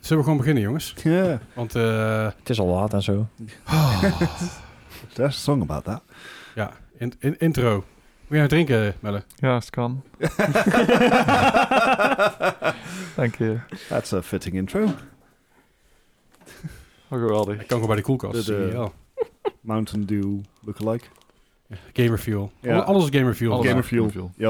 Zullen we gewoon beginnen, jongens? Ja. Want Het is al laat en zo. There's a song about that. ja, intro. Moet je nou drinken, Melle? Ja, als het kan. Dank je. That's a fitting intro. Oh, geweldig. Ik kan gewoon bij de koelkast. De- Ja. Mountain Dew lookalike. Gamer Fuel. Ja. Alles is Gamer Fuel. Alles. Gamer Gamer Fuel. Fuel. Yep.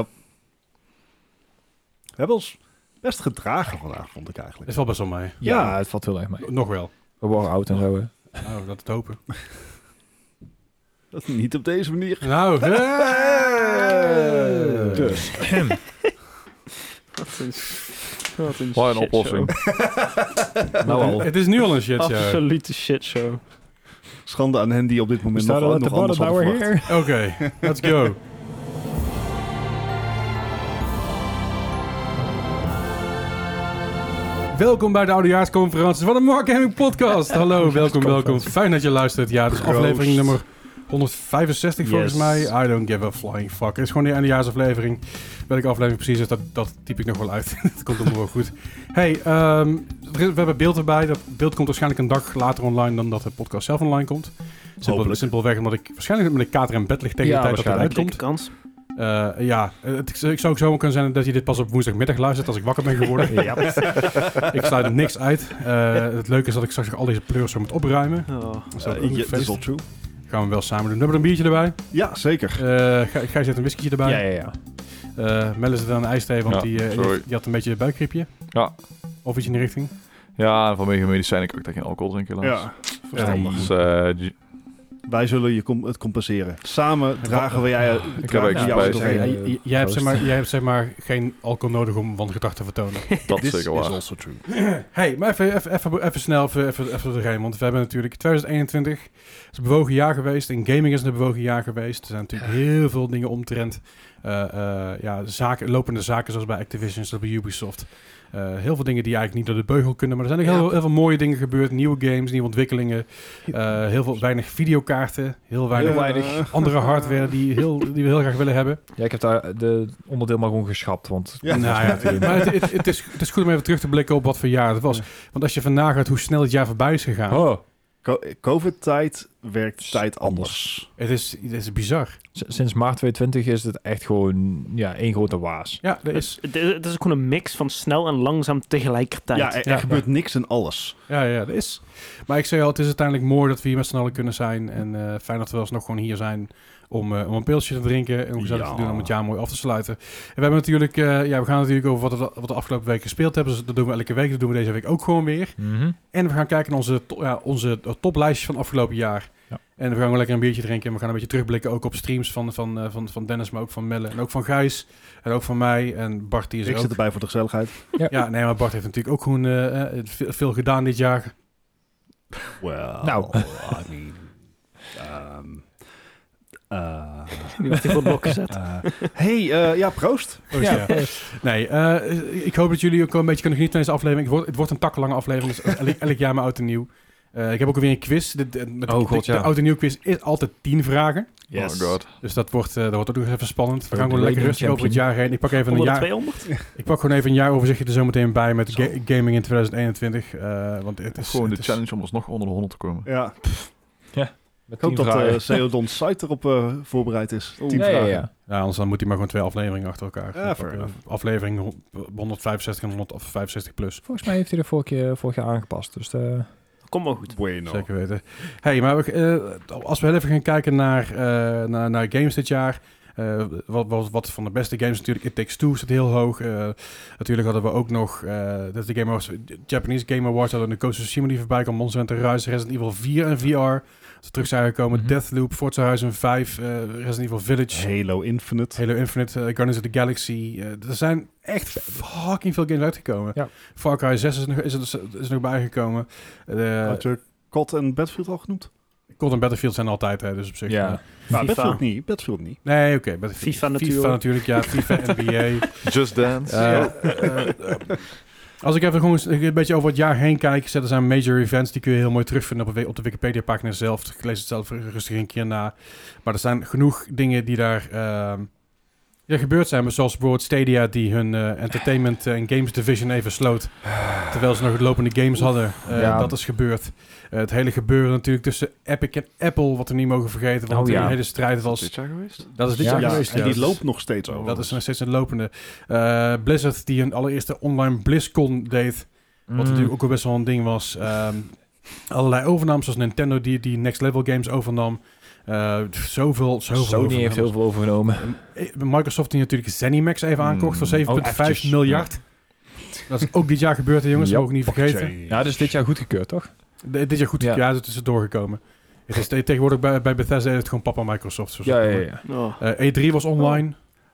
We hebben ons best gedragen vandaag, vond ik Dat eigenlijk. is wel best wel mij. Ja, het valt heel erg mee. Nog wel. We worden oud en zo, hè. Nou, dat het hopen. Dat niet op deze manier. Nou, Dus. Wat een Wat een shitshow. oplossing. Nou al. het is nu al een shit, ja. Absolute shitshow. Schande aan hen die op dit moment Staan nog we at the anders bottom, hadden now we're verwacht. here. Oké, let's go. Welkom bij de oudejaarsconferentie van de Mark Gaming Podcast. Hallo, welkom. Fijn dat je luistert. Ja, dit is Proost. aflevering nummer 165 volgens Yes. mij. I don't give a flying fuck. Het is gewoon die eindejaarsaflevering. Welke aflevering precies is, dat typ ik nog wel uit. Dat komt allemaal wel goed. Hey, we hebben beeld erbij. Dat beeld komt waarschijnlijk een dag later online dan dat de podcast zelf online komt. Hopelijk. Simpelweg omdat ik waarschijnlijk met een kater in bed lig tegen Ja, de tijd dat het waarschijnlijk. uitkomt. Dikke kans. Ik zou ook zo kunnen zijn dat je dit pas op woensdagmiddag luistert als ik wakker ben geworden. Ja. Ik sluit er niks uit. Het leuke is dat ik straks al deze pleurs zo moet opruimen. Oh. Dat is ook een Dat is feest. all true. Gaan we wel samen doen. We hebben er een biertje erbij. Ja, zeker. Gij zet een whiskytje erbij. Ja. Melle zit aan een ijsthee, want Ja, die sorry. had een beetje een buikgriepje. Ja. Of iets in die richting. Ja, en vanwege medicijnen kan ik daar geen alcohol drinken, helaas. Ja, Verstandig. Dus, wij zullen je het compenseren. Samen dragen we jij. Ik heb echt jou spijt. doorheen. Jij hebt zeg maar geen alcohol nodig om van gedrag te vertonen. dat This is zeker is waar. also true. Hey, maar even snel even doorheen. Want we hebben natuurlijk 2021. Het is een bewogen jaar geweest. En gaming is een bewogen jaar geweest. Er zijn natuurlijk heel veel dingen omtrent. Lopende zaken zoals bij Activision, zoals bij Ubisoft. Heel veel dingen die eigenlijk niet door de beugel kunnen. Maar er zijn ook heel veel mooie dingen gebeurd. Nieuwe games, nieuwe ontwikkelingen. Weinig videokaarten. Heel weinig andere hardware die we heel graag willen hebben. Ja, ik heb daar de onderdeel maar gewoon geschrapt, want... Ja. Nou ja, maar het is goed om even terug te blikken op wat voor jaar het was. Ja. Want als je vandaag gaat hoe snel het jaar voorbij is gegaan. Oh, COVID-tijd werkt tijd anders. Het is bizar. sinds maart 2020 is het echt gewoon één grote waas. Ja, dat is... Het is ook gewoon een mix van snel en langzaam tegelijkertijd. Ja, er Ja. gebeurt niks en alles. Ja, dat is. Maar ik zei al, het is uiteindelijk mooi dat we hier met z'n allen kunnen zijn. En fijn dat we alsnog gewoon hier zijn om een pilsje te drinken. En om gezellig Ja. te doen om het jaar mooi af te sluiten. En we hebben natuurlijk, we gaan natuurlijk over wat de afgelopen week gespeeld hebben. Dus dat doen we elke week. Dat doen we deze week ook gewoon weer. En we gaan kijken naar onze toplijstjes van afgelopen jaar. Ja. En we gaan wel lekker een biertje drinken. En we gaan een beetje terugblikken ook op streams van Dennis, maar ook van Melle. En ook van Gijs. En ook van mij. En Bart die is Ik er zit ook. erbij voor de gezelligheid. Ja, nee, maar Bart heeft natuurlijk ook gewoon veel gedaan dit jaar. Well, Nou. I mean... Die wordt hij voor het blok gezet. Proost. Oh, ja. Nee, ik hoop dat jullie ook wel een beetje kunnen genieten van deze aflevering. Het wordt een takkenlange aflevering, dus elk jaar maar oud en nieuw. Ik heb ook alweer een quiz. De oud en nieuw quiz is altijd 10 vragen. Yes. Oh god. Dus dat wordt ook nog even spannend. We De gaan gewoon lekker reigning rustig over het champion. jaar heen. Ik pak even een Onder de jaar. 200? Ik pak gewoon even een jaaroverzichtje er zo meteen bij met Zo. gaming in 2021. Want het is Gewoon de het is- challenge om alsnog onder de 100 te komen. Ja, Met ik hoop 10 dat vragen. Ceodon's site erop voorbereid is. 10 Ja. vragen. Ja, anders dan moet hij maar gewoon 2 afleveringen achter elkaar. Ja, fair enough. Aflevering 165 en 165 plus. Volgens mij heeft hij er vorig jaar aangepast. Dus Kom maar goed. Bueno. Zeker weten. Hey, maar als we heel even gaan kijken naar games dit jaar. Wat van de beste games natuurlijk. It Takes Two staat heel hoog. Natuurlijk hadden we ook nog dat de Japanese Game Awards hadden de Ghost of Tsushima die voorbij kwam. Monster Hunter Rise, Resident Evil 4 en VR. Dat ze terug zijn gekomen. Deathloop, Forza Horizon 5, Resident Evil Village. Halo Infinite. Halo Infinite, Guardians of the Galaxy. Er zijn echt fucking veel games uitgekomen. Ja. Far Cry 6 is nog bijgekomen. Had je COD en Battlefield al genoemd? COD en Battlefield zijn altijd, hè, dus op zich. ja. Nou, FIFA. Battlefield niet. Battlefield niet. Nee, oké. FIFA natuurlijk. Ja. FIFA, NBA. Just Dance. Als ik even gewoon een beetje over het jaar heen kijk, er zijn major events, die kun je heel mooi terugvinden op de Wikipedia-pagina zelf. Ik lees het zelf rustig een keer na. Maar er zijn genoeg dingen die daar gebeurd zijn. Maar zoals bijvoorbeeld Stadia die hun entertainment en games division even sloot. Terwijl ze nog lopende games hadden. Dat is gebeurd. Het hele gebeuren natuurlijk tussen Epic en Apple, wat we niet mogen vergeten. Want een hele strijd was... Dit jaar geweest? Dat is dit jaar geweest, en die loopt nog steeds over. Dat is nog steeds een lopende. Blizzard die hun allereerste online BlizzCon deed. Wat natuurlijk ook al best wel een ding was. Allerlei overnames, zoals Nintendo die Next Level Games overnam. Zoveel Sony heeft heel veel overgenomen. Microsoft die natuurlijk ZeniMax even aankocht voor 7,5 miljard. Dat is ook dit jaar gebeurd, hè, jongens. Dat mogen we niet vergeten. Ja, dus dit jaar goedgekeurd, toch? Dit jaar goed, ja, het is doorgekomen. Het is tegenwoordig bij Bethesda is het gewoon papa Microsoft. Ja. E3 was online.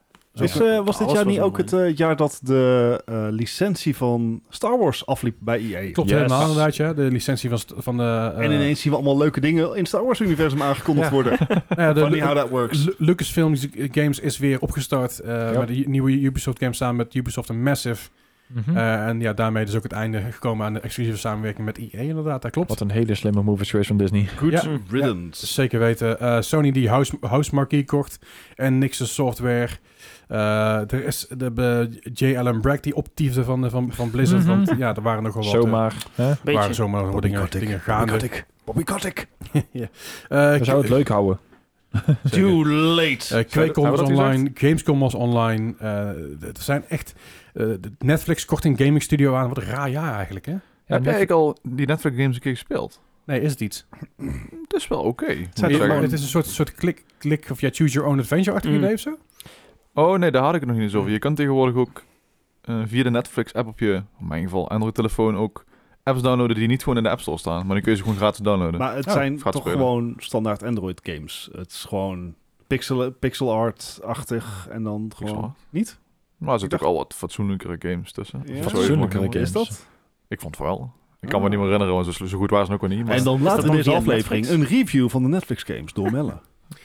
Was dit jaar niet ook het jaar dat de licentie van Star Wars afliep bij EA? Klopt helemaal inderdaad, ja. De licentie van de... en ineens zien we allemaal leuke dingen in het Star Wars-universum aangekondigd worden. Funny how that works. Lucasfilm Games is weer opgestart met de nieuwe Ubisoft games samen met Ubisoft en Massive. En ja, daarmee is ook het einde gekomen aan de exclusieve samenwerking met EA, inderdaad, dat klopt. Wat een hele slimme move is geweest van Disney. Good riddance. Zeker weten. Sony die House Marquee kocht en Nixon Software. Er is de J. Allen Bragg die optiefde van Blizzard, want ja, er waren nogal wat... Zomaar. Waren zomaar wat dingen gaande. Bobby Kotick. We zouden het leuk houden. Too late. QuakeCon was online, Gamescom was online. Er zijn echt... Netflix kocht een gaming studio aan. Wat een raar jaar eigenlijk, hè? Heb jij eigenlijk al die Netflix games een keer gespeeld? Nee, is het iets? Het is wel oké. Het is een soort klik of choose your own adventure-achtige idee of zo? Oh nee, daar had ik het nog niet eens over. Je kan tegenwoordig ook via de Netflix-app op je, in mijn geval Android-telefoon, ook apps downloaden die niet gewoon in de App Store staan. Maar dan kun je ze gewoon gratis downloaden. Maar het zijn toch gewoon standaard Android-games. Het is gewoon pixel art-achtig en dan gewoon... Niet? Maar er zitten ook al wat fatsoenlijkere games tussen. Ja. Fatsoenlijkere games. Is dat? Ik vond het wel. Ik kan me niet meer herinneren, want zo goed waren ze ook wel niet. Maar... En dan later in deze via aflevering een review van de Netflix games door Melle.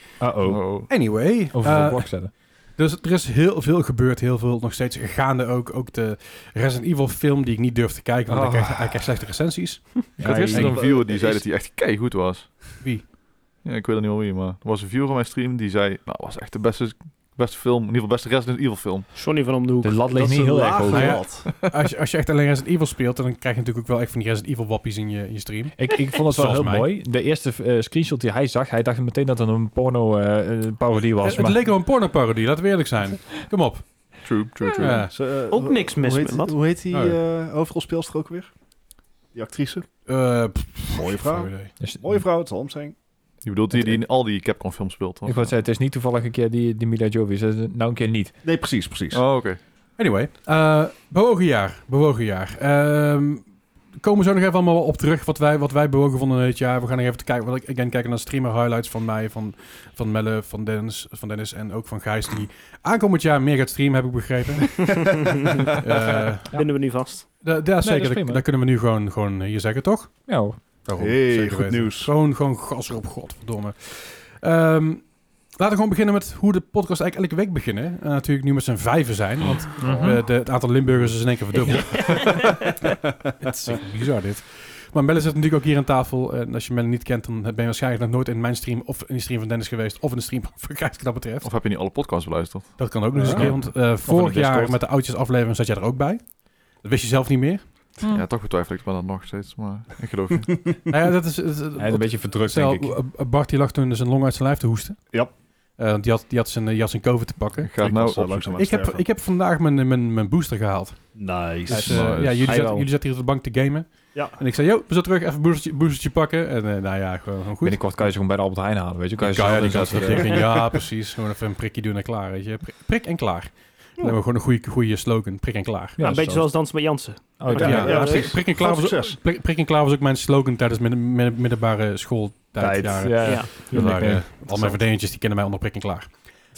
Anyway. Over de blok zetten. Dus er is heel veel gebeurd, heel veel nog steeds gaande ook. Ook de Resident Evil film die ik niet durf te kijken, want hij krijgt slechte recensies. Ik had gisteren een viewer die zei dat hij echt keigoed was. Wie? Ja, ik weet het niet meer wie, maar er was een viewer op mijn stream die zei, nou, was echt de beste film, in ieder geval beste Resident Evil film. Johnny van om de hoek. De lat ligt niet heel erg hoog. Als je echt alleen Resident Evil speelt, dan krijg je natuurlijk ook wel echt van die Resident Evil wappies in je stream. Ik vond het wel heel mooi. De eerste screenshot die hij zag, hij dacht meteen dat het een porno-parodie was. Het leek wel een porno-parodie, laten we eerlijk zijn. Kom op. True. Ja. Ook niks mis met wat. Hoe heet die hoofdrolspeelster ook weer? Die actrice? Mooie vrouw. Mooie vrouw, het zal hem zijn. Je bedoelt die in al die Capcom films speelt, toch? Ik wou zeggen, het is niet toevallig een keer die Mila Jovovich. Nou een keer niet. Nee, precies. Oh, oké. Anyway, bewogen jaar. Komen we zo nog even allemaal op terug wat wij bewogen vonden in het jaar. We gaan nog even kijken naar streamer highlights van mij, van Melle, van Dennis en ook van Gijs, die aankomend jaar meer gaat streamen, heb ik begrepen. Binden we nu vast. Ja, zeker. Dat kunnen we nu gewoon hier zeggen, toch? Ja. Daarom, hey, goed weten. Nieuws. Gewoon gas erop, godverdomme. Laten we gewoon beginnen met hoe de podcast eigenlijk elke week beginnen. Natuurlijk nu met z'n 5 zijn, want het aantal Limburgers is in één keer verdubbeld. Het is echt bizar dit. Maar Melle zit natuurlijk ook hier aan tafel. En als je Melle niet kent, dan ben je waarschijnlijk nog nooit in mijn stream of in de stream van Dennis geweest. Of in de stream van Gijs, wat dat betreft. Of heb je niet alle podcasts beluisterd? Dat kan ook nog eens een keer, want vorig jaar met de oudjes aflevering zat jij er ook bij. Dat wist je zelf niet meer. Ja, toch betwijfel ik dat nog steeds, maar ik geloof je. Ja, dat is een beetje verdrukt, denk ik. Bart die lag toen zijn long uit zijn lijf te hoesten. Ja. Die had zijn COVID te pakken. Ik heb vandaag mijn booster gehaald. Nice. Dus, jullie zaten hier op de bank te gamen. Ja. En ik zei, we zijn terug, even een boostertje pakken. En nou ja, gewoon goed. Binnenkort kan je ze gewoon bij de Albert Heijn halen, weet je. Ja, precies. Gewoon even een prikje doen en klaar, weet je. Prik en klaar. Dan hebben we gewoon een goede slogan. Prik en klaar. Ja, een beetje zoals dansen met Jansen. Prik en klaar was ook mijn slogan tijdens middelbare schooltijd. Ja. Al mijn verdedigers die kennen mij onder prik en klaar.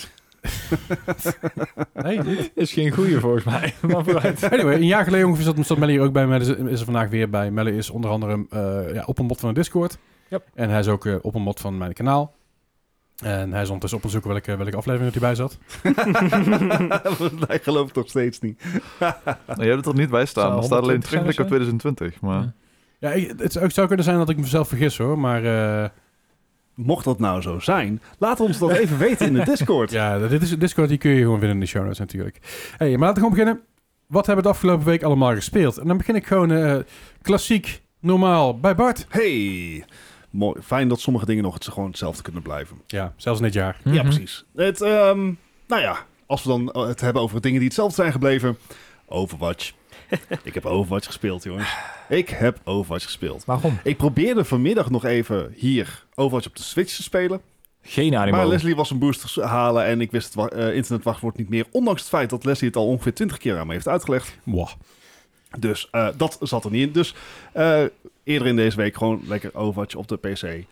Nee, is geen goeie volgens mij. Maar vooruit. Anyway, een jaar geleden ongeveer zat Melle hier ook bij. Melle is er vandaag weer bij. Melle is onder andere op een mod van de Discord. Yep. En hij is ook op een mod van mijn kanaal. En hij is ondertussen op te zoeken welke aflevering hij bij zat. Hij gelooft toch steeds niet. Je hebt het er niet bij staan. Er staat alleen terugblik op 2020. Maar... Ja, het zou kunnen zijn dat ik mezelf vergis hoor. Maar mocht dat nou zo zijn, laat ons dat even weten in de Discord. Ja, dit is een Discord, die kun je gewoon vinden in de show notes natuurlijk. Hey, maar laten we gewoon beginnen. Wat hebben we de afgelopen week allemaal gespeeld? En dan begin ik gewoon klassiek, normaal, bij Bart. Hey, mooi. Fijn dat sommige dingen nog gewoon hetzelfde kunnen blijven. Ja, zelfs in dit jaar. Ja, precies. Nou ja, als we dan het hebben over dingen die hetzelfde zijn gebleven. Overwatch. Ik heb Overwatch gespeeld, jongens. Ik heb Overwatch gespeeld. Waarom? Ik probeerde vanmiddag nog even hier Overwatch op de Switch te spelen. Geen animo. Maar Leslie was een booster halen en ik wist het internetwachtwoord niet meer. Ondanks het feit dat Leslie het al ongeveer 20 keer aan me heeft uitgelegd. Wow. Dus dat zat er niet in. Dus eerder in deze week gewoon lekker Overwatch op de PC.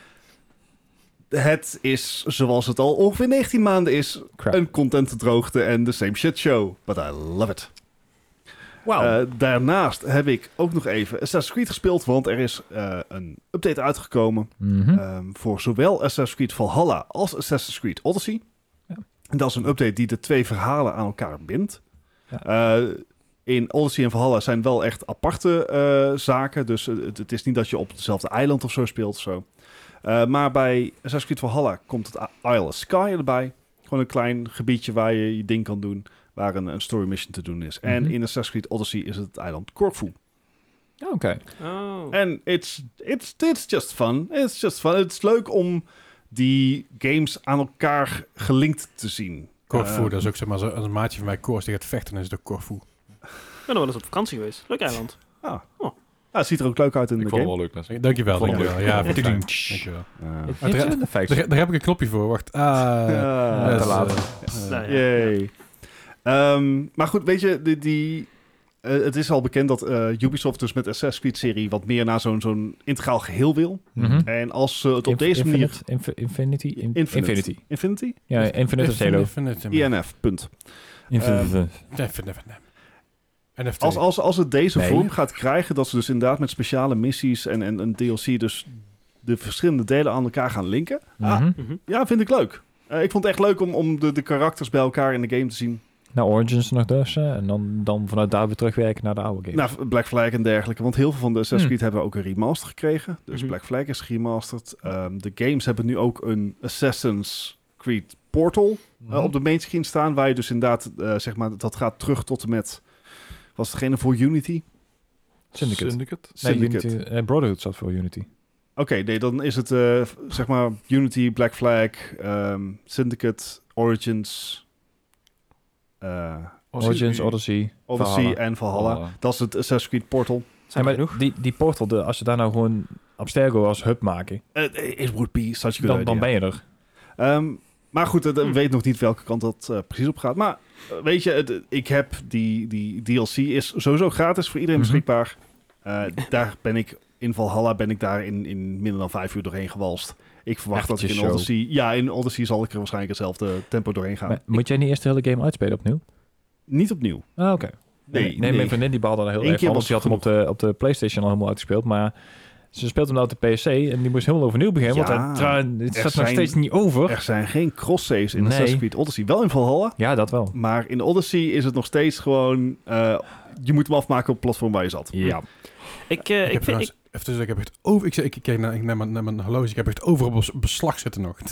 Het is, zoals het al ongeveer 19 maanden is, Crap. een contentendroogte en the same shit show. But I love it. Wauw. Daarnaast heb ik ook nog even Assassin's Creed gespeeld, want er is een update uitgekomen voor zowel Assassin's Creed Valhalla als Assassin's Creed Odyssey. Ja. En dat is een update die de twee verhalen aan elkaar bindt. Ja. In Odyssey en Valhalla zijn wel echt aparte zaken, dus het is niet dat je op hetzelfde eiland of zo speelt. Zo. Maar bij Assassin's Creed Valhalla komt het Isle of Skye erbij. Gewoon een klein gebiedje waar je je ding kan doen, waar een story mission te doen is. En in Assassin's Creed Odyssey is het eiland Corfu. Oké. Oh. En it's just fun. It's just fun. Het is leuk om die games aan elkaar gelinkt te zien. Corfu, dat is ook zeg maar een maatje van mij, Koos, die gaat vechten en is de Corfu. Ik ben er wel eens op vakantie geweest. Leuk eiland. Het ziet er ook leuk uit in Ik de vond het game. wel leuk, Leslie. Dankjewel, Vond ik dankjewel. leuk. Ja, Ja. fijn. Dankjewel. Interessante facts. Daar heb ik een knopje voor, wacht. te dat is, laat. Nou ja. Yay. Maar goed, weet je, het is al bekend dat Ubisoft dus met de Assassin's Creed-serie wat meer naar zo'n integraal geheel wil. En als ze het op deze manier... Infinity? Infinity. Ja, Infinite is Halo. INF, punt. NFT. Als het deze Nee. vorm gaat krijgen, dat ze dus inderdaad met speciale missies en een DLC dus de verschillende delen aan elkaar gaan linken. Mhm. Ja, vind ik leuk. Ik vond het echt leuk om de karakters bij elkaar in de game te zien. Nou, Origins nog dus. En dan vanuit daar weer terugwerken naar de oude game. Nou, Black Flag en dergelijke. Want heel veel van de Assassin's Creed hebben ook een remaster gekregen. Dus Black Flag is geremasterd. De games hebben nu ook een Assassin's Creed Portal op de main screen staan. Waar je dus inderdaad, zeg maar, dat gaat terug tot en met... Was degene voor Unity? Syndicate. Nee, Unity, Brotherhood zat voor Unity. Oké, nee, dan is het zeg maar Unity, Black Flag, Syndicate, Origins... Origins, Odyssey, Valhalla. en Valhalla. Dat is het Assassin's Creed Portal. Zijn Ja, er maar genoeg? die Portal, als je daar nou gewoon Abstergo als hub maken, It would be such a good idea. dan ben je er. Maar goed, ik weet nog niet welke kant dat precies op gaat. Maar weet je, ik heb die DLC is sowieso gratis voor iedereen beschikbaar. Daar ben ik in Valhalla in minder dan 5 uur doorheen gewalst. Ik verwacht dat ik in Odyssey... Ja, in Odyssey zal ik er waarschijnlijk hetzelfde tempo doorheen gaan. Maar moet jij niet eerst de hele game uitspelen opnieuw? Niet opnieuw. Ah, oké. Nee. Mijn vriendin die baalde daar heel Eén erg keer van. was Ze had hem op de PlayStation al helemaal uitgespeeld, maar ze speelt hem nou op de PC en die moest helemaal overnieuw beginnen, Ja, want het staat nog zijn- steeds niet over. Er zijn geen cross-saves in Nee. Assassin's Creed Odyssey. Wel in Valhalla, Ja, dat wel. maar in Odyssey is het nog steeds gewoon... je moet hem afmaken op het platform waar je zat. Ja. Ik Ik heb echt over... Ik kijk naar mijn horloge. Ik heb echt overal op beslag zitten nog.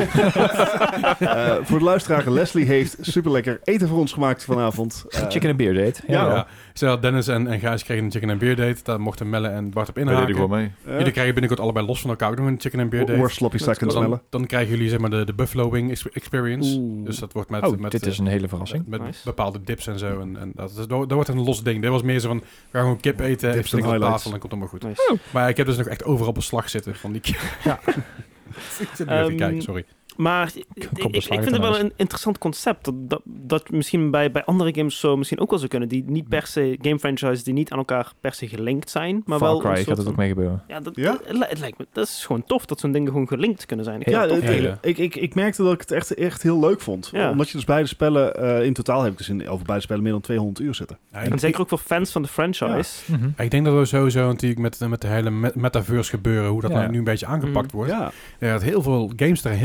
Voor de luisteraar, Leslie heeft super lekker eten voor ons gemaakt vanavond. Chicken and beer date. Ja. Zowel Dennis en Gijs kregen een chicken and beer date. Daar mochten Melle en Bart op Wij deden inhaken. gewoon mee. Jullie krijgen binnenkort allebei los van elkaar ook nog een chicken and beer date. Or sloppy seconds, dan, Melle. dan krijgen jullie zeg maar de Buffalo Wing experience. Dus dat wordt met Dit is een hele verrassing. met Nice. bepaalde dips en zo. En dat wordt een los ding. Dit was meer zo van, we gaan gewoon kip eten. Dips Ik en op highlights. tafel en komt allemaal goed. Nice. Maar ik heb dus nog echt overal beslag zitten van die kip. Ja. Ik zit nu even te kijken, sorry. Maar ik vind het wel een interessant concept. Dat misschien bij andere games zo misschien ook wel zou kunnen. Die niet per se, game franchises die niet aan elkaar per se gelinkt zijn. Maar Far wel Cry een gaat soort het ook van- mee gebeuren. Ja, Ja? het lijkt me, dat is gewoon tof dat zo'n dingen gewoon gelinkt kunnen zijn. Ja, Hele. ik merkte dat ik het echt heel leuk vond. Ja. Omdat je dus beide spellen... in totaal heb ik dus over beide spellen meer dan 200 uur zitten. Ja, En zeker ook voor fans van de franchise. ik denk dat we sowieso natuurlijk met de hele metaverse gebeuren, hoe dat Ja. nou nu een beetje aangepakt wordt. Ja. Dat heel veel games er heel mooi in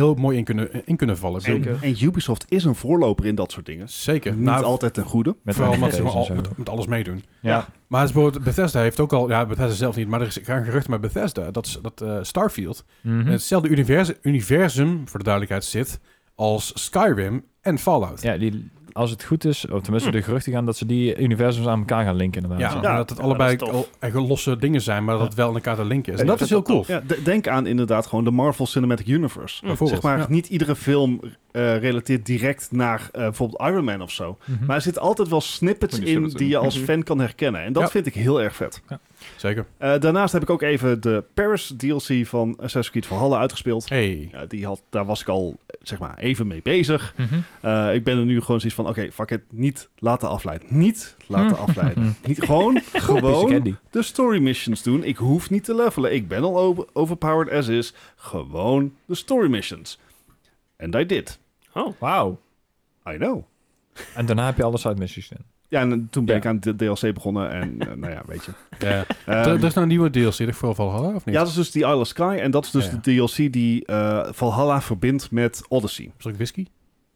in kunnen vallen. Zeker. En Ubisoft is een voorloper in dat soort dingen. Zeker. Niet altijd ten goede. Vooral omdat ze NFT's en gewoon zo. met alles meedoen. Ja. Maar het is bijvoorbeeld, Bethesda heeft ook al... Ja, Bethesda zelf niet, maar er gaan geruchten met Bethesda. Dat Starfield Mhm. in hetzelfde universum, voor de duidelijkheid, zit als Skyrim en Fallout. Ja, als het goed is, of tenminste de geruchten gaan dat ze die universums aan elkaar gaan linken inderdaad. Ja, Ja. maar dat het allebei dat is tof. echt losse dingen zijn, maar dat het wel aan elkaar te linken is. En Ja, dat is heel cool. Ja, denk aan inderdaad gewoon de Marvel Cinematic Universe. Bijvoorbeeld. Zeg maar, Ja. niet iedere film relateert direct naar bijvoorbeeld Iron Man of zo. Mhm. Maar er zitten altijd wel snippets Van die in snippets die je als Mhm. fan kan herkennen. En dat Ja. vind ik heel erg vet. Zeker. Daarnaast heb ik ook even de Paris DLC van Assassin's Creed Valhalla uitgespeeld. Hey. Ja, daar was ik al zeg maar even mee bezig. Mhm. Ik ben er nu gewoon zoiets van, oké, fuck it, niet laten afleiden. Niet laten afleiden. Niet, gewoon Candy. de story missions doen. Ik hoef niet te levelen. Ik ben al overpowered as is. Gewoon de story missions. And I did. Oh, Wauw. I know. En daarna heb je alle side missies in. Ja, en toen ben Ja. ik aan de DLC begonnen en nou ja, weet je. Ja. Ehm, Er is nou een nieuwe DLC voor Valhalla, of niet? ja, dat is dus die Isle of Sky. En dat is dus Ja. de DLC die Valhalla verbindt met Odyssey. Is dat ook whisky?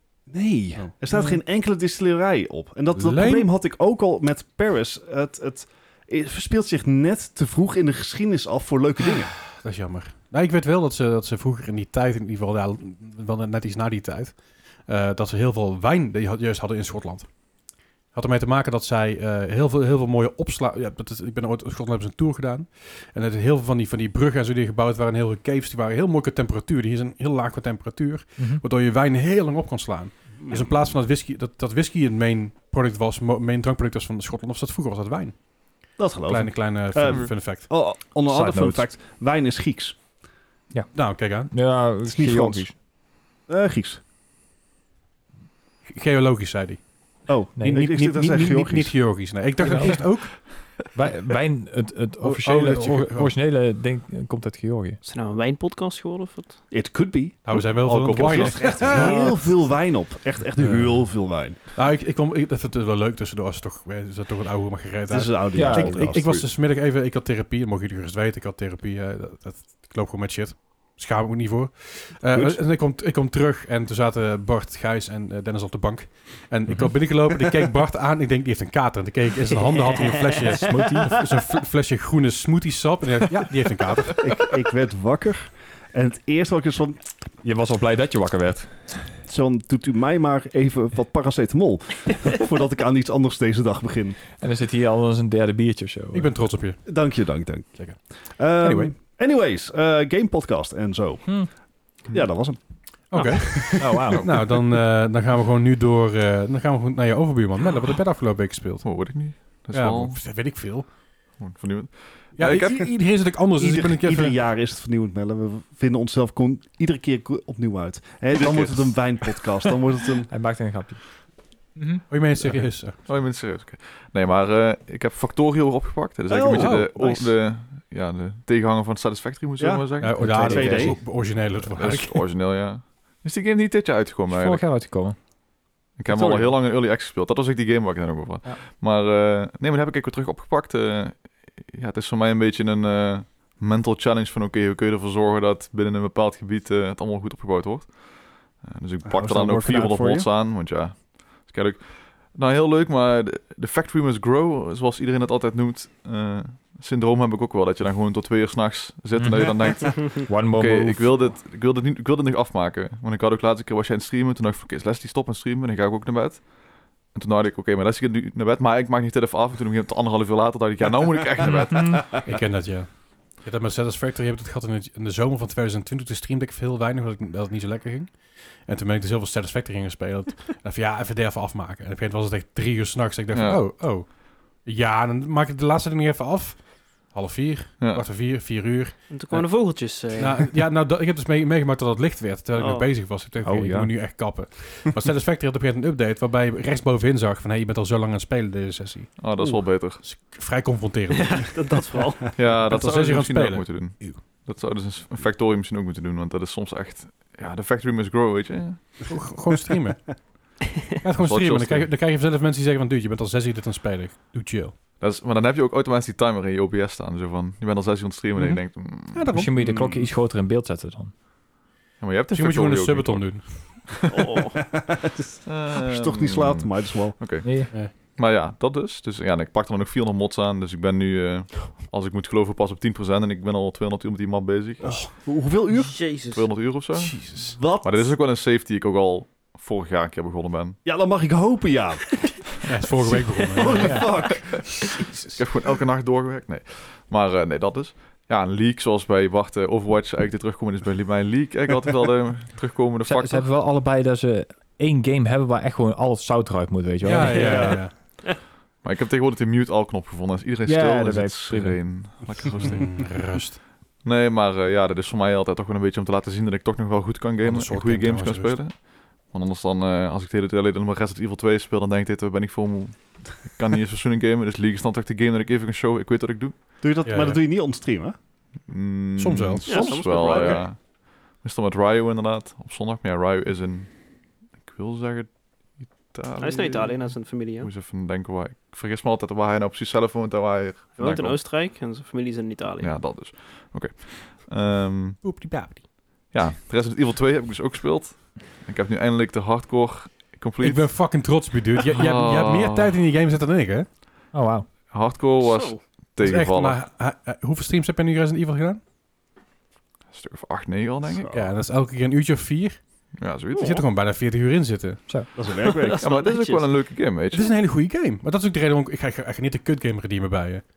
Nee, Oh. er staat geen enkele distillerij op. En dat Leem. probleem had ik ook al met Paris. Het verspeelt zich net te vroeg in de geschiedenis af voor leuke dingen. Dat is jammer. Nou, ik weet wel dat ze vroeger in die tijd, in ieder geval ja, wel net iets na die tijd, dat ze heel veel wijn juist hadden in Schotland. Had ermee te maken dat zij heel veel mooie opslagen... Ja, ik ben ooit in Schotland hebben ze een tour gedaan. En het heel veel van die bruggen en zo die gebouwd waren, heel veel caves, die waren heel mooi qua temperatuur. Die is een heel laag qua temperatuur, waardoor je wijn heel lang op kan slaan. Dus in plaats van dat whisky het main product was, main drankproduct was van Schotland, of dat vroeger was dat wijn. Dat geloof ik. Kleine fun fact. Oh, on a Side other fun note. fact. Wijn is Grieks. Nou, kijk aan. Ja, Het is niet geologisch. Grieks. Geologisch, zei hij. Oh, Nee, ik zit te zeggen Georgisch. Niet Georgisch. Nee, ik dacht Jawel. eerst ook. Wijn, het officiële, dat je- originele ding komt uit Georgië. is het nou een wijnpodcast geworden? Of wat? It could be. Nou, we zijn wel veel aan het Alcohol. wine. Er echt heel veel wijn op. Echt Ja. heel veel wijn. Nou, dat vind ik wel leuk tussendoor. Als is het toch een oude maar gereed Het is uit. een oude Ja, Ik was dus middag even... Ik had therapie. Dat mogen jullie gerust weten. Ik had therapie. Ik loop gewoon met shit. Schaam ik me niet voor. Goed. En ik kom terug en toen zaten Bart, Gijs en Dennis op de bank. En ik kwam binnengelopen en ik keek Bart aan. Ik denk, die heeft een kater. En toen keek ik in zijn handen, had hij een flesje smoothie. Zo'n flesje groene smoothie sap. En ik dacht, ja, die heeft een kater. ik werd wakker. En het eerste wat ik is van... Je was al blij dat je wakker werd. Zo, doet u mij maar even wat paracetamol. Voordat ik aan iets anders deze dag begin. En dan zit hier al eens een derde biertje of zo. Ik ben trots op je. Dank je. Zeker. Anyways, game podcast en zo. Ja, dat was hem. Oké. Oh, wauw. Nou, dan gaan we gewoon nu door... dan gaan we gewoon naar je overbuurman. Melle, wat heb je de afgelopen week gespeeld? Oh, weet ik niet. Dat is Ja, wel... weet ik veel. Van niemand. Ja, ik heb... iedereen zit ook anders. Dus ik ben een keer Ieder even... jaar is het vernieuwend, Melle. We vinden onszelf iedere keer opnieuw uit. Hè, dan keer. wordt het een wijnpodcast. Dan wordt het een... Hij maakt een grapje. Oh, je meent serieus? Oh, je bent serieus. Oké. Nee, maar ik heb Factorio opgepakt. Dat is eigenlijk een beetje de tegenhanger van Satisfactory, moet je Ja. zo maar zeggen. Ja, dat is ook origineel. Dat is origineel, ja. Is die game niet dit jaar uitgekomen Vorig eigenlijk? jaar uitgekomen. Ik heb hem al heel lang in Early Access gespeeld. Dat was ook die game waar ik het net over had. Ja. Maar nee, maar dat heb ik weer terug opgepakt. Ja, het is voor mij een beetje een mental challenge van oké, hoe kun je ervoor zorgen dat binnen een bepaald gebied het allemaal goed opgebouwd wordt. Dus ik pak er dan ook 400 mods aan, want ja, is kijk, nou heel leuk, maar de factory must grow, zoals iedereen het altijd noemt. Syndroom heb ik ook wel, dat je dan gewoon tot 2 uur 's nachts zit en dat je dan denkt, One more oké, move. ik wil dit nog afmaken. Want ik had ook laatste keer was jij aan het streamen, toen dacht ik, oké, is Leslie stop aan het streamen, dan ga ik ook naar bed. En toen dacht ik, oké, maar Leslie gaat nu naar bed, maar ik maak niet dit even af. En toen op 1,5 uur later dacht ik, ja, nou moet ik echt naar bed. Ik ken dat, ja. Je hebt dat met Satisfactory, je hebt het gehad in de zomer van 2020. Toen streamde ik heel weinig, omdat het niet zo lekker ging. En toen ben ik dus heel veel Satisfactory gaan spelen. En van ja, even afmaken. En op een gegeven moment was het echt 3 uur 's nachts. Ik dacht Ja. van, oh. Ja, dan maak ik de laatste ding even af. 3:30, Ja. 4:15, 4 uur. En toen kwamen de vogeltjes. Ik heb dus meegemaakt dat het licht werd, terwijl ik nog bezig was. Ik dacht, Oh, oké, ik ja. moet nu echt kappen. Maar Satisfactory had op een gegeven moment een update, waarbij je rechtsbovenin zag van, hey, je bent al zo lang aan het spelen deze sessie. Oh, dat is wel beter. Dat is vrij confronterend. dat vooral. Ja, Dat dat was zou 6 je uur misschien aan ook het moeten doen. Eeuw. Dat zou dus een factory misschien ook moeten doen, want dat is soms echt... Ja, de factory must grow, weet je. Gewoon streamen. Ja, gewoon streamen. Dan krijg je zelf mensen die zeggen van, dude, je bent al 6 uur dit aan het spelen. Doe chill. Maar dan heb je ook automatisch die timer in je OBS staan. Zo van, je bent al 6 uur aan het streamen en je denkt... Ja, daarom. Misschien moet je de klokje iets groter in beeld zetten dan. maar je hebt Misschien moet je gewoon een Factorio subathon ook doen. Als je toch niet slaat, might as well. Oké. Nee. Maar ja, dat dus. Dus ja, en ik pak er dan nog 400 mods aan. Dus ik ben nu, als ik moet geloven, pas op 10%. En ik ben al 200 uur met die map bezig. Hoeveel uur? Jezus. 200 uur of zo. Jezus. Wat? Maar dit is ook wel een save die ik ook al vorig jaar een keer begonnen ben. Ja, dan mag ik hopen, ja. Ja, het is vorige week begonnen. Holy Ja. fuck. Ik heb gewoon elke nacht doorgewerkt. Nee. Maar nee, dat is. Ja, een leak zoals bij Overwatch eigenlijk de terugkomen is bij mijn leak. Eigenlijk altijd wel de terugkomende Ze factor. hebben wel allebei dat ze 1 game hebben waar echt gewoon al het zout eruit moet, weet je wel. Ja. Maar ik heb tegenwoordig de mute all knop gevonden. Als iedereen Ja, stil dat is, weet het ik. Prima. sereen. Lekker rustig. Rust. Nee, maar ja, dat is voor mij altijd toch wel een beetje om te laten zien dat ik toch nog wel goed kan gamen. Ander En soort goede game games kan trouwens, spelen. Want anders dan, als ik de hele tijd alleen maar Resident Evil 2 speel, dan denk ik, dit waar ben ik voor moe. Ik kan niet eens fatsoenlijk gamen. Dus League is dan toch de game dat ik even kan showen. Ik weet wat ik doe. Doe je dat? Ja, Maar ja. dat doe je niet on stream, hè? Soms wel. Soms, soms wel, met Ryu. ja. Meestal met Ryu inderdaad, op zondag. Maar ja, Ryu is in, ik wil zeggen, Italië. Hij is naar Italië, naar zijn familie. Ja. Ik moest even denken waar. Ik vergis me altijd waar hij nou precies zelf woont en waar hij Hij woont vandaan in komt. Oostenrijk en zijn familie is in Italië. Ja, dat dus. Oké. Ja, Resident Evil 2 heb ik dus ook gespeeld. Ik heb nu eindelijk de hardcore complete. Ik ben fucking trots op je, dude. Je hebt meer tijd in die game zitten dan ik, hè? Oh, wauw. Hardcore was Zo. Dat is echt, tegenvallen. maar hoeveel streams heb je nu Resident Evil gedaan? Een stuk of 8, 9 al, denk ik. Ja, dat is elke keer een uurtje of 4. Ja, zoiets. Er zit er gewoon bijna 40 uur in zitten. Dat is een werkweek. Ja, maar dit is ook wel een leuke game, weet Het je. is een hele goede game. Maar dat is ook de reden waarom ik ga niet de kutgamer redeemen bij je.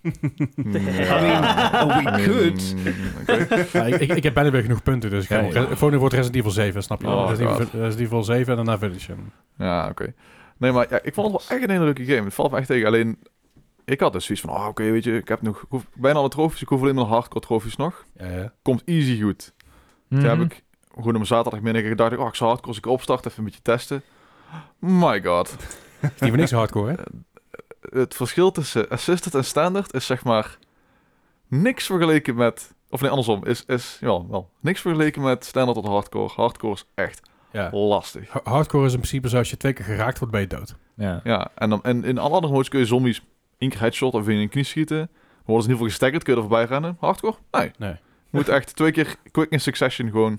we could. Oké. Ja, ik heb bijna weer genoeg punten, dus ik ga Ja, nog ja. volgende wordt Resident Evil 7, snap je? Oh, Resident Evil 7 en daarna Village. Ja, oké. Nee, maar ja, ik vond het wel echt een hele leuke game. Het valt me echt tegen. Alleen, ik had dus zoiets van, oké, weet je, ik heb nog bijna alle trofies. Ik hoef alleen maar de hardcore trofies nog. Ja. Komt easy goed. Mhm. Toen heb ik gewoon op mijn zaterdagmiddag gedacht, ik zal hardcore als ik opstart even een beetje testen. My god. Is niet voor niks hardcore, hè? Het verschil tussen assisted en standard is zeg maar niks vergeleken met... Of nee, andersom. Is wel niks vergeleken met standard tot hardcore. Hardcore is echt Ja. lastig. Hardcore is in principe zoals je 2 keer geraakt wordt, ben je dood. Ja. Ja, en in alle andere modes kun je zombies 1 keer headshot of in een knie schieten. Worden ze in ieder geval gestaggerd, kun je er voorbij rennen. Hardcore? Nee. Nee. Je moet echt 2 keer quick in succession gewoon...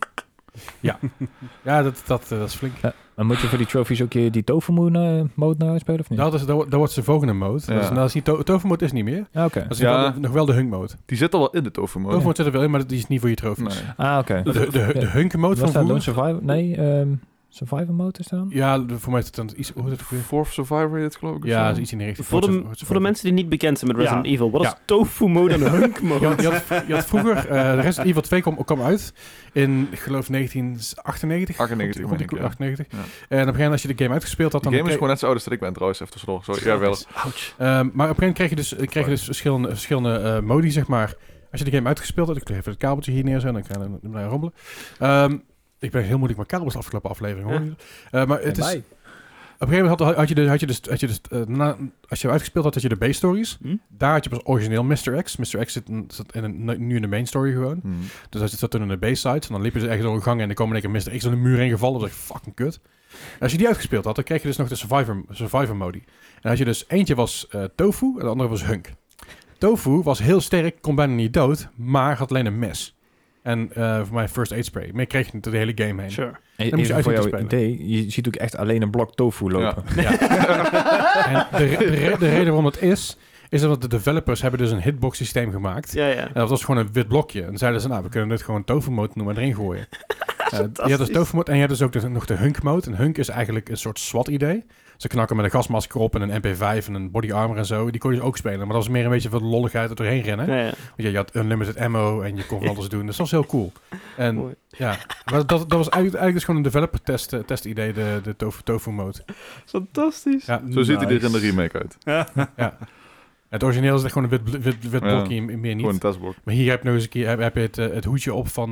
Ja, dat is flink. Maar moet je voor die trophies ook die tofu mode nou uitspelen of niet? Dat wordt zijn volgende mode. Ja. Dat is niet tofu mode is niet meer. Ah, oké. Dat is Ja. nog wel de hunk mode. Die zit al wel in de tofu mode. Tofu mode zit er wel in, maar die is niet voor je trofies. Nee. Ah, oké. De hunk mode van Wat staat dan? vroeger. Survival? Nee, survival mode is dat dan? Ja, voor mij is het dan iets... Hoe heet het ook weer? Fourth Survivor heet het, geloof ik. of Ja, zo. dat is iets in de richting. Voor de mensen die niet bekend zijn met Resident Ja. Evil, wat is Ja. tofu mode en hunk mode? Je had vroeger... Resident Evil 2 kwam uit in, ik geloof, 1998. 98, Komt die meen ik, ja. 98. Ja. En op een gegeven moment, als je de game uitgespeeld had... Die dan game is kreeg- gewoon net zo oud als dat ik ben trouwens, even tussendoor. Sorry, ja, wel. Maar op een gegeven moment kreeg je dus verschillende modi, zeg maar. Als je de game uitgespeeld had... Ik doe even het kabeltje hier neerzetten, dan kan je naar rommelen. Ik ben heel moeilijk met kabels de afgelopen aflevering, hoor. Maar het is... Op een gegeven moment had je dus als je uitgespeeld had je de B-stories. Daar had je pas origineel Mr. X. Mr. X zit nu in de main story gewoon. Dus hij zat toen in de B-sides. En dan liep je dus echt door een gang en dan komen een keer Mr. X door de muur heen gevallen. Dat was echt fucking kut. En als je die uitgespeeld had, dan kreeg je dus nog de survivor modi. En als je dus eentje was tofu en de andere was hunk. Tofu was heel sterk, kon bijna niet dood, maar had alleen een mes. En voor mij first aid spray. Maar je kreeg het door de hele game heen. Sure. En Dan moet je even voor uit jouw moeten idee, je ziet ook echt alleen een blok tofu lopen. Ja. En de reden waarom het is dat de developers hebben dus een hitbox systeem gemaakt. Ja, ja. En dat was gewoon een wit blokje. En zeiden ze, nou, we kunnen dit gewoon tofu mode noemen en erin gooien. Je had dus tofu mode en je had dus ook nog de hunk mode. En hunk is eigenlijk een soort SWAT idee. Ze knakken met een gasmasker op en een MP5 en een body armor en zo. Die kon je dus ook spelen. Maar dat was meer een beetje voor de lolligheid er doorheen rennen. Ja, ja. Want je had unlimited ammo en je kon van alles doen. Dus dat was heel cool. En Mooi. ja, maar dat was eigenlijk dus gewoon een developer test idee, de tofu mode. Fantastisch. Ja, Zo ziet hij er in de remake uit. ja. Het origineel is echt gewoon een wit Ja. blokje, meer niet. Gewoon een testblok. Maar hier heb je nog eens een keer heb je het hoedje op van...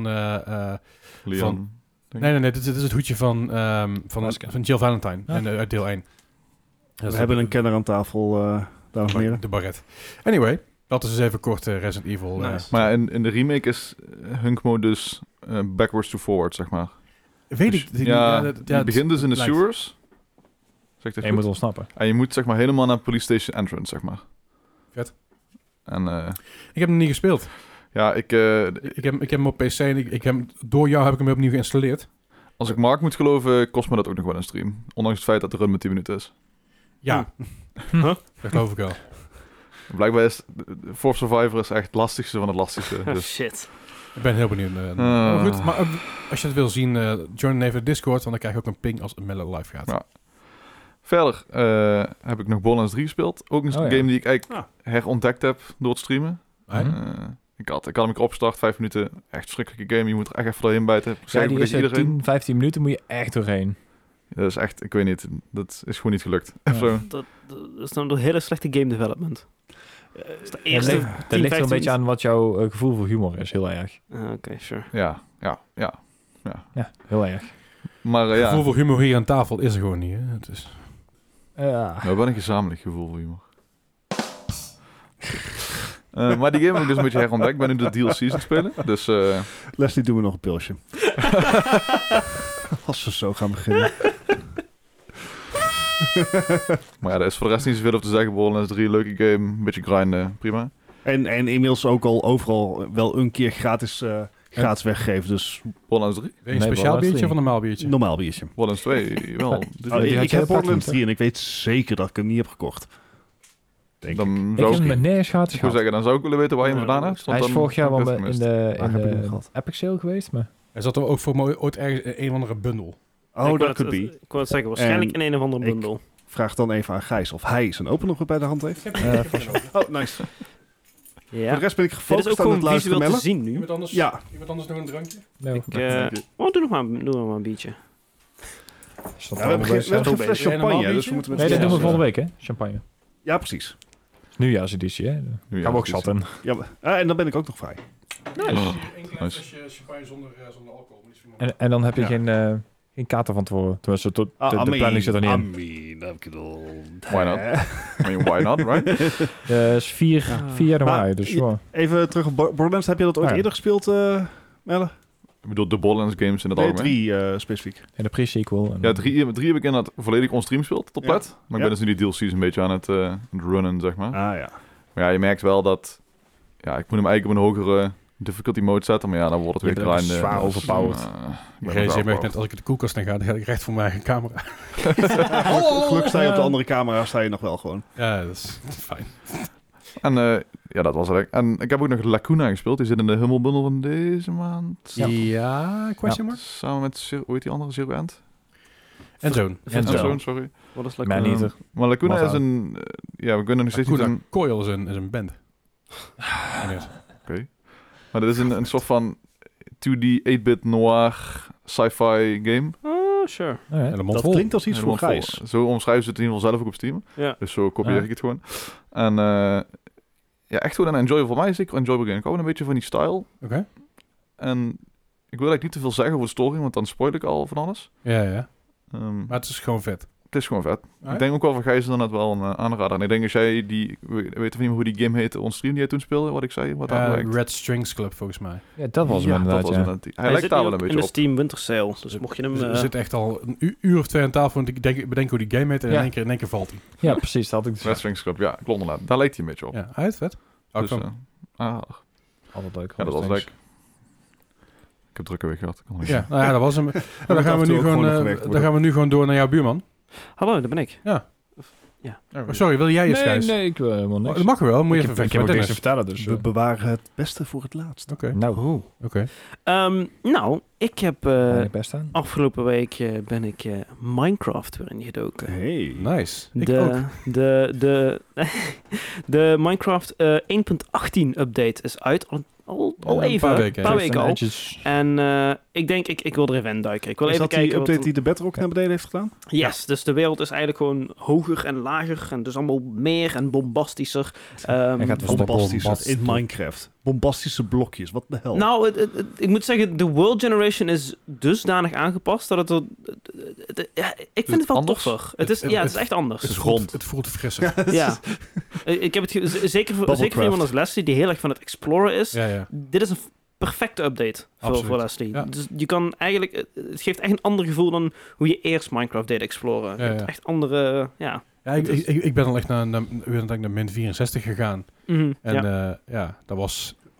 Leon. Nee, dit is het hoedje van Jill Valentine Ah. uit deel 1. We hebben een kenner aan tafel, dames en heren. De baret. Anyway, dat is dus even kort Resident Evil. Nice. Maar ja, in de remake is hunk mode dus backwards to forward, zeg maar. Weet Dus, ik. je begint dus in de lijkt. sewers. Zeg dat En je goed? moet ontsnappen. En je moet zeg maar helemaal naar police station entrance, zeg maar. Vet. En Ik heb hem niet gespeeld. Ja, Ik heb hem op PC en door jou heb ik hem opnieuw geïnstalleerd. als ik Mark moet geloven, kost me dat ook nog wel een stream. Ondanks het feit dat de run met 10 minuten is. Ja, dat geloof ik wel. Blijkbaar is Force Survivor is echt het lastigste van het lastigste. Oh, Dus shit. Ik ben heel benieuwd. Maar goed, maar als je het wil zien, join even de Discord, want dan krijg je ook een ping als het Mellow live gaat. Ja. Verder heb ik nog Borderlands 3 gespeeld. Ook een game die ik eigenlijk herontdekt heb door het streamen. Ik had hem opgestart, 5 minuten. Echt verschrikkelijke game. Je moet er echt even doorheen bijten. Ja, die eerste 10, 15 minuten moet je echt doorheen. Dat is echt, ik weet niet. Dat is gewoon niet gelukt. Zo. Dat is dan een hele slechte game development. Is de eerste Dat ligt er een beetje aan wat jouw gevoel voor humor is. Heel erg. Oké, sure. Ja, heel erg. Maar Het gevoel voor humor hier aan tafel is er gewoon niet. Hè? Het is... we hebben een gezamenlijk gevoel voor humor. Maar die game heb ik dus een beetje herontdekt. Ik ben nu de DLC's aan het spelen. Dus, Leslie, doen we nog een pilsje. Als we zo gaan beginnen. maar ja, er is voor de rest niet zoveel over te zeggen. Borderlands 3, leuke game. Een beetje grinden, prima. En inmiddels ook al overal wel een keer gratis weggegeven. Dus Borderlands 3? Een speciaal biertje of een normaal biertje? normaal biertje. Borderlands 2, wel. Ik heb Borderlands 3 en ik weet zeker dat ik hem niet heb gekocht. Dan Ik zou heb hem met nergens gratis ik zou gehad. zeggen, dan zou ik willen weten waar je hem vandaan hebt. Hij is vorig jaar wel in Waar heb je hem de gehad? Epic Sale geweest, maar... Hij zat er ook voor mij ooit ergens in een of andere bundel. Oh, dat could be. Ik wou het zeggen, waarschijnlijk in een of andere bundel. Vraag dan even aan Gijs of hij zijn opener nog bij de hand heeft. Oh, nice. Ja. Voor de rest ben ik Dit is gefocust ook aan het gewoon visueel luisteren, te Melle. zien nu. Iemand anders nog een drankje? Nee, Doe nog maar een biertje. Ja, we hebben geen fles champagne, dus we moeten met Nee, dat z'n doen we allen- volgende week, hè? Champagne. Ja, precies. Nieuwjaarseditie, hè? Nu, Gaan we ook zat in. Ja, en dan ben ik ook nog vrij. Nice. Een klein Nice. flesje champagne zonder alcohol. Maar die is En dan heb je Ja. geen kater van tevoren. Tenminste, de I planning zit er niet in. mean, dat heb ik het al. Why not? I mean, why not, right? is 4 januari, Maar dus je- ja. Even terug op Borderlands. Heb je dat ooit Ja. eerder gespeeld, Melle? Ik bedoel, de Borderlands games in het Nee, algemeen. 3 specifiek. En de pre-sequel. En Ja, 3 heb ik inderdaad volledig on-stream gespeeld, tot Ja. plet. Maar ik Ja. ben dus nu die DLC's een beetje aan het runnen, zeg maar. Ah ja. Maar ja, je merkt wel dat... Ja, ik moet hem eigenlijk op een hogere difficulty mode zetten. Maar ja, dan wordt het Je weer bent ook grinden. zwaar Dus, overpowered. ik ben Je ook merkt overpowered. net als ik in de koelkast ga, dan ga ik recht voor mijn eigen camera. Gelukkig sta je op de andere camera, sta je nog wel gewoon. Ja, dat is fijn. En ja, dat was het. En ik heb ook nog Lacuna gespeeld. Die zit in de Humble Bundle van deze maand. Ja, question mark? Samen met, hoe heet die andere? Zero End? En zo'n. Endzone, sorry. Wat is Man lekker? Eater. Maar Lacuna Massa. is een... ja, we kunnen nog steeds niet Lacuna een... Coil is een band. Anyways. Maar dit is een soort van 2D 8-bit noir sci-fi game. Oh, sure. En een mond Dat vol. klinkt als iets voor Helemaal vol. Gijs. Zo omschrijven ze het in ieder geval zelf ook op Steam. Ja. Dus zo kopieer Ja. ik het gewoon. En ja, echt gewoon een enjoyable. Voor mij is zeker enjoyable game. Ik hou een beetje van die style. Oké. En ik wil eigenlijk niet te veel zeggen over de story, want dan spoil ik al van alles. Ja. Maar Maar het is gewoon vet. het is gewoon vet. Alright. Ik denk ook wel van Gijs dan net wel een aanrader. En ik denk als jij die... Weet niet meer hoe die game heette, onstream die jij toen speelde, wat ik zei. Wat daar werkt. Red Strings Club volgens mij. Ja, dat was hem Ja, inderdaad, dat was ja. inderdaad die. Hij lijkt zit daar nu wel een ook beetje in de op. Steam Winter Sale. Dus mocht je hem... Er zit echt al een uur of 2 aan tafel. Want ik bedenk hoe die game heet en Ja. in één keer valt hij. Ja, precies. Dat had ik dus. Wrestling Club, ja, klopt inderdaad. Daar lijkt hij een beetje op. Ja, hij is vet. Ook Dus, van. aanrader. Altijd leuk. Ja, dat was Thanks. leuk. Ik heb drukke week gehad. Kan niet. Ja, nou ja, dat was hem. Dan gaan af we en toe nu ook gewoon, gewoon gewerkt worden. dan gaan we nu gewoon door naar jouw buurman. Hallo, daar ben ik. Oh, sorry, wil jij eens, Gijs? Nee, ik wil helemaal Oh, niks. dat mag wel. Moet je ik even heb vechten ook met niks te Dennis. vertellen, dus... We bewaren het beste voor het laatst. Oké. nou, Oké. Nou, ik heb best aan. afgelopen week ben ik Minecraft weer ingedoken. Hey. Nice. Ik ook. De Minecraft 1.18 update is uit. Al Ja, even. een paar weken, al. Netjes. En ik denk, ik wil er even in duiken. Ik wil Is even dat die kijken. update die de Bedrock naar beneden heeft gedaan? Yes, dus de wereld is eigenlijk gewoon hoger en lager. En dus allemaal meer en bombastischer. Hij gaat wel Bombastisch in Minecraft. Bombastische blokjes, wat de hel. Nou, ik moet zeggen, de world generation is dusdanig aangepast dat ik vind het wel anders? toffer. Het is echt anders. Het is rond. Het voelt frisser. Ja. Ik heb het zeker voor iemand als Leslie, die heel erg van het exploren is. Ja. Dit is een perfecte update Absoluut. voor Leslie. Ja. Dus je kan eigenlijk... Het geeft echt een ander gevoel dan hoe je eerst Minecraft deed exploren. Je hebt Ja. echt andere... Ja. Ja, ik ben al echt naar min 64 gegaan. Mhm, En ja. dat was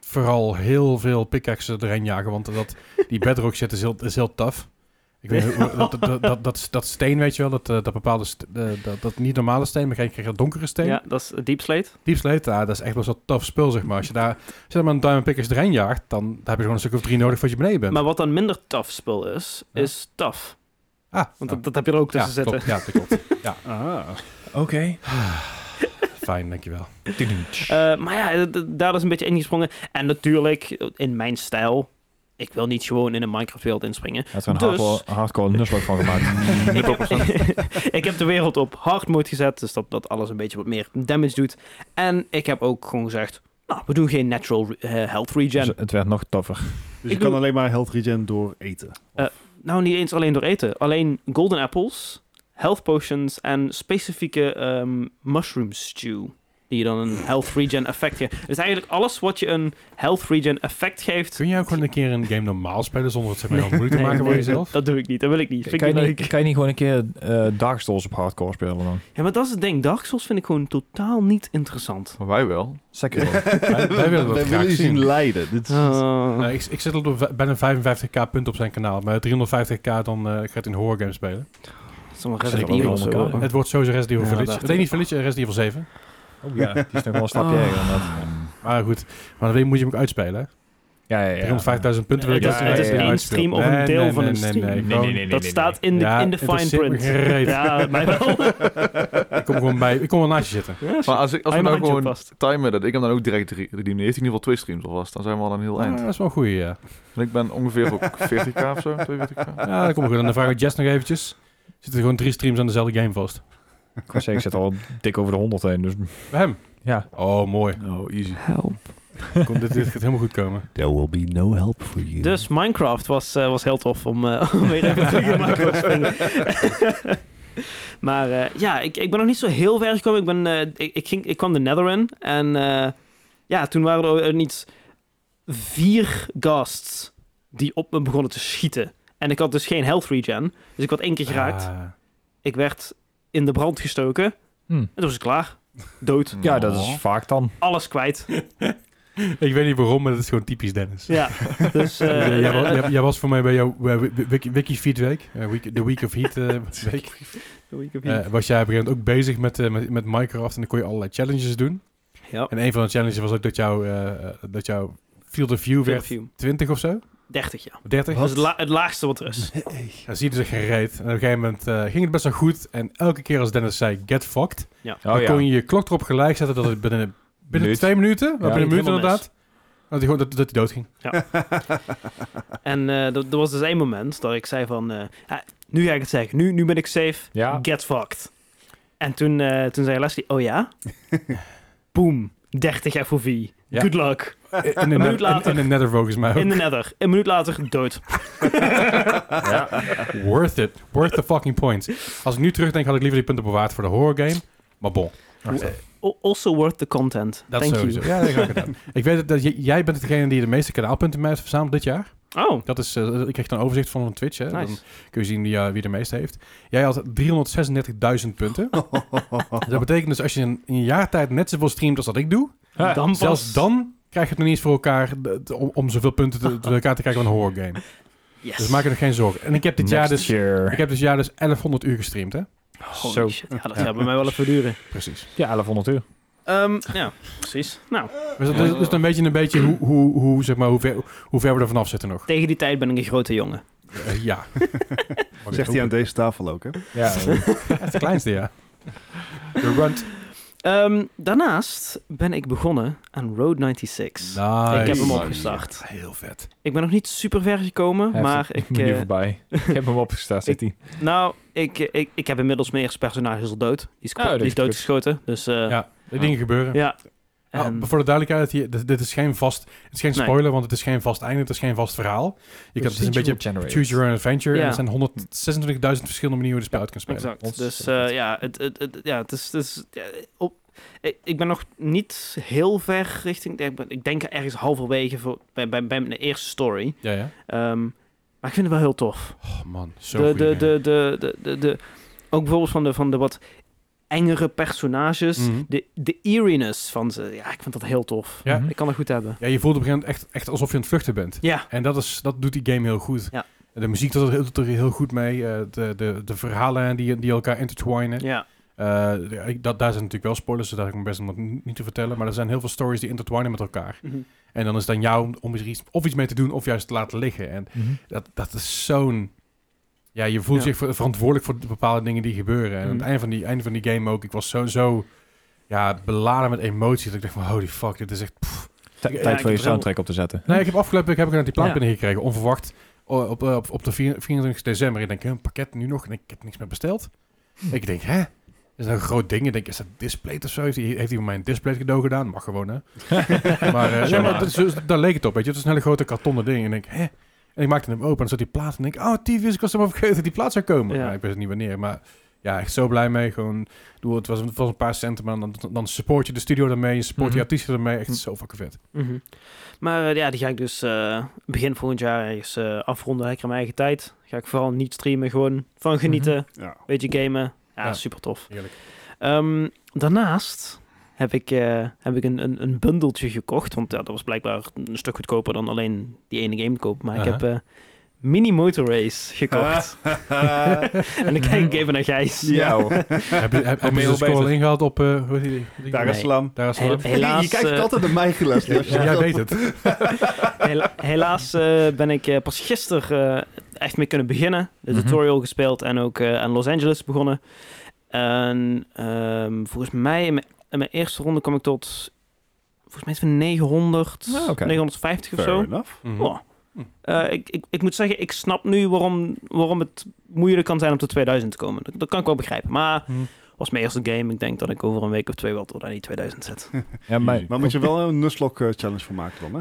vooral heel veel pickaxes erin jagen, want die bedrock shit is heel tough. Ik weet niet, dat steen, weet je wel, dat bepaalde, dat niet normale steen, maar krijg je dat donkere steen. Ja, dat is Deep Slate. Deep Slate, dat is echt wel zo'n tough spul, zeg maar. Als je daar maar een diamond pickaxe erin jaagt, dan heb je gewoon een stuk of 3 nodig voor je beneden bent. Maar wat dan minder tough spul is tough. Want dat heb je er ook tussen zitten. Klopt. Ja, dat klopt. Ja. Oké. Fijn, dankjewel. Maar ja, daar is een beetje ingesprongen. En natuurlijk, in mijn stijl, ik wil niet gewoon in een Minecraft-wereld inspringen. Hij heeft er een hardcore Nuzlocke van gemaakt. Ik heb de wereld op hard mode gezet, dus dat alles een beetje wat meer damage doet. En ik heb ook gewoon gezegd, nou, we doen geen natural health regen. Dus het werd nog tougher. Dus je kan alleen maar health regen door eten? Nou, niet eens alleen door eten. Alleen golden apples, health potions en specifieke mushroom stew. Die je dan een health regen effect geeft. Dus eigenlijk alles wat je een health regen effect geeft. Kun je ook gewoon een keer een game normaal spelen zonder het heel moeilijk te maken voor jezelf? Dat doe ik niet, dat wil ik niet. Kan je niet gewoon een keer Dark Souls op hardcore spelen dan? Ja, maar dat is het ding. Dark Souls vind ik gewoon totaal niet interessant. Maar wij wel. Zeker. Wij willen dat graag zien. lijden. Dit is, Ik zit al bijna 55k punten op zijn kanaal. Maar 350k dan gaat in horror games spelen. Resident Evil of zo. Het wordt sowieso Resident Evil Village. dacht Nee, niet Village, Resident Evil 7. Oh ja, die is nog wel een stapje erger dan dat. Maar goed, maar dan moet je hem ook uitspelen. Ja. 350.000 punten wil ik dat het is één stream of een deel van een stream. Nee. Dat staat in de fine print. Ja, mij wel. Ik kom wel naast je zitten. Ja, Maar als we nou gewoon vast. timen dat ik hem dan ook direct die heeft in ieder geval 2 streams alvast. Dan zijn we al aan een heel eind. Dat is wel een goeie, ja. En ik ben ongeveer op 40k of zo, 42k. Ja, dat komt goed. En dan vraag ik Jess nog eventjes. Zitten gewoon 3 streams aan dezelfde game vast? Ik was zeker, ik zit al dik over de 100 heen. Dus Bij hem? ja. Oh, mooi. Oh, easy. Help. Dit gaat helemaal goed komen. There will be no help for you. Dus Minecraft was heel tof om weer even terug in Minecraft te springen. Maar ja, ik ben nog niet zo heel ver gekomen. Ik kwam de Nether in. En ja, toen waren er niet 4 ghasts die op me begonnen te schieten. En ik had dus geen health regen. Dus ik werd 1 keer geraakt. Ik werd in de brand gestoken. En toen was ik klaar. Dood. Ja, dat is vaak dan. Alles kwijt. Ik weet niet waarom, maar dat is gewoon typisch Dennis. Ja, dus... Jij was voor mij bij jouw Wiki Feed week. De Week of Heat week. Was jij op een gegeven moment ook bezig met Minecraft en dan kon je allerlei challenges doen. Ja. En een van de challenges was ook dat jouw Field of View werd 20 of zo. 30, ja. 30? Dat is het laagste wat er is. Dan zie je dus gereed. En op een gegeven moment ging het best wel goed. En elke keer als Dennis zei, get fucked. Ja. Dan kon je je klok erop gelijk zetten dat het binnen 2 minuten, binnen een minuut inderdaad, dat hij doodging. Ja. En er was dus 1 moment dat ik zei van, nu ga ik het zeggen. Nu ben ik safe. Ja. Get fucked. En toen zei Leslie, oh ja? Boom. 30 FOV. Ja. Good luck. In de Nether volgens mij ook. In de Nether. Een minuut later dood. Ja. Worth it. Worth the fucking points. Als ik nu terugdenk, had ik liever die punten bewaard voor de horror game. Maar bon. Also worth the content. Dat Thank sowieso. you. Ja, dat ga ik gedaan. Ik weet dat jij bent degene die de meeste kanaalpunten mee heeft verzameld dit jaar. Oh. Dat is, ik kreeg dan een overzicht van Twitch. Hè. Nice. Dan kun je zien wie de meeste heeft. Jij had 336.000 punten. Dat betekent dus als je in een jaar tijd net zoveel streamt als dat ik doe, zelfs dan krijg je het nog niet eens voor elkaar om zoveel punten te elkaar te krijgen van een horror game. Yes. Dus maak je er geen zorgen. En ik heb dit jaar dus 1100 uur gestreamd, hè? Holy shit. Ja, dat gaat bij mij wel even duren. Precies. Ja, 1100 uur. Ja, precies. Nou. Dus dan weet je een beetje hoe ver we er vanaf zitten nog. Tegen die tijd ben ik een grote jongen. Ja. Zegt hij aan deze tafel ook, hè? Ja, het is de kleinste, ja. De runt. Daarnaast ben ik begonnen aan Road 96. Nice. Ik heb hem opgestart. Heel vet. Ik ben nog niet super ver gekomen, maar ik... ben nu voorbij. Ik heb hem opgestart, zit hij. Nou, ik heb inmiddels mijn eerste personage al dood. Die is doodgeschoten. Dus, ja, die dingen gebeuren. Ja. Voor de duidelijkheid, dit is geen vast... Het is geen spoiler, want het is geen vast einde. Het is geen vast verhaal. Het is een beetje choose your own adventure. Ja. En er zijn 126.000 verschillende manieren hoe je de spel uit kan spelen. Exact. Dus ik ben nog niet heel ver richting... Ik denk ergens halverwege bij mijn eerste story. Ja. Maar ik vind het wel heel tof. Oh man, zo goed. Ook bijvoorbeeld van de wat engere personages. Mhm. De eeriness van ze. Ja, ik vind dat heel tof. Ja. Ik kan dat goed hebben. Ja, je voelt op een gegeven moment echt alsof je aan het vluchten bent. Ja. En dat doet die game heel goed. Ja. De muziek doet er heel goed mee. De verhalen die elkaar intertwinen. Ja. Daar zijn natuurlijk wel spoilers, dus daar heb ik best nog niet te vertellen. Maar er zijn heel veel stories die intertwinen met elkaar. Mhm. En dan is het aan jou om er iets mee te doen of juist te laten liggen. En dat is zo'n... Ja, je voelt zich verantwoordelijk voor bepaalde dingen die gebeuren. En aan het einde van die game ook, ik was zo beladen met emoties. Dat ik dacht van, holy fuck, dit is echt... Tijd voor je soundtrack op te zetten. Nee, ik heb afgelopen week die plaat Ja. binnengekregen, onverwacht. Op de 24 december. Ik denk, een pakket nu nog? En ik heb niks meer besteld. Ik denk, hè? Dat is een groot ding. Ik denk, is dat display of zo? Heeft hij mij een display cadeau gedaan? Mag gewoon, hè? maar daar leek het op, weet je. Het is een hele grote kartonnen ding. En ik denk, hè? En ik maakte hem open en dan zat die plaat. En denk ik, oh, tyfus, ik was helemaal vergeten dat die plaat zou komen. Ja. Nou, ik wist niet wanneer, maar ja, echt zo blij mee. Gewoon, het was een paar centen, maar dan support je de studio ermee, je support je artiesten ermee. Echt zo fucking vet. Mhm. Maar die ga ik dus begin volgend jaar ergens afronden. Lekker mijn eigen tijd. Ga ik vooral niet streamen, gewoon van genieten. Ja. Beetje gamen. Ja, Ja. super tof. Heerlijk. Daarnaast heb ik een bundeltje gekocht. Want dat was blijkbaar een stuk goedkoper dan alleen die ene game te kopen. Maar ik heb Mini Motor Race gekocht. En dan kijk ik even naar Gijs. Ja. Heb je ben je de al score bezig? ingehaald op... hoe heet die? Daar is Slam. Daar is He- het. helaas, je kijkt altijd naar mij geluisterd. Jij weet het. Helaas ben ik pas gisteren echt mee kunnen beginnen. De Mhm. tutorial gespeeld en ook aan Los Angeles begonnen. En volgens mij in mijn eerste ronde kwam ik tot... Volgens mij is het van 900, Ah, oké. 950 of Fair zo. enough. Mhm. Oh. Ik moet zeggen, ik snap nu waarom het moeilijk kan zijn om tot 2000 te komen. Dat kan ik wel begrijpen. Maar was mijn eerste game. Ik denk dat ik over een week of 2 wel tot aan die 2000 zet. Ja, Maar moet je wel een Nuzlocke challenge voor maken dan, hè?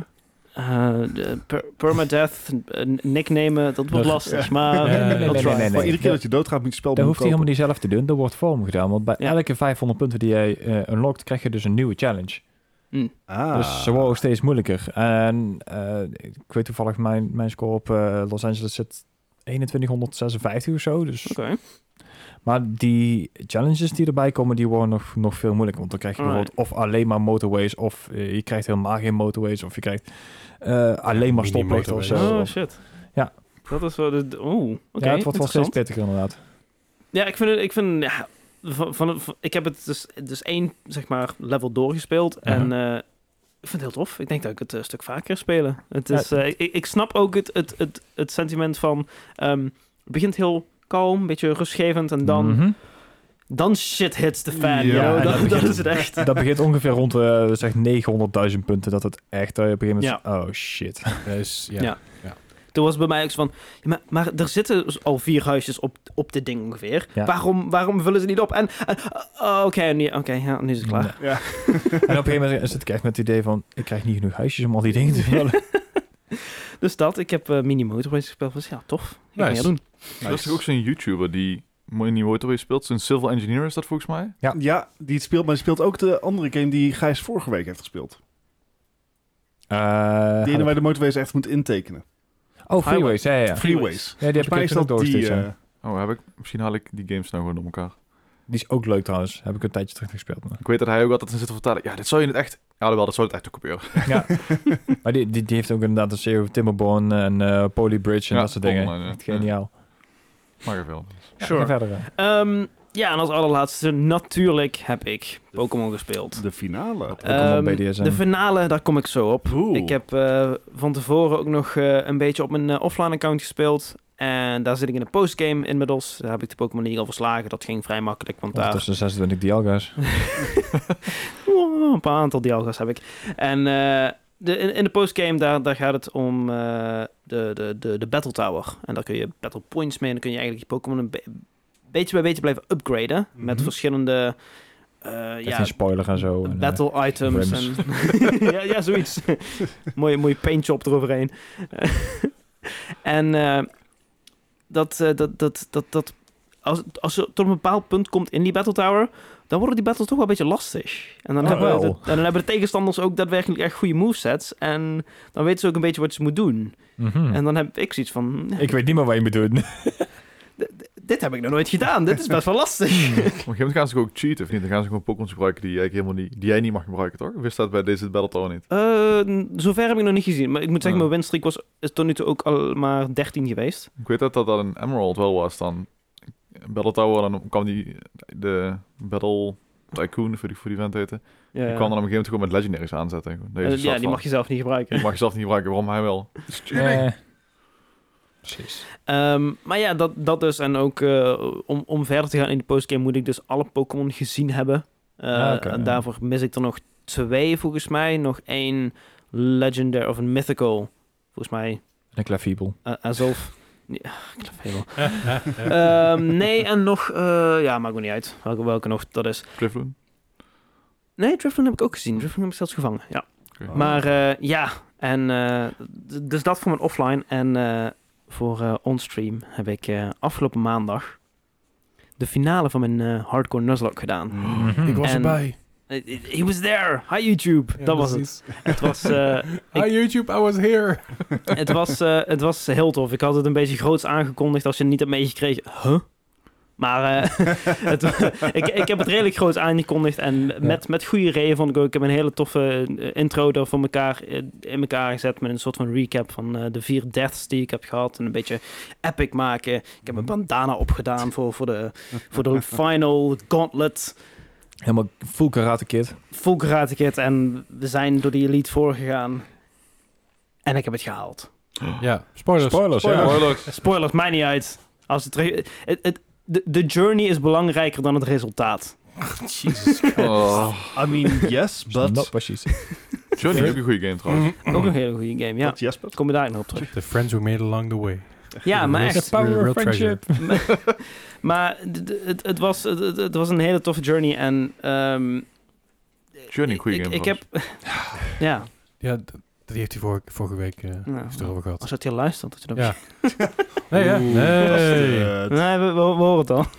Permadeath, nicknamen, dat wordt Ja. lastig. Maar Nee. I'll try. Maar iedere keer dat je doodgaat moet je spel Dat hoeft hij kopen. helemaal niet zelf te doen. Dat wordt voor hem gedaan. Want bij Ja. elke 500 punten die jij unlockt, krijg je dus een nieuwe challenge. Ah. Dus ze worden steeds moeilijker. En ik weet toevallig, mijn score op Los Angeles zit 2156 of zo. Dus. Oké. Maar die challenges die erbij komen, die worden nog veel moeilijker. Want dan krijg je bijvoorbeeld of alleen maar motorways, of je krijgt helemaal geen motorways, of je krijgt alleen maar stoplichten of zo. Oh Of- shit. Ja. Dat is wel de... Oké, ja, het wordt wel steeds interessant. pittiger inderdaad. Ja, ik heb het dus één, zeg maar, level doorgespeeld. Uh-huh. En ik vind het heel tof. Ik denk dat ik het een stuk vaker spelen. Het is, ik snap ook het sentiment van... het begint heel kalm, een beetje rustgevend. En Mhm. dan shit hits the fan. Ja, Ja, en dat, dat dat is het echt. Dat begint ongeveer rond zeg 900.000 punten. Dat het echt op een gegeven moment... Oh shit. Dus, Ja. Toen was bij mij ook zo van... Ja, maar er zitten dus al 4 huisjes op dit ding ongeveer. Ja. Waarom vullen ze niet op? Oké, nu is het klaar. Ja. En op een gegeven moment zit ik echt met het idee van... Ik krijg niet genoeg huisjes om al die dingen te vullen. Dus ik heb Mini Motorways gespeeld. Dus ja, tof. Ik ga Nice. meer doen. Er is toch ook zo'n YouTuber die Mini Motorway speelt? Zo'n Civil Engineer is dat volgens mij? Ja, die het speelt, maar die speelt ook de andere game die Gijs vorige week heeft gespeeld. Die ene waar je de motorways echt moet intekenen. Freeways. Ja. Freeways. Ja, die heb Volgens mij ik is ook dat die... doorgestuurd, ja. Misschien haal ik die games nou gewoon door elkaar. Die is ook leuk trouwens. Heb ik een tijdje terug gespeeld. Maar, Ik weet dat hij ook altijd zit te vertellen. Ja, dit zou je het echt... Ja, wel, dat zou het echt ook gebeuren. ja. Maar die heeft ook inderdaad een serie over Timberborn en Polybridge en Ja, dat soort dingen. online, ja. Echt geniaal. Maar er veel. Ja, Sure. ga verder. Ja, en als allerlaatste natuurlijk heb ik Pokémon gespeeld. De finale. Pokémon BDSM. De finale, daar kom ik zo op. Oeh. Ik heb van tevoren ook nog een beetje op mijn offline account gespeeld. En daar zit ik in een postgame inmiddels. Daar heb ik de Pokémon League al verslagen. Dat ging vrij makkelijk, want daar... Tussen 26 Dialga's. Een paar aantal Dialga's heb ik. En in de postgame, daar gaat het om de Battle Tower. En daar kun je Battle Points mee. En dan kun je eigenlijk je Pokémon beetje bij beetje blijven upgraden. Met verschillende... Geen spoiler en zo. En, battle items. rims. En ja, zoiets. mooie paintjob eroverheen. En als je tot een bepaald punt komt in die Battle Tower, dan worden die battles toch wel een beetje lastig. En dan, wel. dan hebben de tegenstanders ook daadwerkelijk echt goede movesets. En dan weten ze ook een beetje wat ze moeten doen. Mhm. En dan heb ik zoiets van... Ik weet niet meer wat je moet doen. dit heb ik nog nooit gedaan. Dit is best wel lastig. Op een gegeven moment gaan ze ook cheaten, of niet? Dan gaan ze gewoon Pokémon gebruiken die eigenlijk helemaal niet, die jij niet mag gebruiken, toch? Of is dat bij deze Battle Tower niet? Zover heb ik nog niet gezien. Maar ik moet zeggen, Ja. mijn winstreak is tot nu toe ook al maar 13 geweest. Ik weet dat een Emerald wel was dan. Battle Tower, dan kwam de Battle Tycoon, voor die vent heette. Ja, Die kwam dan op een gegeven moment gewoon met Legendaries aanzetten. die mag je zelf niet gebruiken. Die mag je zelf niet gebruiken, waarom hij wel? Precies. Maar ja, dat dus. En ook om verder te gaan in de postgame moet ik dus alle Pokémon gezien hebben. En daarvoor mis ik er nog 2 volgens mij. Nog 1 Legendary of een Mythical. Volgens mij Een Clefable. Azov. Ja, Clefable. Nee, en nog... maakt me niet uit welke nog dat is. Drifloon? Nee, Drifloon heb ik ook gezien. Drifloon heb ik zelfs gevangen, ja. Okay. Maar dus dat voor mijn offline. En voor onstream heb ik afgelopen maandag de finale van mijn Hardcore Nuzlocke gedaan. Ik was En- erbij. He was there! Hi YouTube! Ja, dat was precies. het. Het was... Hi YouTube, I was here. Het was heel tof. Ik had het een beetje groots aangekondigd als je het niet hebt meegekregen. Huh? Maar ik heb het redelijk groots aangekondigd. En met goede reden vond ik ook. Ik heb een hele toffe intro er voor elkaar in elkaar gezet. Met een soort van recap van de 4 deaths die ik heb gehad. En een beetje epic maken. Ik heb een bandana opgedaan voor de final gauntlet. Helemaal full Karate Kid. Full Karate Kid. En we zijn door die elite voorgegaan. En ik heb het gehaald. Ja, spoilers. Spoilers, ja. Spoilers. Spoilers, mij niet uit. Als de journey is belangrijker dan het resultaat. Jesus. Oh. I mean, yes, but... Not what she said. Journey is ook een goede game trouwens. Ook een hele goede game, ja. But yes, but... Kom je daar nog op terug. The friends we made along the way. Ja, maar The echt. power of friendship. Maar het was een hele toffe journey. En Journey, goede game ik heb... Ja, Ja, die heeft hij vorige week erover gehad. als het hier luistert. Dat je dat Ja. Nee, ja. Oeh, Nee. bastard. Nee, we horen het al.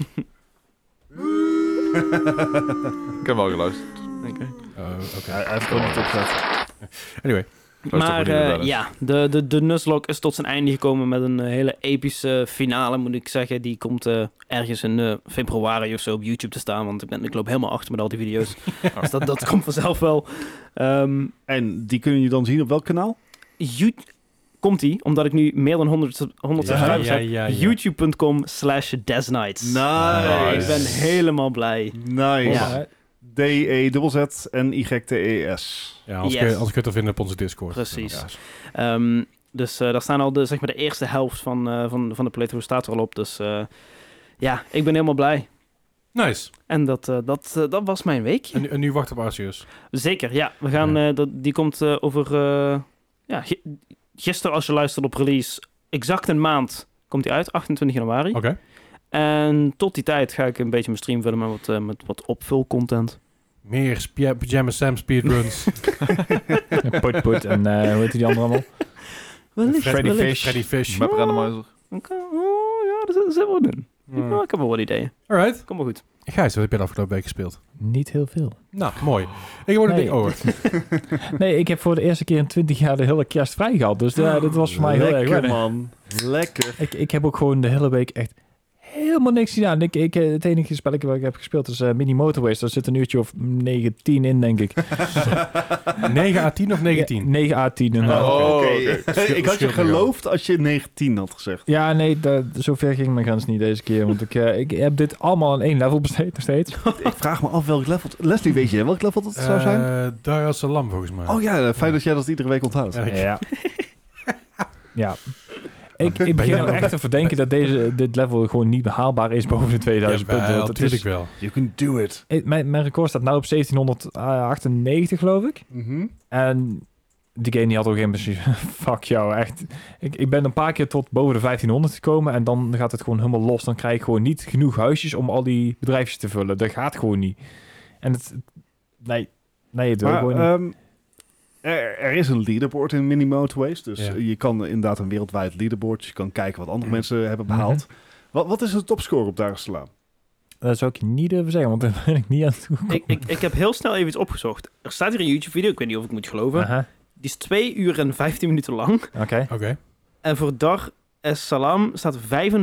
Ik heb wel geluisterd. Oké. Oké. Hij heeft gewoon niet opgezet. Anyway. Luister Maar voor die ja, de Nuzlocke is tot zijn einde gekomen met een hele epische finale, moet ik zeggen. Die komt ergens in februari of zo op YouTube te staan, want ik loop helemaal achter met al die video's. Dus dat komt vanzelf wel. En die kunnen je dan zien op welk kanaal? Komt-ie, omdat ik nu meer dan 100 subscribers heb. ja. YouTube.com/DesNights. Nice. Ik ben helemaal blij. Nice. Ja. D-E-Z-Z-N-Y-T-E-S. Ja, als Yes. je het kunt vinden op onze Discord. Precies. Ja. Dus daar staan al zeg maar de eerste helft van de playthrough staat er al op. Dus ja, ik ben helemaal blij. Nice. En dat was mijn week. En nu wacht op Arceus. Zeker, ja. We gaan, die komt over... gisteren als je luistert op release, exact een maand komt die uit, 28 januari. Oké. En tot die tijd ga ik een beetje mijn stream vullen met wat opvulcontent. Meer Pyjama Sam speedruns. Put en hoe heet die andere allemaal? Freddy Fish. Map randomizer. Ja, dat zit wel in. Nou, ik heb wel wat ideeën. Alright. Kom maar goed. Gijs, wat heb je de afgelopen week gespeeld? Niet heel veel. Nou, mooi. Ik heb ook een ding over. Nee, ik heb voor de eerste keer in 20 jaar de hele kerst vrij gehad. Dus dit was voor mij heel erg Lekker, wennen. man. Lekker. Ik heb ook gewoon de hele week echt helemaal niks gedaan. Het enige spelletje wat ik heb gespeeld is Mini Motorways. Daar zit een uurtje of 9-10 in, denk ik. 9 à 10 of 19? 9 à 10. inderdaad. Oh, Oké. oké. Ik had je Scheelt geloofd als je 19 had gezegd. Ja, nee, zover ging mijn grens niet deze keer. Want ik heb dit allemaal aan 1 level besteed nog steeds. Ik vraag me af welk level... Leslie, weet je welk level dat zou zijn? Dar es Salaam volgens mij. Oh ja, fijn dat jij dat iedere week onthoudt. Ja. Ja. Ja. Ik begin er echt te verdenken dat dit level gewoon niet behaalbaar is boven de 2000 punten. Ja, Want het natuurlijk is, wel. You can do it. mijn record staat nou op 1798, geloof ik. En die game die had ook geen precies. Fuck jou, echt. Ik ben een paar keer tot boven de 1500 gekomen en dan gaat het gewoon helemaal los. Dan krijg ik gewoon niet genoeg huisjes om al die bedrijfjes te vullen. Dat gaat gewoon niet. En nee, het wil gewoon niet. Er is een leaderboard in Mini Motorways. Dus Ja. je kan inderdaad een wereldwijd leaderboard. Dus je kan kijken wat andere mensen hebben behaald. Wat is de topscore op Dar es Salaam? Dat zou ik je niet durven zeggen, want daar ben ik niet aan toe gekomen. Ik heb heel snel even iets opgezocht. Er staat hier een YouTube-video, ik weet niet of ik moet geloven. Aha, Die is 2 uur en 15 minuten lang. oké. Oké. En voor Dar Salam staat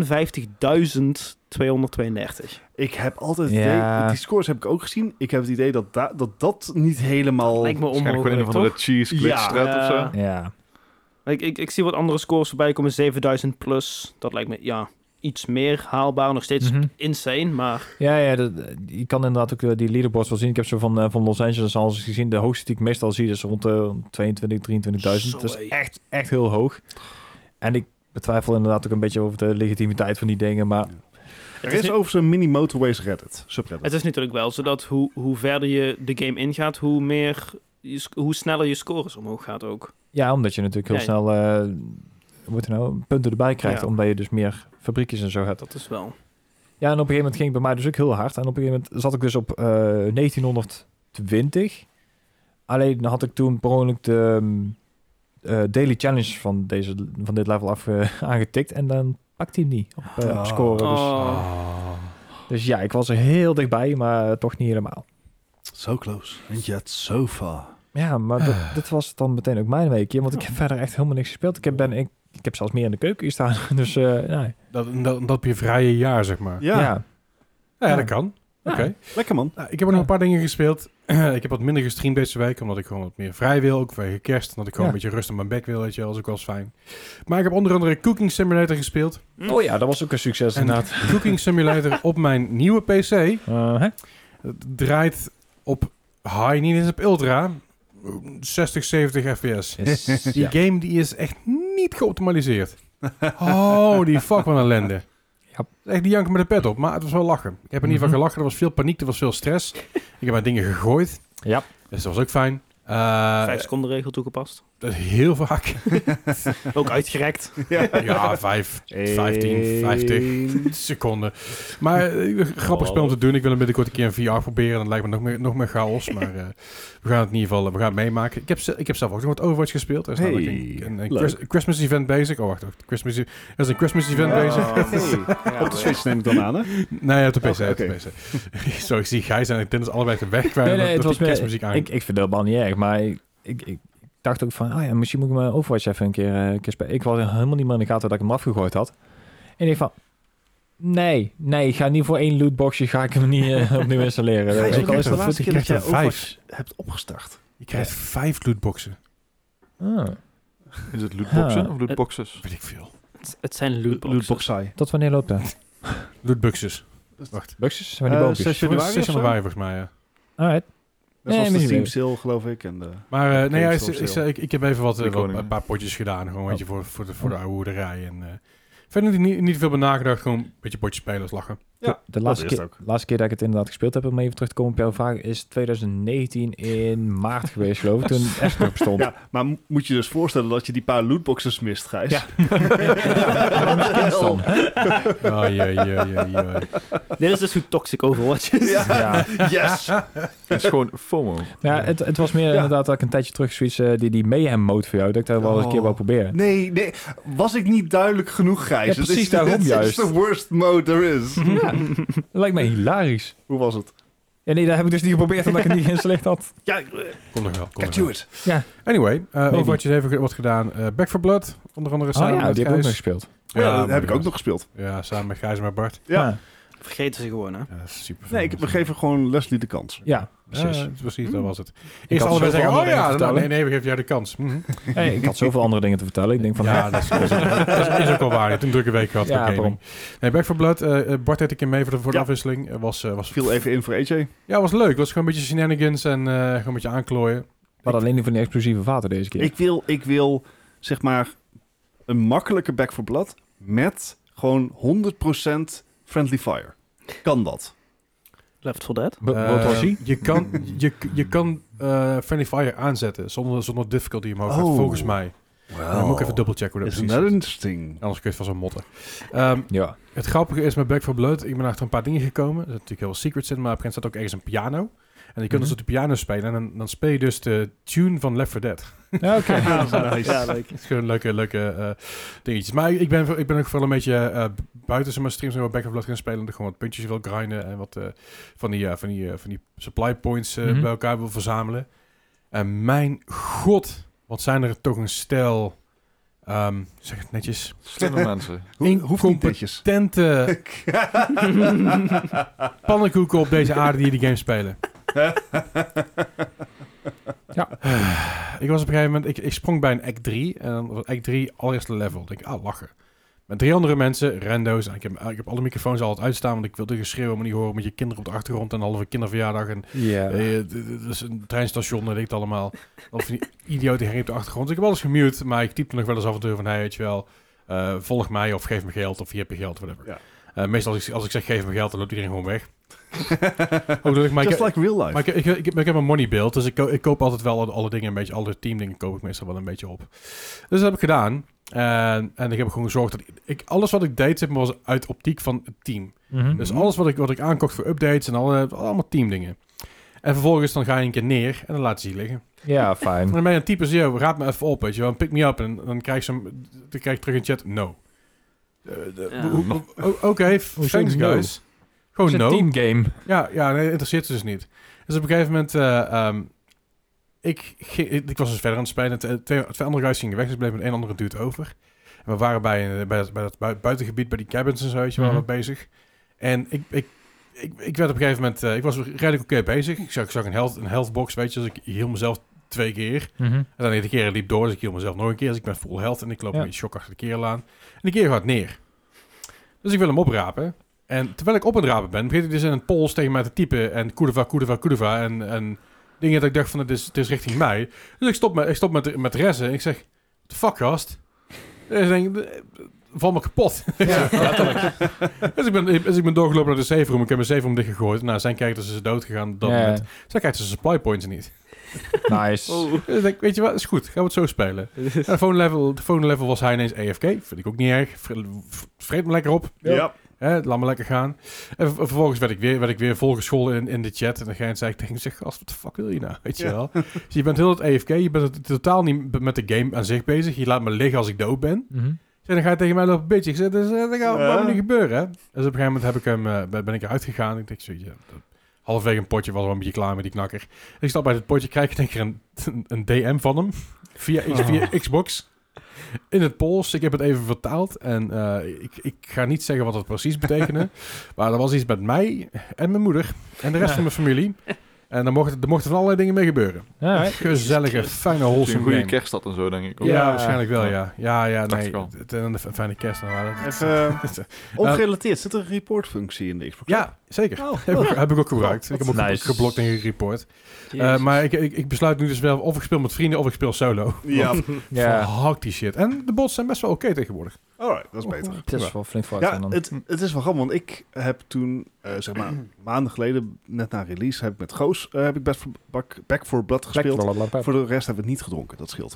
55.232. Ik heb altijd het Ja. idee, die scores heb ik ook gezien. Ik heb het idee dat niet helemaal... Lijkt me Waarschijnlijk gewoon een onmogelijk, of andere toch? cheese glitchstrat of zo. Ja. Ik zie wat andere scores voorbij komen, 7000 plus. Dat lijkt me, iets meer haalbaar. Nog steeds Mhm. insane, maar... Ja, je kan inderdaad ook die leaderboards wel zien. Ik heb ze van Los Angeles al eens gezien. De hoogste die ik meestal zie is rond de 22.000, 23.000. Dat is echt heel hoog. En ik betwijfel inderdaad ook een beetje over de legitimiteit van die dingen. Maar Er is overigens een mini motorways Reddit, subreddit. Het is natuurlijk wel zodat hoe verder je de game ingaat, hoe sneller je scores omhoog gaat ook. ja, omdat je natuurlijk heel Ja. snel punten erbij krijgt. Ja. Omdat je dus meer fabriekjes en zo hebt. Dat is wel... Ja, en op een gegeven moment ging het bij mij dus ook heel hard. En op een gegeven moment zat ik dus op 1920. Alleen dan had ik toen per ongeluk de daily challenge van dit level aangetikt. En dan pakte hij hem niet op scoren. Dus, dus ja, ik was er heel dichtbij, maar toch niet helemaal. So close and yet so far. Ja, maar dit was dan meteen ook mijn weekje. Want ik heb verder echt helemaal niks gespeeld. Ik heb zelfs meer in de keuken gestaan. Dus nee. Dat op je vrije jaar, zeg maar. Ja, Ja, dat kan. Ja. Oké. lekker man. Nou, ik heb ook nog een paar dingen gespeeld. Ik heb wat minder gestreamd deze week, omdat ik gewoon wat meer vrij wil. Ook vanwege kerst, omdat ik gewoon een beetje rust op mijn bek wil, weet je wel. Dat is ook wel eens fijn. Maar ik heb onder andere Cooking Simulator gespeeld. Oh ja, dat was ook een succes En inderdaad. Cooking Simulator op mijn nieuwe PC. Hè? Het draait op high, niet eens op ultra. 60, 70 fps. Yes. Die game die is echt niet geoptimaliseerd. Oh, die fuck van ellende. Ja. Echt die janken met de pet op, maar het was wel lachen. Ik heb er niet van gelachen, er was veel paniek, er was veel stress. Ik heb mijn dingen gegooid. Ja. Dus dat was ook fijn. 5 seconden regel toegepast. Dat is heel vaak. Ook uitgerekt. Ja, 5, 15, 50 seconden. Maar grappig spel om te doen. Ik wil hem binnenkort een keer in VR proberen. Dan lijkt me nog meer chaos. Maar we gaan het in ieder geval we gaan het meemaken. Ik heb zelf ook nog wat Overwatch gespeeld. Er is namelijk een Christmas event bezig. Oh, wacht. Er is een Christmas event bezig. Op de Switch neem ik dan aan, hè? Nee, op de PC. Oké. Op de PC. Zo, ik zie Gijs en Dennis allebei de weg kwijt. Nee, het was die kerstmuziek aan. Ik vind het helemaal niet erg, maar ik dacht ook van, misschien moet ik mijn Overwatch even een keer spelen. Ik was helemaal niet meer in de gaten dat ik hem afgegooid had. En ik van, nee, ik ga niet voor 1 lootboxje, ga ik hem niet opnieuw installeren. Gijs, Ook al is de dat laatste keer krijgt dat er jij 5. Overwatch hebt opgestart. Je krijgt 5 lootboxen. Ah, Is het lootboxen Ja. of lootboxes? Weet ik veel. Het zijn lootboxes. Lootbox saai. tot wanneer loopt dat? Lootboxes. Wacht. Buxjes? Zijn die boompjes? 6 januari 6 of zo? januari volgens mij, ja. Alright. Dat was Nee, de misschien Steam sale, geloof ik. En Maar nee, Games op sale. ik heb even wat Koning. een paar potjes gedaan. Gewoon een beetje voor de oude hoederij. En verder niet veel bij nagedacht. Gewoon een beetje potjes spelen, lachen. Ja, De laatste is het keer dat ik het inderdaad gespeeld heb, om even terug te komen op jouw vraag, is 2019 in maart geweest, geloof ik, toen Astor bestond. Ja, maar moet je dus voorstellen dat je die paar lootboxes mist, Gijs? Ja. Dan, hè? Oh, Dit is dus hoe toxic Overwatch is. Ja. Yes! Het is gewoon FOMO. Ja, het was meer inderdaad dat ik een tijdje terug zoiets, die mayhem mode voor jou, dat ik daar wel eens een keer wou proberen. Nee. Was ik niet duidelijk genoeg, Gijs? Ja, precies daarom Het juist. is the worst mode there is. Ja, dat lijkt mij hilarisch. Hoe was het? Ja, nee, dat heb ik dus niet geprobeerd omdat ik het niet geïnstalleerd had. Ja, Kom nog wel. get to it. Ja. Anyway, Overwatch is even wat gedaan. Back 4 Blood, onder andere Oh samen ja, met die heb ik ook nog Gijs. gespeeld. Ja, dat maar heb ik ook nog gespeeld. Ja, samen met Gijs en met Bart. Ja. Ah, Vergeten ze gewoon, hè? Ja, dat is super Nee, we geven gewoon Leslie de kans. ja, precies. Ja, precies, dat was het. had Eerst allebei zoveel zeggen, oh andere ja, dingen te nee, vertellen. we geven jij de kans. Mhm. Hey, ik had zoveel andere dingen te vertellen. Ik denk van, Ja, dat is ook wel waar. Je hebt een drukke week gehad Ja, met gaming. waarom? Nee, Back 4 Blood, Bart deed ik in mee voor de Ja. afwisseling. Was Viel even in voor AJ. ja, was leuk. Was gewoon een beetje shenanigans en gewoon een beetje aanklooien. maar alleen niet van die explosieve vaten deze keer. Ik wil, zeg maar, een makkelijke Back 4 Blood met gewoon 100% friendly fire. Kan dat? Left 4 Dead. Wat was hij? Je kan Friendly Fire aanzetten zonder difficulty omhoog gaat, Oh. volgens mij. Dan moet ik even dubbelchecken hoe dat Isn't precies that is. interesting? Anders kun je het van zo'n motten. Ja. Het grappige is met Back 4 Blood, ik ben achter een paar dingen gekomen. Er zit natuurlijk heel veel secrets in, maar op een gegeven moment staat ook ergens een piano. En je kunt dus op de piano spelen en dan speel je dus de tune van Left 4 Dead. Ja, oké. Ja, leuk. Het is gewoon leuke dingetjes. Maar ik ben ook vooral een beetje buiten mijn streams en Back 4 Blood gaan spelen. En gewoon wat puntjes wil grinden en wat van die supply points bij elkaar wil verzamelen. En mijn god, wat zijn er toch een stel Zeg het netjes. Slimme mensen. Hoeft niet netjes. Tente pannenkoeken op deze aarde die game spelen. Ja. Ik was op een gegeven moment... Ik sprong bij een act 3. En dan was act 3 allereerste level. Ik denk, lachen. Met 3 andere mensen, rando's. En ik heb alle microfoons altijd uitstaan, want ik wilde geschreeuwen maar niet horen met je kinderen op de achtergrond en een halve kinderverjaardag. En dus een treinstation, weet ik het allemaal. Of die idioot die op de achtergrond. Dus ik heb alles gemute, maar ik typte nog wel eens af en toe van, hey, weet je wel, volg mij of geef me geld of hier heb je geld, whatever. Ja. Meestal als ik zeg geef me geld, dan loopt iedereen gewoon weg. Just like real life. Maar ik heb een money build, dus ik koop altijd wel alle dingen een beetje, alle teamdingen koop ik meestal wel een beetje op. Dus dat heb ik gedaan. En ik heb gewoon gezorgd dat alles wat ik deed, was uit optiek van het team. Mm-hmm. Dus alles wat ik aankocht voor updates en allemaal teamdingen. En vervolgens dan ga je een keer neer en dan laat je ze liggen. Ja, fijn. En dan ben je een type zo, raad me even op, weet je wel, pick me up. En dan krijg je terug in chat, no. Oké, thanks guys. Gewoon no. Het is een teamgame. Ja, nee, interesseert ze dus niet. Dus op een gegeven moment, ik was dus verder aan het spelen. Twee andere guys gingen weg, dus bleef met een andere dude over. En we waren bij dat buitengebied, bij die cabins en zo, weet je wel, bezig. En ik werd op een gegeven moment, ik was redelijk oké bezig. Ik zag een health box, weet je, dus ik hield mezelf 2 keer. Mm-hmm. En dan de keer liep door, dus ik hield mezelf nog een keer. Dus ik ben full health en ik loop een beetje shock achter de kerel aan. En die kerel gaat neer. Dus ik wil hem oprapen. En terwijl ik op het rapen ben, begint hij dus in een pols tegen mij te typen. En Kudava. En dingen dat ik dacht van, het is richting mij. Dus ik stop met ressen. En ik zeg, what the fuck, gast? En ik denk, val me kapot. Ja, letterlijk. Dus ik ben doorgelopen naar de safe room. Ik heb mijn safe room dichtgegooid. Nou, zijn kijkers is dood gegaan op dat moment. Zij krijgt zijn supply points niet. Nice. Dus ik denk, weet je wat, is goed. Gaan we het zo spelen. De volgende level was hij ineens AFK. Vind ik ook niet erg. Vreet me lekker op. Ja. Laat me lekker gaan. En vervolgens werd ik weer volgescholden in de chat. En dan zei ik tegen hem, zeg, gast, wat de fuck wil je nou? Weet je wel? Dus je bent heel het AFK. Je bent totaal niet met de game aan zich bezig. Je laat me liggen als ik dood ben. Mm-hmm. En dan ga je tegen mij lopen bitch. Ik zeg, dat gaat niet gebeuren, hè? Dus op een gegeven moment ben ik eruit gegaan. Ik denk, zoiets, halverwege een potje was wel een beetje klaar met die knakker. Ik stap bij het potje, krijg ik denk ik een DM van hem. Via Xbox. In het Pools. Ik heb het even vertaald. En ik ga niet zeggen wat het precies betekende. Maar er was iets met mij en mijn moeder. En de rest van mijn familie. En er mochten van allerlei dingen mee gebeuren. Gezellige, fijne, wholesome een goede game. kerst had en zo, denk ik. Ook. Ja, waarschijnlijk wel, ja. Ja, nee. Een fijne kerst. Even ongerelateerd. Zit er een reportfunctie in de Xbox? Ja, zeker. Heb ik ook gebruikt. Ik heb hem ook geblokt en gereport. Maar ik besluit nu dus wel of ik speel met vrienden of ik speel solo. Ja. Hak die shit. En de bots zijn best wel oké tegenwoordig. Alright, dat is beter. Het is wel flink vooruit. Ja, het is wel grappig, want ik heb toen, zeg maar, maanden geleden, net na release, heb ik met Goos Back 4 Blood gespeeld. Voor de rest hebben we het niet gedronken, dat scheelt.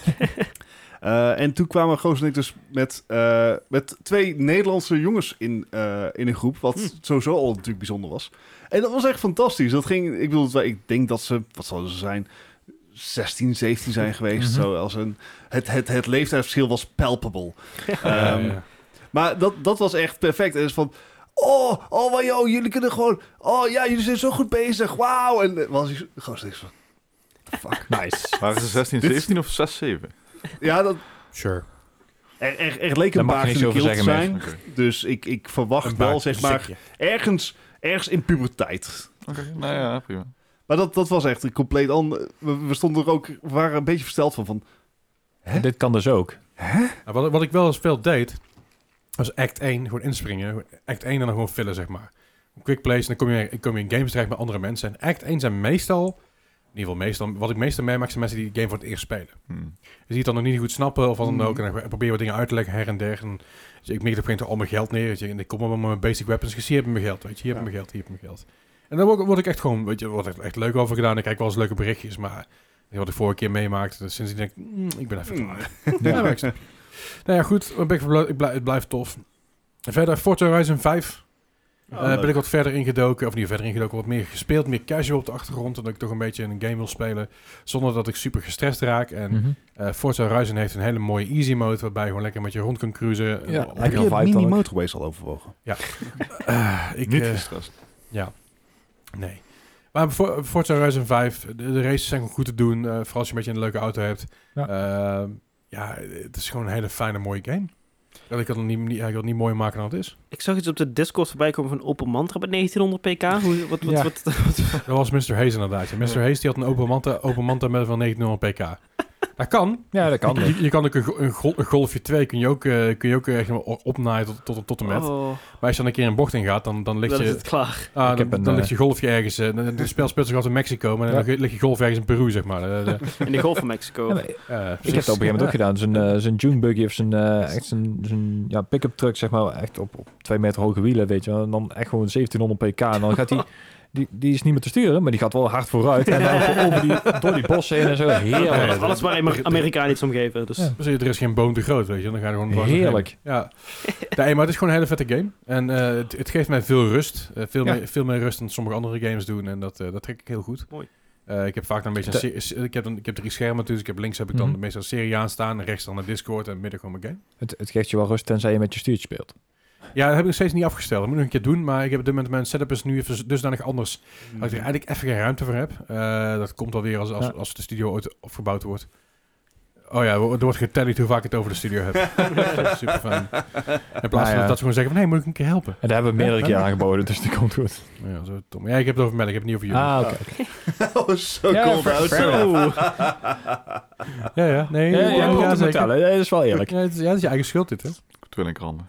En toen kwamen Goos en ik dus met 2 Nederlandse jongens in een groep, wat sowieso al natuurlijk bijzonder was. En dat was echt fantastisch. Dat ging, ik denk dat ze, wat zouden ze zijn, 16, 17 zijn geweest. Zo als het leeftijdsverschil was palpable. Maar dat was echt perfect. En dus van, joh, jullie kunnen gewoon, jullie zijn zo goed bezig, wauw. En was hij gewoon steeds van, fuck. Nice. Waren ze 16, 17 of 6, 7? Ja, dat... Sure. Er leek een baard in de keel te zijn. Okay. Dus ik verwacht wel, zeg maar, ergens in puberteit. Oké, nou ja, prima. Maar dat was echt een compleet ander... We stonden er ook... We waren een beetje versteld van... Hè? Dit kan dus ook. Hè? Wat ik wel eens veel deed... was act 1, gewoon inspringen. Act 1 en dan gewoon fillen, zeg maar. Quick plays, en dan kom je in games terecht met andere mensen. En act 1 zijn meestal... In ieder geval meestal... Wat ik meestal meemaak zijn mensen die de game voor het eerst spelen. Je ziet dan nog niet goed snappen of wat dan ook. En dan probeer je wat dingen uit te leggen her en der. En dus ik merk op een gegeven moment al mijn geld neer. En ik kom maar met mijn basic weapons. Hier heb je mijn geld, weet je. Hier heb je mijn geld. En dan word ik echt gewoon, weet je, wordt echt leuk over gedaan. Ik kijk wel eens leuke berichtjes, maar wat ik vorige keer meemaakte, dus sinds ik denk, ik ben even klaar. Nou ja, goed, het blijft tof. Verder, Forza Horizon 5 ben ik wat verder ingedoken, of niet verder ingedoken, wat meer gespeeld, meer casual op de achtergrond, omdat ik toch een beetje een game wil spelen, zonder dat ik super gestrest raak. En Forza Horizon heeft een hele mooie easy mode, waarbij je gewoon lekker met je rond kunt cruisen. Ja, heb je mini motorways al overwogen? Ja. Niet gestrest. Ja. Nee. Maar Forza Horizon 5, de races zijn goed te doen. Vooral als je een beetje een leuke auto hebt. Ja, het is gewoon een hele fijne, mooie game. Ik kan het niet mooier maken dan het is. Ik zag iets op de Discord voorbij komen van Open Mantra met 1900 pk. Dat was Mr. Hayes inderdaad. Ja. Mr. Hayes die had een Open Manta met van 1900 pk. Dat kan. Ja, dat kan. Je kan ook een golfje 2 kun je ook echt opnaaien tot en met. Oh, Maar als je dan een keer een bocht in gaat, dan ligt dan is je... het klaar. Dan ligt je golfje ergens... De spel speelt zich af in Mexico, maar dan ligt je golf ergens in Peru, zeg maar. In de Golf van Mexico. Ja, ik heb het op een gegeven moment ook gedaan. Zijn Dune buggy of zijn pick-up truck, zeg maar, echt op 2 meter hoge wielen, weet je wel. En dan echt gewoon 1700 pk. En dan gaat hij... Die is niet meer te sturen, maar die gaat wel hard vooruit. En dan door die bossen heen en zo. Heerlijk. Alles waar Amerikanen iets om geven. Dus. Ja. Dus er is geen boom te groot, weet je. Dan ga je gewoon... Heerlijk. Ja. Nee, maar het is gewoon een hele vette game. En het geeft mij veel rust. Veel meer rust dan sommige andere games doen. En dat trek ik heel goed. Mooi. Ik heb vaak dan een beetje... Ik heb 3 schermen, dus ik heb links heb ik dan meestal een serie aanstaan. En rechts dan de Discord en midden gewoon mijn game. Het geeft je wel rust tenzij je met je stuurtje speelt. Ja, dat heb ik nog steeds niet afgesteld. Dat moet ik nog een keer doen. Maar ik heb op dit moment... Mijn setup is nu even dusdanig anders. Dat ik er eigenlijk even geen ruimte voor heb. Dat komt alweer als de studio ooit opgebouwd wordt. Oh ja, er wordt geteld hoe vaak ik het over de studio heb. Dat is super fijn. In plaats van dat ze gewoon zeggen van... Nee, moet ik een keer helpen? En daar hebben we meerdere keer aangeboden, dus dat komt goed. Ja, zo dom. Ja, ik heb het over Mel. Ik heb het niet over jullie. Ah, oké. Oh, zo Ja, cold out. fair Ja. Nee. Ja, zeker. vertellen. Dat is wel eerlijk. Ja, het is je eigen schuld dit, hè? Ik heb 2 linkerhanden.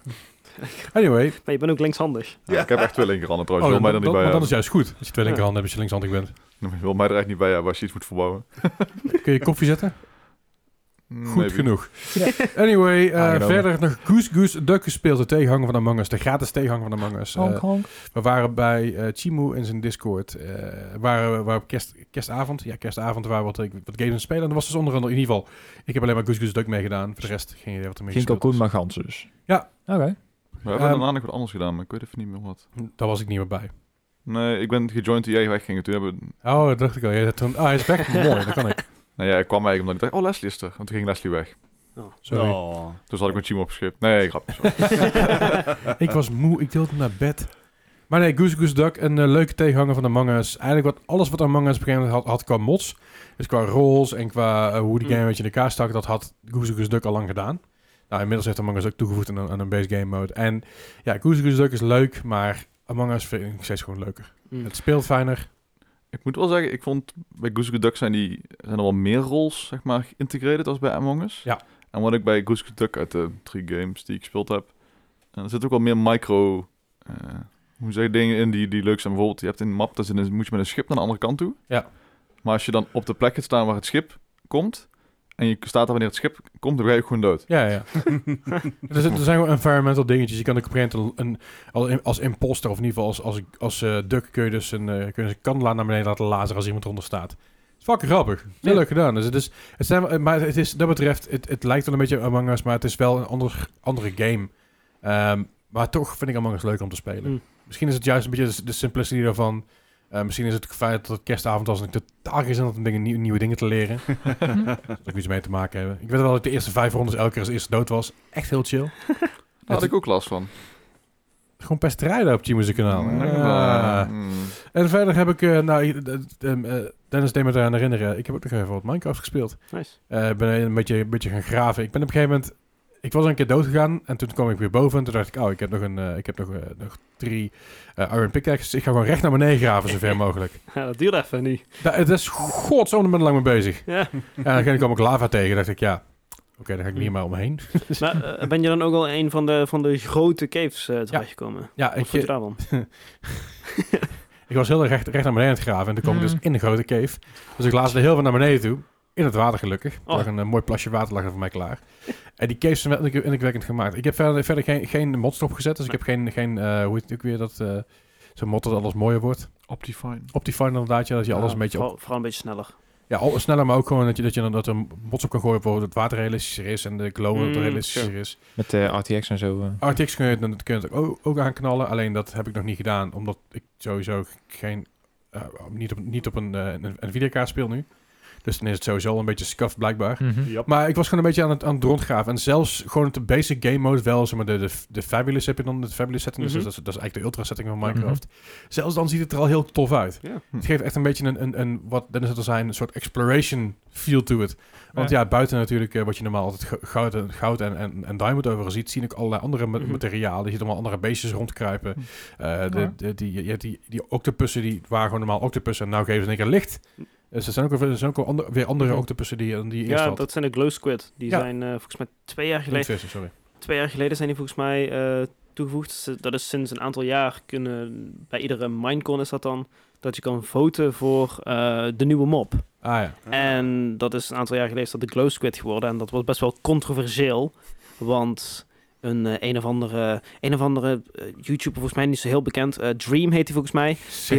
Anyway. Maar je bent ook linkshandig. Ja, ik heb echt 2 linkerhanden trouwens. Wil mij er niet bij maar dat is hebben. juist goed. Als je 2 linkerhanden hebt als je linkshandig bent. Ik wil mij er echt niet bij hebben als je iets moet verbouwen. Kun je koffie zetten? Goed Maybe. genoeg. Anyway, Aangenomen. verder nog Goose Duck gespeeld. De tegenhanger van Among Us. De gratis tegenhanger van Among Us. We waren bij Chimu in zijn Discord. Waren op kerstavond. Ja, kerstavond waar wat games aan het spelen. En er was dus onder andere, in ieder geval... Ik heb alleen maar Goose Duck meegedaan. Voor de rest geen idee wat er mee Geen gespeeld kalkoen, is. maar ganzen dus. Ja. Oké. We hebben daarna nog wat anders gedaan, maar ik weet even niet meer wat. Daar was ik niet meer bij. Nee, ik ben gejoind toen jij wegging. Toen hebben we... Oh, dat dacht ik al. Jij zei toen, hij is weg. Mooi, dat kan ik. Nou ja, ik kwam eigenlijk omdat ik dacht, oh, Leslie is er. Want toen ging Leslie weg. Sorry. Oh. Dus had ik met Chimo opgeschreven. Nee, grapje. Sorry. Ik was moe, ik wilde naar bed. Maar nee, Goose Duck, een leuke tegenhanger van Among Us. Eigenlijk alles wat Among Us op een gegeven moment had qua mods. Dus qua roles en qua hoe die game een beetje in elkaar stak, dat had Goose Duck al lang gedaan. Nou, inmiddels heeft Among Us ook toegevoegd aan een base game mode. En ja, Goose Duck is leuk, maar Among Us vind ik steeds gewoon leuker. Het speelt fijner. Ik moet wel zeggen, ik vond bij Goose Duck zijn er wel meer roles, zeg maar, geïntegreerd als bij Among Us. Ja. En wat ik bij Goose Duck uit de 3 games die ik gespeeld heb, en er zit ook wel meer micro, hoe zeg je, dingen in die leuk zijn. Bijvoorbeeld, je hebt in een map, moet je met een schip naar de andere kant toe. Ja. Maar als je dan op de plek gaat staan waar het schip komt, en je staat daar wanneer het schip komt, dan ga je ook gewoon dood. Ja. Er zijn gewoon environmental dingetjes. Je kan ook op een gegeven moment als imposter, of in ieder geval als duck, kun je dus een kandelaar naar beneden laten lazen als iemand eronder staat. Het is fucking grappig. Heel leuk gedaan. Dus het is dat betreft, het lijkt wel een beetje Among Us, maar het is wel een andere game. Maar toch vind ik Among Us leuk om te spelen. Misschien is het juist een beetje de simplicity daarvan. Misschien is het feit dat het kerstavond was en ik totaal geen zin had om nieuwe dingen te leren. Dat ook iets mee te maken hebben. Ik weet wel dat ik de eerste 5 rondes elke keer als eerste dood was. Echt heel chill. Daar had ik ook last van. Gewoon pesterij op Chimu's kanaal. Mm. En verder heb ik, Dennis deed me eraan herinneren, ik heb ook nog even wat Minecraft gespeeld. Nice. Ben een beetje gaan graven. Ik ben op een gegeven moment, ik was een keer dood gegaan en toen kwam ik weer boven en toen dacht ik, ik heb nog 3 iron pickaxes. Ik ga gewoon recht naar beneden graven, zover mogelijk. Ja, dat duurt even nu. Het is godsondermiddellijk lang mee bezig. Ja. En dan kwam ik lava tegen, dacht ik, ja, oké, dan ga ik niet meer omheen. Maar ben je dan ook al een van de grote caves terechtgekomen? Ja, Wat vond je daarvan? ik was heel erg recht naar beneden aan het graven en toen kwam ik dus in de grote cave. Dus ik laasde heel veel naar beneden toe. In het water gelukkig. Er lag een mooi plasje water lag er voor mij klaar. En die caves zijn wel indrukwekkend gemaakt. Ik heb verder geen mods erop gezet. Dus ik heb geen hoe heet het ook weer, dat zo'n mod dat alles mooier wordt. Optifine. Optifine inderdaad, ja, dat je alles een beetje vooral een beetje sneller. Ja, sneller, maar ook gewoon dat er mods op kan gooien voor het water realistischer is en de glow realistischer is. Met RTX en zo. RTX kun je het ook aanknallen, alleen dat heb ik nog niet gedaan, omdat ik sowieso niet op een Nvidia-kaart speel nu. Dus dan is het sowieso al een beetje scuffed blijkbaar. Yep. Maar ik was gewoon een beetje aan het rondgraven. En zelfs gewoon het basic game mode wel. Zeg maar de Fabulous heb je dan. De Fabulous setting. Dus dat is eigenlijk de ultra setting van Minecraft. Zelfs dan ziet het er al heel tof uit. Ja. Het geeft echt een beetje een wat Dennis het al zei, een soort exploration feel to it. Want ja, buiten natuurlijk wat je normaal altijd goud en diamond over ziet, zie ik allerlei andere materialen. Je ziet allemaal andere beestjes rondkruipen. Die octopussen, waar gewoon normaal octopussen, en nou geven ze een keer licht. Dus er zijn ook weer andere octopussen die eerst Ja, had. dat zijn de glow squid. Die zijn volgens mij 2 jaar geleden... Sorry. 2 jaar geleden zijn die volgens mij toegevoegd. Dat is sinds een aantal jaar kunnen... Bij iedere Minecon is dat dan... Dat je kan voten voor de nieuwe mob. Ah ja. En dat is een aantal jaar geleden is dat de glow squid geworden. En dat was best wel controversieel. Want een of andere YouTuber, volgens mij niet zo heel bekend. Dream heet hij volgens mij.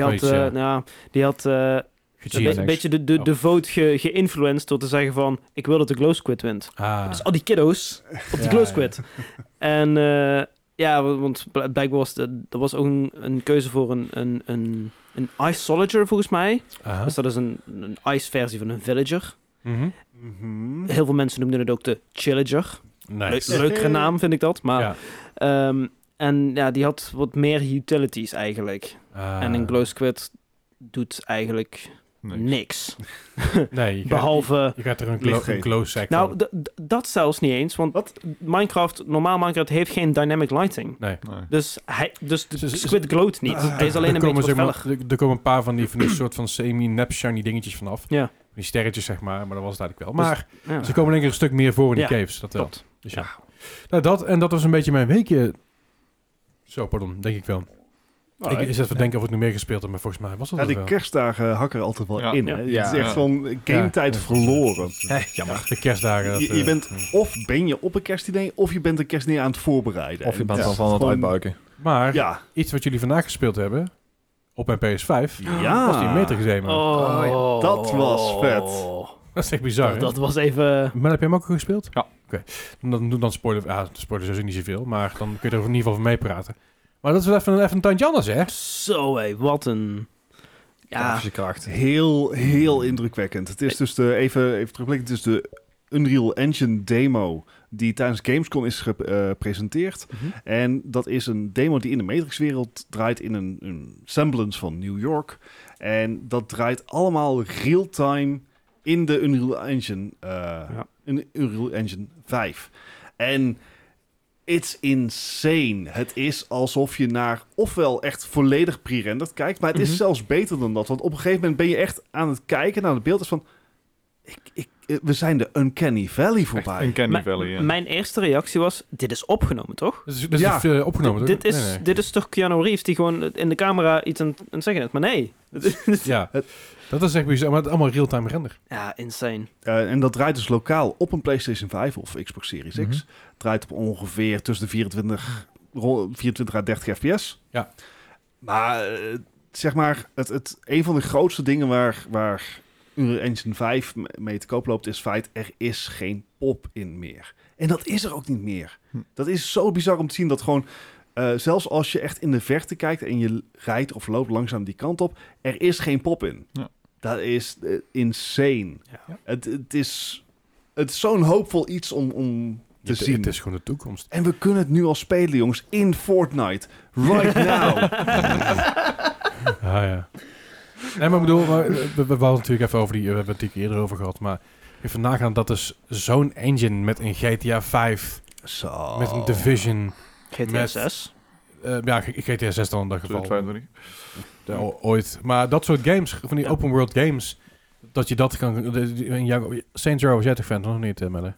Die had een beetje de vote geïnfluenced door te zeggen van... Ik wil dat de glow squid wint. Dus al die kiddo's op die glow squid. En want blijkbaar was dat was ook een keuze voor een Ice Soldier volgens mij. Dus dat is een Ice versie van een Villager. Heel veel mensen noemden het ook de Chillager. Nice. Leukere naam vind ik dat. Maar, die had wat meer utilities eigenlijk. En een glow squid doet eigenlijk niks. Nee, behalve... Je gaat er een glow sack Nou, dat zelfs niet eens. Want normaal Minecraft heeft geen dynamic lighting. Nee. Dus de squid glowt niet. Hij is alleen een beetje wat feller. Er komen een paar van die soort van semi-nap shiny dingetjes vanaf. Ja. Die sterretjes, zeg maar dat was het eigenlijk wel. Maar ze komen denk ik een stuk meer voor in die caves. Dat klopt. Dus ja. Nou, dat was een beetje mijn weekje. Zo, pardon, denk ik wel. Ik is even denken of ik nu meer gespeeld heb, maar volgens mij was dat de wel. kerstdagen hakken er altijd wel in. Hè? Ja. Het is echt van gametijd verloren. Jammer. De kerstdagen. Je bent ben je op een kerstdiner, of je bent een kerstdiner aan het voorbereiden. Of je bent al van het uitbuiken. Maar iets wat jullie vandaag gespeeld hebben, op mijn PS5, Ja. was die Meter Oh, dat was vet. Dat is echt bizar, hè? Dat was even... Maar heb je hem ook gespeeld? Ja. Oké. Dan spoiler sowieso niet zoveel, maar dan kun je er in ieder geval van meepraten. Maar dat is wel even een tandje anders, hè? Zo, hé, wat een... Grafische kracht. Heel indrukwekkend. Het is dus even terugblikken, het is de Unreal Engine demo die tijdens Gamescom is gepresenteerd. En dat is een demo die in de Matrix-wereld draait in een semblance van New York. En dat draait allemaal real-time in de Unreal Engine, in Unreal Engine 5. En it's insane. Het is alsof je naar ofwel echt volledig pre-rendered kijkt, maar het is zelfs beter dan dat. Want op een gegeven moment ben je echt aan het kijken naar het beeld van... we zijn de Uncanny Valley voorbij. Uncanny Valley, ja. Mijn eerste reactie was, dit is opgenomen, toch? Dit is opgenomen, toch? Dit is toch Keanu Reeves die gewoon in de camera iets aan het zeggen is. Maar nee. Ja, dat is echt bizar. Maar het is allemaal real-time render. Ja, insane. En dat draait dus lokaal op een PlayStation 5 of Xbox Series X. Draait op ongeveer tussen de 24 à 30 fps. Ja. Maar zeg maar, een van de grootste dingen waar Unreal Engine 5 mee te koop loopt, is het feit, er is geen pop-in meer. En dat is er ook niet meer. Dat is zo bizar om te zien dat gewoon, zelfs als je echt in de verte kijkt en je rijdt of loopt langzaam die kant op, er is geen pop-in. Ja. Dat is insane. Ja. Het is zo'n hoopvol iets om te zien. Het is gewoon de toekomst. En we kunnen het nu al spelen, jongens, in Fortnite. Right now. Ja. Nee, maar ik bedoel, we hadden natuurlijk even over we hebben het natuurlijk eerder over gehad, maar even nagaan dat is zo'n engine met een GTA 5, Zo. met een Division, GTA 6. GTA 6 dan in dat geval. 25. Ooit. Maar dat soort games, van die open world games, dat je dat kan... Saints Row was jij toch fan, nog niet, Melle?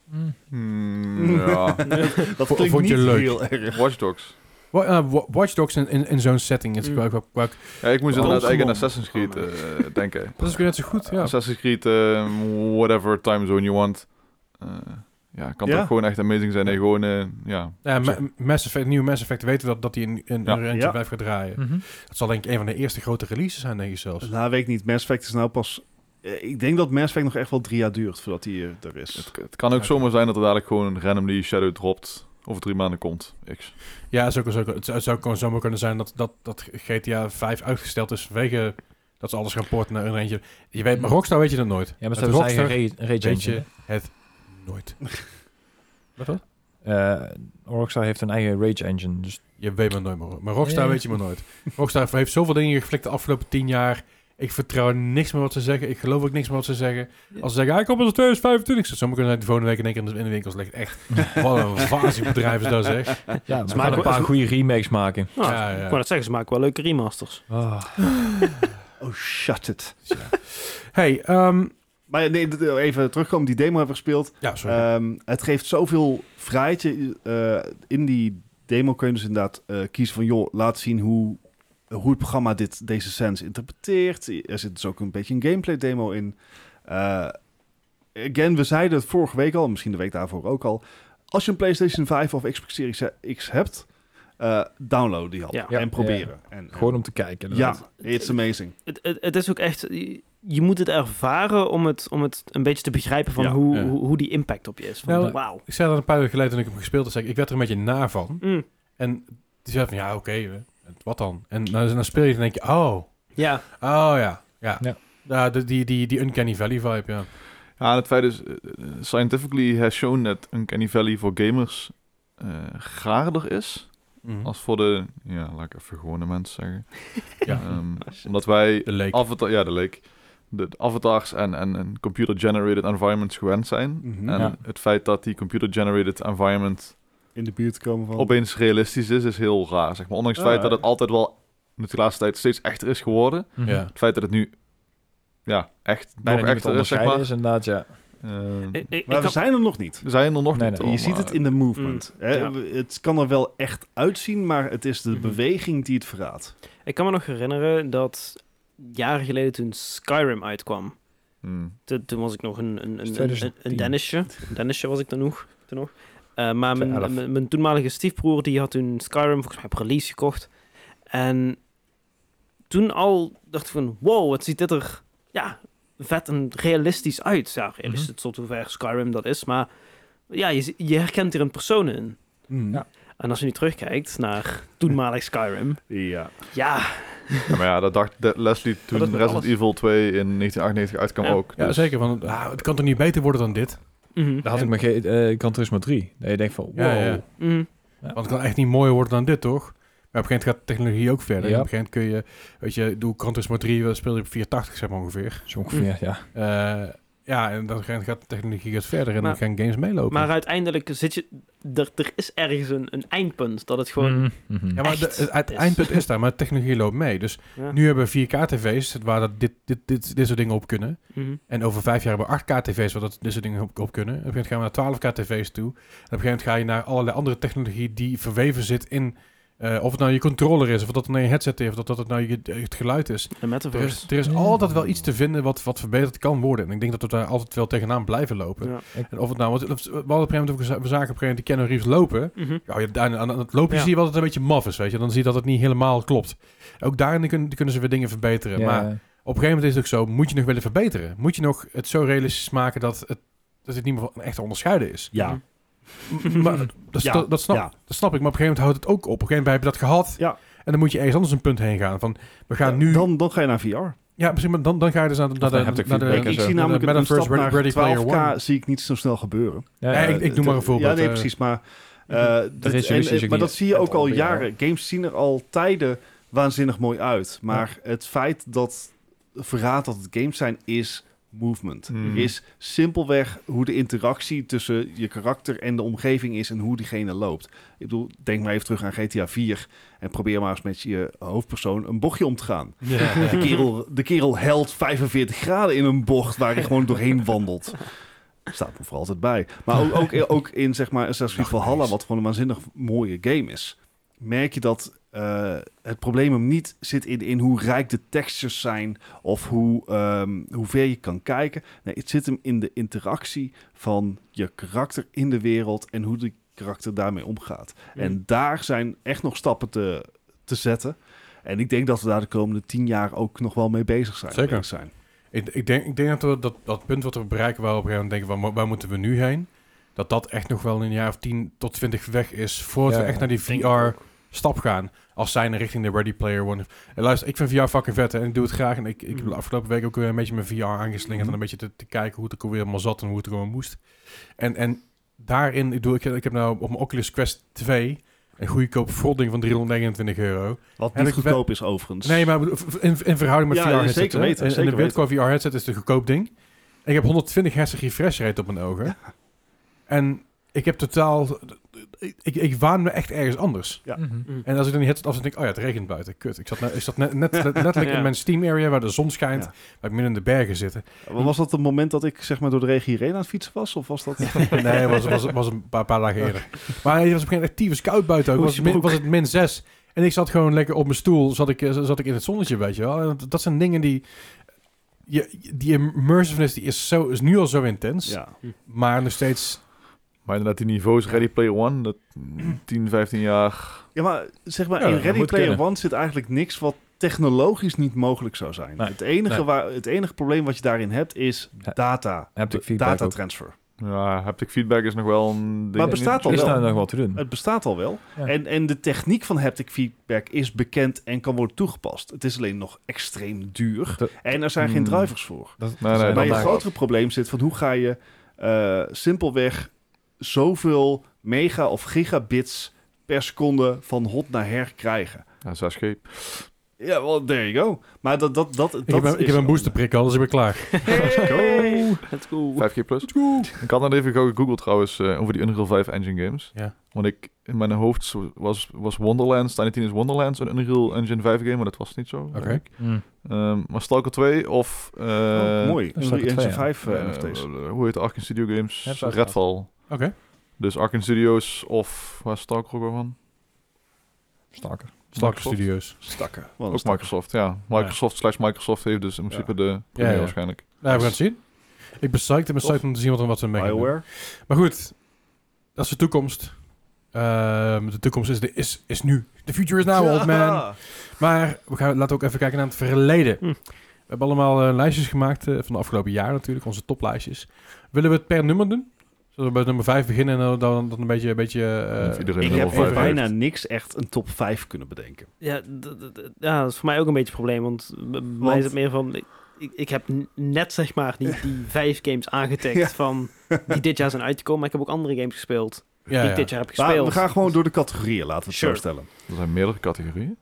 Ja. Dat Vond klinkt je niet leuk? heel erg. Watch Dogs. Watch Dogs in zo'n setting is Mm. Ja, ik moest inderdaad eigenlijk aan man. Assassin's Creed denken. Dat is weer net zo goed, ja. Assassin's Creed, whatever time zone you want. Kan toch gewoon echt amazing zijn. En gewoon, Mass Effect, nieuwe Mass Effect weten dat die in Engine 5 gaat draaien. Mhm. Dat zal denk ik een van de eerste grote releases zijn, denk ik zelfs. Nou, weet ik niet. Mass Effect is nou pas... ik denk dat Mass Effect nog echt wel 3 jaar duurt voordat hij er is. Het kan ook zomaar zijn dat er dadelijk gewoon randomly Shadow dropt. Over 3 maanden komt. X. Ja, het zou gewoon zomaar kunnen zijn dat GTA 5 uitgesteld is vanwege Dat ze alles gaan porten naar een eentje. Je weet, maar Rockstar weet je dat nooit. Ja, maar ze Met hebben zijn Rockstar eigen rage weet je engine. het nooit. Wat? Rockstar heeft een eigen rage engine. Dus Je weet maar nooit meer. Maar Rockstar weet je maar nooit. Rockstar heeft zoveel dingen geflikt de afgelopen 10 jaar. Ik vertrouw niks meer wat ze zeggen. Ik geloof ook niks meer wat ze zeggen. Als ze zeggen, hij komt als 2025. Sommigen zijn de volgende week in één keer in de winkels ligt. Echt, wat een vasiebedrijf is dat, zeg. ja, we maken gaan een paar wel- goede remakes maken. Nou, Ja, ja. Ik wou net zeggen, ze maken wel leuke remasters. Oh, shut it. Hey, Maar nee, even terugkomen, die demo hebben we gespeeld. ja, sorry. Het geeft zoveel vrijheid. In die demo kun je dus inderdaad kiezen van... joh, laat zien hoe het programma deze scènes interpreteert. Er zit dus ook een beetje een gameplay demo in. Again, we zeiden het vorige week al, misschien de week daarvoor ook al. Als je een PlayStation 5 of Xbox Series X hebt... download die al Ja. en proberen. En, Gewoon om te kijken. ja, it's amazing. Het is ook echt... Je moet het ervaren om het een beetje te begrijpen van Ja. hoe die impact op je is. Van, Nou, wauw. Ik zei dat een paar weken geleden toen ik hem gespeeld had. Zei ik werd er een beetje naar van. Mm. En die zei van, ja, oké, wat dan? En dan speel je en denk je, oh Ja, ja. Ja. Ja, die Uncanny Valley vibe, ja. Ja, en het feit is, scientifically has shown that Uncanny Valley voor gamers gaarder is Mhm. als voor de, ja, laat ik even gewone mensen zeggen. Ja. Omdat wij De leek. de avatars en computer-generated environments gewend zijn. Mhm. En Ja. het feit dat die computer-generated environment In de buurt komen van... opeens realistisch is heel raar, zeg maar. Ondanks het feit dat het altijd wel in de laatste tijd steeds echter is geworden. Mhm. Ja. Het feit dat het nu, ja, echt Bijna nog niet te echter is, zeg onderscheiden maar. is inderdaad, ja. Maar we zijn er nog niet. We zijn er nog Nee, niet. nee. Je hoor, ziet maar- het in de movement. Hè? Ja. Het kan er wel echt uitzien, maar het is de Mhm. beweging die het verraadt. ik kan me nog herinneren dat jaren geleden toen Skyrim uitkwam. Toen was ik nog een 2010. Dennisje. Een Dennisje was ik toen nog. Maar 2011. mijn toenmalige stiefbroer die had toen Skyrim volgens mij op release gekocht. En toen al dacht ik van, wow, wat ziet dit er vet en realistisch uit. Ja, realistisch tot hoever Skyrim dat is. Maar ja, je herkent er een persoon in. Ja. En als je nu terugkijkt naar toenmalig Skyrim. Ja. Ja, Ja, maar ja, dat dacht Leslie toen dat is met Resident alles. Evil 2 in 1998 uitkwam Ja. ook. Ja, Dus- zeker. Van, het kan toch niet beter worden dan dit? mhm. Daar had ik met Gran Turismo 3. Dat je denkt van, wow. Ja, ja. Mhm. Want het kan echt niet mooier worden dan dit, toch? Maar op een gegeven moment gaat de technologie ook verder. Ja. En op een gegeven moment kun je, weet je, doe Gran Turismo 3, speel je op 480, zeg maar ongeveer. Zo ongeveer, ja. Ja, en dan gaat de technologie verder en Maar- dan gaan games meelopen. Maar uiteindelijk zit je... Er is ergens een eindpunt dat het gewoon... Mhm. ja, maar echt het is. eindpunt is daar, maar de technologie loopt mee. Dus Ja. nu hebben we 4K-tv's waar dat dit soort dingen op kunnen. Mhm. En over 5 jaar hebben we 8K-tv's waar dat dit soort dingen op kunnen. Op een gegeven moment gaan we naar 12K-tv's toe. En op een gegeven moment ga je naar allerlei andere technologie die verweven zit in... of het nou je controller is, of dat het nou je headset is, of dat het nou het geluid is. De metaverse. Er is altijd wel iets te vinden wat verbeterd kan worden. En ik denk dat we daar altijd wel tegenaan blijven lopen. Ja. En of het nou... Want we hadden op een gegeven moment ook we zagen op een gegeven moment die Keanu Reeves lopen. Mhm. Ja, aan het loopje Ja. zie je wel dat het een beetje maf is, weet je. Dan zie je dat het niet helemaal klopt. Ook daarin kunnen ze weer dingen verbeteren. Ja. Maar op een gegeven moment is het ook zo, moet je nog willen verbeteren? Moet je nog het zo realistisch maken dat het niet meer van echt te onderscheiden is? Ja. Maar dat Ja. snap ik. Maar op een gegeven moment houdt het ook op. Op een gegeven moment heb je dat gehad. Ja. En dan moet je ergens anders een punt heen gaan. Van, we gaan nu... Dan ga je naar VR. Ja, precies, maar dan ga je dus naar de haptic feedback en Ik zo. zie namelijk een Metaverse stap naar Ready Player 12K One. zie ik niet zo snel gebeuren. Ja, Ja, ik noem maar een voorbeeld. Ja, nee, eh. precies. Maar, resolutie is ook maar niet dat zie je ook al echt jaren. Games zien er al tijden waanzinnig mooi uit. Maar het feit dat verraadt dat het games zijn is movement. Hmm. Is simpelweg hoe de interactie tussen je karakter en de omgeving is en hoe diegene loopt. Ik bedoel, denk maar even terug aan GTA 4 en probeer maar eens met je hoofdpersoon een bochtje om te gaan. Ja. De kerel helt 45 graden in een bocht waar hij gewoon doorheen wandelt. Staat me voor altijd bij. Maar ook in zeg maar Assassin's Creed Valhalla, wat gewoon een waanzinnig mooie game is, merk je dat het probleem hem niet zit in hoe rijk de textures zijn of hoe ver je kan kijken. Nee, het zit hem in de interactie van je karakter in de wereld en hoe de karakter daarmee omgaat. En daar zijn echt nog stappen te zetten. En ik denk dat we daar de komende 10 jaar ook nog wel mee bezig zijn. Zeker. bezig zijn. Ik denk dat we dat punt wat we bereiken, waar we op een gegeven moment denken, waar moeten we nu heen? Dat echt nog wel in een jaar of 10 tot 20 weg is, voordat Ja, we echt naar die denk ik VR ook. stap gaan als zijnde richting de Ready Player One. En luister, ik vind VR fucking vet en ik doe het graag. En ik heb de afgelopen week ook weer een beetje mijn VR aangeslingerd en een beetje te kijken hoe het ook weer helemaal zat en hoe het er gewoon moest. En daarin, ik heb nou op mijn Oculus Quest 2 een goedkoop folding van €329. Wat En niet ik goedkoop is overigens. Nee, maar in verhouding met Ja, VR headset. zeker hè? weten, En zeker de Bitcoin VR headset is een goedkoop ding. En ik heb 120 hertz refresh rate op mijn ogen. En ik heb totaal... Ik waan me echt ergens anders. Ja. En als ik dan die headset af zet, denk ik, oh ja, het regent buiten. Kut. Ik zat letterlijk Ja. in mijn Steam area waar de zon schijnt. Ja. Waar ik midden in de bergen zit. Was dat het moment dat ik zeg maar door de regen hierheen aan het fietsen was? Of was dat... Nee, het was een paar dagen eerder. Maar het was op een gegeven moment echt tyfus koud buiten ook. Was het -6. En ik zat gewoon lekker op mijn stoel. Zat ik in het zonnetje, weet je wel. En dat zijn dingen die... Die immersiveness die is nu al zo intens. Ja. Maar nog steeds... Maar inderdaad, die niveaus Ready Player One, dat 10, 15 jaar... Ja, maar zeg maar, Ja, in dat Ready moet Player kunnen. One zit eigenlijk niks wat technologisch niet mogelijk zou zijn. Nee. Het enige probleem wat je daarin hebt is data. Haptic feedback Data ook. transfer. Ja, haptic feedback is nog wel een ding. Maar bestaat al Is wel. daar nog wat te doen? Het bestaat al wel. Ja. En de techniek van haptic feedback is bekend en kan worden toegepast. Het is alleen nog extreem duur. En er zijn geen drivers voor. Nee, Maar dan je daar- grotere probleem zit van hoe ga je simpelweg zoveel mega of gigabits per seconde van hot naar her krijgen. Ja, 6G. Ja, well, there you go. Maar Ik heb een boosterprik al, dus ik ben klaar. Hey. Let's go. 5G plus. Ik had net even gauw gegoogeld trouwens over die Unreal 5 engine games. Ja. Want ik in mijn hoofd was Wonderlands, Tiny Tina's Wonderlands een Unreal Engine 5 game, maar dat was niet zo. Oké. denk ik. Maar Stalker 2 of... Mooi. dat is ook Unreal twee, Engine ja. 5 NFT's. Hoe heet de Arkane Studio Games? Ja, dat is Redfall. Oké. Dus Arkane Studios of waar is Stalker ook weer van? Stalker. Stalker Microsoft. Studios. Stakken. Wat een Ook stakker. Microsoft, ja. Microsoft heeft dus in principe de premier Ja. waarschijnlijk. Nou, we gaan het zien. Ik ben psyched om te zien wat we mee gaan doen. BioWare. Maar goed, dat is de toekomst. De toekomst is nu. The future is now, old man. Maar laten we ook even kijken naar het verleden. We hebben allemaal lijstjes gemaakt van de afgelopen jaar natuurlijk, onze toplijstjes. Willen we het per nummer doen? Zullen we bij nummer 5 beginnen en dan een beetje Of iedereen Ik er heb wel voor vijf bijna heeft. niks echt een top 5 kunnen bedenken. Ja, ja, dat is voor mij ook een beetje het probleem. Want bij mij is het meer van... Ik heb net zeg maar die 5 games aangetikt Ja. van die dit jaar zijn uitgekomen. Maar ik heb ook andere games gespeeld die Ja, ik dit jaar heb Maar gespeeld. we gaan gewoon door de categorieën, laten we het Sure. zo stellen. Er zijn meerdere categorieën.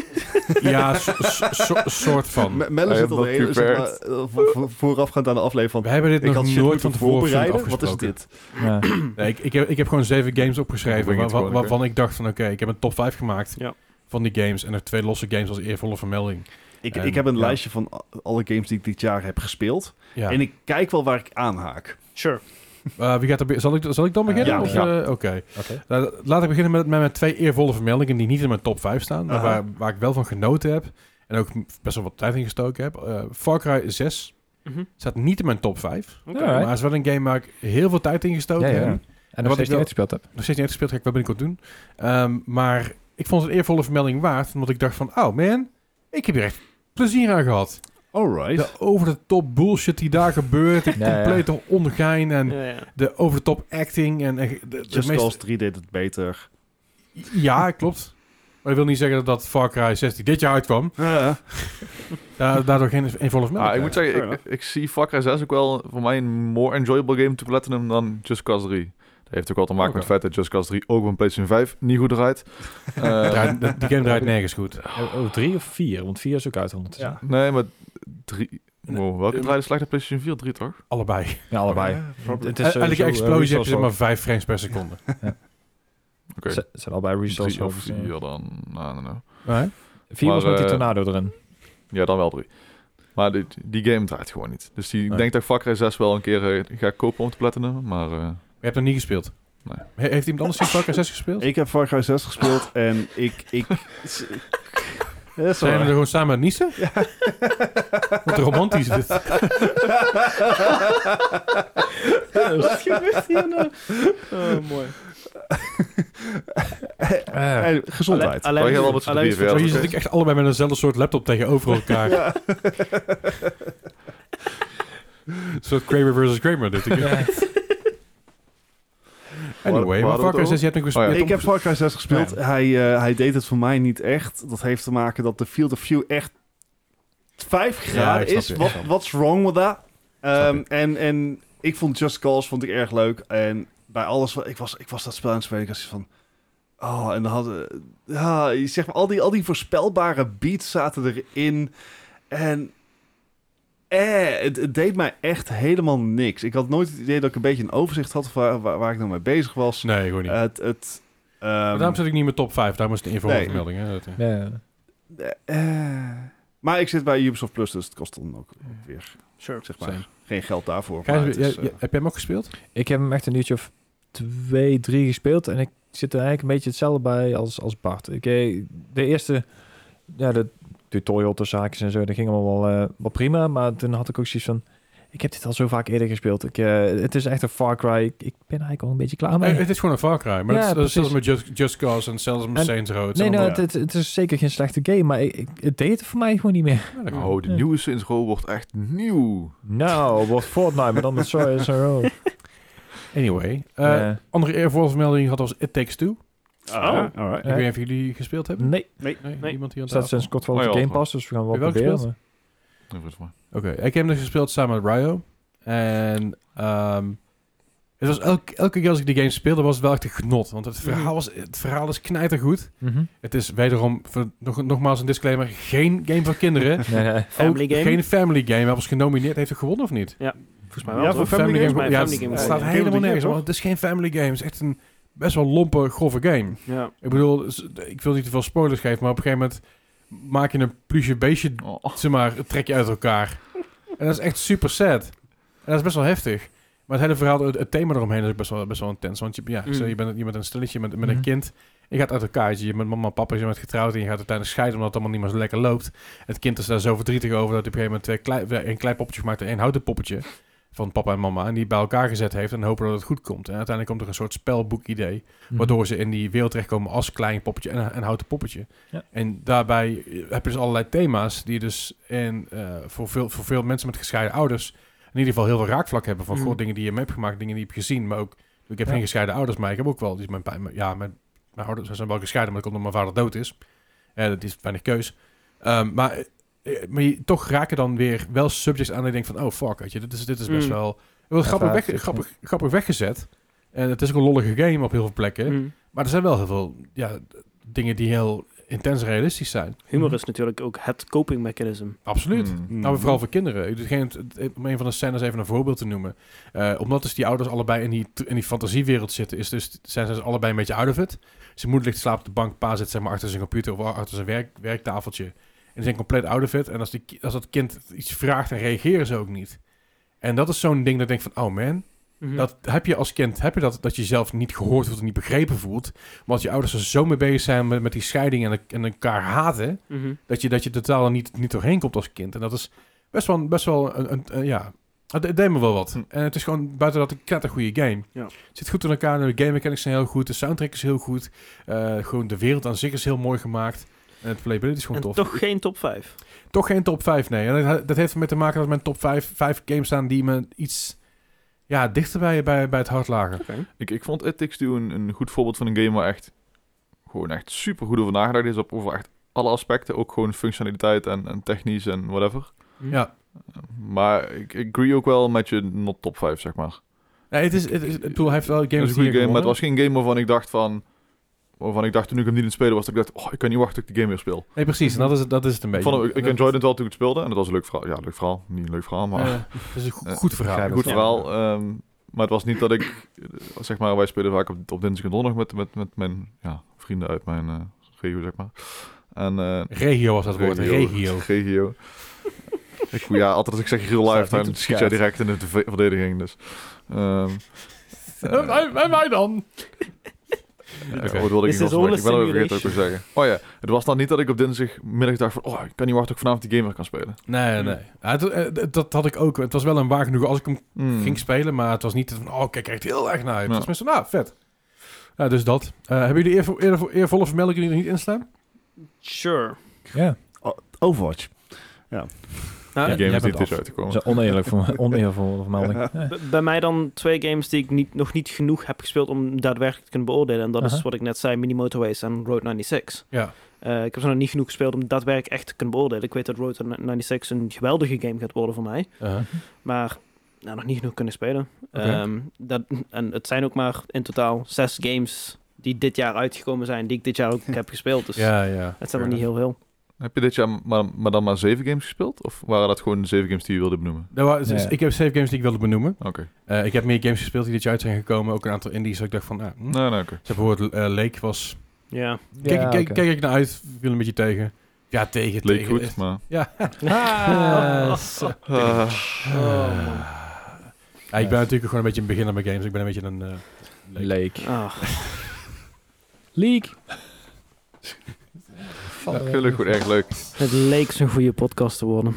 ja, soort van. Melle I zit am al de not hele, zeg prepared. maar, voorafgaand aan de aflevering We van... hebben dit Ik had nog shit nooit moeten van tevoren voorbereiden. Wat is afgesproken. dit? Nee, ik heb gewoon 7 games Ik opgeschreven breng het gewoon, waarvan ik dacht van oké, ik heb een top 5 gemaakt Ja. van die games. En er 2 losse games als eervolle vermelding. En, Ik heb een ja. lijstje van alle games die ik dit jaar heb gespeeld. Ja. En ik kijk wel waar ik aanhaak. Sure. Wie gaat er zal ik dan beginnen? Ja. Of, Ja. Oké. Nou, laat ik beginnen met mijn 2 eervolle vermeldingen die niet in mijn top 5 staan. Maar Aha. waar ik wel van genoten heb. En ook best wel wat tijd in gestoken heb. Far Cry 6 Mhm. staat niet in mijn top 5. Oké. Alright. Maar het is wel een game waar ik heel veel tijd in gestoken Ja, ja. heb. En wat nog ik steeds wel- niet uitgespeeld heb. Nog steeds niet uitgespeeld, ga ik wel binnenkort doen. Maar ik vond het een eervolle vermelding waard. Omdat ik dacht van, oh man, ik heb hier echt plezier aan gehad. Alright. De over-the-top bullshit die daar gebeurt. De Ja, ja. complete ongein en Ja. de over-the-top acting. En de Just meeste- Cause 3 deed het beter. Ja, klopt. Maar dat wil niet zeggen dat Far Cry 6 die dit jaar uitkwam, daardoor geen eervolle vermelding Ah, ik moet krijgt. zeggen, ik zie Far Cry 6 ook wel voor mij een more enjoyable game to platinum dan Just Cause 3. Dat heeft ook wel te maken Oké. met het feit dat Just Cause 3 ook op een PlayStation 5 niet goed draait. Die game draait nergens goed. 3 of 4? Want 4 is ook uit ondertussen. Ja. Nee, maar 3... Wow, welke draaide slecht op PlayStation 4? 3 toch? Allebei. Ja, allebei. Het is Elke sowieso, explosie heb je zeg maar resource 5 frames per seconde. Oké. Ze zijn allebei 3 resource of hogs. 4 dan. I don't know. Nee? 4 was Maar, met die tornado erin. Ja, dan wel 3. Maar die game draait gewoon niet. Dus ik Nee. denk dat ik Far Cry 6 wel een keer ga kopen om te platinum. Maar Je hebt nog niet gespeeld? Nee. Heeft iemand anders Far Cry 6 gespeeld? Ik heb Far Cry 6 gespeeld en ik Ja, dat is Zijn we er waar. gewoon samen met Nice? Wat romantisch is dit. Wat gebeurt hier nou? Oh, mooi. Gezondheid. Wij gaan wel met z'n alleen drieën Zo, verder. hier zit ik echt allebei met dezelfde soort laptop tegenover elkaar. Ja. Een soort Kramer versus Kramer dit. Anyway, maar Far Cry 6, je hebt nog gespeeld. Ik heb Far Cry 6 gespeeld. Ja. Hij deed het voor mij niet echt. Dat heeft te maken dat de field of view echt 5 graden is. What's wrong with that? En ik vond Just Cause vond ik erg leuk. En bij alles wat ik was dat spel aan het spelen. Ik was van... Oh, en dan hadden... zeg maar, al die voorspelbare beats zaten erin. En... het deed mij echt helemaal niks. Ik had nooit het idee dat ik een beetje een overzicht had waar ik nou mee bezig was. Nee, gewoon niet. Daarom zit ik niet in mijn top 5. Daar moest de infovermelding. Maar ik zit bij Ubisoft Plus, dus het kost dan ook weer zeg maar, geen geld daarvoor. Heb jij hem ook gespeeld? Ik heb hem echt een uurtje of 2, 3 gespeeld. En ik zit er eigenlijk een beetje hetzelfde bij als Bart. De eerste... Ja, de tutorial tussen haakjes en zo, dat ging allemaal wel prima. Maar toen had ik ook zoiets van... Ik heb dit al zo vaak eerder gespeeld. Het is echt een Far Cry. Ik ben eigenlijk al een beetje klaar mee. Het is gewoon een Far Cry. Maar dat is zelfs met Just Cause en zelfs met Saints Row. Het is zeker geen slechte game. Maar het deed het voor mij gewoon niet meer. De nieuwe Saints Row wordt echt nieuw. Nou, wordt Fortnite, maar dan met Saints Row. Anyway. Andere eervoormelding had als It Takes Two. Alright. Ik weet niet of jullie gespeeld hebben. Nee. Iemand die aan staat sinds kort wel op de Game Pass, dus we gaan wel proberen. Oké, ik heb hem dus gespeeld samen met Ryo. En het was elke keer als ik die game speelde, was het wel echt een genot. Want het verhaal is knijtergoed. Mm-hmm. Het is wederom, nogmaals een disclaimer, geen game voor kinderen. Family game. Geen family game. Hij was genomineerd. Heeft hij gewonnen of niet? Ja, volgens mij wel. Ja, voor family game. Het staat helemaal nergens. Want het is geen family game. Het is echt een best wel lompe, grove game. Ja. Ik bedoel, ik wil niet te veel spoilers geven, maar op een gegeven moment maak je een pluche beestje, zeg maar, trek je uit elkaar. En dat is echt super sad. En dat is best wel heftig. Maar het hele verhaal, het thema eromheen is best wel intens. Want je bent een stelletje met een kind. Je gaat uit elkaar. Je met mama en papa, je bent getrouwd en je gaat uiteindelijk scheiden omdat het allemaal niet meer zo lekker loopt. Het kind is daar zo verdrietig over dat hij op een gegeven moment een klein poppetje gemaakt en één houten poppetje van papa en mama. En die bij elkaar gezet heeft en hopen dat het goed komt. En uiteindelijk komt er een soort spelboek idee. Waardoor ze in die wereld terechtkomen als klein poppetje en houten poppetje. Ja. En daarbij heb je dus allerlei thema's die dus voor veel mensen met gescheiden ouders in ieder geval heel veel raakvlak hebben van dingen die je mee hebt gemaakt, dingen die je hebt gezien. Maar ook, ik heb geen gescheiden ouders, maar ik heb ook wel, dus mijn ouders zijn wel gescheiden, maar dat komt omdat mijn vader dood is. Dat is weinig keus. Maar toch raken dan weer wel subjects aan en je denkt van, oh fuck, weet je, dit is best wel grappig weggezet. En het is ook een lollige game op heel veel plekken. Maar er zijn wel heel veel dingen die heel intens realistisch zijn. Humor is natuurlijk ook het coping mechanism. Absoluut. Nou, vooral voor kinderen. Om een van de scènes even een voorbeeld te noemen. Omdat dus die ouders allebei in die fantasiewereld zitten, zijn ze allebei een beetje out of it. Zijn moeder ligt te slapen op de bank, pa zit zeg maar achter zijn computer of achter zijn werktafeltje. En die zijn compleet out of it. En als dat kind iets vraagt, dan reageren ze ook niet. En dat is zo'n ding dat ik denk van, oh man, dat heb je als kind, dat je jezelf niet gehoord voelt en niet begrepen voelt. Maar als je ouders er zo mee bezig zijn met die scheiding en elkaar haten, dat je totaal niet doorheen komt als kind. En dat is best wel het deed me wel wat. En het is gewoon buiten dat een goede game. Ja. Het zit goed in elkaar, de game mechanics zijn heel goed, de soundtrack is heel goed. Gewoon de wereld aan zich is heel mooi gemaakt. En het playability is gewoon tof. Toch geen top 5? Toch geen top 5, nee. En dat heeft ermee te maken dat mijn top 5 games staan die me iets dichter bij het hart lagen. Okay. Ik vond It Takes Two een goed voorbeeld van een game waar echt super goed over nagedacht is. Over echt alle aspecten. Ook gewoon functionaliteit en technisch en whatever. Ja. Maar ik agree ook wel met je not top 5, zeg maar. Nee, hij heeft wel games een goede game, maar het was geen game waarvan ik dacht toen ik hem niet in het spelen was, dat ik dacht, ik kan niet wachten tot ik de game weer speel. Nee, precies. En dat is het een beetje. Ik enjoyde het wel toen ik het speelde en dat was een leuk verhaal. Ja, leuk verhaal. Niet een leuk verhaal, maar... het is een goed verhaal. Goed verhaal. Maar het was niet dat ik... zeg maar, wij spelen vaak op dinsdag en donderdag met mijn vrienden uit mijn regio, zeg maar. En, regio was dat woord. Regio. Altijd als ik zeg real life, dan schiet jij direct in de verdediging. Dus. En mij dan? Wat wilde ik nog zeggen? Ik ben even vergeten wat ik wil zeggen. Oh ja, het was dan niet dat ik op dinsdagmiddag dacht van, ik kan niet wachten tot ik vanavond die game kan spelen. Nee. Dat had ik ook. Het was wel een waar genoeg als ik hem ging spelen, maar het was niet van, kijk, echt heel erg naar uit. Het was mensen vet. Ja, dus dat. Hebben jullie eervolle vermeldingen die er niet in staan? Sure. Ja. Overwatch. Ja. Nou, Die game jij is bent niet af. uitgekomen. Dat is een oneervolle vermelding. Ja. Bij mij dan 2 games die ik nog niet genoeg heb gespeeld om daadwerkelijk te kunnen beoordelen. En dat is wat ik net zei, Mini Motorways en Road 96. Ja. Ik heb ze nog niet genoeg gespeeld om daadwerkelijk echt te kunnen beoordelen. Ik weet dat Road 96 een geweldige game gaat worden voor mij. Maar nog niet genoeg kunnen spelen. Oké. En het zijn ook maar in totaal 6 games die dit jaar uitgekomen zijn, die ik dit jaar ook heb gespeeld. Dus Ja. het zijn er niet heel veel. Heb je dit jaar maar dan maar 7 games gespeeld? Of waren dat gewoon de 7 games die je wilde benoemen? Dus ik heb 7 games die ik wilde benoemen. Oké. Ik heb meer games gespeeld die dit jaar uit zijn gekomen. Ook een aantal indies. Dat ik dacht van, Nee, oké. Zo bijvoorbeeld Lake was... Ja. Kijk ik naar uit. Viel een beetje tegen. Ja, tegen. Het leek tegen. goed, maar... Ja. Ja, ik ben natuurlijk gewoon een beetje een beginner bij games. Ik ben een beetje een... Leek. Leak. Ja, gelukkig goed, erg leuk. Het leek zo'n goede podcast te worden.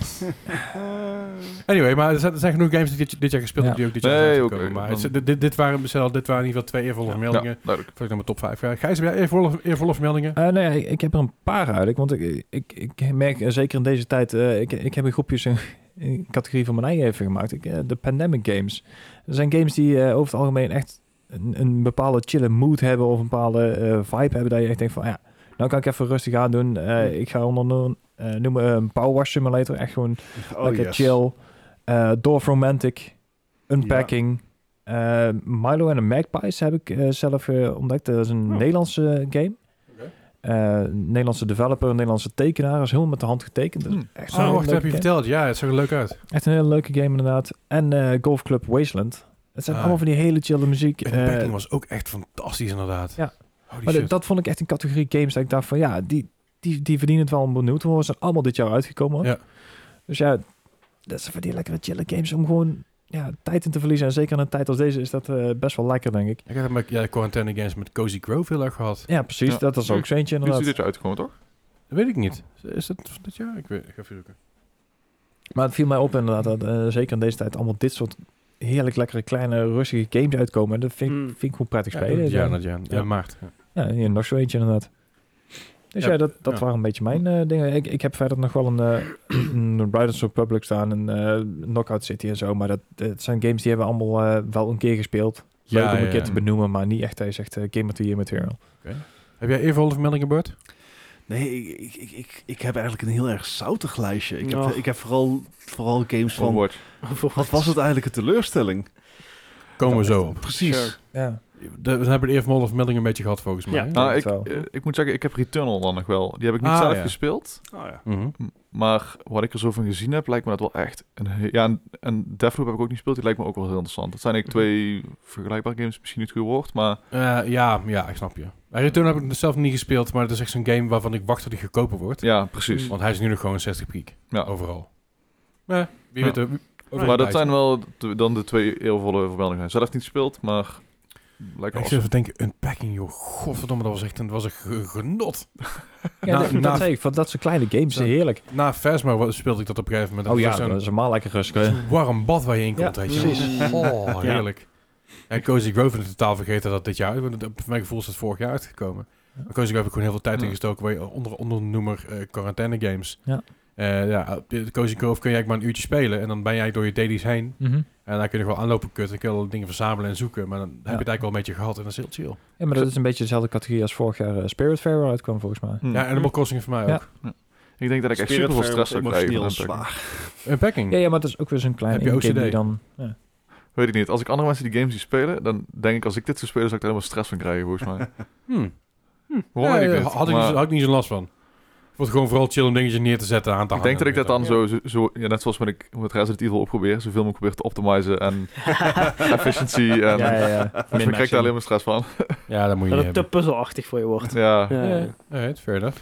Anyway, maar er zijn genoeg games die dit jaar gespeeld hebben die ook dit jaar zijn Nee, uitgekomen. oké. Maar dit waren in ieder geval 2 eervolle vermeldingen. Ja, duidelijk. Voor ik naar mijn top 5 ga. Gijs, heb jij eervolle vermeldingen? Nee, ik heb er een paar eigenlijk. Want ik merk, zeker in deze tijd... ik heb in groepjes een categorie van mijn eigen even gemaakt. De Pandemic Games. Er zijn games die over het algemeen echt een bepaalde chille mood hebben... of een bepaalde vibe hebben dat je echt denkt van... ja, nou kan ik even rustig aan doen. Ik ga noemen een Power Wash Simulator. Echt gewoon lekker chill. Dorf Romantic. Unpacking. Milo and the Magpies heb ik zelf ontdekt. Dat is een Nederlandse game. Nederlandse developer, Nederlandse tekenaar. Is helemaal met de hand getekend. Dus echt zo'n Wacht, leuke heb je game. verteld. Ja, het zag er leuk uit. Echt een hele leuke game inderdaad. En Golf Club Wasteland. Het zijn allemaal van die hele chille muziek. Unpacking was ook echt fantastisch inderdaad. Ja. Holy Maar shit. dat vond ik echt een categorie games dat ik dacht van ja, die verdienen het wel om benieuwd te worden. Ze zijn allemaal dit jaar uitgekomen. Ja. Dus ja, dat zijn van die lekkere chille games om gewoon tijd in te verliezen. En zeker in een tijd als deze is dat best wel lekker, denk ik. Ik heb met quarantine games met Cozy Grove heel erg gehad. Ja, precies. Ja. Dat is ook zo eentje Die is inderdaad. dit jaar uitgekomen, toch? Dat weet ik niet. Is dat van dit jaar? Ik ga even zoeken. Maar het viel mij op inderdaad dat zeker in deze tijd allemaal dit soort heerlijk lekkere kleine rustige games uitkomen. En dat vind ik gewoon prettig spelen. Ja, maart. Ja. Ja, hier nog zo eentje inderdaad. Dus dat waren een beetje mijn dingen. Ik heb verder nog wel een Riders Republic staan, een Knockout City en zo. Maar dat zijn games die hebben we allemaal wel een keer gespeeld. Leuk om een keer te benoemen, maar niet echt, hij zegt Game of the Year material. Okay. Heb jij eervolle vermeldingen, Bert? Nee, ik heb eigenlijk een heel erg zoutig lijstje. Ik heb vooral games van... Overwatch. Wat was het eigenlijk een teleurstelling? Komen we zo op. Precies. Sure. Ja. We hebben de eervolle vermeldingen een beetje gehad volgens mij. Ja. hè? Nou, ik moet zeggen, ik heb Returnal dan nog wel. Die heb ik niet zelf gespeeld. Oh, ja. Mhm. Maar wat ik er zo van gezien heb, lijkt me dat wel echt... En Deathloop heb ik ook niet gespeeld. Die lijkt me ook wel heel interessant. Het zijn eigenlijk 2 vergelijkbare games. Misschien niet het goede woord, maar... Ja, ik snap je. Return heb ik zelf niet gespeeld, maar het is echt zo'n game waarvan ik wacht tot hij goedkoper wordt. Ja, precies. Want hij is nu nog gewoon 60 piek. Ja. Overal. Wie Ja. weet. Maar dat zijn wel dan de 2 eervolle vermeldingen. Zelf niet gespeeld, maar... Lijkt Ik me zit even te denken, Unpacking, joh. Godverdomme, dat was echt een genot. Ja, Na- dat zei ik. Van dat soort kleine games, heerlijk. Na Phasma speelde ik dat op een gegeven moment. Oh ja, was dat zo'n is helemaal lekker rustig. zo'n warm bad waar je in komt, Ja, weet je. precies. Oh, heerlijk. En Cozy Grove in totaal vergeten dat dit jaar... Voor mijn gevoel is het vorig jaar uitgekomen. Maar Cozy Grove heb ik gewoon heel veel tijd ingestoken... waar je onder noemer quarantaine games. Ja. Cozy Grove kun je eigenlijk maar een uurtje spelen... en dan ben jij door je dailies heen... Mhm. En dan kun je nog wel aanlopen kutten. Dan kun je al dingen verzamelen en zoeken. Maar dan heb je het eigenlijk wel een beetje gehad. En dat is heel chill. Ja, maar dat is een beetje dezelfde categorie als vorig jaar Spiritfarer uitkwam, volgens mij. Ja, Animal Crossing voor mij Ja. ook. Ik denk dat ik echt super veel stress zou krijgen. van Unpacking. zwaar. Unpacking. Ja, maar dat is ook weer zo'n klein Heb je game OCD? die dan... Ja. Weet ik niet. Als ik andere mensen die games die spelen, dan denk ik als ik dit zou spelen, zou ik er helemaal stress van krijgen, volgens mij. Waarom weet ik niet. Had ik niet zo last van. Het wordt gewoon vooral chill om dingetjes neer te zetten, aan te Ik hangen. denk dat ik dat dan zo net zoals met Resident Evil opprobeer, zoveel mogelijk probeer te optimizen en efficiency. En dus dan krijg ik daar alleen maar stress van. Ja, dat moet je Dat niet het te hebben. puzzelachtig voor je wordt. Ja. Ja. Alright, fair enough.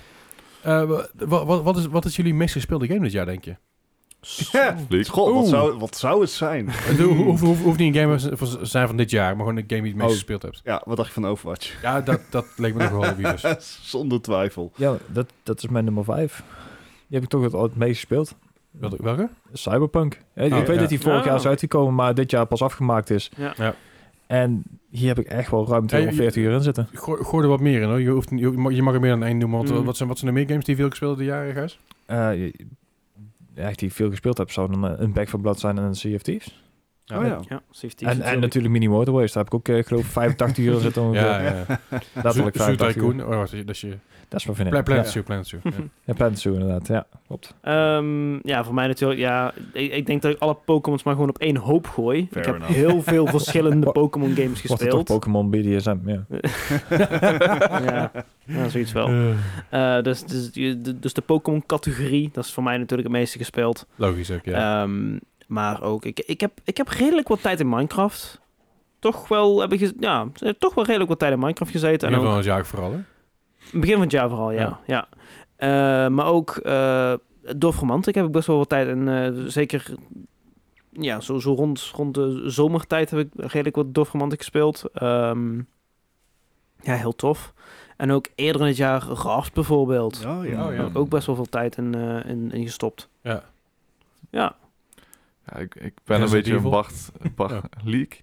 Wat is jullie meest gespeelde game dit jaar, denk je? League. God, wat zou het zijn? Het hoeft niet een game te zijn van dit jaar, maar gewoon een game die je het meest gespeeld hebt. Ja, wat dacht je van Overwatch? Ja, dat leek me nog wel obvious. Zonder twijfel. Ja, dat is mijn nummer 5. Die heb ik toch het meest gespeeld. Welke? Cyberpunk. Ik weet ja. dat die vorig jaar is uitgekomen, maar dit jaar pas afgemaakt is. Ja. En hier heb ik echt wel ruim 240 uur in zitten. Gooi er wat meer in, hoor. Je mag er meer dan één noemen. Want Mm. wat zijn er meer games die veel gespeeld dit jaar, Gijs? echt die ik veel gespeeld heb, zou dan een Back 4 Blood zijn en een Sea of Thieves. Ja. Oh ja. Ja, safety. En natuurlijk Mini Motorways, daar heb ik ook, ik geloof 85 uur zitten ongeveer. Ja. Dat wil ik Zoo 85 uur. Tycoon. Oh, wacht, dat is je... Dat is wel vind Planet Zoo, Planet Zoo. Ja. Ja, Planet Zoo inderdaad, ja, klopt. Ja, voor mij natuurlijk. Ja, ik denk dat ik alle Pokémons maar gewoon op één hoop gooi. Fair ik heb enough. heel veel verschillende Pokémon games Wordt het toch gespeeld. Pokémon BDSM, ja. ja, zoiets wel. Dus de Pokémon-categorie, dat is voor mij natuurlijk het meeste gespeeld. Logisch ook, ja. Maar ook, ik heb redelijk wat tijd in Minecraft. Toch wel redelijk wat tijd in Minecraft gezeten. En En ook, van het jaar vooral, hè? begin van het jaar vooral, ja. Maar ook Dorf Romantic heb ik best wel wat tijd. En zeker zo rond de zomertijd heb ik redelijk wat Dorf Romantic gespeeld. Ja, heel tof. En ook eerder in het jaar Raft bijvoorbeeld. Oh ja. Oh, ja. Heb ik ook best wel veel tijd in gestopt. Ja. Ja. Ja, ik ben een Resident beetje Evil. een Bart leak.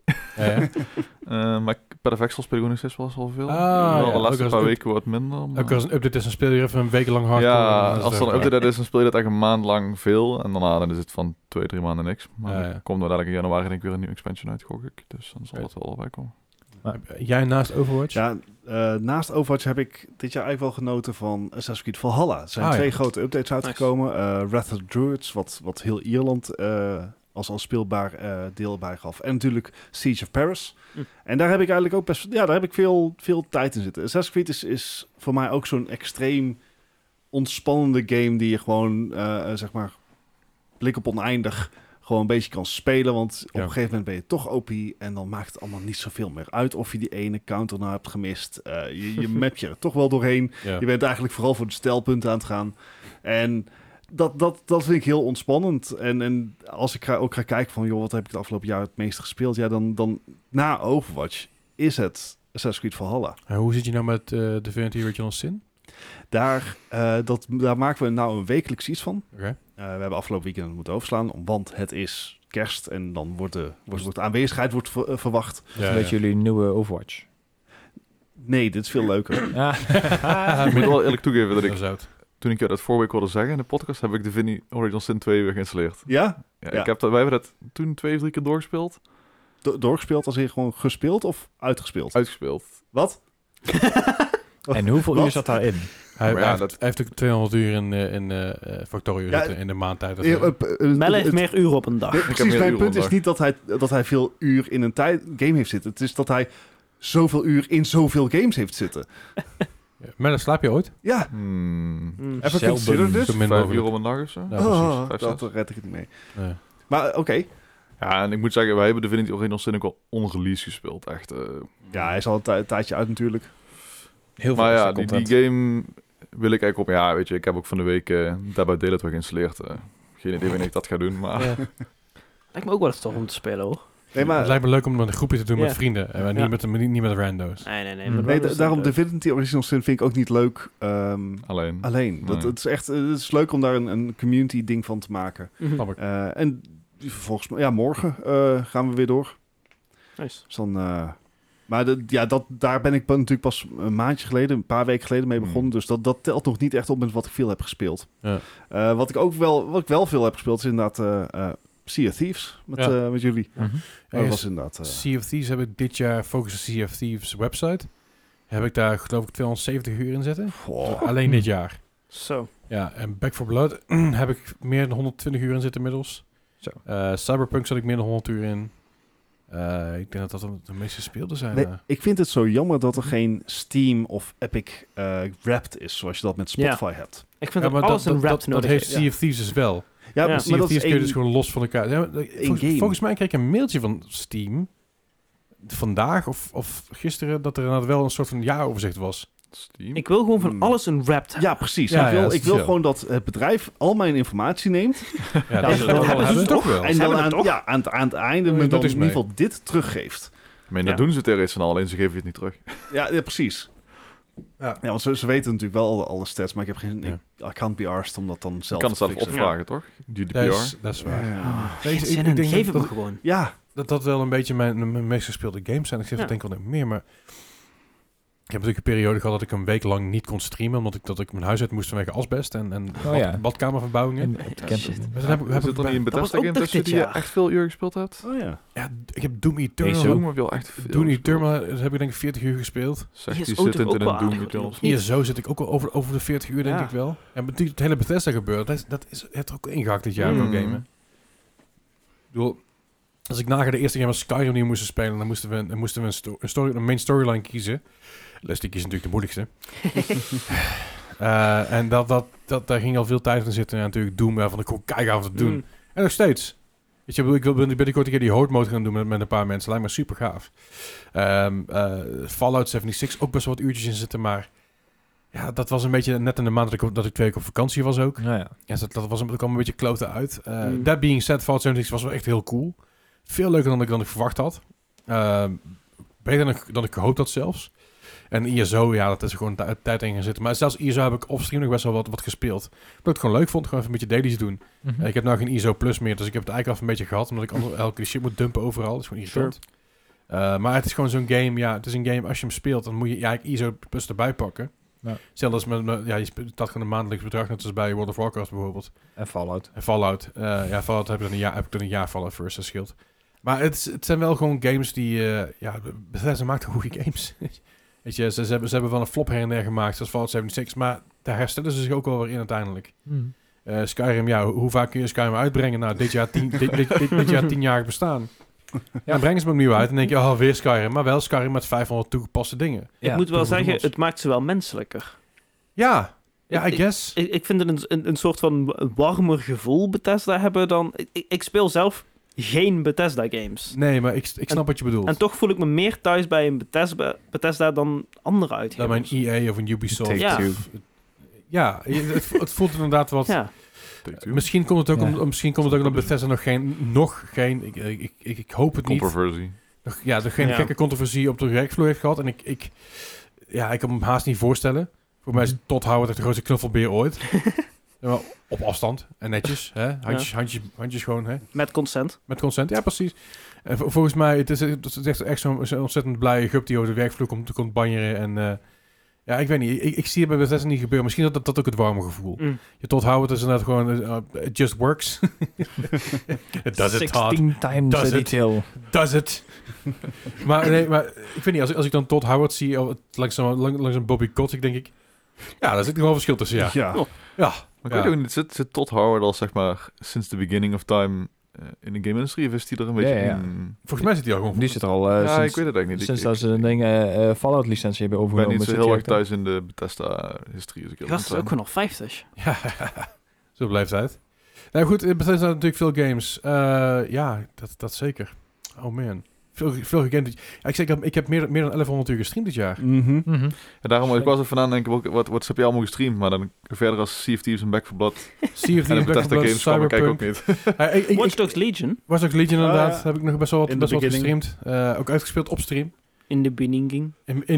Maar Path of Exile speel ik ook nog steeds wel veel. Ah, Wel ja. de laatste Ook als paar een- weken wat minder. Maar... Ook als een update is, dan speel je even een week lang hardcore. Ja, En dan als is er het een ook update is, dan speel je dat echt een maand lang veel. En daarna dan is het van 2-3 maanden niks. Maar Ja, ja. dan komt er dadelijk in januari denk ik weer een nieuwe expansion uit, gok ik. Dus dan zal dat wel bij komen. Jij naast Overwatch? Ja, naast Overwatch heb ik dit jaar eigenlijk wel genoten van Assassin's Creed Valhalla. Er zijn Ah, ja. 2 grote updates uitgekomen. Wrath of the Druids, wat heel Ierland als speelbaar deel bijgaf. En natuurlijk Siege of Paris. En daar heb ik eigenlijk ook daar heb ik veel tijd in zitten. Assassin's Creed is voor mij ook zo'n extreem ontspannende game die je gewoon, zeg maar, blik op oneindig gewoon een beetje kan spelen. Want op Ja. een gegeven moment ben je toch OP en dan maakt het allemaal niet zoveel meer uit of je die ene counter nou hebt gemist. Je map je er toch wel doorheen. Ja. Je bent eigenlijk vooral voor de stelpunten aan het gaan. En dat vind ik heel ontspannend. En als ik ook ga kijken van, joh, wat heb ik het afgelopen jaar het meeste gespeeld? Ja, dan na Overwatch is het Assassin's Creed Valhalla. En hoe zit je nou met Divinity Original Sin? Daar maken we nou een wekelijks iets van. Oké. We hebben afgelopen weekend moeten overslaan, want het is kerst en dan wordt de aanwezigheid verwacht. Dat is een beetje jullie nieuwe Overwatch. Nee, dit is veel leuker. Ja. Ik moet wel eerlijk toegeven dat Dat ik, is oud. toen ik jou dat vorige week wilde zeggen in de podcast, heb ik Divinity Original Sin 2 weer geïnstalleerd. Ja? Ja, Ja. wij hebben dat toen 2 of 3 keer doorgespeeld. Doorgespeeld als in gewoon gespeeld of uitgespeeld? Uitgespeeld. Wat? En hoeveel Wat? uur zat daarin? Hij, Maar ja, hij dat- heeft ook 200 uur in Factorio Ja, zitten in de maandtijd. of Ja, zo. Mel heeft meer uren op een dag. Precies, meer mijn uren punt is op niet dat hij veel uur in een game heeft zitten. Het is dat hij zoveel uur in zoveel games heeft zitten. Melle, slaap je ooit? Ja, Mm. even Zelden. consider this. Zo min 5 uur mogelijk. op een dag of zo. Ja, precies. Oh, 5, dat 6. red ik het niet mee. Nee. Maar oké. Ja, en ik moet zeggen, wij hebben Divinity Original Sin ook wel onreleased gespeeld. Echt. Ja, hij is al een tijdje uit natuurlijk. Heel veel Maar ja, extra die content. game wil ik eigenlijk op... Ja, weet je, ik heb ook van de week Dead by Daylight weer geïnstalleerd. Geen idee wanneer ik dat ga doen, maar... Ja. Lijkt me ook wel eens tof om te spelen, hoor. Nee, Het maar lijkt me leuk om een groepje te doen Ja. met vrienden. En Ja. niet met rando's. Nee. Mm. maar nee, dat is daarom leuk. Divinity Original Sin vind ik ook niet leuk Alleen. alleen. Nee. Het is echt het is leuk om daar een community ding van te maken. Mhm. Snap ik. En volgens mij, ja, morgen gaan we weer door. Nice. Dus dan, maar daar ben ik natuurlijk pas een paar weken geleden mee begonnen. Dus dat telt nog niet echt op met wat ik veel heb gespeeld. Ja. Wat ik wel veel heb gespeeld is inderdaad Sea of Thieves met jullie. Mhm. Dat was inderdaad... Sea of Thieves heb ik dit jaar, focus op Sea of Thieves website. Heb ik daar geloof ik 270 uur in zitten. Alleen dit jaar. Zo. Ja, en Back 4 Blood heb ik meer dan 120 uur in zitten inmiddels. Zo. Cyberpunk zat ik meer dan 100 uur in. Ik denk dat de meeste gespeelde zijn. Nee, ik vind het zo jammer dat er geen Steam of Epic Wrapped is, zoals je dat met Spotify hebt. Ik vind Ja, dat maar alles een rap dat nodig heeft heeft. Sea of Thieves dus wel. Ja, Ja. maar Sea of dat Thieves is kun je dus één... gewoon los van elkaar. Ja, game. volgens mij kreeg ik een mailtje van Steam vandaag of gisteren dat er inderdaad wel een soort van jaaroverzicht was. Steam. Ik wil gewoon van alles een wrapped Ja, precies. Ja, ik wil ja. gewoon dat het bedrijf al mijn informatie neemt. Ja, dat hebben ze toch wel. En Ze dan hebben het toch? aan het einde Ja, me dat dan in is ieder mee. geval dit teruggeeft. Maar dat Ja. doen ze tegen al, alleen ze geven je het niet terug. Ja, precies. Ja. Ja, want ze weten natuurlijk wel alle stats, maar ik heb geen... Ja. I can't be arsed om dat dan Je zelf kan het te zelf fixen. opvragen, toch? GDPR. Dat is waar. Ja. Nee, Geen ik zin in, denk geef het dat- me gewoon. Ja, Dat wel een beetje mijn meest gespeelde games zijn. Ik zeg Ja. denk wel nog meer, maar Ik heb natuurlijk een periode gehad dat ik een week lang niet kon streamen, omdat ik mijn huis uit moest vanwege asbest en badkamerverbouwingen. Shit. Zit er niet een Dat was Bethesda ook game nog tussen dit die je jaar. echt veel uur gespeeld hebt? Oh ja. Ja, ik heb Doom Eternal. Zo. Doom heb je al echt veel Doom gespeeld. Eternal heb ik denk ik 40 uur gespeeld. Zeg, Die die is ook zit toch in ook een wel Doom aardig, Eternal. of Hier niet? zo zit ik ook al over de 40 uur, denk Ja. ik wel. En natuurlijk het hele Bethesda gebeurt. Dat is het ook ingehakt dit jaar van gamen. Ik bedoel, als ik naga de eerste game als Skyrim die we moesten spelen, dan moesten we een main storyline kiezen. Leslie kiest natuurlijk de moeilijkste. En daar ging al veel tijd in zitten. En natuurlijk Doom, waarvan ik gewoon keihard te doen. En nog steeds. Weet je, ik wil binnenkort een keer die horde mode gaan doen met een paar mensen. Lijkt me super gaaf. Fallout 76 ook best wel wat uurtjes in zitten, maar ja, dat was een beetje net in de maand dat ik 2 weken op vakantie was ook. Nou ja. Ja, dat kwam een beetje kloten uit. That being said, Fallout 76 was wel echt heel cool. Veel leuker dan ik verwacht had. Beter dan ik gehoopt had zelfs. En ISO, ja, dat is gewoon tijd in gaan zitten. Maar zelfs ISO heb ik offstream nog best wel wat gespeeld. Omdat ik het gewoon leuk vond, gewoon even een beetje dailies doen. Ik heb nou geen ISO Plus meer, dus ik heb het eigenlijk al een beetje gehad. Omdat ik anders elke shit moet dumpen overal. Dat is gewoon irritant. Maar het is gewoon zo'n game, ja, het is een game, als je hem speelt, dan moet je eigenlijk ISO Plus erbij pakken. Ja. Stel als je betaalt gewoon een maandelijks bedrag, net als bij World of Warcraft bijvoorbeeld. En Fallout. En Fallout. Fallout heb ik dan een jaar Fallout First, dat scheelt. Maar het zijn wel gewoon games die... Bethesda maakt goede games. Weet je, ze hebben wel een flop her en der gemaakt, zoals Fallout 76, maar daar herstellen ze zich ook wel weer in uiteindelijk. Skyrim, ja, hoe vaak kun je Skyrim uitbrengen? Nou, dit jaar 10-jarig bestaan. Ja, dan brengen ze hem opnieuw uit en denk je, oh, weer Skyrim. Maar wel Skyrim met 500 toegepaste dingen. Ik moet wel toegevoegde zeggen, mods. het maakt ze wel menselijker. Ja, I Ik- guess. Ik vind het een soort van warmer gevoel Bethesda hebben dan... Ik speel zelf geen Bethesda games. Nee, maar ik snap wat je bedoelt. En toch voel ik me meer thuis bij een Bethesda dan andere Dan uitgevers. mijn EA of een Ubisoft. Take-Two. Ja, het voelt inderdaad wat... Ja. Misschien komt het ook Ja. omdat Bethesda nog geen ik hoop het niet. Controversy. Nog geen gekke controversie op de werkvloer heeft gehad. En ik kan me haast niet voorstellen. Voor mij is Todd Howard echt de grootste knuffelbeer ooit. Ja, maar op afstand en netjes. Hè? Handjes gewoon, hè? Met consent. Met consent. Ja, precies. En volgens mij, het is echt zo'n ontzettend blije gup die over de werkvloer komt banjeren. En ja, ik weet niet. Ik zie het bij Bethesda niet gebeuren. Misschien dat ook het warme gevoel. Je Todd Howard is inderdaad gewoon... it just works. It does it, Todd. 16 times Does the it? detail. Does it. maar ik weet niet. Als ik dan Todd Howard zie langs een Bobby Kotick, denk ik... Ja, daar zit nog wel verschil tussen, ja. Ja. Ja. Maar ik weet ook niet, zit Todd Howard al zeg maar sinds the beginning of time in de game industry, of is die er een beetje Ja, ja. in? Volgens mij zit hij al gewoon... Die zit er al Ja, sinds, ik weet het eigenlijk niet. sinds Ik dat ze een ding Fallout licentie hebben ben overgenomen. niet zo zit heel hij erg ook thuis in de Bethesda-historie. Die gast is ook gewoon nog 50. Ja, zo blijft het. Nou goed, Bethesda natuurlijk veel games. Ja, dat zeker. Oh man. Veel gegamed. Ja, ik heb meer dan 1100 uur gestreamd dit jaar. Mhm. Ja, daarom, ik was er vandaan en denk ik, wat heb je allemaal gestreamd? Maar dan verder als Sea of Thieves en Back 4 Blood Sea of en de Thieves, Black Bethesda Blood, games kwam ik eigenlijk ook Cyberpunk. niet. Watch Dogs Legion. Was ook Legion inderdaad. ja. Heb ik nog best wel wat In the gestreamd. Ook uitgespeeld op stream. In de beginning.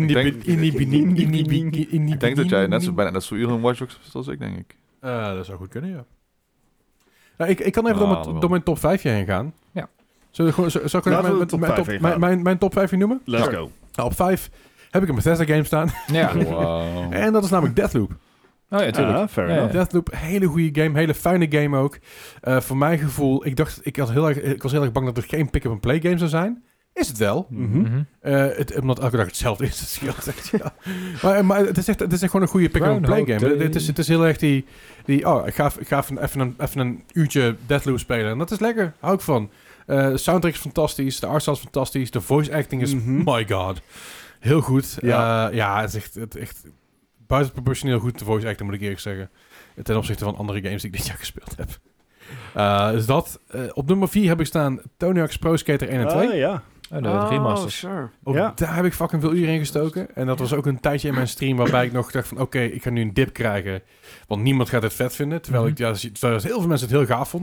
Ik denk dat jij bijna net zo uren in Watch Dogs als ik, denk ik. Dat zou goed kunnen, ja. Nou, ik kan even Ah, door mijn top 5 heen gaan. Ja. Zal ik Laten we de top 5 heen gaan. mijn top 5 noemen? Let's Ja. go. Nou, op 5 heb ik een Bethesda game staan. Ja. Wauw. En dat is namelijk Deathloop. Oh ja, tuurlijk. Ah, fair Ja, enough. ja. Deathloop, hele goede game, hele fijne game ook. Voor mijn gevoel, ik was heel erg bang dat het geen pick-up-and-play game zou zijn. Is het wel. Mhm. Omdat elke dag hetzelfde is. Dat scheelt echt, ja. Maar het is echt gewoon een goede pick-up-and-play Groundhog game. Day. Het is heel erg die ik ga even een uurtje Deathloop spelen. En dat is lekker, hou ik van. De soundtrack is fantastisch, de artstyle is fantastisch, de voice acting is, my god, heel goed. Ja. Het is echt buitenproportioneel goed, de voice acting moet ik eerlijk zeggen. Ten opzichte van andere games die ik dit jaar gespeeld heb. Dus dat. Op nummer 4 heb ik staan Tony Hawk's Pro Skater 1 en 2. Ah, ja. Oh, de remasters. Sure. Ook Ja. daar heb ik fucking veel uren in gestoken. En dat was ook een tijdje in mijn stream waarbij ik nog dacht van... Oké, ik ga nu een dip krijgen. Want niemand gaat het vet vinden. Terwijl, terwijl heel veel mensen het heel gaaf vonden.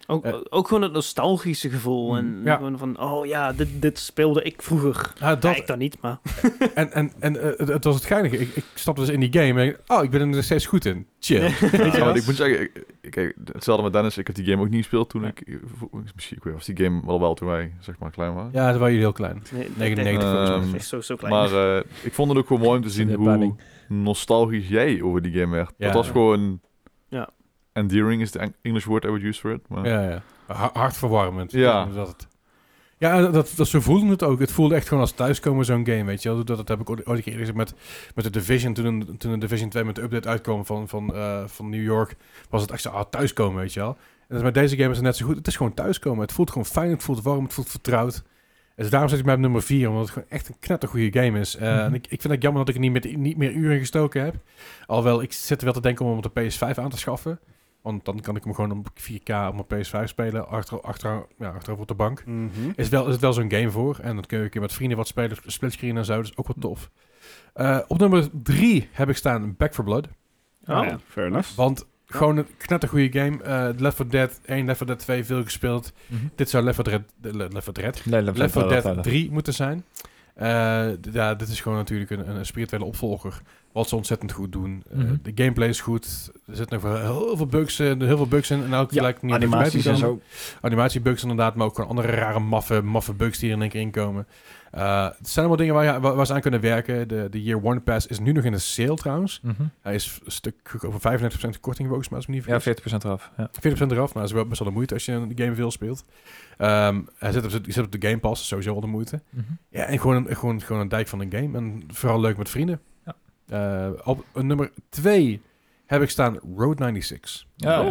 Ook gewoon het nostalgische gevoel. En Ja. gewoon van, oh ja, dit speelde ik vroeger. Dat, Ik dan niet, maar... en het was het geinige. Ik stapte dus in die game en ik ben er nog steeds goed in. Chill. Weet je Ja, wel? want ik moet zeggen, kijk, hetzelfde met Dennis. Ik heb die game ook niet gespeeld toen misschien, ik weet of die game wel toen wij, zeg maar, klein waren. Ja, toen waren jullie heel klein. 99 volgens mij. Zo klein. Maar ik vond het ook gewoon mooi om te zien de hoe planning. nostalgisch jij over die game werd. Ja. Dat was gewoon... Ja. Endearing is the English word I would use for it. Maar... Ja. Hartverwarmend. Ja. Dat is het. Ja, dat zo voelde het ook. Het voelde echt gewoon als thuiskomen zo'n game, weet je wel. Dat heb ik ooit een keer eerder gezegd met de Division. Toen de Division 2 met de update uitkwam van New York, was het echt zo, thuiskomen, weet je wel. En dus met deze game is het net zo goed. Het is gewoon thuiskomen. Het voelt gewoon fijn, het voelt warm, het voelt vertrouwd. Dus daarom zet ik mij op nummer 4, omdat het gewoon echt een knettergoede game is. En ik vind het jammer dat ik er niet meer uren gestoken heb. Alhoewel, ik zit er wel te denken om hem op de PS5 aan te schaffen. Want dan kan ik hem gewoon op 4K op mijn PS5 spelen, achterover op de bank. Is het wel zo'n game voor. En dan kun je een keer met vrienden wat spelen, splitscreen en zo. Dat is ook wel tof. Op nummer 3 heb ik staan Back 4 Blood. Fair enough. Want gewoon een knettergoede game. Left 4 Dead 1, Left 4 Dead 2 veel gespeeld. Dit zou Left 4 Dead 3 moeten zijn. Dit is gewoon natuurlijk een spirituele opvolger. Wat ze ontzettend goed doen. De gameplay is goed. Er zitten nog wel heel veel bugs in. En ook lijkt niet animaties en zo. Animatiebugs inderdaad, maar ook gewoon andere rare maffe bugs die er in één keer inkomen. Het zijn allemaal dingen waar ze aan kunnen werken. De Year One Pass is nu nog in de sale trouwens. Hij is een stuk over 35% korting volgens mij, als ik me niet vergis. Ja, 40% eraf. Ja. 40% eraf, maar dat is wel best wel de moeite als je een game veel speelt. Hij zit op de Game Pass, sowieso wel de moeite. Ja, en gewoon een dijk van een game. En vooral leuk met vrienden. Ja. Op nummer 2 heb ik staan Road 96.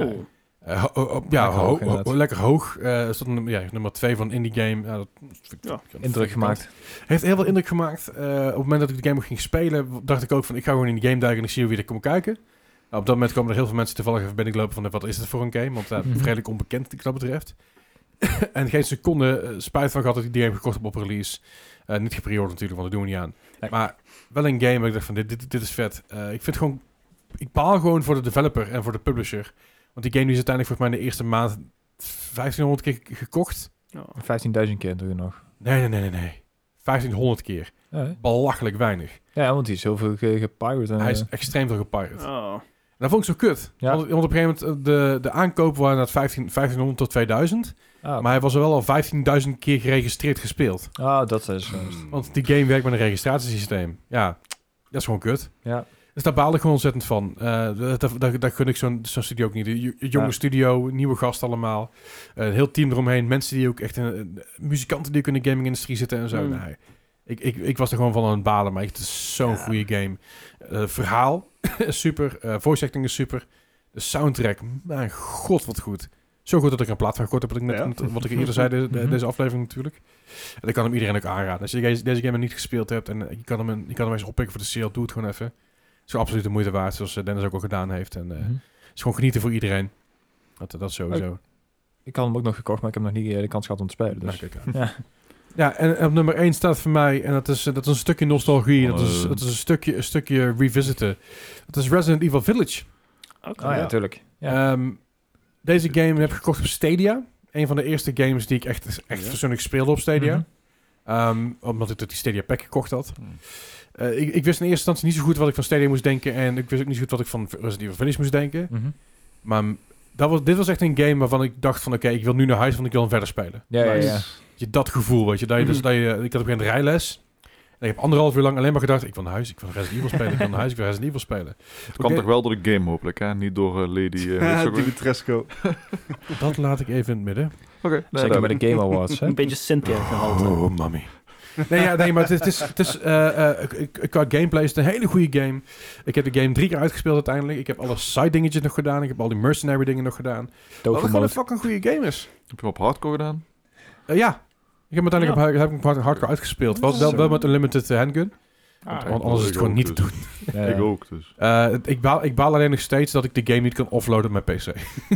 Lekker hoog. Is dat nummer 2 van indie game. Indruk gemaakt. Heeft heel veel indruk gemaakt. Op het moment dat ik de game ging spelen, dacht ik ook van, ik ga gewoon in die game duiken en ik zie hoe weer ik kom kijken. Op dat moment komen er heel veel mensen toevallig even binnen lopen van, wat is het voor een game? Want redelijk onbekend wat dat betreft. En geen seconde spijt van gehad dat ik die game gekocht heb op release. Niet gepreorderd natuurlijk, want dat doen we niet aan. Nee. Maar wel een game waar ik dacht van, dit is vet. Ik baal gewoon voor de developer en voor de publisher. Want die game is uiteindelijk volgens mij in de eerste maand 1500 keer gekocht. 15.000 keer doe je nog. Nee. 1500 keer. Belachelijk weinig. Ja, want die is zoveel gepirate. Hij is extreem veel gepirate. Oh. En dat vond ik zo kut. Ja. Want op een gegeven moment, de aankopen waren naar 1500 tot 2000. Maar hij was er wel al 15.000 keer geregistreerd gespeeld. Dat is... Want die game werkt met een registratiesysteem. Ja, dat is gewoon kut. Ja. Dus daar baal ik gewoon ontzettend van. Daar gun ik zo'n studio ook niet. Een jonge studio, nieuwe gasten allemaal. Een heel team eromheen. Mensen die ook echt... muzikanten die ook in de gaming-industrie zitten en zo. Nee. Ik was er gewoon van aan het balen. Maar het is zo'n goede game. Verhaal is super. Voice acting is super. De soundtrack, mijn god, wat goed. Zo goed dat ik een plaat van gehoord heb. Wat ik eerder zei, deze aflevering natuurlijk. En ik kan hem iedereen ook aanraden. Als je deze game nog niet gespeeld hebt en je kan hem eens oppikken voor de sale, doe het gewoon even. Het is absoluut de moeite waard, zoals Dennis ook al gedaan heeft. En het is gewoon genieten voor iedereen. Dat sowieso. Ik had hem ook nog gekocht, maar ik heb nog niet de kans gehad om te spelen. Dus. Ja, en op nummer 1 staat voor mij, en dat is een stukje nostalgie, dat is een stukje revisiten. Dat is Resident Evil Village. Okay, natuurlijk. Ja. Deze game heb ik gekocht op Stadia. Een van de eerste games die ik echt persoonlijk speelde op Stadia. Omdat ik die Stadia Pack gekocht had. Ik wist in eerste instantie niet zo goed wat ik van Stadia moest denken. En ik wist ook niet zo goed wat ik van Resident Evil Village moest denken. Maar dit was echt een game waarvan ik dacht van, oké, ik wil nu naar huis, want ik wil hem verder spelen. Ja. Dat gevoel, weet je. Ik had op een gegeven moment rijles. En ik heb 1,5 uur lang alleen maar gedacht, ik wil naar huis, ik wil Resident Evil spelen, ik wil naar huis, ik wil Resident Evil spelen. Het kwam toch wel door de game hopelijk, hè? Niet door Lady... Dimitrescu. Dat laat ik even in het midden. Oké. Zeker bij de Game Awards, hè? Een beetje Cynthia gehaald. Oh, mami. Nee, maar het is qua gameplay is het een hele goede game. Ik heb de game 3 keer uitgespeeld uiteindelijk. Ik heb alle side dingetjes nog gedaan. Ik heb al die mercenary dingen nog gedaan. Wat gewoon een fucking goede game is. Heb je hem op hardcore gedaan? Ja. Ik heb hem uiteindelijk op hardcore uitgespeeld. Wel met een limited handgun. Want anders is het gewoon niet te doen. Ik ook, dus. Ik baal alleen nog steeds dat ik de game niet kan offloaden op mijn PC.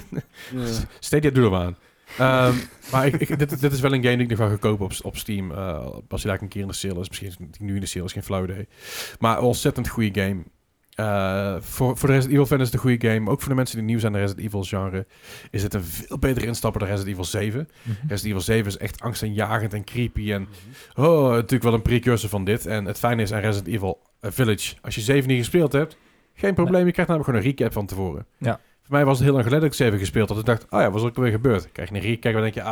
Stadia doe er maar aan. Maar dit is wel een game die ik nog ga kopen op Steam. Als je daar een keer in de sale is. Misschien is het nu in de sale, is geen flauw idee. Maar een ontzettend goede game. Voor de Resident Evil fan is het een goede game. Ook voor de mensen die nieuw zijn in de Resident Evil genre is het een veel betere instapper dan Resident Evil 7. Resident Evil 7 is echt angstaanjagend en creepy en natuurlijk wel een precursor van dit. En het fijne is aan Resident Evil Village, als je 7 niet gespeeld hebt, geen probleem, je krijgt namelijk gewoon een recap van tevoren. Ja. Voor mij was het heel lang geleden dat ik 7 gespeeld had. Ik dacht, wat is er ook weer gebeurd? Krijg je een recap en dan denk je,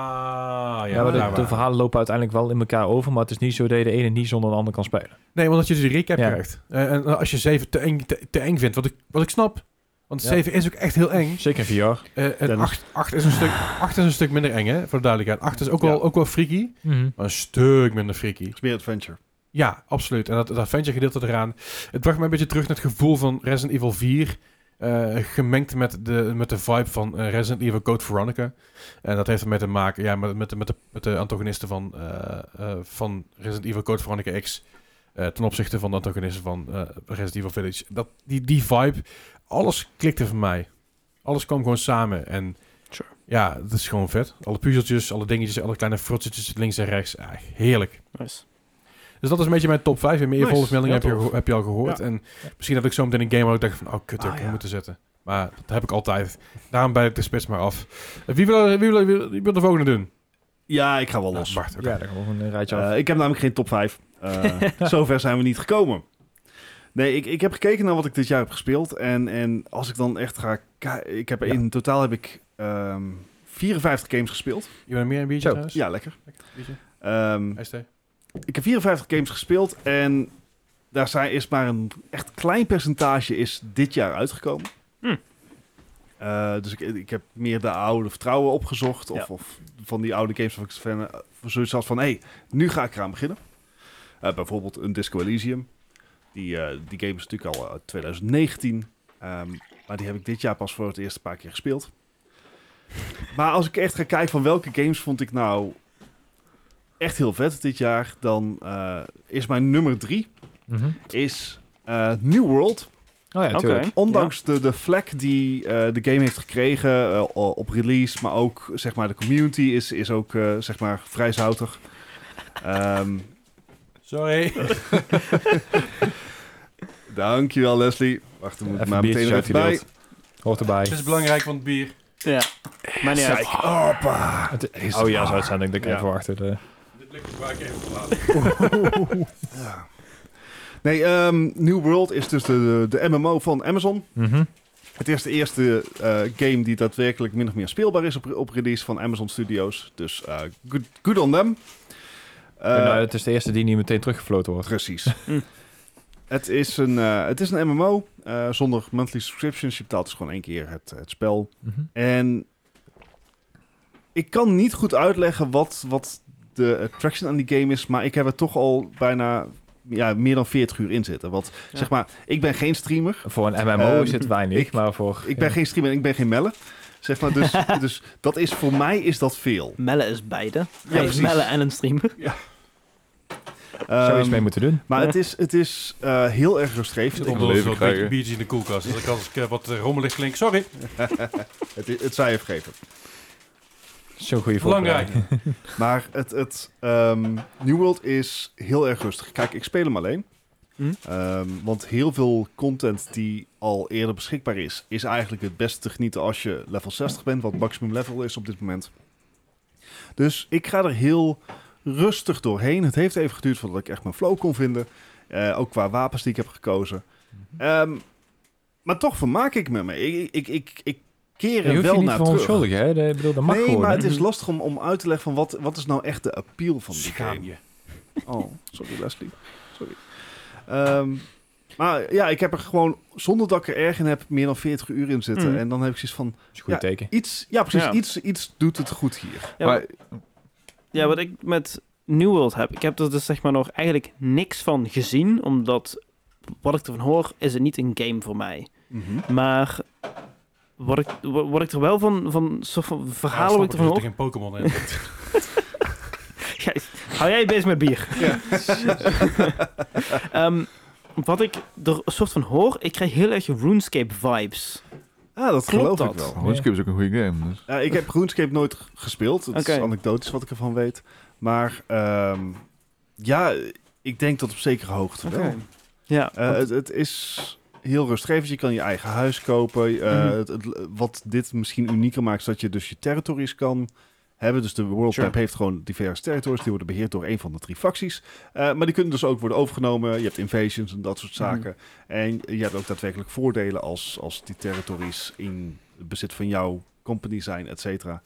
maar de verhalen lopen uiteindelijk wel in elkaar over, maar het is niet zo dat je de ene niet zonder de ander kan spelen. Nee, omdat je dus die recap krijgt. En als je 7 te eng vindt, wat ik snap, want 7 is ook echt heel eng. Zeker in VR. En 8 is een stuk minder eng, hè, voor de duidelijkheid. 8 is ook wel freaky, maar een stuk minder freaky. Het is meer adventure. Ja, absoluut. En dat adventure gedeelte eraan, het bracht me een beetje terug naar het gevoel van Resident Evil 4... gemengd met de vibe van Resident Evil Code Veronica. En dat heeft ermee te maken met de antagonisten van Resident Evil Code Veronica X ten opzichte van de antagonisten van Resident Evil Village. Die vibe, alles klikte voor mij. Alles kwam gewoon samen. En ja, dat is gewoon vet. Alle puzzeltjes, alle dingetjes, alle kleine frotsetjes links en rechts. Heerlijk. Nice. Dus dat is een beetje mijn top 5. En meer volksmeldingen Heel heb je al gehoord. Ja. En misschien dat ik zo meteen een game waar ik dacht van, kut, ik moeten zetten. Maar dat heb ik altijd. Daarom bij ik de spits maar af. Wie wil de volgende doen? Ja, ik ga wel los. Bart, oké. Ja, dan gewoon een rijtje af. Ik heb namelijk geen top 5. Zover zijn we niet gekomen. Nee, ik heb gekeken naar wat ik dit jaar heb gespeeld. En als ik dan echt ga... In totaal heb ik 54 games gespeeld. Je bent meer een biertje Zo. trouwens? Ja, lekker. Biertje? ST? Ik heb 54 games gespeeld en is maar een echt klein percentage is dit jaar uitgekomen. Dus ik heb meer de oude vertrouwen opgezocht of van die oude games waar ik zoiets had van, nu ga ik eraan beginnen. Bijvoorbeeld een Disco Elysium. Die game is natuurlijk al 2019, maar die heb ik dit jaar pas voor het eerst een paar keer gespeeld. Maar als ik echt ga kijken van welke games vond ik nou echt heel vet dit jaar, dan is mijn nummer 3 is New World. Oh ja, natuurlijk. Ondanks de vlek die de game heeft gekregen op release, maar ook zeg maar de community is ook zeg maar vrij zoutig. Sorry. Dankjewel Leslie. Wacht, dan moet ik maar meteen uit even bij. Hoort erbij. Het is belangrijk, want bier. Ja. Maar niet uit. Hoppa. Oh ja, zo uitzending dat ik even wachten. Dit lukt me waar ik even verlaten. Ja. Nee, New World is dus de MMO van Amazon. Het is de eerste game die daadwerkelijk min of meer speelbaar is op release van Amazon Studios. Dus good on them. Het is de eerste die niet meteen teruggefloten wordt. Precies. Het is een MMO zonder monthly subscriptions. Je betaalt dus gewoon 1 keer het spel. En ik kan niet goed uitleggen wat de attraction aan die game is, maar ik heb er toch al bijna meer dan 40 uur in zitten. Want zeg maar, ik ben geen streamer. Voor een MMO is het weinig, maar voor... Ik ben geen streamer en ik ben geen Melle. Zeg maar, dus dat is voor mij is dat veel. Melle is beide. Ja, Hij is precies. Melle en een streamer. Zou je iets mee moeten doen? Maar het is heel erg rustgevend. Ik een wil leven zo'n beetje krijgen. biertjes in de koelkast. Dus als ik wat rommelig klink, sorry. Het zou je vergeven. Zo'n goede Belangrijk. voorbereiding. Maar het New World is heel erg rustig. Kijk, ik speel hem alleen. Want heel veel content die al eerder beschikbaar is eigenlijk het beste te genieten als je level 60 bent, wat maximum level is op dit moment. Dus ik ga er heel rustig doorheen. Het heeft even geduurd voordat ik echt mijn flow kon vinden. Ook qua wapens die ik heb gekozen. Maar toch vermaak ik me mee. Ik keer er Je hoeft wel je niet naar voor terug. onschuldig, hè? Ik bedoel, dat mag Nee, gewoon. maar hè? het is lastig om uit te leggen van wat is nou echt de appeal van die Schaam game. je. Oh, sorry Leslie. Sorry. Maar ja, ik heb er gewoon, zonder dat ik er erg in heb, meer dan 40 uur in zitten. En dan heb ik zoiets van, Dat is een goed teken. iets doet het goed hier. Ja, Maar- ja, wat ik met New World heb, ik heb er dus zeg maar nog eigenlijk niks van gezien, omdat wat ik ervan hoor, is het niet een game voor mij. Maar wat ik er wel van soort van verhalen wat ik ervan Er hoor. geen Pokémon in. Hou jij je bezig met bier? Ja. Wat ik er een soort van hoor, ik krijg heel erg RuneScape vibes. Ah, dat Klopt geloof dat? ik wel. RuneScape is ook een goede game. Dus. Ik heb RuneScape nooit gespeeld. Het is Oké. anekdotisch wat ik ervan weet. Maar ja, ik denk tot op zekere hoogte wel. Ja, Het is heel rustgevend. Je kan je eigen huis kopen. Wat dit misschien unieker maakt, is dat je dus je territories kan hebben. Dus de World Map heeft gewoon diverse territories. Die worden beheerd door een van de 3 facties. Maar die kunnen dus ook worden overgenomen. Je hebt invasions en dat soort zaken. En je hebt ook daadwerkelijk voordelen als die territories in het bezit van jouw company zijn, et cetera.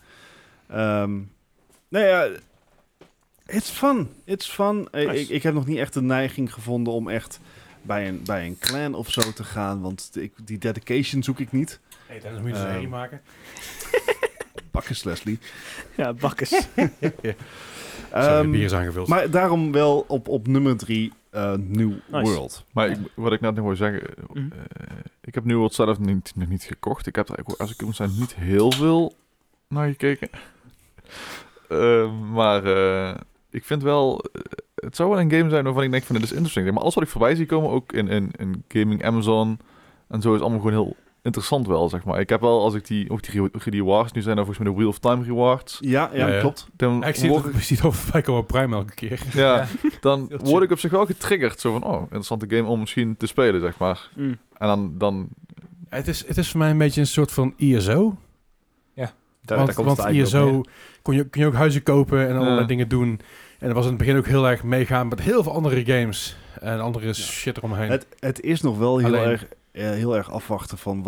Nou ja, it's fun. It's fun. Nice. Ik heb nog niet echt de neiging gevonden om echt bij een clan of zo te gaan. Want die dedication zoek ik niet. Hey, dan moet je een serie maken. Bakkes, Leslie. Ja, bakkes. Zo, bier is aangevuld. Maar daarom wel op nummer 3 New World. Maar wat ik net nog wil zeggen... ik heb New World zelf nog niet gekocht. Ik heb er, als ik moet zijn, niet heel veel naar gekeken. Maar ik vind wel... het zou wel een game zijn waarvan ik denk van dit is interesting. Maar alles wat ik voorbij zie komen, ook in Gaming Amazon en zo, is allemaal gewoon heel interessant wel, zeg maar. Ik heb wel, als ik die rewards, nu zijn er volgens mij de Wheel of Time rewards. Ja, klopt. Ja, ik zie het over voorbij komen op Prime elke keer. Ja, dan word ik op zich wel getriggerd. Zo van, interessante game om misschien te spelen, zeg maar. En dan... Het is voor mij een beetje een soort van ISO. Want ISO kun je ook huizen kopen en allerlei dingen doen. En dat was in het begin ook heel erg meegaan met heel veel andere games en andere shit eromheen. Het is nog wel heel erg afwachten van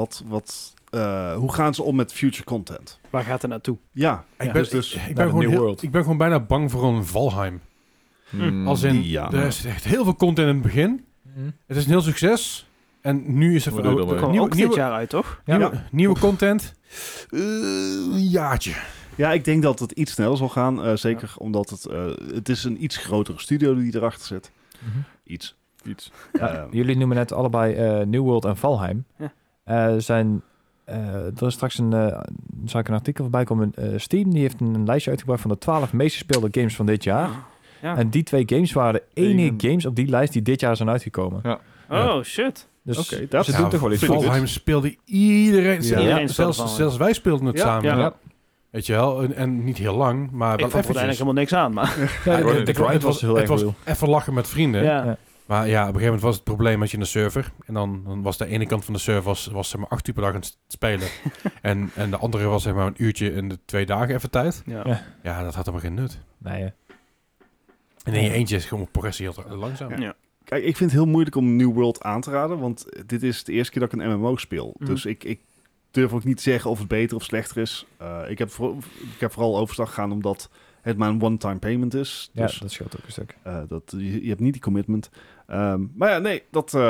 hoe gaan ze om met future content. Waar gaat het naartoe? Ja, ik ben gewoon bijna bang voor een Valheim. Als in, er is echt heel veel content in het begin. Het is een heel succes. En nu is er ook dit jaar uit, toch? Nieuwe content. Een jaartje. Ja, ik denk dat het iets sneller zal gaan. Zeker omdat het is een iets grotere studio die erachter zit. Iets. Jullie noemen net allebei New World en Valheim. Ja. Er is straks een artikel voorbij komen. Steam die heeft een lijstje uitgebracht van de 12 meest gespeelde games van dit jaar. Ja. En die 2 games waren de enige games op die lijst die dit jaar zijn uitgekomen. Ja. Oh, shit. Dus dat ze doen toch wel iets. Valheim speelde iedereen. Ja. Zelfs wij speelden het samen. Ja. Weet je wel, en niet heel lang, maar wel ik vond er eigenlijk helemaal niks aan, maar... De grind was heel erg real. Even lachen met vrienden. Ja. Maar ja, op een gegeven moment was het probleem dat je een server. En dan was de ene kant van de server was zeg maar 8 uur per dag aan het spelen. en de andere was zeg maar een uurtje in de 2 dagen even tijd. Ja, dat had helemaal geen nut. Nee, en in je eentje is gewoon progressie heel langzaam. Ja. Kijk, ik vind het heel moeilijk om New World aan te raden, want dit is de eerste keer dat ik een MMO speel. Dus ik durf ook niet te zeggen of het beter of slechter is. Ik heb vooral overstag gegaan omdat het maar een one-time payment is. Ja, Dus, dat scheelt ook een stuk. je hebt niet die commitment. Maar ja, nee,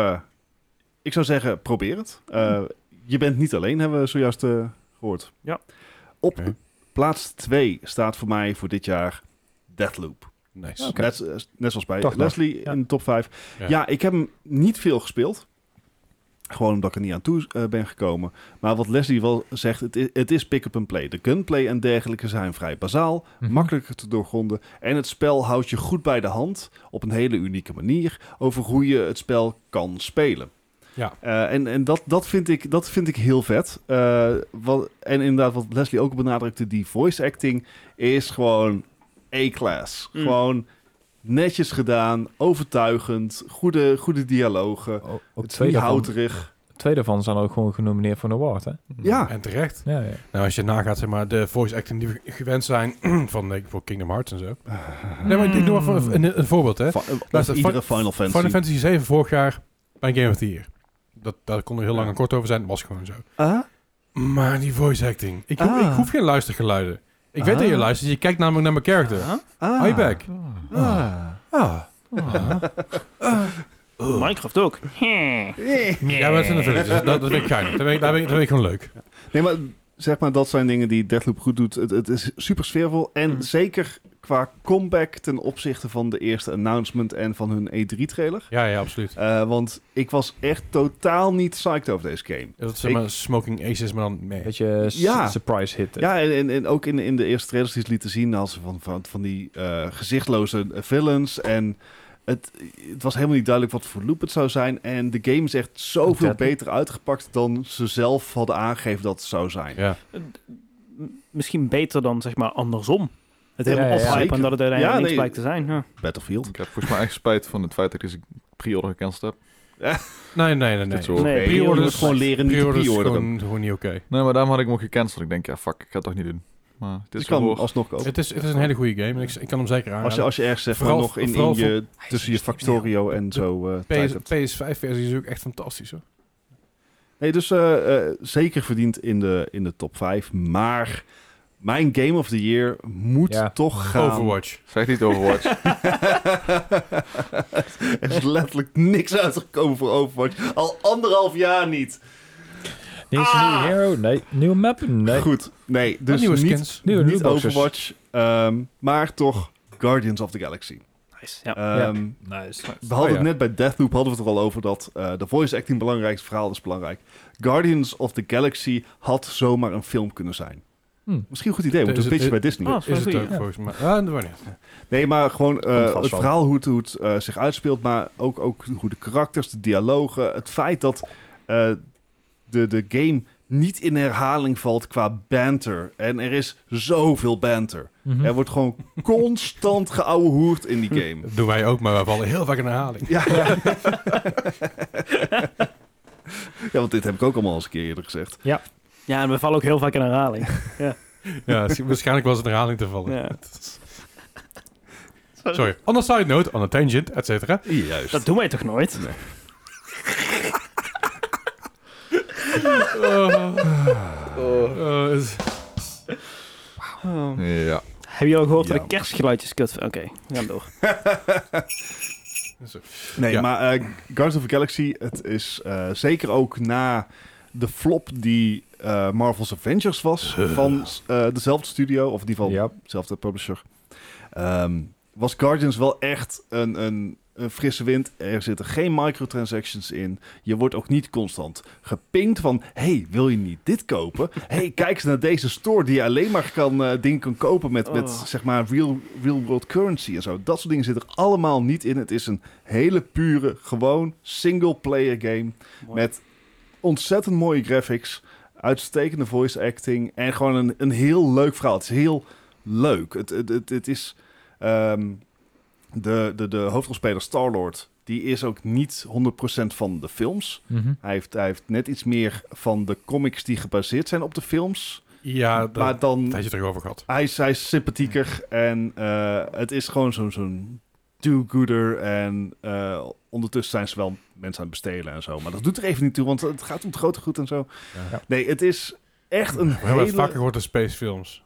ik zou zeggen, probeer het. Je bent niet alleen, hebben we zojuist gehoord. Ja. Op plaats 2 staat voor mij voor dit jaar Deathloop. Nice. Okay. Net zoals bij Toch Leslie in de top 5. Ja, ik heb hem niet veel gespeeld. Gewoon omdat ik er niet aan toe ben gekomen. Maar wat Leslie wel zegt, het is pick-up-and-play. De gunplay en dergelijke zijn vrij bazaal, makkelijker te doorgronden. En het spel houdt je goed bij de hand op een hele unieke manier over hoe je het spel kan spelen. Ja. En dat vind ik heel vet. En inderdaad, wat Leslie ook benadrukte, die voice acting is gewoon A-class. Gewoon netjes gedaan, overtuigend, goede dialogen, Ook houterig. 2 daarvan zijn ook gewoon genomineerd voor een award, hè? Ja. En terecht. Ja. Nou, als je nagaat, zeg maar, de voice acting die we gewend zijn voor Kingdom Hearts en zo. Nee, maar ik noem even een voorbeeld, hè. Iedere Final Fantasy. Final Fantasy 7 vorig jaar bij Game of the Year. Daar kon er heel lang en kort over zijn, dat was gewoon zo. Maar die voice acting. Ik hoef geen luistergeluiden. Ik weet dat je luistert, je kijkt namelijk naar mijn character. Hi back. Minecraft ook. Ja, maar dat zijn de villages. Dat vind ik geinig. Dat vind ik gewoon leuk. Nee, maar zeg maar, dat zijn dingen die Deathloop goed doet. Het is super sfeervol. En zeker qua comeback ten opzichte van de eerste announcement en van hun E3-trailer. Ja, absoluut. Want ik was echt totaal niet psyched over deze game. Dat is zeg maar Smoking Aces, maar dan mee. Beetje surprise hit. Ja, en ook in de eerste trailers die ze lieten zien, als ze van die gezichtloze villains. En het was helemaal niet duidelijk wat voor loop het zou zijn. En de game is echt zoveel beter uitgepakt dan ze zelf hadden aangegeven dat het zou zijn. Ja. misschien beter dan, zeg maar, andersom. Het Ja, helemaal ja, ophypen zeker. en dat het uiteindelijk niks blijkt te zijn. Ja. Battlefield. Ik heb volgens mij echt spijt van het feit dat ik deze pre-order gecanceld heb. Nee. Dit soort- Nee, Je Pre-orders moet gewoon leren niet te pre-orders pre-orderen. gewoon niet oké. Nee, maar daarom had ik hem ook gecanceld. Ik denk, ja, fuck, ik ga het toch niet doen. Maar dit Je is kan wel alsnog kopen. Het is een hele goede game. En ik kan hem zeker aanraden. Als je ergens zeg maar Vooral- nog in vooral je tussen je Factorio en zo tijd hebt. PS5-versie is ook echt fantastisch, hoor. Nee, dus zeker verdiend in de top 5. Maar mijn Game of the Year moet toch gaan... Overwatch. Zeg niet Overwatch. Er is letterlijk niks uitgekomen voor Overwatch. Al 1,5 jaar niet. Niet eens een nieuwe hero? Nee. Nieuwe map? Nee. Goed, nee. Dus nieuwe niet, skins. Nieuwe niet boxes. Overwatch, maar toch Guardians of the Galaxy. Nice. Ja. Nice. We hadden ja. het net bij Deathloop hadden we het er al over dat de voice acting belangrijk is, het verhaal is belangrijk. Guardians of the Galaxy had zomaar een film kunnen zijn. Misschien een goed idee, want Is het het- pitch bij Disney. Oh, Is het goeie. ook volgens mij. Ah, dat was niet. Nee, maar gewoon vast het wel. verhaal, hoe het zich uitspeelt, maar ook hoe de karakters, de dialogen, het feit dat de game niet in herhaling valt qua banter. En er is zoveel banter. Mhm. Er wordt gewoon constant geouwehoerd in die game. Dat doen wij ook, maar we vallen heel vaak in herhaling. Ja. Ja, want dit heb ik ook allemaal eens een keer eerder gezegd. Ja, en we vallen ook heel vaak in herhaling. Ja, waarschijnlijk was het een herhaling te vallen. Ja. Sorry. On a side note, on a tangent, et cetera. Juist. Dat doen wij toch nooit? Ja. Heb je al gehoord dat Ja. de kerstgeluidjes kut... Oké, we gaan door. Nee, Ja. maar Guardians of the Galaxy, het is zeker ook na de flop die Marvel's Avengers was van dezelfde studio, of in ieder geval Ja. dezelfde publisher, was Guardians wel echt een frisse wind. Er zitten geen microtransactions in. Je wordt ook niet constant gepinkt van... hey, wil je niet dit kopen? Hey, kijk eens naar deze store die je alleen maar dingen kan kopen met zeg maar real world currency en zo. Dat soort dingen zitten er allemaal niet in. Het is een hele pure, gewoon single player game met ontzettend mooie graphics, uitstekende voice acting en gewoon een heel leuk verhaal. Het is heel leuk. Het is... De hoofdrolspeler Star-Lord, die is ook niet 100% van de films. Mhm. Hij heeft net iets meer van de comics die gebaseerd zijn op de films. Ja, Maar daar dan, had je het erover gehad. hij is sympathieker en het is gewoon zo'n do-gooder. En ondertussen zijn ze wel mensen aan het bestelen en zo. Maar dat doet er even niet toe, want het gaat om het grote goed en zo. Ja. Nee, het is echt een We hebben het hele... vaker gehoord in spacefilms.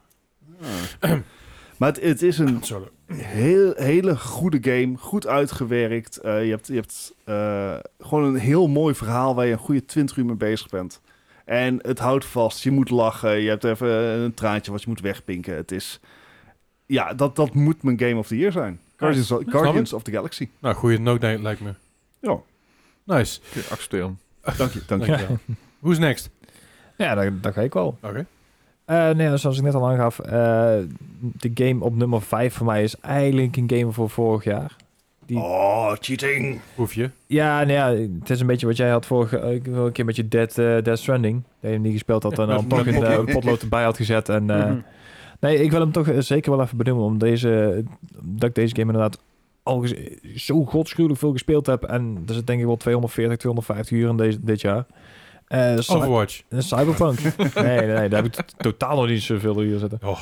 Maar het is een Sorry. hele goede game, goed uitgewerkt. Je hebt gewoon een heel mooi verhaal waar je een goede 20 uur mee bezig bent. En het houdt vast, je moet lachen, je hebt even een traantje wat je moet wegpinken. Het is, ja, dat moet mijn Game of the Year zijn. Guardians of the Galaxy. Nou, goede note lijkt me. Ja. Nice. Oké, accepteer hem. Dank je. Dankjewel. Who's next? Ja, dat ga ik wel. Oké. Nee, zoals ik net al aangaf, de game op nummer 5 voor mij is eigenlijk een game voor vorig jaar. Die... Oh, cheating. Hoef je. Ja, nou ja, het is een beetje wat jij had vorige keer met je Dead Stranding. Dat je hem niet gespeeld had en dan toch een potlood erbij had gezet. En, nee, ik wil hem toch zeker wel even benoemen, dat ik deze game inderdaad al zo godschuwelijk veel gespeeld heb. En er zit denk ik wel 240, 250 uur in dit jaar. Overwatch. Cyberpunk. nee, daar heb ik totaal nog niet zoveel uur zitten. Oh.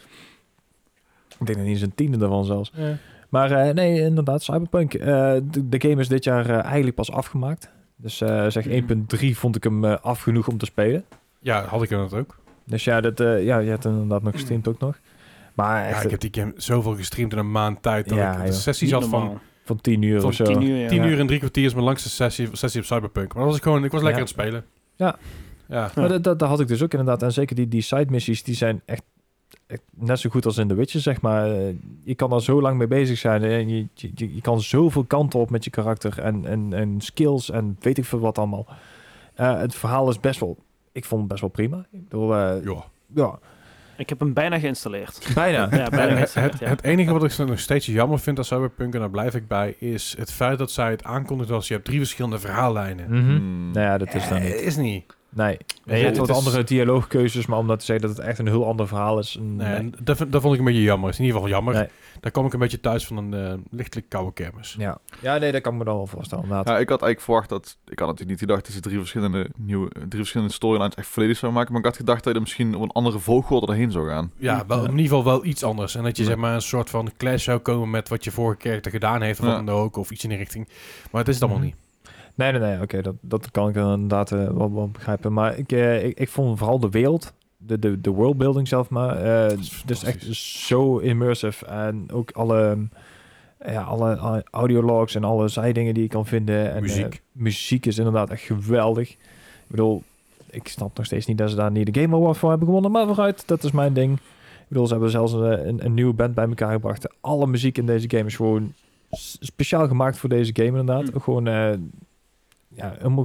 Ik denk dat niet eens een tiende ervan zelfs. Ja. Maar nee, inderdaad, Cyberpunk. De game is dit jaar eigenlijk pas afgemaakt. Dus zeg 1.3 vond ik hem af genoeg om te spelen. Ja, had ik dat ook. Dus ja, je hebt inderdaad nog gestreamd ook nog. Maar Ja, echt ik heb die game zoveel gestreamd in een maand tijd. Dat Ja, ik de joh. sessies had van van 10 uur Van of zo. 10 uur, ja. 10 uur en 3 kwartier is mijn langste sessie op Cyberpunk. Maar dat was ik was lekker aan het spelen. Ja. Ja. Maar dat had ik dus ook inderdaad. En zeker die side missies, die zijn echt net zo goed als in The Witcher, zeg maar. Je kan daar zo lang mee bezig zijn. En je kan zoveel kanten op met je karakter. En skills en weet ik veel wat allemaal. Het verhaal is best wel... Ik vond het best wel prima. Ik bedoel, ja, Ik heb hem bijna geïnstalleerd. bijna. Ja, bijna geïnstalleerd, ja. Het enige wat ik nog steeds jammer vind aan Cyberpunk, en daar blijf ik bij, is het feit dat zij het aankondigt als je hebt 3 verschillende verhaallijnen. Mhm. Nou ja, dat is dan niet. Is niet. Nee, je hebt wat andere dialoogkeuzes, maar om dat te zeggen dat het echt een heel ander verhaal is. Nee, dat vond ik een beetje jammer. Is in ieder geval jammer. Nee. Daar kwam ik een beetje thuis van een lichtelijk koude kermis. Ja, nee, dat kan ik me dan wel voorstellen. Inderdaad. Ja, ik had eigenlijk verwacht dat... Ik had natuurlijk niet gedacht dat ze drie verschillende storylines echt volledig zou maken. Maar ik had gedacht dat je er misschien op een andere volgorde erheen zou gaan. Ja, wel, in ieder geval wel iets anders. En dat je zeg maar een soort van clash zou komen met wat je vorige keer gedaan heeft. Of wat dan ook. Of iets in die richting. Maar het is het allemaal niet. Nee. Oké, dat kan ik inderdaad wel begrijpen. Maar ik vond vooral de wereld, de worldbuilding zelf maar, dus echt zo immersive. En ook alle audiologs en alle zijdingen die je kan vinden. En muziek is inderdaad echt geweldig. Ik bedoel, ik snap nog steeds niet dat ze daar niet de Game Award voor hebben gewonnen. Maar vooruit, dat is mijn ding. Ik bedoel, ze hebben zelfs een nieuwe band bij elkaar gebracht. Alle muziek in deze game is gewoon speciaal gemaakt voor deze game inderdaad. Gewoon... helemaal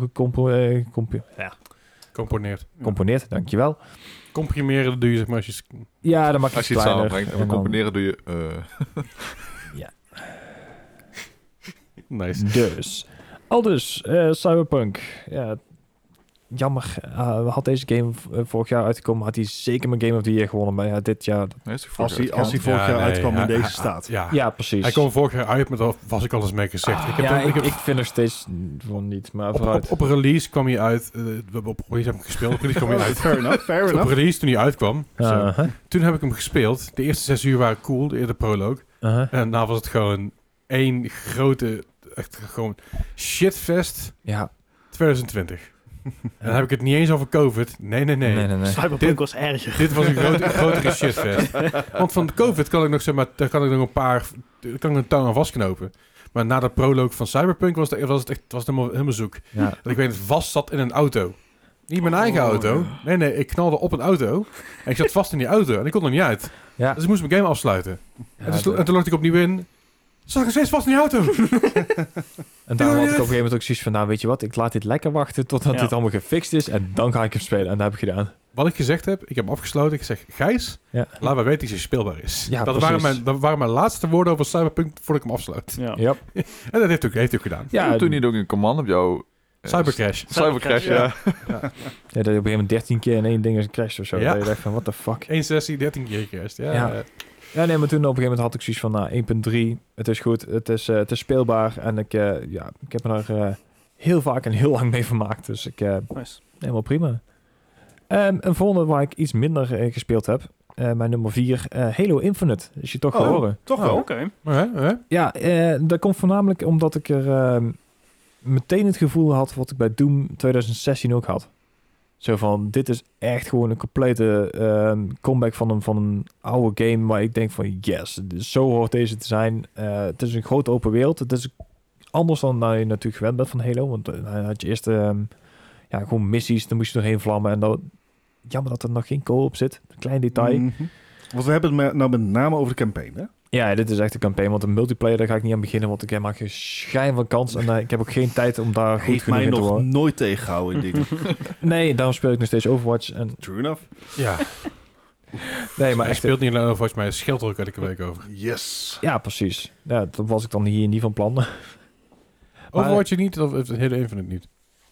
gecomponeerd, dankjewel. Comprimeren doe je zeg maar als je... Ja, dan maak je Als het je het kleiner. samenbrengt. En componeren doe je... Nice. Dus. Aldus, Cyberpunk. Ja, jammer. Had deze game vorig jaar uitgekomen, had hij zeker mijn Game of the Year gewonnen. Maar ja, dit jaar... Als hij vorig jaar uitkwam in deze staat. Ja, precies. Hij kwam vorig jaar uit, maar daar was ik al eens mee gezegd. Ik vind nog steeds van niet, maar vooruit. Op release kwam hij uit. Op release heb ik gespeeld. Op release kwam hij uit. Fair enough. Op release toen hij uitkwam. Uh-huh. Toen heb ik hem gespeeld. De eerste 6 uur waren cool. De eerste proloog. Uh-huh. En daarna was het gewoon één grote... Echt gewoon shitfest. Ja. 2020. En dan heb ik het niet eens over COVID. Nee. Cyberpunk was erger. Dit was een grotere shitfest. Want van de COVID kan ik nog zeg maar, daar kan ik nog een paar, kan ik een touw aan vastknopen. Maar na de proloog van Cyberpunk was het helemaal zoek. Ja. Dat ik weet het vast zat in een auto. Niet mijn eigen auto. Nee, ik knalde op een auto. En ik zat vast in die auto en ik kon er niet uit. Ja. Dus ik moest mijn game afsluiten. Ja, en toen logde ik opnieuw in. Zag ik steeds vast in die auto. En daar had ik op een gegeven moment ook zoiets van, nou weet je wat, ik laat dit lekker wachten totdat dit allemaal gefixt is en dan ga ik hem spelen. En dat heb ik gedaan. Wat ik gezegd heb, ik heb hem afgesloten. Ik zeg, Gijs, laat me weten dat hij speelbaar is. Ja, dat waren mijn laatste woorden over Cyberpunk voordat ik hem afsluit. Ja. Yep. En dat heeft hij ook gedaan. Ja, toen niet ook een command op jou... Cybercrash. Cybercrash, ja. Ja, dat je op een gegeven moment 13 keer in één ding is gecrashed of zo. Ja. Dat je dacht van, what the fuck. 1 sessie, 13 keer gecrashed. Ja, nee, maar toen op een gegeven moment had ik zoiets van, nou, 1.3, het is goed, het is speelbaar. En ik heb me daar heel vaak en heel lang mee vermaakt. Dus Nice. helemaal prima. Een volgende waar ik iets minder gespeeld heb, mijn nummer 4, Halo Infinite. Is je toch gehoord? Toch wel. Oké. Ja, dat komt voornamelijk omdat ik er meteen het gevoel had wat ik bij Doom 2016 ook had. Zo van, dit is echt gewoon een complete comeback van een oude game waar ik denk van, yes, zo hoort deze te zijn. Het is een grote open wereld. Het is anders dan je natuurlijk gewend bent van Halo. Want dan had je eerst gewoon missies, dan moest je doorheen vlammen. En dan, jammer dat er nog geen co-op zit. Een klein detail. Mm-hmm. Want we hebben het nou met name over de campaign, hè? Ja, dit is echt een campaign. Want een multiplayer, daar ga ik niet aan beginnen. Want ik maak geen schijn van kans. En ik heb ook geen tijd om daar goed Heeft genoeg mij in te nog worden. nooit tegengehouden in dingen. Nee, daarom speel ik nog steeds Overwatch. En True enough. Ja. nee, maar Hij echt, speelt niet alleen Overwatch, maar hij scheelt er ook elke week over. Yes. ja, precies. Ja, dat was ik dan hier niet van plan. Overwatch niet, of het hele Infinite niet?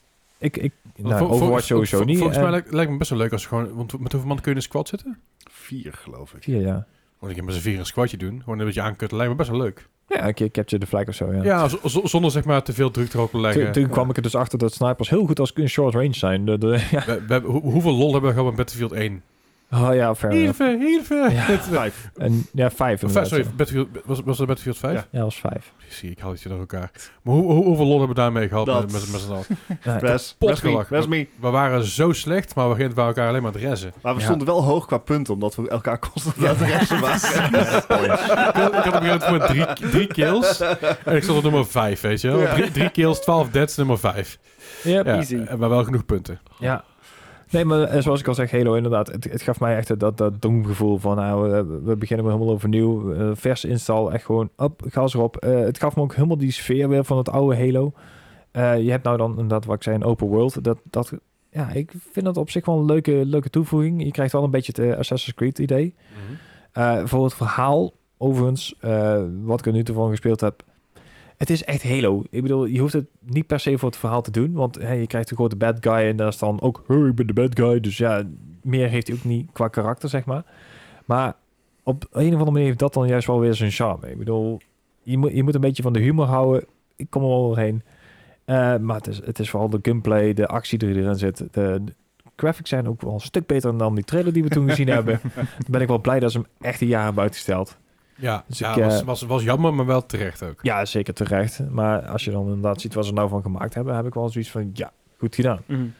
Overwatch sowieso niet. Volgens mij lijkt me best wel leuk als je gewoon... Want met hoeveel man kun je in een squad zitten? 4, geloof ik. 4, ja. Want ik heb met z'n 4 een squadje doen. Gewoon een beetje aankutten. Lijkt me best wel leuk. Ja, een keer Capture the Flag of zo, ja. Ja, zonder zeg maar te veel druk erop te leggen. Toen kwam ik er dus achter dat snipers heel goed als in short range zijn. Hoeveel lol hebben we gehad met Battlefield 1? Oh ja, fair enough. Hier ver. Ja. 5. En, ja, 5 inderdaad. Sorry, was dat Battlefield 5? Ja. Ja, dat was 5. Zie, ik haal het je door elkaar. Maar hoeveel lol hebben we daarmee gehad Dat. met z'n allen? Ja, Rest me. We waren zo slecht, maar we gingen bij elkaar alleen maar het rezen. Maar we stonden wel hoog qua punten, omdat we elkaar constant aan het resten waren. Ik had op een gegeven moment 3 kills. En ik stond op nummer 5, weet je wel. Ja. 3 kills, 12 deaths, nummer 5. Yep. Ja, Easy. maar wel genoeg punten. Ja. Nee, maar zoals ik al zeg, Halo inderdaad. Het gaf mij echt dat doemgevoel van, nou, we beginnen weer helemaal overnieuw. Verse install, echt gewoon, gas erop. Het gaf me ook helemaal die sfeer weer van het oude Halo. Je hebt nou dan inderdaad, wat ik zei, een open world. Ja, ik vind dat op zich wel een leuke toevoeging. Je krijgt wel een beetje het Assassin's Creed idee. Voor het verhaal, overigens, wat ik er nu toe van gespeeld heb. Het is echt Halo. Ik bedoel, je hoeft het niet per se voor het verhaal te doen. Want je krijgt een grote bad guy en daar is dan ook... Hey, ik ben de bad guy. Dus ja, meer heeft hij ook niet qua karakter, zeg maar. Maar op een of andere manier heeft dat dan juist wel weer zijn charme. Ik bedoel, je moet een beetje van de humor houden. Ik kom er wel heen. Maar het is vooral de gunplay, de actie die erin zit. De graphics zijn ook wel een stuk beter dan die trailer die we toen gezien hebben. Dan ben ik wel blij dat ze hem echt een jaar hebben uitgesteld. Ja, Dus ja was jammer, maar wel terecht ook. Ja, zeker terecht. Maar als je dan inderdaad ziet wat ze er nou van gemaakt hebben, heb ik wel zoiets van, ja, goed gedaan. Mhm.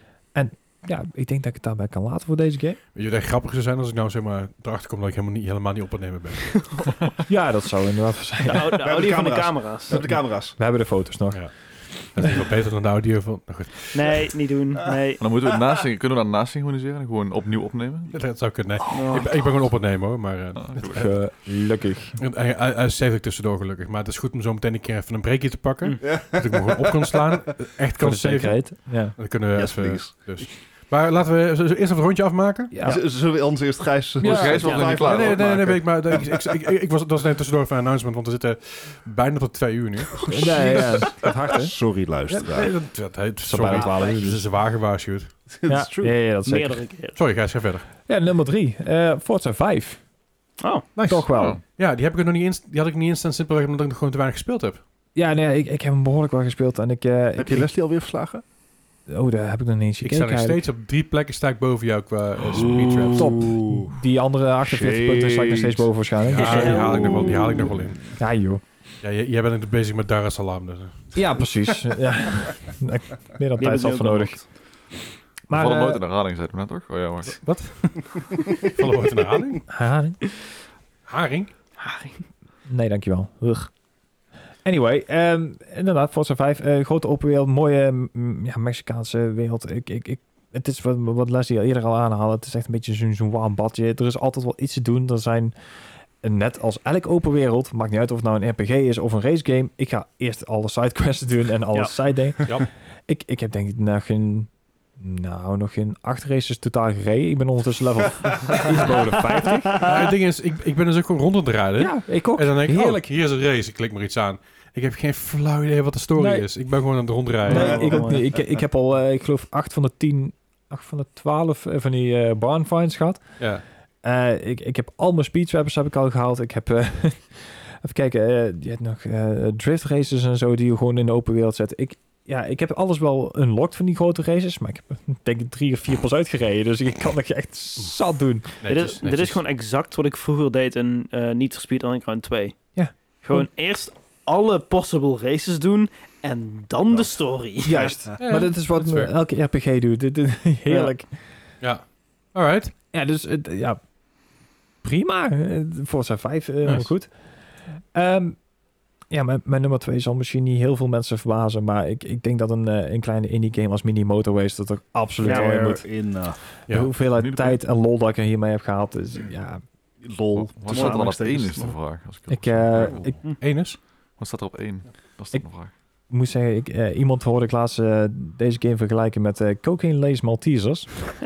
Ja, ik denk dat ik het daarbij kan laten voor deze game. Weet je wat echt grappig zou zijn als ik nou zeg maar erachter kom dat ik helemaal niet op het nemen ben. Ja, dat zou inderdaad zijn. De audio van de camera's. camera's. We hebben de camera's. We hebben de foto's nog. Ja. Dat is wel beter dan de audio van... Nou goed, Nee, niet doen. Nee. En dan moeten we het naast kunnen we dat naast synchroniseren en gewoon opnieuw opnemen? dat zou kunnen. Nee. Oh. Ik ben gewoon op het nemen hoor, maar... Gelukkig. Hij save ik tussendoor gelukkig. Maar het is goed om zo meteen een keer even een breakje te pakken. Mm. Ja. Dat ik me gewoon op kan slaan. Echt Voor kan de saven. zekerheid. Ja. Dan kunnen we Yes, even... please. Dus. Maar laten we eerst even een rondje afmaken. Ja. Zullen we anders eerst Gijs... Ja, Gijs was nog niet klaar. Nee, weet ik, maar dat was net tussendoor van een announcement, want we zitten bijna tot 2 uur nu. Nee, ja, dat gaat hard, hè? Sorry, luisteraar. Nee, sorry. bijna 12 uur. Ze is zwaar gewaarschuwd. Ja, true. ja, dat is zeker. Meerdere keren. Sorry, Gijs, ga verder. Ja, nummer 3. Forza 5. Oh, Nice. Toch wel. Oh. Ja, die had ik niet instant simpelweg omdat ik nog gewoon te weinig gespeeld heb. Ja, nee, ik heb hem behoorlijk wel gespeeld. En Heb je Leslie alweer verslagen? Oh, daar heb ik nog niet eens Ik gekeken. sta nog steeds op 3 plekken sta ik boven jou qua speedtraps. Top. Die andere 48 punten sta ik nog steeds boven waarschijnlijk. Ja, Dus, die haal ik nog wel in. ja, joh. Ja, jij bent ook bezig met Dar es Salaam. Dus. Ja, precies. Ja. Meer dan die tijd hebben zat we voor ook nodig. nog. Maar Vallen nooit in de herhaling, zei je net toch? Oh ja, wacht. Vallen we uit een herhaling? herhaling? Haring? Nee, dankjewel. Ugh. Anyway, inderdaad, Forza 5. Grote open wereld, mooie Mexicaanse wereld. Het is wat Leslie al eerder al aanhaalde. Het is echt een beetje zo'n warm badje. Er is altijd wel iets te doen. Er zijn, net als elk open wereld, maakt niet uit of het nou een RPG is of een race game. Ik ga eerst alle sidequests doen en alle side dingen. Ja. Ik heb denk ik nog geen 8 races totaal gereden. Ik ben ondertussen level iets boven de 50. Het ding is, ik ben dus ook gewoon rond het rijden. Ja, ik ook. En dan denk ik, Heerlijk. hier is een race. Ik klik maar iets aan. Ik heb geen flauw idee wat de story Nee. is. Ik ben gewoon aan het rondrijden. Nee, Ja, ik ook mooi. niet. Ik heb al, ik geloof, 8 van de 12 van die barn finds gehad. Ja. Ik heb al mijn speedtrappers heb ik al gehaald. Ik heb, even kijken, je hebt nog drift races en zo die je gewoon in de open wereld zetten. Ik heb alles wel unlocked van die grote races, maar ik heb denk ik 3 of 4 pas uitgereden. Dus ik kan het echt zat doen. Dit is gewoon exact wat ik vroeger deed in Need for Speed Underground 2. Ja. Gewoon eerst alle possible races doen en dan de story. Juist. Ja, Maar dat is wat dat is fair. elke RPG doet. Heerlijk. Ja. Alright. Ja, dus ja, prima. Forza 5, Nice. goed. Ja, mijn nummer 2 zal misschien niet heel veel mensen verbazen, maar ik denk dat een kleine indie game als Mini Motorways dat er absoluut wel in moet. Ja. De hoeveelheid Nu de tijd en lol dat ik er hiermee heb gehad, is ja. Lol. Wat staat er dan op 1 is de vraag. Als Ik Enes? Wat staat er op 1? Dat is de vraag. moet zeggen, iemand hoorde ik laatst deze game vergelijken met Cocaine Lace Maltesers.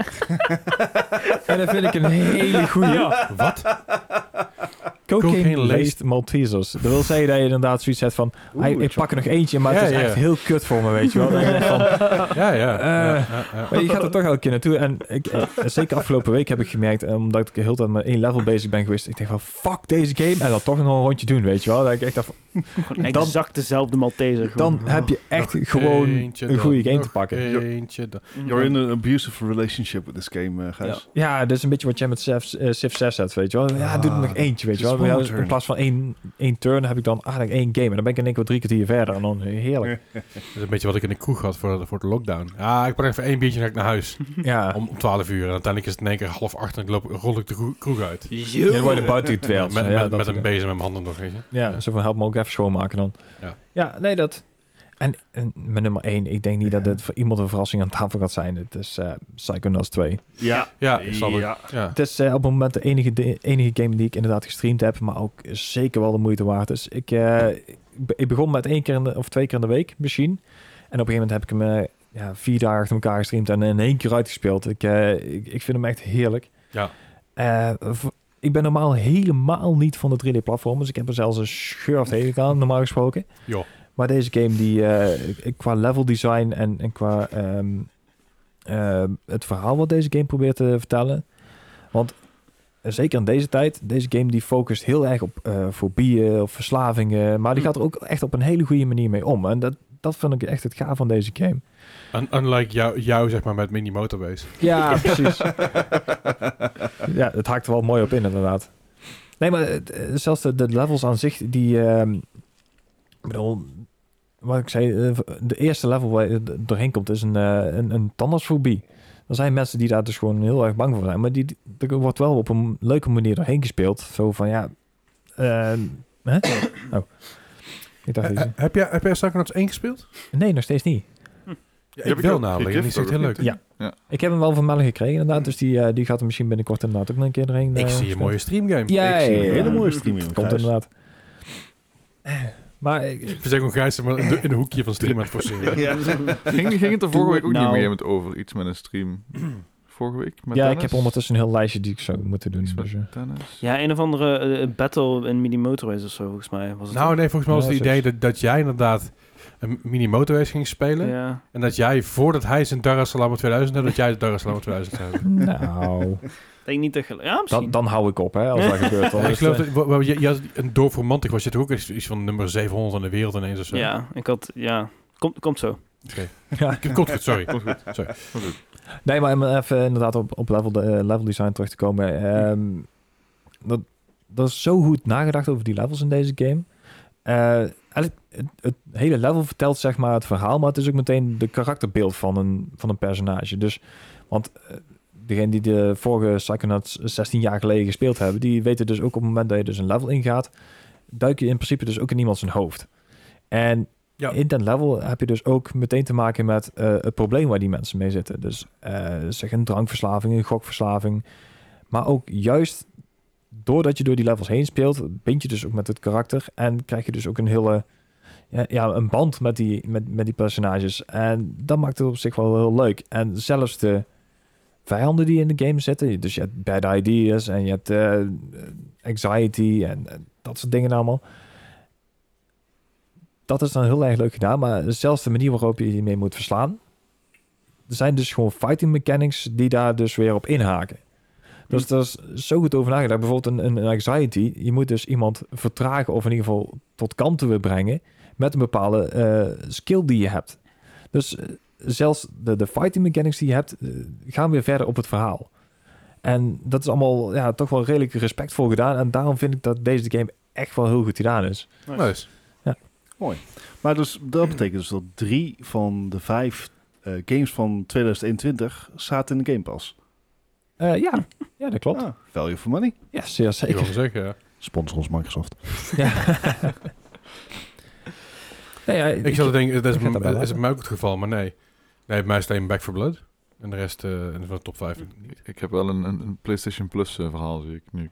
En dat vind ik een hele goeie. Wat? Cocaine Cocaine Laced Maltesers. Dat wil zeggen dat je inderdaad zoiets hebt van, ik pak er nog eentje, maar het Ja, is ja. echt heel kut voor me, weet je wel. Dan denk ik van, Ja. Ja. maar je gaat er toch elke keer naartoe. En zeker afgelopen week heb ik gemerkt, omdat ik de hele tijd met 1 level bezig ben geweest, ik denk van, fuck deze game. En dan toch nog een rondje doen, weet je wel. Dat ik echt dacht van, Gewoon Dan- exact dezelfde Malteser. dan heb je echt gewoon een goede game te pakken. Eentje dan. You're in an abusive relationship with this game, Gijs. Ja, dat is een beetje wat jij met Civ 6 hebt, weet je wel. Ja, doe er nog eentje, weet je wel. just one Ja, turn. in plaats van één turn heb ik dan eigenlijk 1 game. En dan ben ik in één keer 3 kwartier verder. En dan heerlijk. Dat is een beetje wat ik in de kroeg had voor de lockdown. Ja, ik pak even 1 biertje en ga ik naar huis. Ja, Om 12 uur. En uiteindelijk is het in één keer 7:30 en rol ik de kroeg uit. je wordt er buiten getweld. Met Ja, dat een soort- bezem in mijn handen nog, weet je. Ja, zo van help me ook even schoonmaken dan. Ja. Nee, dat... En mijn nummer 1, ik denk niet dat het voor iemand een verrassing aan tafel gaat zijn. Het is Psychonauts 2. Ja. Ja, snap ik. Ja. Ja. Het is op het moment de enige game die ik inderdaad gestreamd heb, maar ook zeker wel de moeite waard is. Ik begon met 1 keer of 2 keer in de week misschien. En op een gegeven moment heb ik hem 4 dagen achter elkaar gestreamd en in 1 keer uitgespeeld. Ik vind hem echt heerlijk. Ja. ik ben normaal helemaal niet van de 3D-platformers. Ik heb er zelfs een schurft hekel aan, normaal gesproken. Joh. Maar deze game, die qua level design en qua het verhaal wat deze game probeert te vertellen. Want zeker in deze tijd, deze game die focust heel erg op fobieën of verslavingen. Maar die gaat er ook echt op een hele goede manier mee om. En dat vind ik echt het gaaf van deze game. Unlike jou, zeg maar, met Mini Motorbase. Ja, precies. Ja, het haakt er wel mooi op in, inderdaad. Nee, maar zelfs de levels aan zich, die... ik bedoel, wat ik zei, de eerste level waar je doorheen komt is een tandartsfobie. Er zijn mensen die daar dus gewoon heel erg bang voor zijn. Maar er wordt wel op een leuke manier doorheen gespeeld. Zo van, ja... hè? Oh. Ik dacht Heb jij Psychonauts 1 gespeeld? nee, nog steeds niet. Ja, ik wil namelijk. Die is echt heel leuk. Ja. Ik heb hem wel van Melle gekregen, inderdaad. Dus die gaat er misschien binnenkort inderdaad ook nog een keer doorheen. Ik zie een mooie streamgame. Ja, Ik zie een ja, hele ja. mooie streaming. Komt inderdaad. Maar We zijn gewoon Gijs maar in een hoekje van stream aan het forceren. Ja. Ging het er vorige week ook nou. niet meer met over? Iets met een stream. Vorige week met ja, tennis? ik heb ondertussen een heel lijstje die ik zou moeten doen. Iets met Dus, tennis. Ja, een of andere battle in Mini Motorways of zo, volgens mij. Was het Nou nee, volgens mij was het Ja, idee dat jij inderdaad een Mini Motorways ging spelen. Ja. En dat jij, voordat hij zijn Dar es Salaam 2000 had, dat jij de Dar es Salaam 2000 zou hebben. nou, Denk niet dat ja, misschien. dan hou ik op, hè, als dat gebeurt. Dan Ja, ik is geloof het, dat je had een Dorf Romantic was je toch ook iets van nummer 700 in de wereld ineens of zo. Ja, ik had... Ja, komt zo. Oké. ja. Komt goed, sorry. Nee, maar om even inderdaad op level design terug te komen. Dat is zo goed nagedacht over die levels in deze game. Eigenlijk het hele level vertelt zeg maar het verhaal, maar het is ook meteen de karakterbeeld van een personage. Dus, want degene die de vorige Psychonauts 16 jaar geleden gespeeld hebben, die weten dus ook op het moment dat je dus een level ingaat, duik je in principe dus ook in iemand zijn hoofd. En Ja. in dat level heb je dus ook meteen te maken met het probleem waar die mensen mee zitten. Dus zeg een drankverslaving, een gokverslaving. Maar ook juist doordat je door die levels heen speelt, bind je dus ook met het karakter en krijg je dus ook een hele een band met die personages. En dat maakt het op zich wel heel leuk. En zelfs de vijanden die in de game zitten, dus je hebt bad ideas en je hebt anxiety en dat soort dingen allemaal. Dat is dan heel erg leuk gedaan, maar zelfs de manier waarop je mee moet verslaan. Er zijn dus gewoon fighting mechanics die daar dus weer op inhaken. Dus dat is zo goed over nagedacht. Bijvoorbeeld een anxiety. Je moet dus iemand vertragen of in ieder geval tot kanten weer brengen met een bepaalde skill die je hebt. Dus zelfs de fighting mechanics die je hebt, gaan weer verder op het verhaal. En dat is allemaal toch wel redelijk respectvol gedaan. En daarom vind ik dat deze game echt wel heel goed gedaan is. Nice. Maar dus, dat betekent dus dat 3 van de 5 games van 2021 zaten in de Game Pass. Ja, dat klopt. Ah, value for money. Ja, zeer Ik zeker. wil zeggen, ja. Sponsor ons Microsoft. Ja. Ik zou denken, dat ik ga het daarbij is mij ook het geval, maar nee. Nee, bij mij is het alleen Back 4 Blood. En de rest van de top 5 niet. Ik heb wel een PlayStation Plus verhaal, zie ik nu.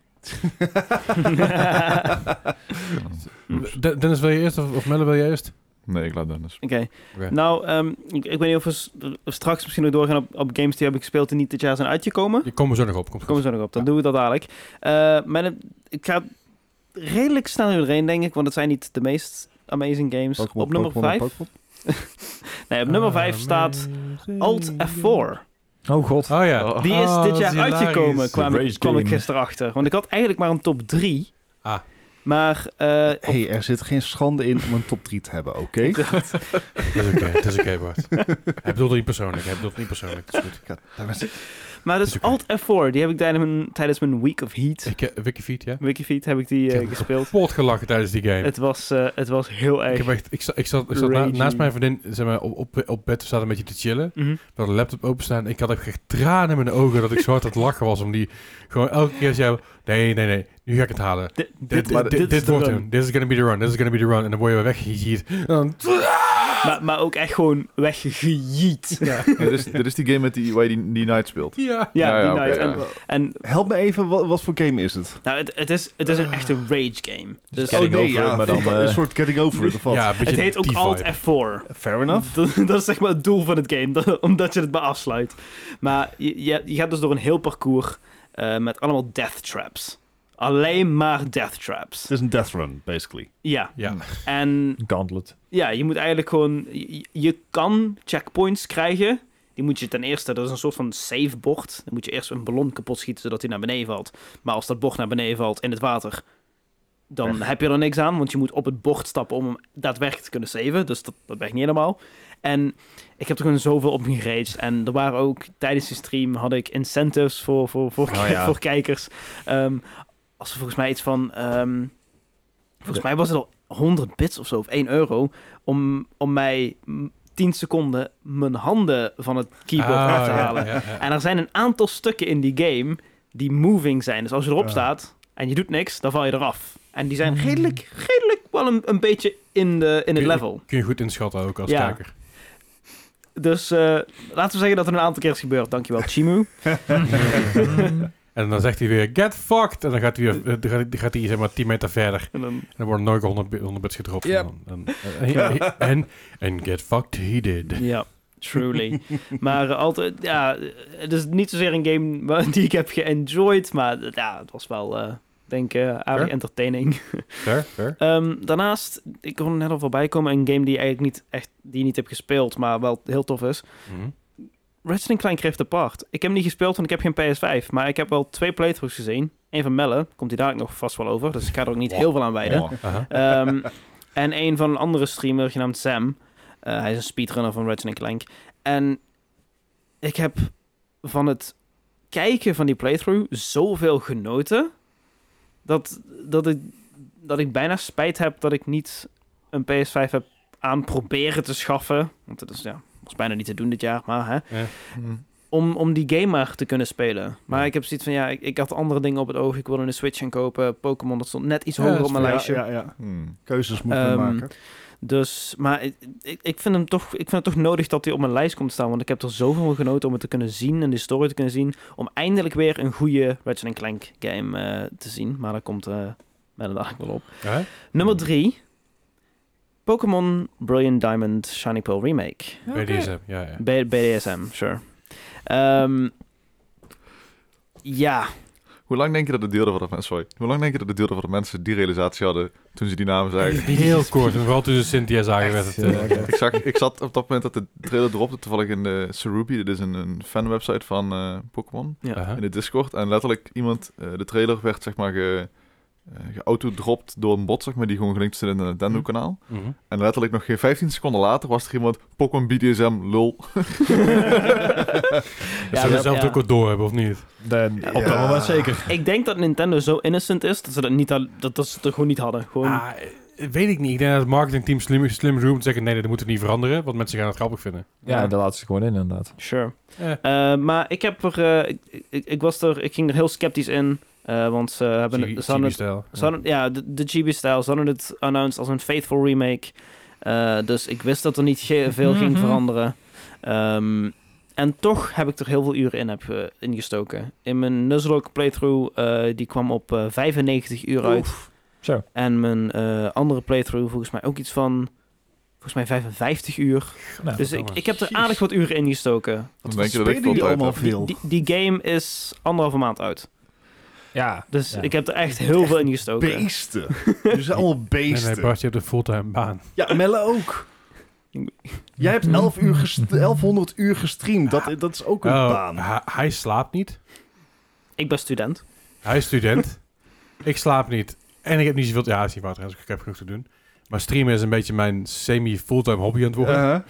Dennis, wil je eerst of Melle wil je eerst? Nee, ik laat Dennis. Oké. Oké. Nou, ik weet niet of we straks misschien nog doorgaan op games die heb ik gespeeld die niet dit jaar zijn uitgekomen. Je komt er zo nog op. Komt Komen we zo nog op, dan doen we dat dadelijk. Ik ga redelijk snel doorheen, denk ik, want het zijn niet de meest amazing games. Pokémon, op nummer Pokémon, 5? Pokémon. Nee, op nummer 5 staat Alt F4. Oh god. Oh ja. Die is Oh, dit dat jaar is uitgekomen, hilarisch. kwam Race ik game. gisteren achter. Want ik had eigenlijk maar een top 3. Ah. Maar... Hey, er zit geen schande in om een top 3 te hebben, oké? Dat is oké, Bart. Hij bedoelt niet persoonlijk. Dat is goed. Maar dus Is oké. Alt F4, die heb ik tijdens mijn Week of Heat, Wikifeed, ja? Wikifeed, heb ik die Ik heb gespeeld. kapot gelachen tijdens die game. Het was heel erg... Ik zat Raging. naast mijn vriendin, zeg maar, op bed, we zaten een beetje te chillen. Mhm. We hadden de laptop openstaan. Ik had echt tranen in mijn ogen dat ik zo hard aan het lachen was. Om die gewoon elke keer zei, nee, nu ga ik het halen. Dit is de wordt run. hem. This is gonna be the run. This is gonna be the run. En dan word je weer weggejiet. Maar ook echt gewoon weggejiet. Ja. Dit is die game met waar je die Knight speelt. Ja. Ja, die oké, night. ja. En Help me even, wat voor game is het? nou, het is een echte rage game. Dus Getting over it, maar dan, een soort getting over it of wat? Ja, een beetje het heet ook die Alt vibe. F4. Fair enough. Dat is zeg maar het doel van het game, omdat je het maar afsluit. Maar je gaat dus door een heel parcours met allemaal death traps. alleen maar death traps. Het is een death run, basically. Ja. Ja. En Gauntlet. ja, je moet eigenlijk gewoon... Je kan checkpoints krijgen. Die moet je ten eerste... Dat is een soort van savebord. Dan moet je eerst een ballon kapot schieten, zodat hij naar beneden valt. Maar als dat bord naar beneden valt in het water... Dan heb je er niks aan, want je moet op het bord stappen om hem daadwerkelijk te kunnen saven. Dus dat werkt niet helemaal. En ik heb er gewoon zoveel op geraged. En er waren ook, tijdens die stream had ik incentives voor kijkers. Als er volgens mij iets van... volgens mij was het al 100 bits of zo, of €1. Om mij 10 seconden mijn handen van het keyboard af te halen. Ja. En er zijn een aantal stukken in die game die moving zijn. Dus als je erop staat en je doet niks, dan val je eraf. En die zijn redelijk wel een beetje in het level. Kun je goed inschatten ook als Ja. kijker. Dus laten we zeggen dat er een aantal keer is gebeurd. Dankjewel, Chimu. En dan zegt hij weer, get fucked! En dan gaat hij zeg maar 10 meter verder. En dan, En dan worden nooit 100 bits gedropt. Yep. En get fucked he did. ja, truly. Maar altijd, ja, het is niet zozeer een game die ik heb geënjoyed. Maar ja, het was wel, denk ik, aardig entertaining. Fair. Daarnaast, ik kon er net al voorbij komen, een game die eigenlijk die je niet heb gespeeld, maar wel heel tof is. Mhm. Ratchet & Clank Rift Apart. Ik heb hem niet gespeeld, want ik heb geen PS5. Maar ik heb wel 2 playthroughs gezien. Eén van Melle, komt hij daar nog vast wel over. Dus ik ga er ook niet heel veel aan wijden. Aha. En een van een andere streamer genaamd Sam. Hij is een speedrunner van Ratchet & Clank. En ik heb van het kijken van die playthrough zoveel genoten... dat ik bijna spijt heb dat ik niet een PS5 heb aan proberen te schaffen. Want dat is was bijna niet te doen dit jaar, maar hè. Ja. Om die game maar te kunnen spelen. Maar ik heb zoiets van, ik had andere dingen op het oog. Ik wilde een Switch gaan kopen. Pokémon, dat stond net iets hoger dat op mijn lijstje. Ja. Keuzes moeten we maken. Dus, maar ik vind het toch nodig dat hij op mijn lijst komt te staan. Want ik heb er zoveel van genoten om het te kunnen zien en de story te kunnen zien. Om eindelijk weer een goede Ratchet & Clank game te zien. Maar daar komt met een dag wel op. Ja? Nummer 3. Pokémon Brilliant Diamond Shiny Pearl Remake. BDSM, ja. BDSM, sure. Ja. Hoe lang denk je dat het duurde voor de mensen... Sorry. Hoe lang denk je dat het duurde voor de mensen die realisatie hadden toen ze die namen zagen? Heel kort. En vooral toen ze Cynthia zagen werd het... Ik zat op dat moment dat de trailer dropte toevallig in de Cerubi. Dit is een fanwebsite van Pokémon. Ja. Aha. In de Discord. En letterlijk iemand... de trailer werd zeg maar geautodropt door een bot, zeg maar, die gewoon gelinkt zit in het Nintendo-kanaal. Mhm. En letterlijk nog geen 15 seconden later was er iemand... Pokémon BDSM, lul. Zullen ze zelf ook wat door hebben, of niet? Op dat moment zeker. Ik denk dat Nintendo zo innocent is dat ze dat niet dat ze het er gewoon niet hadden. Gewoon... Weet ik niet. Ik denk dat het marketingteam slim room te zeggen... nee, dat moet het niet veranderen, want mensen gaan het grappig vinden. Ja, daar laten ze gewoon in, inderdaad. Sure. Maar ik heb er... ik ging er heel sceptisch in. Want ze hebben... Chibi-stijl. De Chibi-stijl. Ze hadden het announced als een faithful remake. Dus ik wist dat er niet veel ging veranderen. En toch heb ik er heel veel uren in gestoken. In mijn Nuzlocke playthrough, die kwam op 95 uur uit. Zo. En mijn andere playthrough volgens mij ook iets van... Volgens mij 55 uur. Nou, Dus ik heb er aardig wat uren in gestoken. Dan denk je dat ik Spelen veel jullie tijd allemaal heb. veel? Die game is 1,5 maand uit. ja. Dus Ja. ik heb er echt heel veel in gestoken. Beesten. Jullie zijn allemaal beesten. Nee, Bart, je hebt een fulltime baan. Ja, Melle ook. Jij hebt 1100 uur gestreamd. Dat is ook een baan. Hij slaapt niet. Ik ben student. Hij is student. Ik slaap niet. En ik heb niet zoveel... Ja, dat is niet waar trouwens. Ik heb genoeg te doen. Maar streamen is een beetje mijn semi-fulltime hobby aan het worden.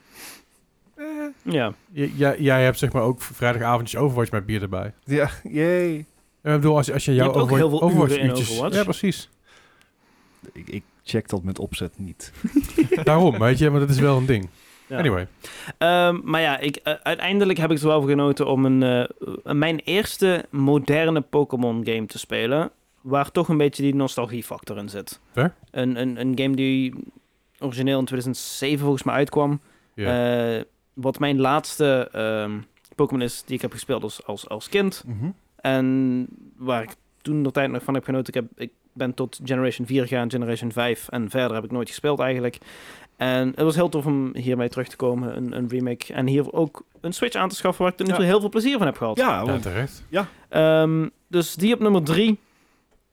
Ja. Jij hebt zeg maar ook vrijdagavondjes Overwatch met bier erbij. Ja, jee. Ik bedoel, als je jouw hebt ook heel veel uren in uurtjes- Overwatch. Ja, precies. Ik check dat met opzet niet. Daarom, weet je. Maar dat is wel een ding. Ja. Anyway. Maar ja, uiteindelijk heb ik er wel voor genoten om mijn eerste moderne Pokémon game te spelen. Waar toch een beetje die nostalgiefactor in zit. Fair. Een game die origineel in 2007 volgens mij uitkwam. Ja. Wat mijn laatste Pokémon is die ik heb gespeeld als kind. En waar ik toen de tijd nog van heb genoten. Ik ben tot Generation 4 gegaan, Generation 5 en verder heb ik nooit gespeeld eigenlijk. En het was heel tof om hiermee terug te komen, een remake. En hier ook een Switch aan te schaffen waar ik tot nu toe heel veel plezier van heb gehad. Ja, Ja, want terecht. Dus die op nummer 3.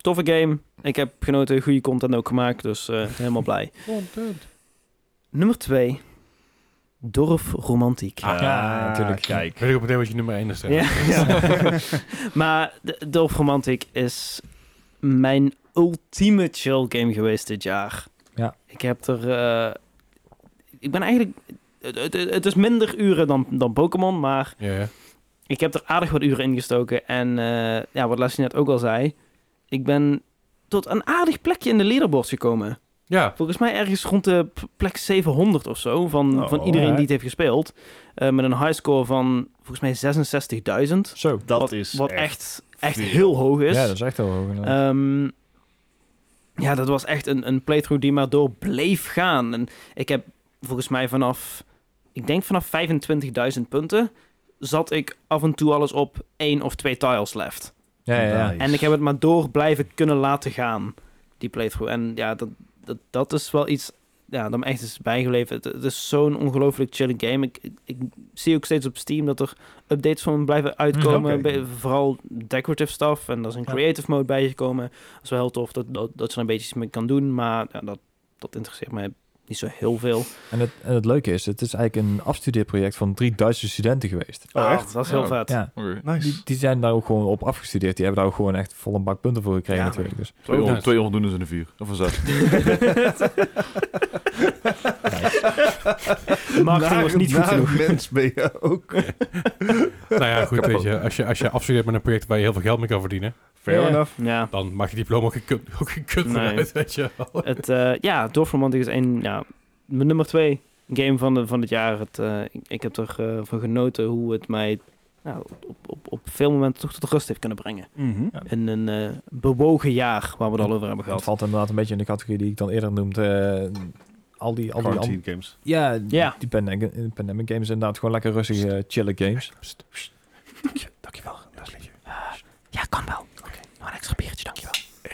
toffe game. Ik heb genoten, goede content ook gemaakt, dus helemaal blij. Nummer 2. Dorfromantiek. Ja, natuurlijk. Kijk. Weet ik op meteen wat je nummer 1 is. Ja. Maar Dorfromantiek is mijn ultieme chill game geweest dit jaar. Ja. Ik heb er... ik ben eigenlijk... Het is minder uren dan Pokémon, maar Ja. ik heb er aardig wat uren in gestoken. En wat Leslie net ook al zei, ik ben tot een aardig plekje in de leaderboards gekomen. Ja. Volgens mij ergens rond de plek 700 of zo van iedereen alright. die het heeft gespeeld. Met een highscore van volgens mij 66.000. Zo. Dat is Wat echt echt veel. heel hoog is. Ja, dat is echt heel hoog. inderdaad. Ja, dat was echt een playthrough die maar door bleef gaan. En ik heb volgens mij vanaf 25.000 punten zat ik af en toe alles op 1 of 2 tiles left. Ja. Nice. En ik heb het maar door blijven kunnen laten gaan, die playthrough. En ja, dat is wel iets dat me echt is bijgebleven. Het is zo'n ongelooflijk chilling game. Ik zie ook steeds op Steam dat er updates van blijven uitkomen. Oké. Vooral decorative stuff. En er is een creative mode bijgekomen. Dat is wel heel tof dat je er een beetje iets mee kan doen. Maar ja, dat interesseert mij niet zo heel veel. En het leuke is, het is eigenlijk een afstudeerproject van 3 Duitse studenten geweest. Oh, echt? Dat is heel Ja. vet. Ja. Oké. Nice. Die zijn daar ook gewoon op afgestudeerd. Die hebben daar ook gewoon echt vol een bak punten voor gekregen Ja. natuurlijk. Dus. 2 onvoldoendes in de 4. Of een 6. Marketing was niet goed genoeg. mens ben je ook. Nou ja, goed, weet je, als je afstudeert met een project waar je heel veel geld mee kan verdienen, Fair Ja. enough. Ja. dan maakt je diploma ook geen kut Nee. uit, weet je wel. Dorfromantic is mijn nummer 2 game van het jaar. Ik heb ervan genoten hoe het mij op veel momenten toch tot rust heeft kunnen brengen. Mhm. In een bewogen jaar waar we het al over hebben Het gehad. valt inderdaad een beetje in de categorie die ik dan eerder noemde. Al die Quarantine games. Ja, Ja. die pandemic games inderdaad gewoon lekker rustige, chille games. Dankjewel, Leslie. Ja, kan wel. Oké. Nog een extra biertje, dankjewel.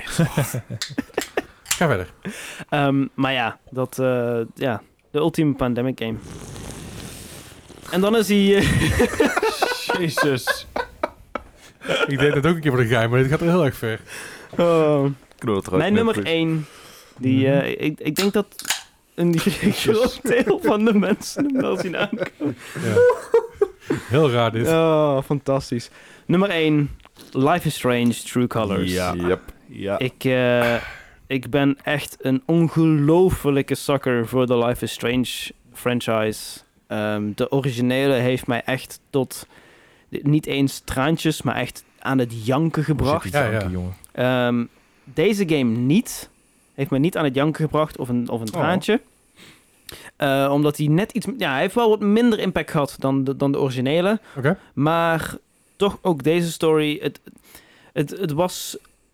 Ga verder. Maar ja, de ultieme pandemic game. En dan is hij... Jezus. Ik deed het ook een keer voor de geheim, maar dit gaat er heel erg ver. Mijn nummer 1, ik denk dat een groot deel van de mensen hem wel zien aankomen. Ja. Heel raar dit. Oh, fantastisch. Nummer 1, Life is Strange, True Colors. Ja. Yep. Ja. Ik ben echt een ongelofelijke sucker voor de Life is Strange franchise. De originele heeft mij echt tot niet eens traantjes, maar echt aan het janken gebracht. Ja. Jongen. Deze game niet. Heeft mij niet aan het janken gebracht of een traantje. Omdat hij net iets... Ja, hij heeft wel wat minder impact gehad dan de originele. Oké. Maar toch ook deze story... Het was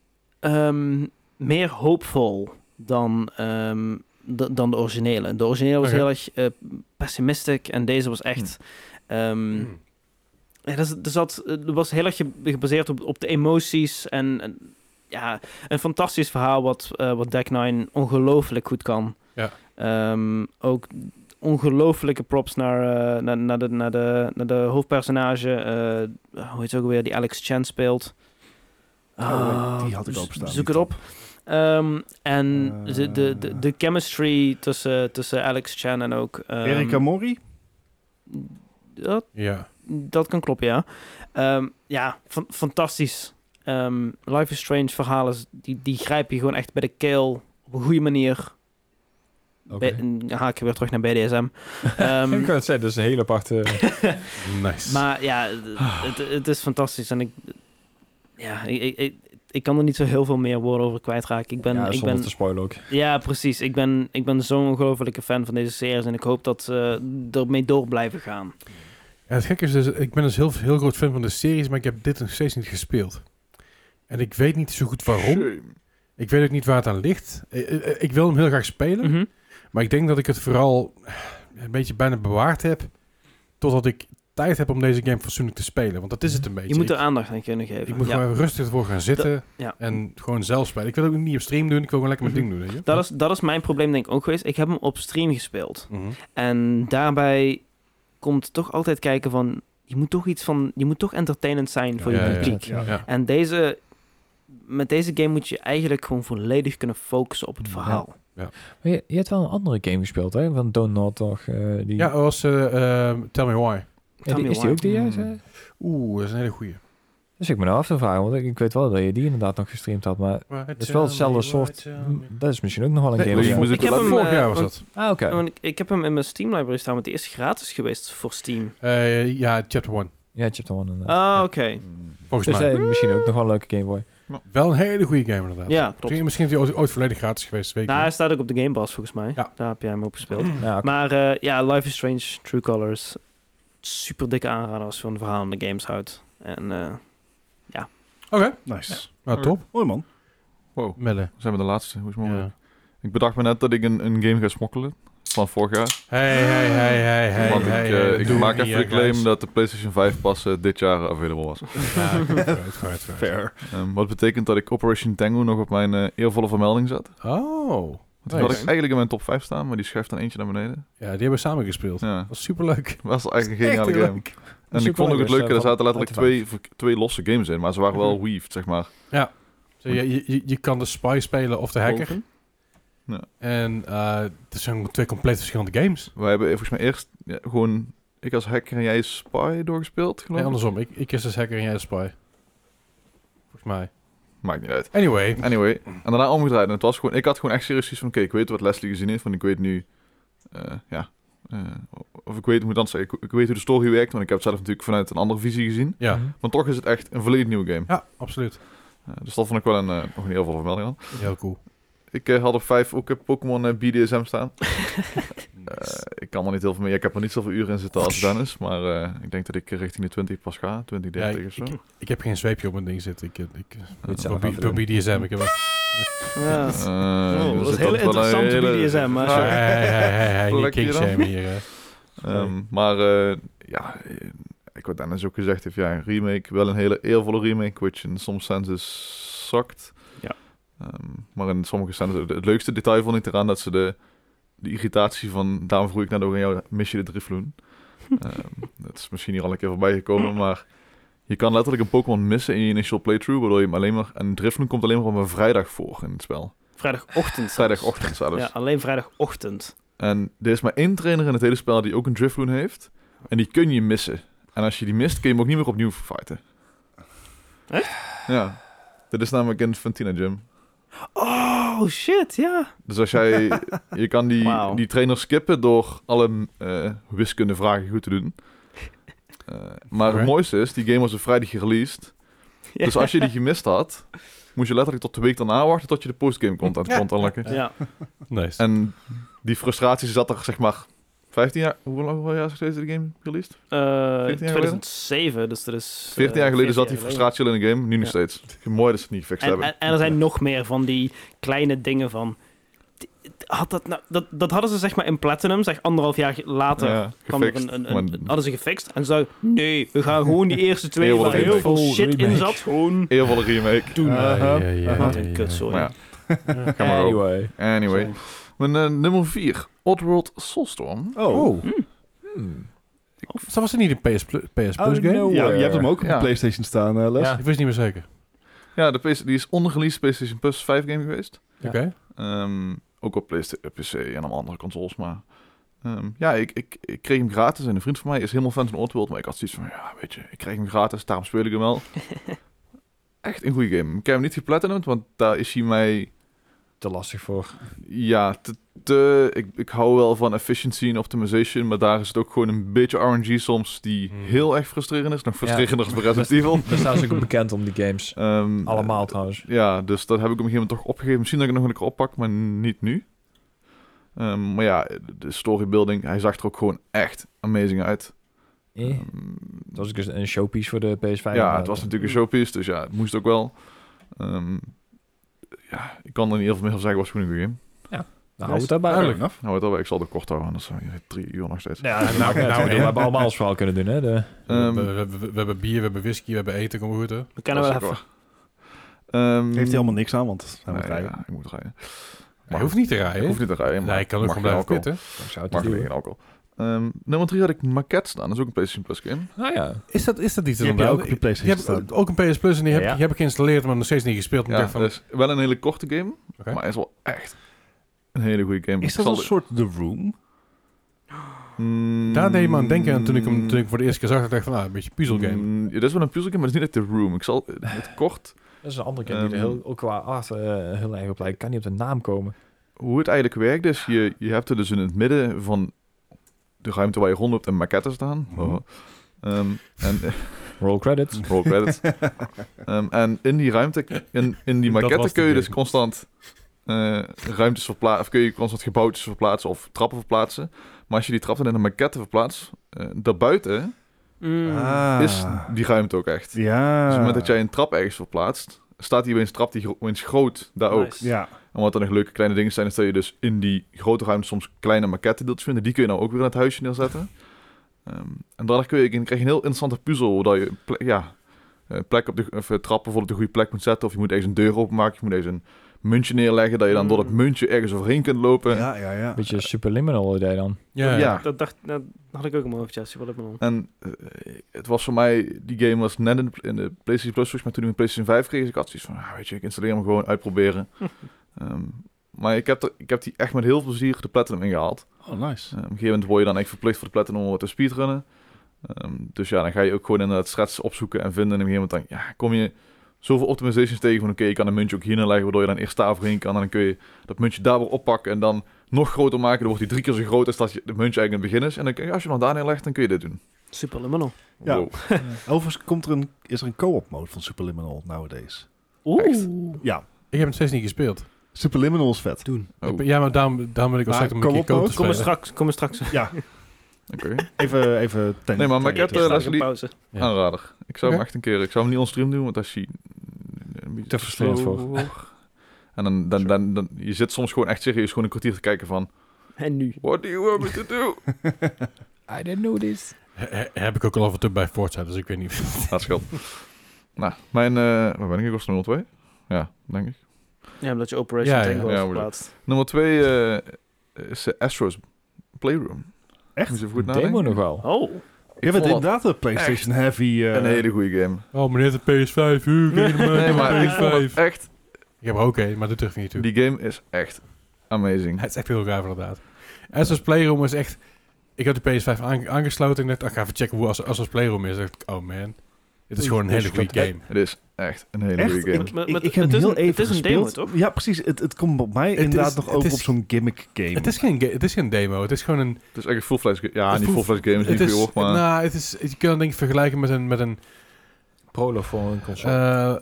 meer hoopvol dan de originele. De originele was Oké. heel erg pessimistic en deze was echt... Het was heel erg gebaseerd op de emoties en een fantastisch verhaal wat Deck Nine ongelooflijk goed kan. Ja. Ook ongelooflijke props naar de hoofdpersonage. Hoe heet het ook weer? Die Alex Chen speelt. Die had ik openstaan. Zoek het op. En de chemistry tussen Alex Chen en ook... Erika Mori? Ja. Dat kan kloppen, ja. Fantastisch. Life is Strange verhalen, die grijp je gewoon echt bij de keel op een goede manier. Oké. Haak ik weer terug naar BDSM. Ik kan het zeggen, dat is een hele aparte... Nice. Maar ja, het is fantastisch. En ik kan er niet zo heel veel meer woorden over kwijtraken. ja, zonder te spoilen ook. Ja, precies. Ik ben zo'n ongelofelijke fan van deze series en ik hoop dat ze ermee door blijven gaan. Ja, het gekke is dus, ik ben dus heel groot fan van de series, maar ik heb dit nog steeds niet gespeeld. En ik weet niet zo goed waarom. Shame. Ik weet ook niet waar het aan ligt. Ik wil hem heel graag spelen, Mhm. maar ik denk dat ik het vooral een beetje bijna bewaard heb, totdat ik tijd heb om deze game fatsoenlijk te spelen. Want dat is het een beetje. Je moet er aandacht aan kunnen geven. Ik moet Ja. gewoon even rustig ervoor gaan zitten ja. en gewoon zelf spelen. Ik wil het ook niet op stream doen, ik wil gewoon lekker mijn ding doen. Weet je? Dat is mijn probleem denk ik ook geweest. Ik heb hem op stream gespeeld. Mhm. En daarbij komt toch altijd kijken van... Je moet toch entertainend zijn voor Ja, je ja, publiek. ja. Ja. En met deze game moet je eigenlijk gewoon volledig kunnen focussen op het verhaal. Maar je hebt wel een andere game gespeeld, hè? Van Don't Nod toch? Die... Ja, dat was Tell Me Why. Ja, is die ook die jij zei? Oeh, dat is een hele goeie. Dus ik me nou af te vragen, want ik weet wel dat je die inderdaad nog gestreamd had, maar het is wel hetzelfde soort... Dat is misschien ook nog wel een game. je moet Ik heb hem, Vorig jaar was dat. Oké. want ik heb hem in mijn Steam library staan, want die is gratis geweest voor Steam. Ja, Chapter 1. Ja, Chapter 1 inderdaad. Oké. Volgens Dus mij. misschien ook nog wel een leuke Game Boy. Wel een hele goede game inderdaad. Ja, klopt. Misschien is die ooit volledig gratis geweest, weet ik Nou, hij niet. staat ook op de Game Pass volgens mij. Ja. Daar heb jij hem op gespeeld. Ja, oké. Maar ja, Life is Strange, True Colors. Super dikke aanrader als je van verhalende games houdt. En Oké, Nice. nou top. Mooi man. Wow, Melle. zijn we de laatste? Hoe is het mogelijk? Ja. Ik bedacht me net dat ik een game ga smokkelen van vorig jaar. Hey. Want ik doe maak niet, even de claim dat de PlayStation 5 pas dit jaar available was. Fair. Fair. Wat betekent dat ik Operation Tango nog op mijn eervolle vermelding zet. Oh. Want die had ik Nice. eigenlijk in mijn top 5 staan, maar die schuift dan eentje naar beneden. Ja, die hebben we samen gespeeld. Ja, Dat was superleuk. dat was eigenlijk een geniale game. En ik vond ook het leuke, er zaten letterlijk twee losse games in, maar ze waren wel weaved, zeg maar. Zo, je kan de spy spelen of de hacker. Ja. En het zijn twee compleet verschillende games. Wij hebben volgens mij eerst gewoon ik als hacker en jij als spy doorgespeeld, geloof Nee, ik. andersom. Ik is als hacker en jij als spy. Volgens mij. Maakt niet uit. Anyway. En daarna omgedraaid. En het was gewoon, ik had gewoon echt serieus zoiets van, oké, ik weet wat Leslie gezien heeft, want ik weet nu, of ik weet, moet dan zeggen, ik weet hoe de story werkt, want ik heb het zelf natuurlijk vanuit een andere visie gezien. Ja. Maar toch is het echt een volledig nieuwe game. Ja, absoluut. Dus dat vond ik wel nog een heel veel vermelding aan. Heel cool. Ik had op 5 ook Pokémon BDSM staan. Ik kan er niet heel veel mee. Ik heb er niet zoveel uren in zitten als Dennis. Maar ik denk dat ik richting de 20 pas ga. 20, 30 Ja, of zo. Ik heb geen zweepje op mijn ding zitten. Moet zelf Door even doen. BDSM. Ik heb wel... ja. Er dat is zit heel wel een interessant hele- BDSM. Maar Hey, niet Plekje dan? kingshamen hier. Maar ik wat Dennis ook gezegd heeft. Ja, een remake. Wel een hele eervolle remake. Which in some senses sucked. Ja. Maar in sommige senses... Het leukste detail vond ik eraan dat ze de irritatie van... Daarom vroeg ik net ook aan jou, mis je de Drifloon? Dat is misschien hier al een keer voorbij gekomen, maar... Je kan letterlijk een Pokémon missen in je initial playthrough, waardoor je hem alleen maar... En Drifloon komt alleen maar op een vrijdag voor in het spel. vrijdagochtend. zelfs. Vrijdagochtend zelfs. Ja, alleen vrijdagochtend. En er is maar één trainer in het hele spel die ook een Drifloon heeft. En die kun je missen. En als je die mist, kun je hem ook niet meer opnieuw fighten. Echt? Ja. Dit is namelijk in Fantina Gym. Oh, shit, ja. Dus als jij... Je kan Wauw. die trainer skippen door alle wiskundevragen goed te doen. Maar Oké. het mooiste is, die game was op vrijdag gereleased. Ja. Dus als je die gemist had, moest je letterlijk tot de week daarna wachten tot je de postgame content kon unlocken. Ja. Nice. En die frustratie zat er zeg maar 15 jaar... Hoeveel jaar is deze game released? 14 jaar 2007, dus dat is... 14 jaar geleden zat die 14 jaar frustratie al in de game, nu nog Ja. steeds. Mooi dat ze het niet gefixt geleden. hebben. En er zijn nog meer van die kleine dingen van... Had dat hadden ze zeg maar in Platinum, zeg 1,5 jaar later... Ja, kwam er gefixt. een, Maar- hadden ze gefixt en zeiden nee, we gaan gewoon die eerste twee Heel waar veel heel veel remake. shit in Remake. zat, gewoon Eervolle remake. doen. Wat een ja. kutzooi. Maar ja, ga maar over. Anyway. Anyway. Mijn nummer 4. Oddworld Soulstorm. Oh. Hmm. Was er niet een PS Plus Oh, game? no. Ja, je hebt hem ook op Ja. de PlayStation staan, Les. Ja. Ik wist niet meer zeker. Ja, die is onreleased PlayStation Plus 5 game geweest. Ja. Oké. Ook op PC en op andere consoles. Maar ik kreeg hem gratis. En een vriend van mij is helemaal fan van Oddworld. Maar ik had zoiets van, ja, weet je, ik kreeg hem gratis. Daarom speel ik hem wel. Echt een goede game. Ik heb hem niet geplatinumd, want daar is hij mij... Te lastig voor. Ja, ik hou wel van efficiency en optimization, maar daar is het ook gewoon een beetje RNG soms die heel erg frustrerend is. Nog frustrerender als bij Resident Evil. Daar staan ze ook bekend om, die games. Allemaal trouwens. Ja, dus dat heb ik op een gegeven moment toch opgegeven. Misschien dat ik het nog een keer oppak, maar niet nu. Maar ja, de storybuilding, hij zag er ook gewoon echt amazing uit. Dat was ook eens een showpiece voor de PS5. Ja, het was natuurlijk een showpiece, dus ja, het moest ook wel. Ja, ik kan er niet heel veel meer over zeggen, was gewoon een goede game. Nou, hou het daarbij. Duidelijk. Nou, wat wel, ik zal het kort houden, anders 3 uur nog steeds. Ja, nou, we hebben allemaal ons verhaal kunnen doen, hè. We hebben bier, we hebben whisky, we hebben eten. Kom maar goed, hè? We kennen wel even. Heeft hij helemaal niks aan, want hij moet Nee, rijden. ja, ik moet rijden. Hij hoeft niet te Ik rijden. hoef niet te rijden, maar Nee, ik kan ook mag gewoon blijven geen alcohol. pitten. Ik zou het Mag niet doen. geen alcohol. Nummer 3 had ik Maquette staan. Dat is ook een PlayStation Plus game. Nou ja. Is dat iets Die heb je inderdaad? ook op je PlayStation Je hebt staan. ook een PS Plus en die Ja. heb ik geïnstalleerd, maar nog steeds niet gespeeld. Ja, dat is wel een hele korte game. Oké. Maar hij is wel echt een hele goede game. Is dat een soort The Room? Daar deed je me aan denken toen ik hem voor de eerste keer zag. Dacht ik van, een beetje puzzelgame. Het is wel een puzzelgame, maar het is niet echt The Room. Ik zal het kort... Dat is een andere game die er ook qua art heel erg op lijkt. Ik kan niet op de naam komen. Hoe het eigenlijk werkt is, je hebt er dus in het midden van de ruimte waar je rondloopt een maquette staan. Mhm. En Roll credits. roll credits. En in die ruimte, in die Dat maquette was de kun je game. dus constant ruimtes verplaatsen, of kun je constant gebouwtjes verplaatsen of trappen verplaatsen. Maar als je die trap dan in een maquette verplaatst, daarbuiten is die ruimte ook echt. Ja. Dus op het moment dat jij een trap ergens verplaatst, staat hier een trap die opeens groot daar ook. Nice. Ja. En wat er nog leuke kleine dingen zijn, is dat je dus in die grote ruimte soms kleine maquette-deeltjes vindt. Die kun je nou ook weer in het huisje neerzetten. En daarna krijg je een heel interessante puzzel, dat je plek op de trap bijvoorbeeld op de goede plek moet zetten. Of je moet ergens een deur openmaken, je moet ergens een muntje neerleggen, dat je dan door dat muntje ergens overheen kunt lopen. Ja. Beetje superliminal idee dan. Ja. Dat had ik ook in mijn hoofd, ja. Superliminal. En het was voor mij, die game was net in de PlayStation Plus, maar toen ik een PlayStation 5 kreeg, ik had zoiets van, weet je, ik installeer hem gewoon, uitproberen. Maar ik heb die echt met heel veel plezier de Platinum ingehaald. Oh, nice. Op een gegeven moment word je dan echt verplicht voor de Platinum om wat te speedrunnen. Dus ja, dan ga je ook gewoon inderdaad strats opzoeken en vinden. En op een gegeven moment dan, kom je zoveel optimizations tegen van, oké, je kan een muntje ook hier neerleggen, waardoor je dan eerst daar overheen kan. En dan kun je dat muntje daar weer oppakken en dan nog groter maken. Dan wordt die 3 keer zo groot als dat je de muntje eigenlijk in het begin is. En dan kun je, als je hem dan daar neerlegt, dan kun je dit doen. Superliminal. Ja. Wow. Overigens is er een co-op mode van Superliminal nowadays. Oeh. Ja. Ik heb het steeds niet gespeeld. Superliminal is vet. Oh, Ja, maar daarom wil ik wel Maar zeggen om een keer co-op code te mode? spelen. Kom er straks. Ja. oké. Even ten... Nee, maar ten- Maquette, Eerst Leslie, pauze. Ja. aanrader. Ik zou hem Oké. echt een keer, ik zou hem niet on stream doen, want als je een beetje Te vervelend slow voor. wordt. En dan je zit soms gewoon echt serieus gewoon een kwartier te kijken van, En nu? what do you want me to do? I didn't know this. Heb ik ook al af en toe bij Forza, dus ik weet niet. Dat scheelt. Nou, waar ben ik? Ik was nummer 2. Ja, denk ik. Ja, omdat je Operation Ja, ja. Tango Ja, hebt moet geplaatst. Nummer 2 is Astro's Playroom. Echt? Moet je even goed Demo nadenken. nog wel. Oh. Je bent vond dat inderdaad een PlayStation heavy... een hele goede game. Oh, meneer de PS5. Nee, maar ik vond het echt... Ik heb er ook een, maar doe terug niet toe. Die game is echt amazing. Het is echt heel gaaf inderdaad. Astro's Playroom is echt... Ik heb de PS5 aangesloten en ik dacht, ik ga even checken hoe Astro's Playroom is. Ik dacht, oh man, dit is gewoon een hele goede game. Het is echt een hele Echt? goede game. Ik heb het hem is heel een- even het is een gespeeld. demo, toch? Ja, precies. Het komt op mij Het inderdaad is- nog het over is- op zo'n gimmick game. Het is geen demo, het is gewoon een... Het is echt een full-fledged game. Ja, Het niet voelt- full-fledged game is niet Het veel is, woord, maar... nou, het is, je kunt het denk ik vergelijken met een Prologue voor een console.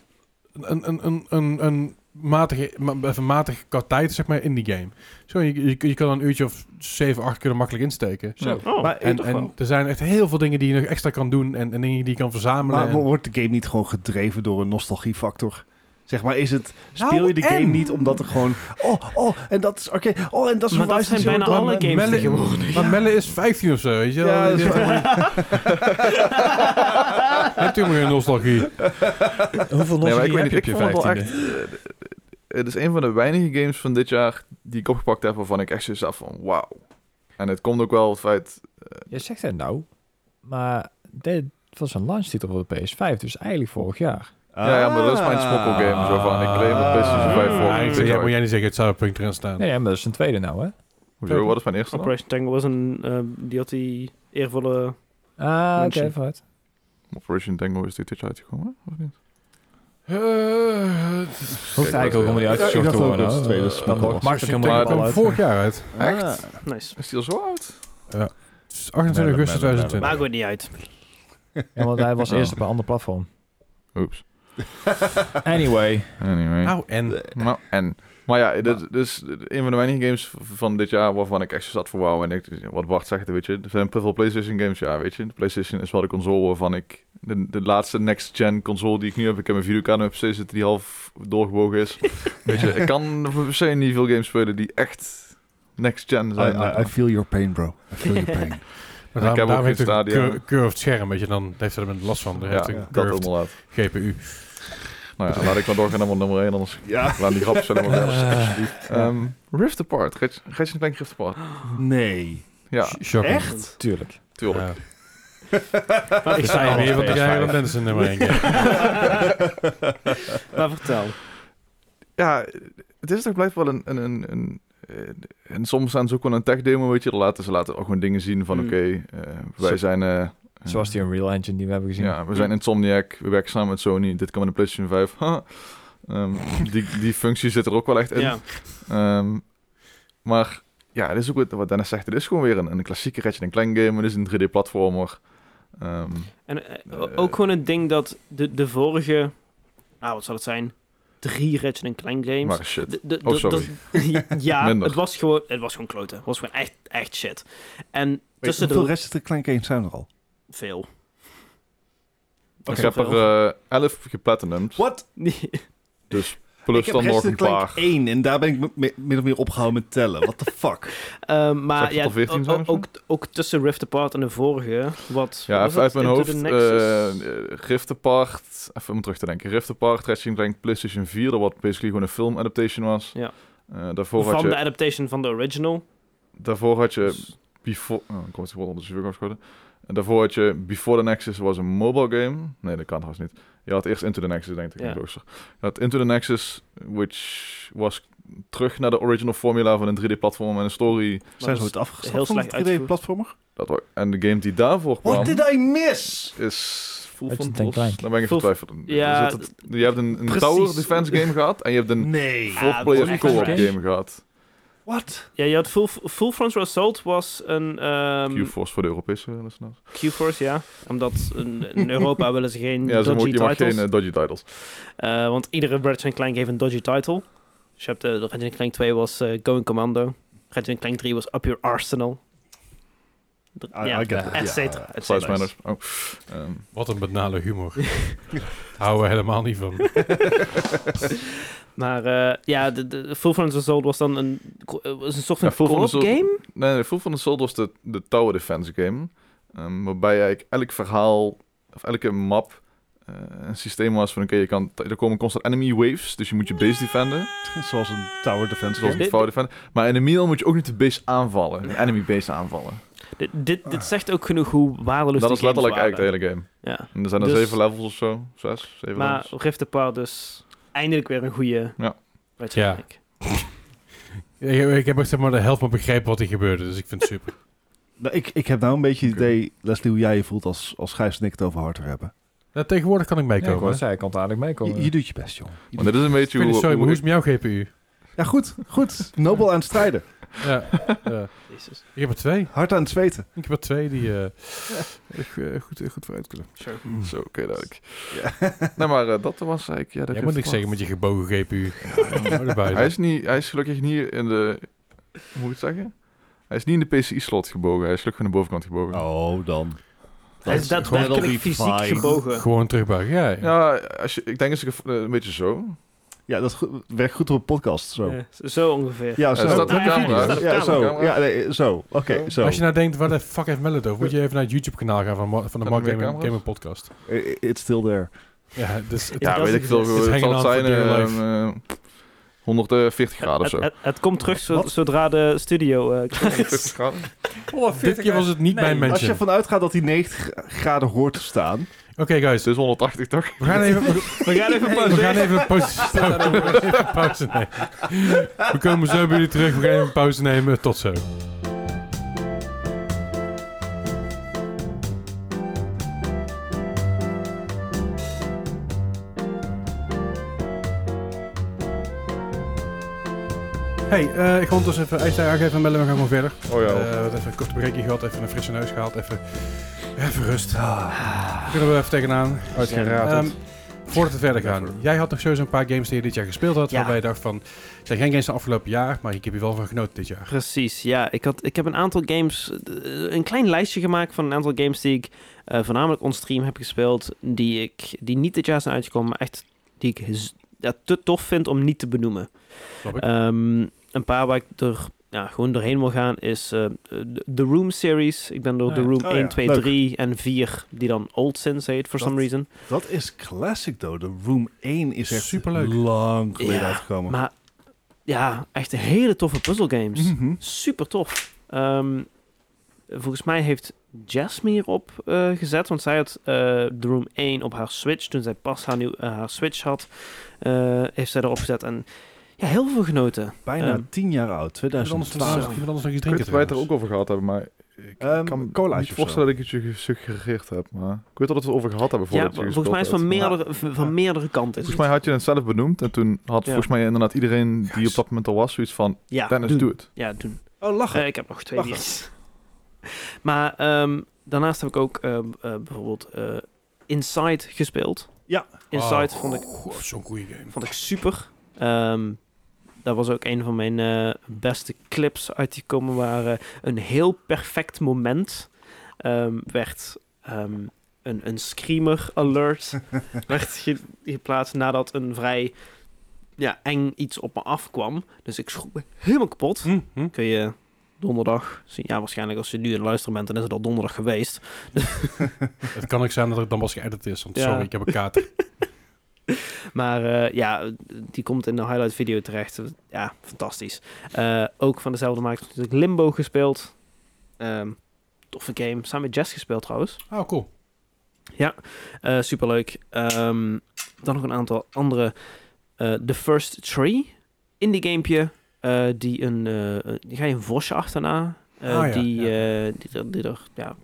een matige qua tijd, zeg maar, in die game. Zo, je kan een uurtje of 7, 8 kunnen makkelijk insteken. Zo. Oh, Maar- En er zijn echt heel veel dingen die je nog extra kan doen en dingen die je kan verzamelen. Maar en- wordt de game niet gewoon gedreven door een nostalgiefactor? Zeg maar, speel Nou, je de game en? niet omdat er gewoon... en dat is oké. En dat is Maar dat zijn bijna alle games Melle, tegenwoordig. maar Melle is 15 of zo, weet je wel. Ja, dat is Hebt u maar geen nostalgie. Hoeveel Nee, maar nostalgie ik weet heb niet, je ik op je vond het wel 15e? echt... Het is een van de weinige games van dit jaar die ik opgepakt heb waarvan ik echt zoiets had van wauw. En het komt ook wel het feit... Je zegt het nou, maar dit was een launchtitel voor de PS5, dus eigenlijk vorig jaar. Ja, maar dat is mijn smokkelgame. Zo van, ik claim de PlayStation 5 voor. Ja, ik zeg, ja, moet jij niet zeggen, het zou op erin staan. Nee, maar dat is een tweede nou, hè? Hoezo, wat is mijn eerste dan? Operation Tango was die had die eervolle... Ah, oké, Mensen. vooruit. Operation Tango is dit jaar uitgekomen, of niet? Hoeft eigenlijk ook helemaal niet ik uitgezocht dacht te ook worden. dat het tweede Dat spel mag was. makkelijk Maar helemaal dan niet uit. vorig jaar uit. Echt? Nice. Is die al zo oud? Het is 28 augustus 2020. Maakt het niet uit. Ja, want hij was Oh. eerst op een ander platform. Oeps. Anyway. Anyway. Nou, en... Maar ja, dit is een van de weinige games van dit jaar waarvan ik echt zo zat voor wauw. En wat Bart zegt, weet je, er zijn veel PlayStation games, ja, weet je. De PlayStation is wel de console waarvan ik, de laatste next-gen console die ik nu heb, ik heb een videokaart op zitten die half doorgebogen is. Weet je, ik kan per se niet veel games spelen die echt next-gen zijn. I feel your pain, bro. I feel your pain. Maar Ik heb daarom ook heeft geen het een Stadia. curved scherm, weet je, dan heeft hij er last van. Dan heeft Ja, een dat curved inderdaad. GPU. Nou ja, laat ik maar doorgaan naar nummer 1, anders Ja. laat die grapjes verder maar verder. Rift Apart. Ratchet & Clank Rift Apart. Nee. Ja, Shocking. Echt? Tuurlijk. tuurlijk. Ja. Maar Ik sta weer wat jij dan mensen nummer 1 Maar vertel. Ja, het is toch blijkbaar wel en soms zijn ze ook wel een tech demo, weet je. Ze laten ook gewoon dingen zien van oké, wij zijn... Zoals die Unreal Engine die we hebben gezien. Ja, we zijn Insomniac, we werken samen met Sony. Dit kan met de PlayStation 5. Die functie zit er ook wel echt in. Ja. Maar ja, het is ook wat Dennis zegt. Het is gewoon weer een klassieke Ratchet & Clank game. Het is een 3D-platformer. En ook gewoon het ding dat de vorige... wat zal het zijn? 3 Ratchet & Clank games. Maar shit. Sorry. Ja, Minder. het was gewoon kloten. Het was gewoon echt shit. En tussen Hoeveel de... Ratchet & Clank games zijn er al? Veel. Ik heb er 11 geplatinumd. Wat? Dus plus Ik heb dan nog Ratchet een Clank paar. 1 en daar ben ik min of meer opgehouden met tellen. What the fuck? Maar Zou ja, het al 14 zijn of zo? ook tussen Rift Apart en de vorige. Wat Ja, was even uit het? mijn Into hoofd. the Nexus? Rift Apart. Even om terug te denken. Rift Apart, Ratchet & Clank, PlayStation 4. Dat wat basically gewoon een film adaptation was. Ja. Daarvoor had Van je... de adaptation van de original. Daarvoor had je Dus- Before... Oh, ik kom het woord onder de zuur afschoten. En daarvoor had je Before the Nexus was een mobile game. Nee, dat kan trouwens niet. Je had eerst Into the Nexus, denk ik. Ja. Je had Into the Nexus, which was terug naar de original formula van een 3D-platform en een story. Zijn ze dat ooit afgestapt heel van slecht de uitgevoerd. 3D-platformer? En de game die daarvoor kwam What did I miss? is Full Ratchet Frontal. & Clank. Daar ben ik Full- vertwijfeld. Ja, Je hebt een precies. tower defense game gehad en je hebt een Nee. 4-player echt co-op trash. game gehad. What? Ja, je had Full Frontal Assault was een... Q-Force voor de Europese listeners. Q-Force, ja. Omdat in Europa willen ze geen Ja, dodgy je mag titles. geen dodgy titles. Want iedere Ratchet & Clank heeft een dodgy title. Dus je hebt de Ratchet & Clank 2 was Going Commando. Ratchet & Clank 3 was Up Your Arsenal. I get it. et cetera. Ja, et Size cetera. matters. Wat een banale humor. Houden we helemaal niet van. Maar de Full Frontal Assault was dan een soort van Ja, Full co-op Frontal Assault- game. Nee, Full Frontal Assault was de tower defense game. Waarbij eigenlijk elk verhaal, of elke map, een systeem was van er komen constant enemy waves, dus je moet je base defenden. Zoals een tower defense Zoals game. een tower defenden. Maar in de middel moet je ook niet de base aanvallen. Een enemy base aanvallen. Dit zegt ook genoeg hoe waardeloos Dat die is letterlijk games eigenlijk de hele game. waren. Ja. En er zijn er Dus- 7 levels of zo. 6, 7 Maar levels. Rift Apart dus eindelijk weer een goede Ja. Ratchet Ja. Clank. Ik heb ook zeg maar de helft maar begrepen wat er gebeurde, dus ik vind het super. Nou, ik heb nou een beetje het idee, Leslie, hoe jij je voelt als Gijs en ik het over hardware hebben. Nou, tegenwoordig kan ik Ja, ik meekomen. wou zeggen, ik kan het aardig meekomen. Je doet je best, jongen. Want dit is een beetje Sorry, maar hoe is hoe het met jouw GPU? Ja, goed. Nobel aan het strijden. Ja, Jezus. ik heb er 2. Hard aan het zweten. Ik heb er 2 die goed vooruit kunnen. Sure. Zo, oké, duidelijk. Nou, maar dat was eigenlijk... Ja, dat Jij moet niks zeggen met je gebogen GPU. Hou erbij. Hij is gelukkig niet in de... Hoe moet ik het zeggen? Hij is niet in de PCI-slot gebogen. Hij is gelukkig aan de bovenkant gebogen. Oh, dan. Hij is daadwerkelijk fysiek gebogen. Gewoon terugbuigen, ja. Ja, ik denk eens een beetje zo. Ja, dat werkt goed op een podcast. Zo. Ja, zo ongeveer. Ja, Hij zo. staat op Ah, ja, camera. staat op Ja, zo. camera. Ja, nee, zo. Oké, zo. Als je nou denkt, waar de fuck heeft Mel het over? Moet je even naar het YouTube-kanaal gaan van de Zijn er Mark meer Gaming, camera's? Gaming Podcast. It's still there. Ja, dus het, Ja, Ja, dat weet is ik veel. het. It's Het zal hanging het on zijn for dear life. 140 graden of zo. Het komt terug Wat? zodra de studio klaar is. 140 graden? dit keer was het niet mijn Als je mention. ervan uitgaat dat hij 90 graden hoort te staan. Oké, guys. Het is 180 toch? We gaan even pauze nemen. We komen zo bij jullie terug. We gaan even een pauze nemen. Tot zo. Hey, ik ga ondertussen even ijs aangeven en bellen. We gaan gewoon verder. Oh ja. We hebben even een korte breakje gehad. Even een frisse neus gehaald. Even rust. Kunnen we even tegenaan. Uitgeraad. Voordat we verder gaan. Jij had nog sowieso een paar games die je dit jaar gespeeld had. Ja. Waarbij je dacht van... Het zijn geen games van afgelopen jaar. Maar ik heb hier wel van genoten dit jaar. Precies, ja. Ik heb een aantal games... Een klein lijstje gemaakt van een aantal games die ik voornamelijk on-stream heb gespeeld. Die niet dit jaar zijn uitgekomen, maar echt die ik te tof vind om niet te benoemen. Snap ik? Een paar waar ik gewoon doorheen wil gaan is The Room series. Ik ben door The Room 1, 2, leuk. 3 en 4, die dan Old Sins heet, for some reason. Dat is classic, though. De Room 1 is echt Superleuk. lang geleden Ja, uitgekomen. Maar ja, echt hele toffe puzzle games. Mhm. Super tof. volgens mij heeft Jasmine hierop gezet, want zij had The Room 1 op haar Switch. Toen zij pas haar Switch had, heeft zij erop gezet. En ja, heel veel genoten. Bijna 10 jaar oud, Ik wil 2012. anders nog iets Ik weet drinken. dat wij het er ook over gehad hebben, maar ik kan me colaatje niet of voorstellen dat ik het je gesuggereerd heb. Maar ik weet dat we het erover gehad hebben Ja, voordat je volgens mij is het gespeeld van meerdere kanten. Volgens mij had je het zelf benoemd en toen had volgens mij inderdaad iedereen die op dat moment al was zoiets van, ja, Dennis, doe het. Ja, doen. Oh, lachen. Ik heb nog 2 Lachen. biertjes. Maar daarnaast heb ik ook bijvoorbeeld Inside gespeeld. Ja. Inside Zo'n goede game. vond ik super. Dat was ook een van mijn beste clips uitgekomen waar een heel perfect moment werd een screamer alert werd geplaatst nadat een vrij eng iets op me afkwam. Dus ik schrok me helemaal kapot. Kun je donderdag zien. Ja, waarschijnlijk als je nu aan het luisteren bent, dan is het al donderdag geweest. Het kan ook zijn dat het dan pas geëdit is. Want Ja. sorry, ik heb een kater. Maar die komt in de highlight video terecht. Ja, fantastisch. Ook van dezelfde maker natuurlijk Limbo gespeeld. Toffe game. Samen met Jess gespeeld trouwens. Oh, cool. Superleuk. Dan nog een aantal andere. The First Tree. Indie gamepje. Die ga je een vosje achterna. Die er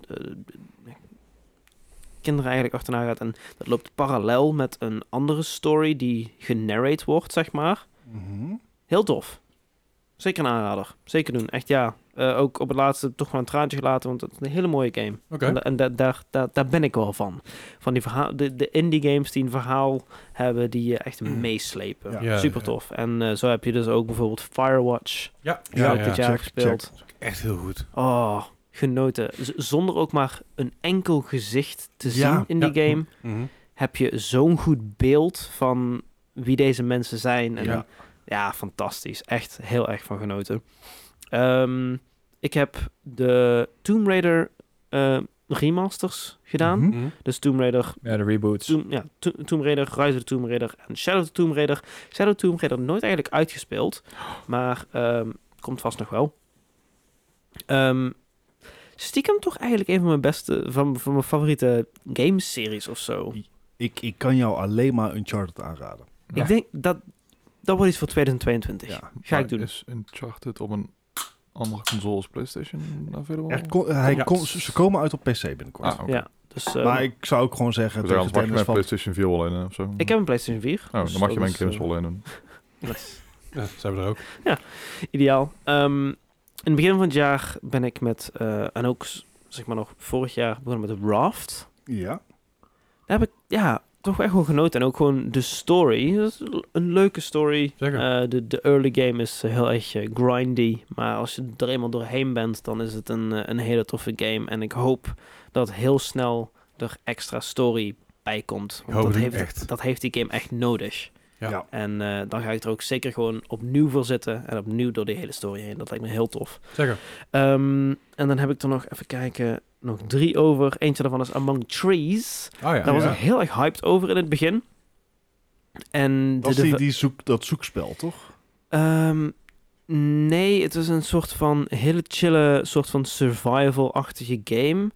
kinderen eigenlijk achterna gaat. En dat loopt parallel met een andere story die genarrate wordt, zeg maar. Mhm. Heel tof. Zeker een aanrader. Zeker doen. Echt ja. Ook op het laatste toch wel een traantje gelaten, want het is een hele mooie game. Oké. En daar ben ik wel van. Van die verhaal, de indie games die een verhaal hebben die je echt meeslepen. Ja. Ja, Super ja. tof. En zo heb je dus ook bijvoorbeeld Firewatch. Ja, Die heb ik dit jaar check, gespeeld. Echt heel goed. Oh, genoten. Zonder ook maar een enkel gezicht te zien Ja, in die ja. game, heb je zo'n goed beeld van wie deze mensen zijn. En ja, fantastisch. Echt heel erg van genoten. Ik heb de Tomb Raider remasters gedaan. Mhm. Dus Tomb Raider, Ja, de reboots. Tomb Raider, Rise of the Tomb Raider en Shadow of the Tomb Raider. Shadow of the Tomb Raider nooit eigenlijk uitgespeeld, maar komt vast nog wel. Stiekem toch eigenlijk een van mijn beste, van mijn favoriete gameseries of zo. Ik kan jou alleen maar Uncharted aanraden. Ja. Ik denk dat wordt iets voor 2022. Ja. Ga ik doen. Is Uncharted op een andere console als PlayStation available? Ze komen uit op PC binnenkort. Ah, oké. Ja, dus, Maar ik zou ook gewoon zeggen Dus anders mag je Dennis mijn van... PlayStation 4 wel in of zo. ik heb een PlayStation 4. Oh, dus dan mag je dat mijn is, games wel in doen. Ja, zijn we er ook. Ideaal. In het begin van het jaar ben ik met, en ook zeg maar nog vorig jaar begonnen met Raft. Ja. Daar heb ik toch echt wel genoten. En ook gewoon de story. Dat is een leuke story. Zeker. De early game is heel erg grindy. Maar als je er eenmaal doorheen bent, dan is het een hele toffe game. En ik hoop dat heel snel er extra story bij komt. Want hoop dat het heeft, echt. dat heeft die game echt nodig. Ja. Ja. En dan ga ik er ook zeker gewoon opnieuw voor zitten. En opnieuw door die hele story heen. Dat lijkt me heel tof. Zeker. En dan heb ik er nog, even kijken, nog 3 over. Eentje daarvan is Among Trees. Oh ja. Daar was Ja. ik heel erg hyped over in het begin. En Dat is dat zoekspel, toch? nee, het is een soort van hele chille, soort van survival-achtige game.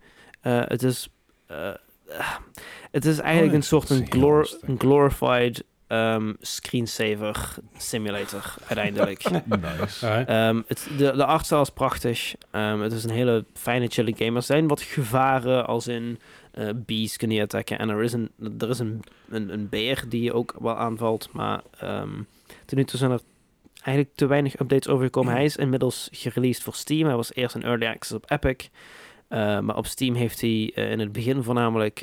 Het is eigenlijk een soort een glorified screensaver simulator uiteindelijk. Nice. Alright. De artstyle is prachtig. Het is een hele fijne, chille game. Er zijn wat gevaren als in bees kunnen je attacken. En er is een beer die je ook wel aanvalt. Maar tot nu toe zijn er eigenlijk te weinig updates over gekomen. Hij is inmiddels gereleased voor Steam. Hij was eerst in Early Access op Epic. Maar op Steam heeft hij in het begin voornamelijk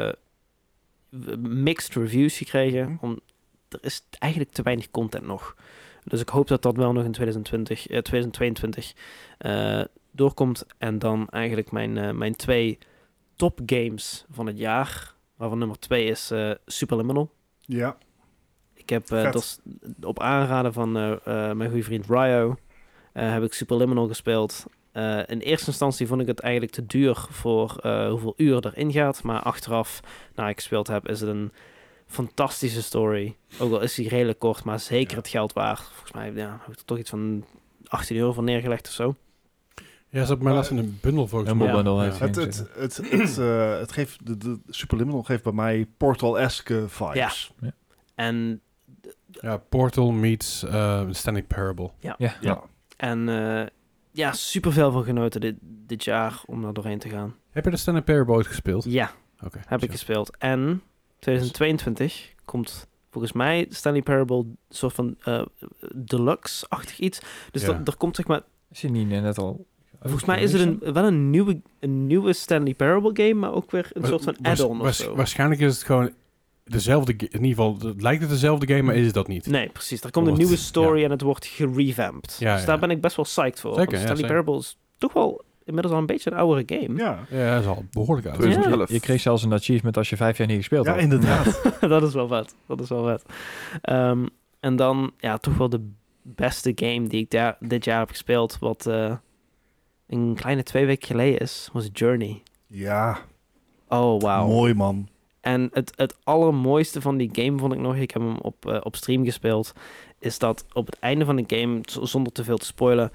mixed reviews gekregen. Er is eigenlijk te weinig content nog. Dus ik hoop dat dat wel nog in 2022 doorkomt. En dan eigenlijk mijn 2 top games van het jaar. Waarvan nummer 2 is Superliminal. Ja. Ik heb Vet. dat is op aanraden van mijn goede vriend Ryo heb ik Superliminal gespeeld. In eerste instantie vond ik het eigenlijk te duur voor hoeveel uur erin gaat. Maar achteraf, na ik gespeeld heb, is het een fantastische story. Ook al is die redelijk kort, maar zeker het geld waard. Volgens mij heb ik er toch iets van €18 voor neergelegd of zo. Ja, ze op mijn laatst in een bundel volgens Een mij. bundle Ja. heeft Het geeft, de Superliminal geeft bij mij Portal-esque vibes. Ja. En Ja, Portal meets Stanley Parable. Ja. En superveel van genoten dit jaar om daar doorheen te gaan. Heb je de Stanley Parable ooit gespeeld? Ja, Oké. heb ik gespeeld. En 2022 komt volgens mij Stanley Parable een soort van deluxe-achtig iets. Dus Ja. er komt zeg maar... Is je niet net al... Volgens mij is het wel een nieuwe Stanley Parable game, maar ook weer een soort van add-on of zo. Waarschijnlijk is het gewoon dezelfde... In ieder geval, het lijkt het dezelfde game, maar is het dat niet. Nee, precies. Er komt een Wordt- nieuwe story ja. en het wordt gerevamped. Ja, dus ja. daar ben ik best wel psyched voor. Zeker, Want ja, Stanley zeker. Parable is toch wel inmiddels al een beetje een oudere game. Ja, Ja, dat is al behoorlijk uit. 2011. Je kreeg zelfs een achievement als je 5 jaar niet gespeeld ja had. inderdaad. Dat is wel vet. Dat is wel vet. En dan, ja, toch wel de beste game die ik dit jaar heb gespeeld, wat een kleine 2 weken geleden is, was Journey. Ja, Oh, wauw. mooi man. En het allermooiste van die game vond ik nog, ik heb hem op stream gespeeld, is dat op het einde van de game, zonder te veel te spoilen,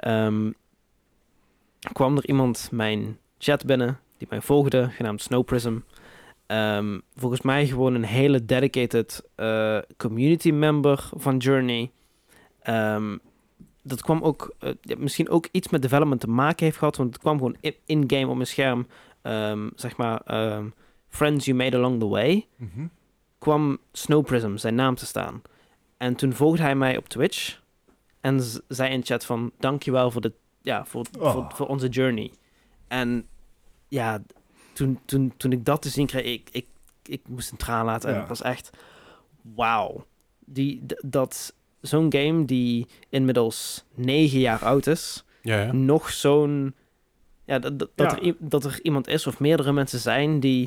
kwam er iemand mijn chat binnen, die mij volgde, genaamd Snowprism. Volgens mij gewoon een hele dedicated community member van Journey. Dat kwam ook, misschien ook iets met development te maken heeft gehad, want het kwam gewoon in-game op mijn scherm, Friends You Made Along the Way, kwam Snowprism, zijn naam te staan. En toen volgde hij mij op Twitch en zei in chat van, dankjewel voor voor onze journey. En ja, toen ik dat te zien kreeg, ik moest een traan laten. En Ja. het was echt, wauw. Dat zo'n game die inmiddels 9 jaar oud is, Ja. nog zo'n... Ja, Ja. dat er iemand is of meerdere mensen zijn die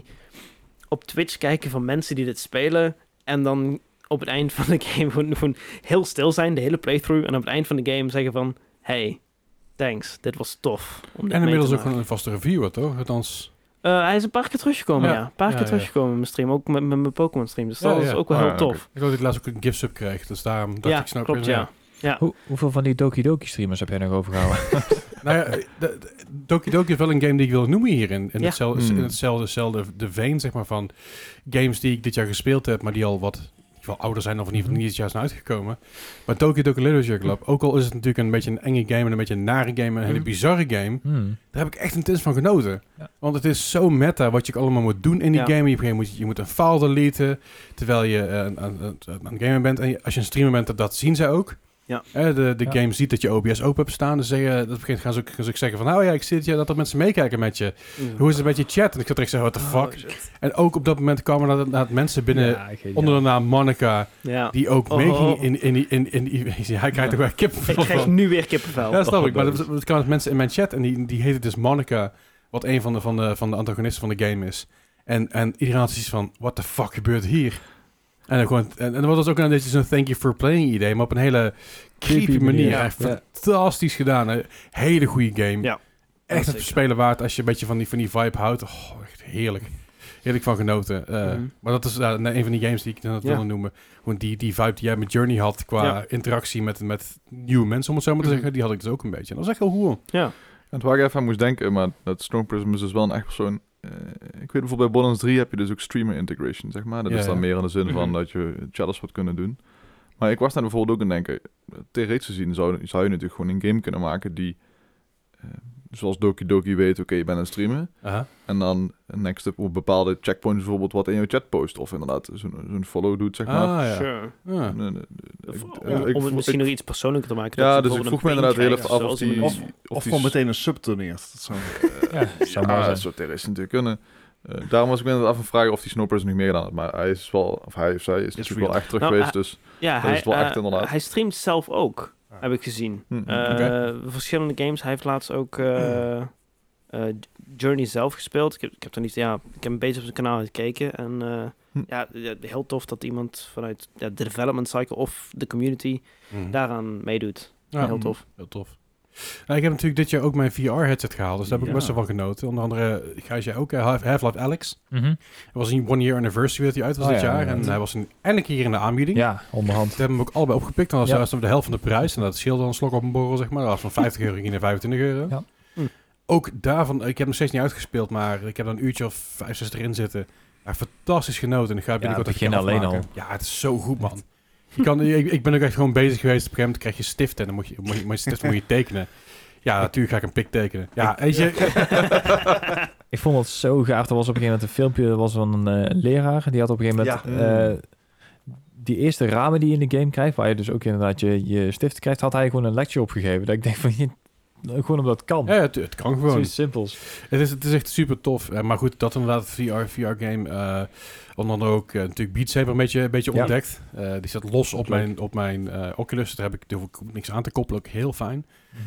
op Twitch kijken van mensen die dit spelen en dan op het eind van de game gewoon heel stil zijn, de hele playthrough, en op het eind van de game zeggen van, hey, thanks, dit was tof. Om dit En mee inmiddels te ook gewoon een vaste reviewer, toch? Althans... hij is een paar keer teruggekomen, Ja. ja. Een paar Ja, keer ja. teruggekomen in mijn stream, ook met mijn Pokémon stream, dus dat Ja, is ja. ook wel Ah, heel ja, tof. oké. Ik hoorde dat ik laatst ook een gift-sub kreeg, dus daarom dacht Ja, ik snap klopt, ja. Hoeveel van die Doki Doki streamers heb jij nog overgehouden? Nou ja, Doki Doki is wel een game die ik wil noemen hierin. In Ja. hetzelfde de vein, zeg maar, van games die ik dit jaar gespeeld heb, maar die al wat ouder zijn of in ieder geval niet dit jaar zijn uitgekomen. Maar Doki Doki Literature Club, ook al is het natuurlijk een beetje een enge game en een beetje een nare game en een hele bizarre game, daar heb ik echt intens van genoten. Ja. Want het is zo meta wat je allemaal moet doen in die Ja. game. Je moet een file deleten terwijl je aan het gamen bent. En als je een streamer bent, dat zien zij ook. Ja. De Ja. game ziet dat je OBS open hebt staan. Dus dat begint gaan ze ook zeggen van, nou ja, ik zie dat er mensen meekijken met je. Hoe is het met je chat? En ik zat echt zo, what the fuck? shit. En ook op dat moment kwamen er mensen binnen onder de naam Monica, Ja. die ook Oh. meegingen in die... Hij krijgt ook wel Ik kippenvel krijg van. nu weer kippenvel. Ja, snap ik. Maar er kwamen mensen in mijn chat en die heette dus Monica, wat een van de antagonisten van de game is. En iedereen had zoiets van, what the fuck gebeurt hier? En dan gewoon, en dat was ook een beetje zo'n thank you for playing idee, maar op een hele creepy manier. Ja. Echt fantastisch gedaan. Een hele goede game. Ja. Echt het zeker. spelen waard als je een beetje van die vibe houdt. Oh, echt heerlijk. Heerlijk van genoten. Maar dat is een van die games die ik net wilde noemen. Gewoon die vibe die jij met Journey had qua interactie met nieuwe mensen, om het zo maar te zeggen, die had ik dus ook een beetje. En dat was echt heel cool. Ja. En waar ik even aan moest denken, maar dat Snowprism is dus wel een echt persoon. Ik weet bijvoorbeeld bij Borderlands 3 heb je dus ook streamer integration, zeg maar. Dat Ja, is dan ja. meer in de zin van dat je challenges wat kunnen doen. Maar ik was daar bijvoorbeeld ook aan denken, theoretisch gezien zou je natuurlijk gewoon een game kunnen maken die, zoals Doki Doki weet, oké, je bent aan het streamen. En dan next up op bepaalde checkpoints bijvoorbeeld wat in je chat post. Of inderdaad zo'n follow doet, zeg maar. Ah, ja. Sure. Ja. Om het misschien nog iets persoonlijker te maken. Ja, dat dus je ik vroeg bijvoorbeeld me een inderdaad ping heel even krijgt, af zoals of die... Of gewoon meteen een sub toneert. Dat zou... zou mooi zijn. dat zou theoretisch natuurlijk kunnen. Daarom was ik me inderdaad af en vragen of die Snowprism nog meer gedaan had. Maar hij is wel, of hij of zij is natuurlijk real. wel echt terug Nou, geweest. Dus Ja, dat is wel echt inderdaad. hij streamt zelf ook, heb ik gezien. Verschillende games. Hij heeft laatst ook Journey zelf gespeeld. Ik heb er niet, ik heb een beetje op zijn kanaal gekeken. En heel tof dat iemand vanuit de development cycle of de community daaraan meedoet. Ja, Heel tof. Heel tof. Nou, ik heb natuurlijk dit jaar ook mijn VR-headset gehaald, dus daar heb ik Ja. best wel van genoten. Onder andere, Gijs, jij ook, Half-Life Alyx. Mhm. Het was een 1 year anniversary dat hij uit was Oh dit ja, jaar. inderdaad. En hij was eindelijk hier in de aanbieding. Ja, onderhand. We hebben hem ook allebei opgepikt. Dan was Ja. juist de helft van de prijs. En dat scheelde dan een slok op een borrel, zeg maar. Dat was van €50 ging naar €25. Ja. ook daarvan, ik heb hem nog steeds niet uitgespeeld, maar ik heb er een uurtje of 5, 6 erin zitten. Ja, fantastisch genoten. En ik ga binnenkort begin even alleen afmaken. al. Ja, het is zo goed, man. Ik ben ook echt gewoon bezig geweest. Op een gegeven moment krijg je stiften en dan moet je stiften moet je tekenen. Ja, natuurlijk ga ik een pik tekenen. Ja, weet je. Ik vond het zo gaaf. Er was op een gegeven moment een filmpje was van een leraar. Die had op een gegeven moment die eerste ramen die je in de game krijgt, waar je dus ook inderdaad je stift krijgt, had hij gewoon een lecture opgegeven. Dat ik denk van, gewoon omdat het kan. Ja, het kan gewoon. Zoiets simpels. Het is echt super tof. Maar goed, dat inderdaad, VR-game. Onder andere ook natuurlijk Beat Saber een beetje ontdekt. Die staat los op mijn Oculus. Daar hoef ik niks aan te koppelen. Ook heel fijn.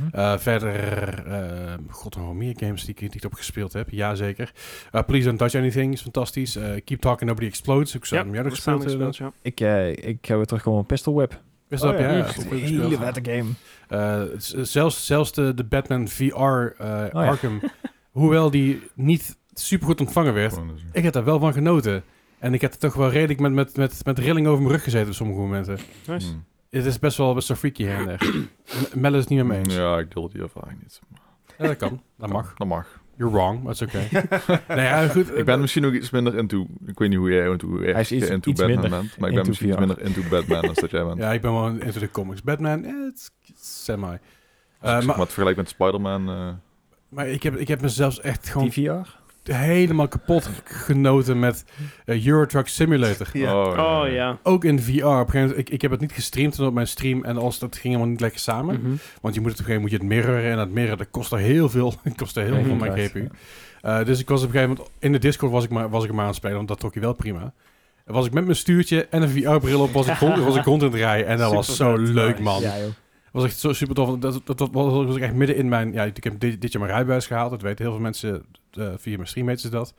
Verder, god, nog wel meer games die ik niet op gespeeld heb. Jazeker. Please Don't Touch Anything is fantastisch. Keep Talking Nobody Explodes. Ik zou hem jij nog gespeeld. Ja. Ik heb terugkomen op Pistol Whip. Is dat, ja. Een hele vette game. Zelfs de Batman VR Arkham, hoewel die niet super goed ontvangen werd, ik heb daar wel van genoten. En ik heb er toch wel redelijk met rilling over mijn rug gezeten op sommige momenten. Nice. Het is best wel freaky her en der. Melle is het niet meer mee eens. Ja, ik deel die ervaring niet. Ja, dat kan. Dat mag. Dat mag. You're wrong, but it's okay. Nee, ja, goed. Ik ben misschien ook iets minder into... Ik weet niet hoe jij Hij is iets into Batman minder bent. Maar ik ben misschien iets minder into Batman dan dat jij bent. Ja, ik ben wel into de comics. Batman, it's semi. Maar het vergelijk met Spider-Man... Maar ik heb mezelf echt gewoon Die VR? helemaal kapot genoten met Euro Truck Simulator. Ja. Oh ja. Ook in VR. Op een gegeven moment, ik heb het niet gestreamd op mijn stream en dat ging helemaal niet lekker samen. Mhm. Want je moet het op een gegeven moment het mirroren en dat mirroren dat kost er heel veel. kost er heel veel van mijn GPU. Dus ik was op een gegeven moment in de Discord was ik maar aan het spelen, want dat trok je wel prima. Was ik met mijn stuurtje en een VR-bril op, was ik rond in het rijden en dat was zo leuk, man. Ja, joh. Was echt zo super tof. Dat was ik echt midden in mijn... Ja, ik heb dit jaar mijn rijbewijs gehaald. Dat weten heel veel mensen via mijn stream weten ze dat.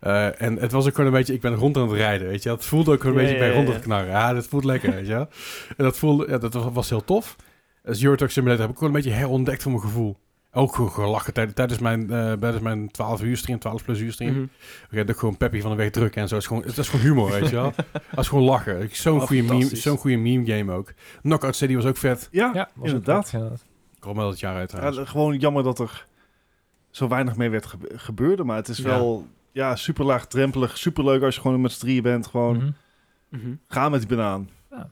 En het was ook gewoon een beetje... Ik ben rond aan het rijden, weet je. Het voelde ook gewoon een beetje bij rond aan het knarren. Ja, dat voelt lekker, weet je. En dat voelde... Ja, dat was heel tof. Als Euro Truck Simulator heb ik gewoon een beetje herontdekt voor mijn gevoel. Ook gewoon gelachen tijdens mijn 12 uur stream, 12 plus uur stream. Mhm. Ik heb gewoon Peppy van de weg drukken en zo. Het is gewoon humor, weet je wel. Dat is gewoon lachen. Zo'n goede meme game ook. Knockout City was ook vet. Ja, Ja, was inderdaad. ook vet, Ik kom wel het jaar uit trouwens. Gewoon jammer dat er zo weinig mee werd gebeurde. Maar het is wel super laagdrempelig. Super leuk als je gewoon met z'n drieën bent. Gewoon Mhm. Mhm. ga met die banaan.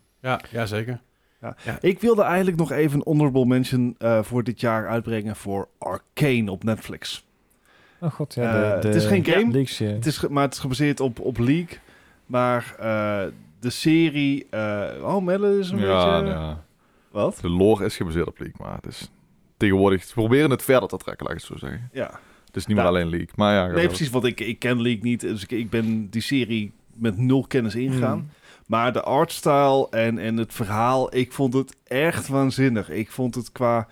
Ja, zeker. Ja. Ik wilde eigenlijk nog even een honorable mention voor dit jaar uitbrengen voor Arcane op Netflix. Oh god, ja. Het is geen game. Leaks, Maar het is gebaseerd op League. Maar de serie... Melle is een beetje... Ja. Wat? De lore is gebaseerd op League, maar het is tegenwoordig... Ze proberen het verder te trekken, laat ik het zo zeggen. Ja. Het is niet meer alleen League, maar ja... Nee, precies, want ik ken League niet. Dus ik ben die serie met 0 kennis ingegaan. Maar de artstyle en het verhaal, ik vond het echt waanzinnig. Ik vond het qua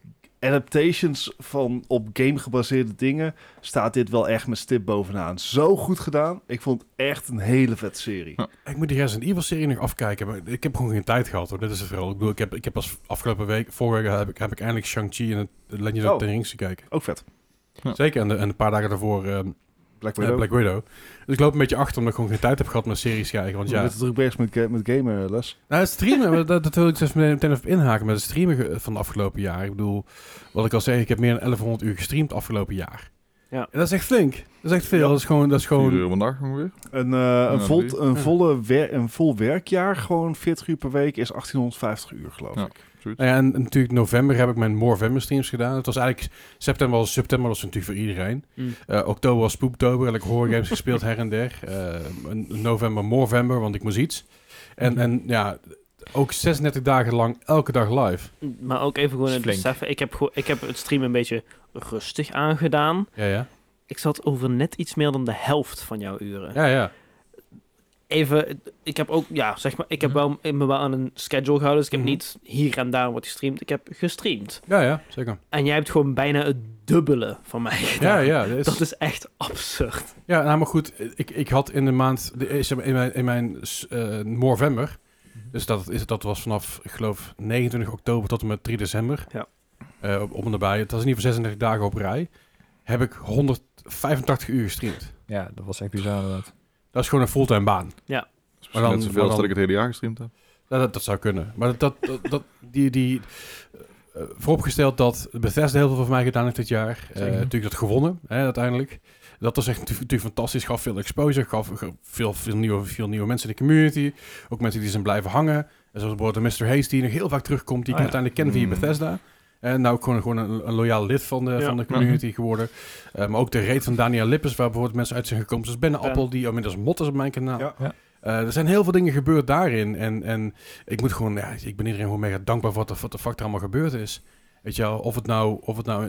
adaptations van op game gebaseerde dingen, staat dit wel echt met stip bovenaan. Zo goed gedaan. Ik vond het echt een hele vette serie. Ja. Ik moet die Resident Evil serie nog afkijken. Maar ik heb gewoon geen tijd gehad hoor. Dit is het vooral. Ik bedoel, ik heb pas vorige week heb ik eindelijk Shang-Chi en het Legend of the Rings gekeken. Ook vet. Ja. Zeker. En een paar dagen daarvoor Black Widow. Black Widow. Dus ik loop een beetje achter omdat ik gewoon geen tijd heb gehad met series kijken. Want Je ja, bent druk bezig met gamen, Les. nou, het streamen, dat wil ik dus meteen even inhaken met het streamen van de afgelopen jaar. Ik bedoel, wat ik al zei, ik heb meer dan 1100 uur gestreamd afgelopen jaar. Ja. En dat is echt flink. Dat is echt veel. Ja. Dat is gewoon 4 uur per dag ongeveer. Een vol werkjaar, gewoon 40 uur per week, is 1850 uur, geloof Ja. ik. Zoiets. Nou ja, en natuurlijk november heb ik mijn Morvember streams gedaan. Het was eigenlijk september was natuurlijk voor iedereen. Oktober was Spooktober. En ik horrorgames gespeeld her en der. November Morvember, want ik moest iets. En ja, ook 36 dagen lang elke dag live. Maar ook even gewoon het Flink. beseffen. Ik heb het stream een beetje rustig aangedaan. Ja. Ik zat over net iets meer dan de helft van jouw uren. Ja. Even, ik heb ook, ja, zeg maar, ik heb me wel aan een schedule gehouden. Dus ik heb niet hier en daar wat gestreamd. Ik heb gestreamd. Ja, zeker. En jij hebt gewoon bijna het dubbele van mij gedaan. Ja. Dat is echt absurd. Ja, nou maar goed. Ik had in de maand, in mijn Morvember, dus dat was vanaf, ik geloof, 29 oktober tot en met 3 december. Ja. Om en nabij. Het was in ieder geval 36 dagen op rij. Heb ik 185 uur gestreamd. Ja, dat was echt bizar inderdaad. Dat is gewoon een fulltime baan. Dat is Maar dan- net zoveel maar als dan- dat ik het hele jaar gestreamd heb. Dat zou kunnen. Maar die Vooropgesteld dat Bethesda heel veel voor mij gedaan heeft dit jaar. Natuurlijk dat gewonnen, uiteindelijk. Dat was echt natuurlijk fantastisch. Gaf veel exposure, gaf veel nieuwe mensen in de community. Ook mensen die zijn blijven hangen. En zoals bijvoorbeeld Mr. Hayes, die nog heel vaak terugkomt. Die ik uiteindelijk ken via Bethesda. En nou ook gewoon een loyaal lid van de community geworden. Maar ook de raid van Daniel Lippes, waar bijvoorbeeld mensen uit zijn gekomen. Zoals Ben Appel, die inmiddels mot is op mijn kanaal. Ja. Er zijn heel veel dingen gebeurd daarin. En ik moet gewoon, ik ben iedereen gewoon mega dankbaar voor wat de fuck er allemaal gebeurd is. Weet je wel, of het nou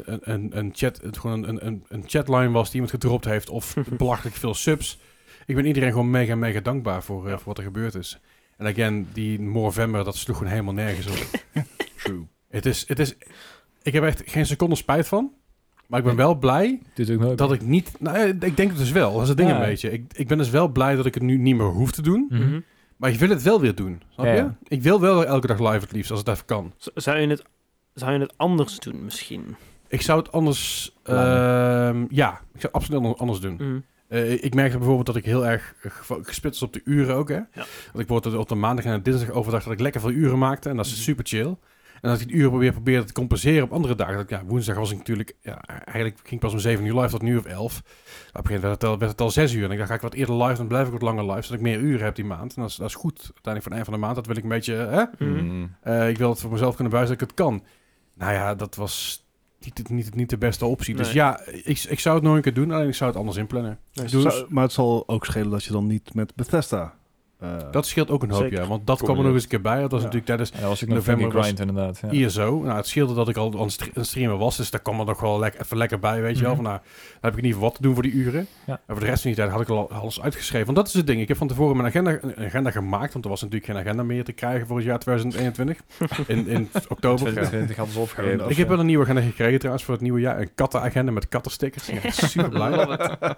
een chatline was die iemand gedropt heeft, of belachelijk veel subs. Ik ben iedereen gewoon mega, mega dankbaar voor wat er gebeurd is. En again, die Movember, dat sloeg gewoon helemaal nergens op. True. Het is, ik heb echt geen seconde spijt van. Maar ik ben wel blij dat ik niet... Nou, ik denk het dus wel. Dat is het ding een beetje. Ik ben dus wel blij dat ik het nu niet meer hoef te doen. Mhm. Maar ik wil het wel weer doen. Snap je? Ja. Ik wil wel elke dag live het liefst, als het even kan. Zou je het anders doen misschien? Ik zou het anders... ik zou het absoluut anders doen. Mhm. Ik merkte bijvoorbeeld dat ik heel erg gespitst was op de uren ook. Hè? Ja. Dat ik bijvoorbeeld op de maandag en de dinsdag overdag dat ik lekker veel uren maakte. En dat is super chill. En dat ik die uren weer probeerde te compenseren op andere dagen. Woensdag was ik natuurlijk... eigenlijk ging ik pas om 7 uur live tot nu of 11. Op een gegeven moment werd het al 6 uur. En ik dacht, ga ik wat eerder live, dan blijf ik wat langer live. Zodat ik meer uren heb die maand. En dat is goed. Uiteindelijk voor het eind van de maand. Dat wil ik een beetje... ik wil het voor mezelf kunnen bewijzen dat ik het kan. Nou ja, dat was niet de beste optie. Nee. Dus ja, ik zou het nog een keer doen. Alleen ik zou het anders inplannen. Dus, Maar het zal ook schelen dat je dan niet met Bethesda... dat scheelt ook een hoop, Zeker. ja. Want dat kwam er nog eens een keer bij. Dat was natuurlijk tijdens Ja, was ik nog november van die grind inderdaad. Ja. ISO. Nou, het scheelde dat ik al aan het streamen was. Dus daar kwam er nog wel even lekker bij, weet je wel. Van, nou, dan heb ik in ieder geval wat te doen voor die uren. Ja. En voor de rest van die tijd had ik al alles uitgeschreven. Want dat is het ding. Ik heb van tevoren mijn agenda gemaakt. Want er was natuurlijk geen agenda meer te krijgen voor het jaar 2021. in oktober. 2020 hadden ze opgegeven. Ik heb wel een nieuwe agenda gekregen trouwens voor het nieuwe jaar. Een kattenagenda met kattenstickers. Ik ben echt super blij.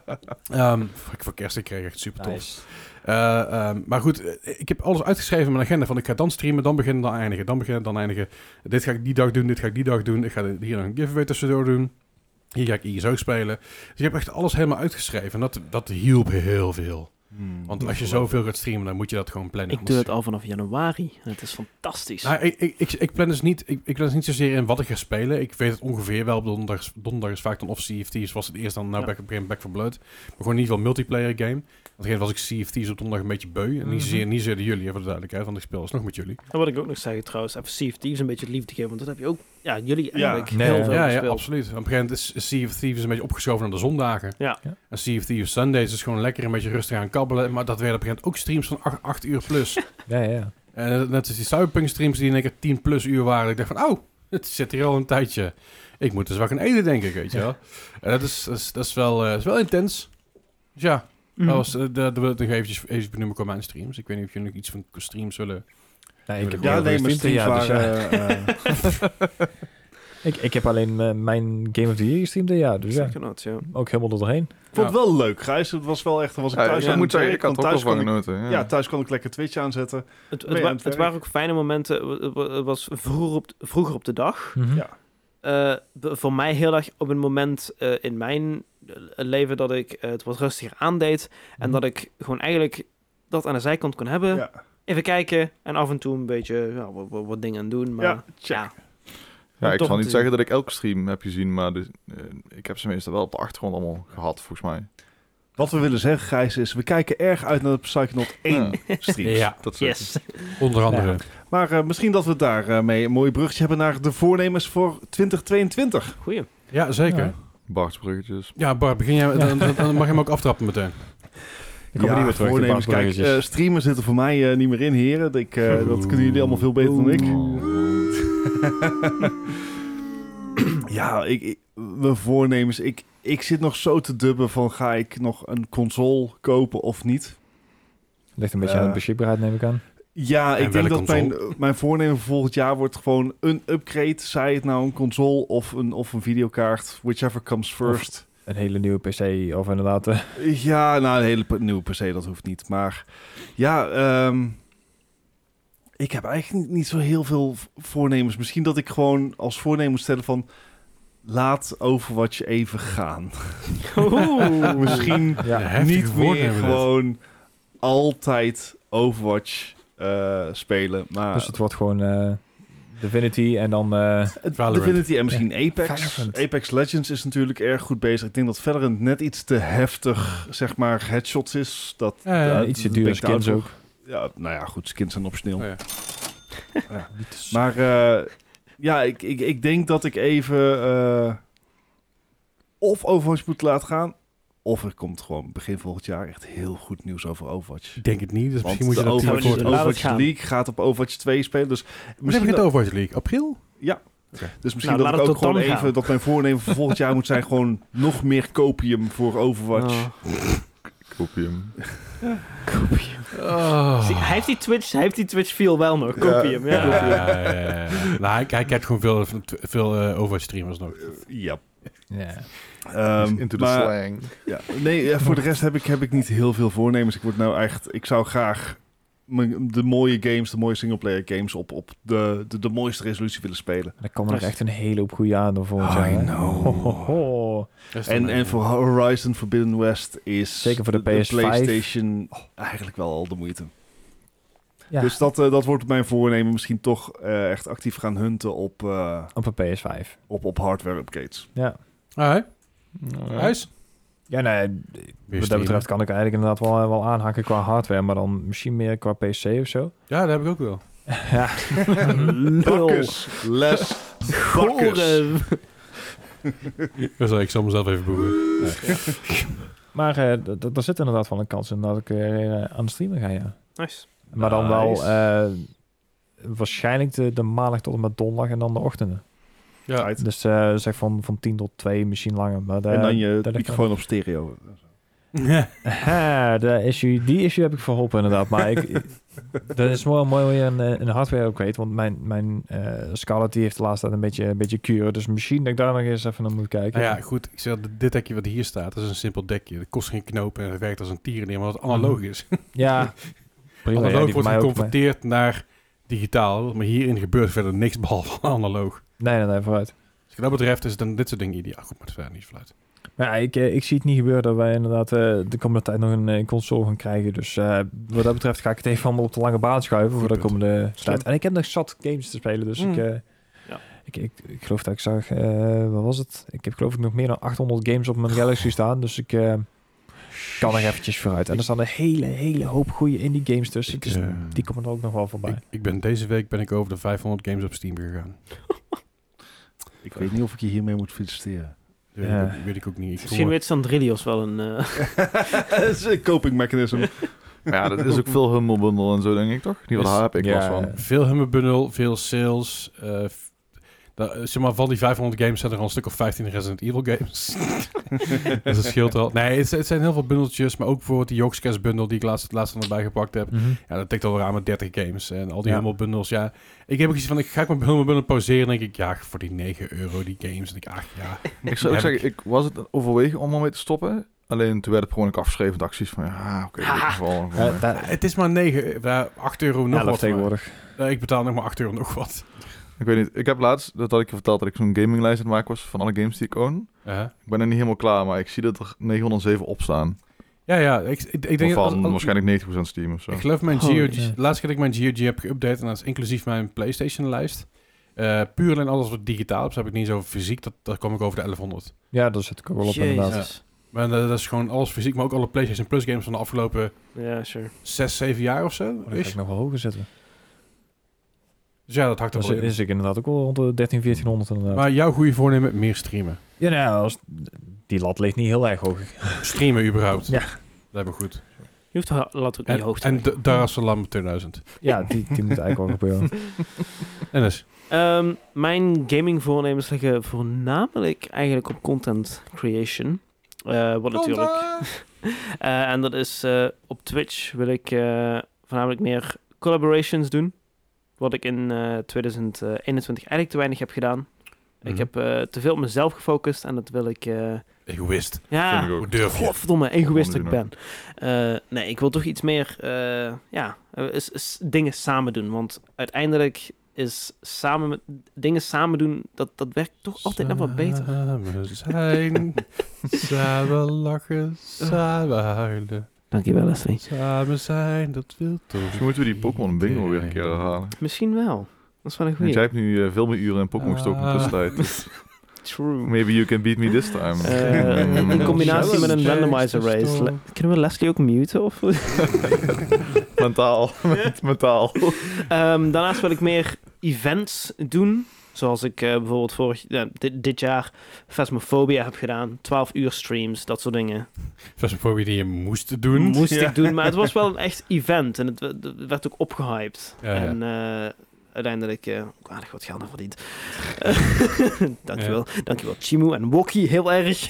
Voor kerst kreeg ik echt super tof. Nice. Maar goed, ik heb alles uitgeschreven in mijn agenda. Van ik ga dan streamen, dan beginnen, dan eindigen. Dan beginnen, dan eindigen. Dit ga ik die dag doen, dit ga ik die dag doen. Ik ga hier nog een giveaway tussendoor doen. Hier ga ik ISO spelen. Dus ik heb echt alles helemaal uitgeschreven. En dat hielp heel veel. Want als je zoveel gaat streamen, dan moet je dat gewoon plannen. Ik doe het al vanaf januari. Het is fantastisch. Nou, ik plan dus niet. Ik plan dus niet zozeer in wat ik ga spelen. Ik weet het ongeveer wel. Op donderdag is vaak dan of Sea of Thieves was het eerst dan nou Back 4 Blood. Maar gewoon in ieder geval een multiplayer game. Want was ik Sea of Thieves op donderdag een beetje beu. En niet zozeer de jullie, voor de duidelijkheid. Want ik speel alsnog met jullie. En wat ik ook nog zeg trouwens, even Sea of Thieves een beetje het liefde geven. Want dat heb je ook, jullie eigenlijk Nee, heel veel Ja, gespeeld. absoluut. Op een gegeven moment is Sea of Thieves een beetje opgeschoven naar de zondagen. Ja. En Sea of Thieves Sundays is gewoon lekker een beetje rustig aan kabbelen. Maar dat werd op een gegeven moment ook streams van 8 uur plus. Ja. En net als die Cyberpunk streams die in één keer 10 plus uur waren. Ik dacht van, het zit hier al een tijdje. Ik moet dus wel gaan eten, denk ik, weet je wel. En dat is wel intens. Dus ja, dat was, dat wil ik nog even benoemen qua mijn streams. Ik weet niet of jullie nog iets van streams zullen... Nee, ik heb Ja, nee, mijn streams dus waren... ik heb alleen mijn Game of the Year gestreamd dit jaar. Dus ja, ook helemaal er doorheen. Ik vond het wel leuk, Gijs. Het was wel echt... Was ik thuis ik aan moet het zeggen, ik werk, had er want ook wel thuis van kon ik- genoten. Ja, thuis kon ik lekker Twitch aanzetten. Het waren ook fijne momenten. Het was vroeger op de dag. Mhm. Ja. Voor mij heel erg op een moment in mijn leven dat ik het wat rustiger aandeed. En dat ik gewoon eigenlijk dat aan de zijkant kon hebben. Ja. Even kijken en af en toe een beetje wat dingen aan doen. Maar Ja, check. Ja, ik toch zal niet te- zeggen dat ik elke stream heb gezien, maar ik heb ze meestal wel op de achtergrond allemaal gehad, volgens mij. Wat we willen zeggen, Gijs, is... We kijken erg uit naar de Psychonaut 1 streams. Ja, Dat zeker. yes. onder andere. Ja. Maar misschien dat we daarmee een mooi bruggetje hebben naar de voornemens voor 2022. Goeie. Ja, zeker. Ja. Bartsbruggetjes. Ja, Bart, begin jij, dan mag je hem ook aftrappen meteen. Ik kom er niet meer terug. voornemens. Kijk, streamen zit er voor mij niet meer in, heren. Dat kunnen jullie allemaal veel beter dan ik. Ja, mijn voornemens. Ik zit nog zo te dubben van... Ga ik nog een console kopen of niet? Ligt een beetje aan de beschikbaarheid, neem ik aan. Ja, En ik denk welke dat mijn voornemen voor volgend jaar wordt gewoon een upgrade. Zij het nou een console of een videokaart. Whichever comes first. Een hele nieuwe PC of inderdaad... Ja, nou, een hele nieuwe PC, dat hoeft niet. Maar ja, ik heb eigenlijk niet zo heel veel voornemens. Misschien dat ik gewoon als voornemen moet stellen van... Laat Overwatch even gaan. Misschien Ja, heftige niet meer voornemen dit. gewoon altijd Overwatch spelen. Maar dus het wordt gewoon Divinity en dan... Valorant. Divinity en misschien Apex. Valorant. Apex Legends is natuurlijk erg goed bezig. Ik denk dat Valorant net iets te heftig, zeg maar, headshots is. Dat, iets te dat duur ben ik te skins oud ook. voor. Ja, nou ja, goed, skins zijn optioneel. Oh, ja. Ja. Maar ik denk dat ik even of Overwatch moet laten gaan, of er komt gewoon begin volgend jaar echt heel goed nieuws over Overwatch. Ik denk het niet, dus Want misschien moet je de dat team Overwatch, voor... Laat het Overwatch gaan. League gaat op Overwatch 2 spelen. Dus Misschien het Overwatch League. April? Dus misschien Nou, dat laat ik het ook tot gewoon dan gaan. even, dat mijn voornemen voor volgend jaar moet zijn gewoon nog meer copium voor Overwatch. Oh. Copium. Oh. Zie, hij heeft die Twitch feel wel nog. Copium, ja. Ja. Nou, hij kijkt gewoon veel Overwatch streamers nog. Ja. Ja. Into the maar- slang. Ja. Nee, voor de rest heb ik niet heel veel voornemens. Ik zou graag de mooie games, de mooie singleplayer games op de mooiste resolutie willen spelen. Er komen nog echt een hele hoop goede aan door volgend jaar. I hè? know. Ho, ho, ho. En voor Horizon Forbidden West is Zeker voor de PS5. PlayStation eigenlijk wel al de moeite. Ja, Dus dat wordt mijn voornemen. Misschien toch echt actief gaan hunten op op een PS5. op hardware upgrades. Ja. Alright. Ja. Huis? Ja, nee, wat dat betreft kan ik eigenlijk inderdaad wel aanhaken qua hardware, maar dan misschien meer qua PC of zo. Ja, dat heb ik ook wel. Ja. Bakkes, les, bakkes. Ik zal mezelf even boeien. Maar er zit inderdaad wel een kans in dat ik aan de streamen ga, ja. Nice. Maar dan wel Nice. waarschijnlijk de maandag tot en met donderdag en dan de ochtenden. Ja. Right. Dus zeg van 10 tot 2, misschien langer. Maar En dan je daar ligt microfoon op stereo. die issue heb ik verholpen inderdaad. Maar dat is mooi een hardware upgrade. Want mijn Scarlett die heeft de laatste tijd een beetje kuren. Dus misschien dat ik daar nog eens even naar moet kijken. Nou ja, goed. Ik zeg, dit dekje wat hier staat, dat is een simpel dekje. Het kost geen knopen en het werkt als een tierenleer, maar het analoog is. Ja, prima. Ja, Analoog die wordt voor mij ook. geconverteerd naar digitaal, maar hierin gebeurt verder niks behalve analoog. Nee, vooruit. Dus wat dat betreft is dan dit soort dingen ideaal. Goed, maar het is verder niet verluid. Maar ja, ik zie het niet gebeuren dat wij inderdaad de komende tijd nog een console gaan krijgen. Dus wat dat betreft ga ik het even allemaal op de lange baan schuiven voor de punt. komende tijd. En ik heb nog zat games te spelen, dus ik geloof dat ik zag, wat was het? Ik heb geloof ik nog meer dan 800 games op mijn Galaxy staan, dus ik kan nog eventjes vooruit. En er staan een hele hoop goede indie games tussen, dus die komen er ook nog wel voorbij. Deze week ben ik over de 500 games op Steam gegaan. Ik weet niet of ik je hiermee moet feliciteren. Weet ik ook niet. Misschien weet Sandrilios wel een... Dat is een coping mechanism. Ja, dat is ook veel Humble Bundle en zo, denk ik, toch? Die wat heb ik last van. Veel Humble Bundle, veel sales. Zeg maar, van die 500 games zijn er al een stuk of 15 Resident Evil games. Dus dat scheelt al. Nee, het zijn heel veel bundeltjes, maar ook bijvoorbeeld die Yogscast bundle die ik laatst erbij gepakt heb. Ja, dat tikt alweer aan met 30 games. En al die Humble Bundles, ja. Ik heb ook iets van, ik ga mijn Humble Bundle pauzeren en denk ik, ja, voor die €9 die games. En ik, Ik zou ook zeggen, ik was het overwegen om ermee te stoppen. Alleen toen werd het gewoon acties van, ja, oké, in ieder geval. het is maar €8 nog wat. tegenwoordig. Ik betaal nog maar €8 nog wat. Ik weet niet, ik heb laatst, dat had ik je verteld, dat ik zo'n gaminglijst aan het maken was van alle games die ik own. Ik ben er niet helemaal klaar, maar ik zie dat er 907 op staan. Ja, ik denk Waarvan waarschijnlijk 90% Steam of zo. Ik geloof mijn laatst keer dat ik mijn GOG heb geüpdate, en dat is inclusief mijn PlayStation-lijst. Puur en alles wat digitaal is, dus heb ik niet zo fysiek, daar kom ik over de 1100. Ja, daar zit ik ook wel op inderdaad. Jezus. Maar dat is gewoon alles fysiek, maar ook alle PlayStation Plus games van de afgelopen Ja, sure. 6-7 jaar of zo. Dan ga ik nog wel hoger zitten. Dus ja, dat hakt er Dan wel in. is ik inderdaad ook wel rond de 1400 inderdaad. Maar jouw goede voornemen, meer streamen. Ja, nou, die lat ligt niet heel erg hoog. Streamen überhaupt. Ja. Dat hebben we goed. Je hoeft laat ook niet hoog te En leggen. Dar es Salaam 2000. Ja, die moet eigenlijk wel gebeuren. En dus? Mijn gaming voornemens liggen voornamelijk eigenlijk op content creation. Wat natuurlijk... en dat is op Twitch wil ik voornamelijk meer collaborations doen. Wat ik in 2021 eigenlijk te weinig heb gedaan. Ik heb te veel op mezelf gefocust en dat wil ik... Egoïst. ja, Hoe durf je? godverdomme, egoïst ik Waarom ben. Nee, ik wil toch iets meer dingen samen doen. Want uiteindelijk is dingen samen doen, dat werkt toch altijd nog wat beter. Samen zijn, samen lachen, samen huilen. Dankjewel, Leslie. Samen zijn, dat wil toch. Misschien moeten we die Pokémon Bingo weer een keer herhalen. Misschien wel. Dat is wel een Want goeie. jij hebt nu veel meer uren in Pokémon gestoken in de tussentijd. True. Maybe you can beat me this time. In combinatie met een Challenge, randomizer Jack's race. Store. Kunnen we Leslie ook muten? Of? Mentaal. Mentaal. Daarnaast wil ik meer events doen. Zoals ik bijvoorbeeld dit jaar Phasmophobia heb gedaan. 12 uur streams, dat soort dingen. Phasmophobia die je moest doen. Moest ik doen, maar het was wel een echt event. En het werd ook opgehyped. Ja, ja. En uiteindelijk ook aardig wat geld aan verdiend. Dankjewel. Dankjewel Chimu en Wokkie, heel erg.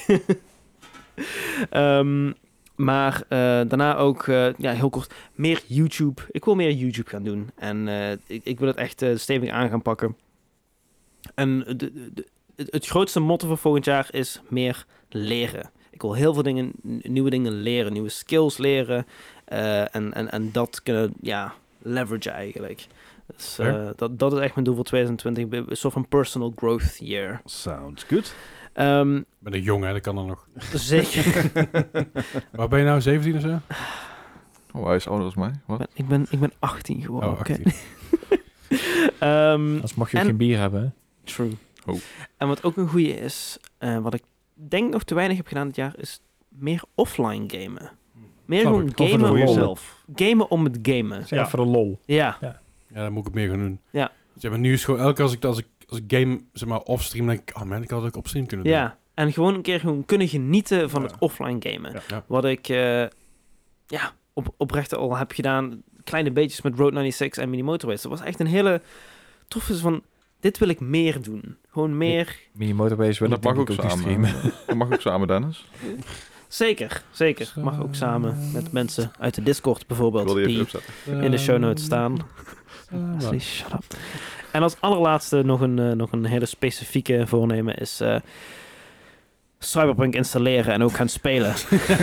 Maar daarna ook, heel kort, meer YouTube. Ik wil meer YouTube gaan doen. En ik wil het echt stevig aan gaan pakken. En het grootste motto voor volgend jaar is meer leren. Ik wil heel veel nieuwe dingen leren. Nieuwe skills leren. En dat kunnen, leveragen eigenlijk. Dus dat is echt mijn doel voor 2020. Een soort van personal growth year. Sounds good. Ik ben een jong, hè? Dat kan dan nog. Zeker. Waar ben je nou, 17 of zo? Oh, hij is ouder dan mij. Wat? Ik ben 18 geworden. Oh, oké. 18. Anders mag je ook geen bier hebben, hè? True. Oh. En wat ook een goeie is, wat ik denk nog te weinig heb gedaan dit jaar, is meer offline gamen. Meer Snap gewoon ik. gamen Voor om, jezelf. gamen om het gamen. Zeg voor de lol. Ja. Ja, dan moet ik het meer gaan doen. Ja. Dus maar nu is gewoon elke keer als ik game zeg maar offstream, denk ik, oh man, ik had het ook op stream kunnen doen. Ja. En gewoon een keer kunnen genieten van het offline gamen. Ja. Wat ik oprecht al heb gedaan, kleine beetjes met Road 96 en Mini Motorways. Dat was echt een hele toffe van, dit wil ik meer doen. Gewoon meer. Mini Motorbase wil Dat ik mag denk ook ik niet samen. streamen. Dat mag ook samen, Dennis. Zeker. Mag ook samen met mensen uit de Discord Ik bijvoorbeeld. wilde je even Die opzetten. in de show notes staan. Leslie, shut up. En als allerlaatste nog een hele specifieke voornemen is Cyberpunk installeren en ook gaan spelen.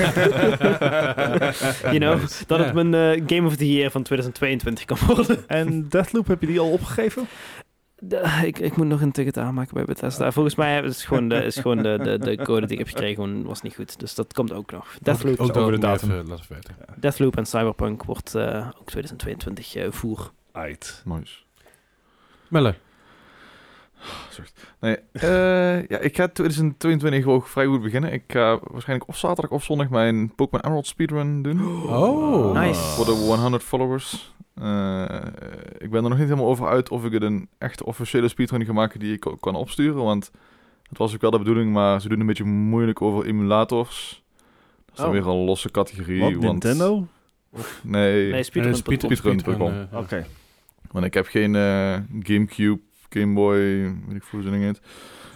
Dat het mijn Game of the Year van 2022 kan worden. En Deathloop, heb je die al opgegeven? Ik moet nog een ticket aanmaken bij Bethesda. Volgens mij is gewoon de code die ik heb gekregen was niet goed. Dus dat komt ook nog. Deathloop, ook over de dat datum. even laten weten. Deathloop en Cyberpunk wordt ook 2022 voer. Uit. Nice. Melle. Nee, ik ga 2022 gewoon vrij goed beginnen. Ik ga waarschijnlijk of zaterdag of zondag mijn Pokémon Emerald speedrun doen. Oh. Nice. Voor de 100 followers. Ik ben er nog niet helemaal over uit of ik het een echte officiële speedrun ga maken die ik kan opsturen. Want het was ook wel de bedoeling, maar ze doen een beetje moeilijk over emulators. Dat is dan weer een losse categorie. Wat, Want, Nintendo? Nee, Speedrun. Oké. want ik heb geen Gamecube, Game Boy, weet ik veel hoe ze dingen heet.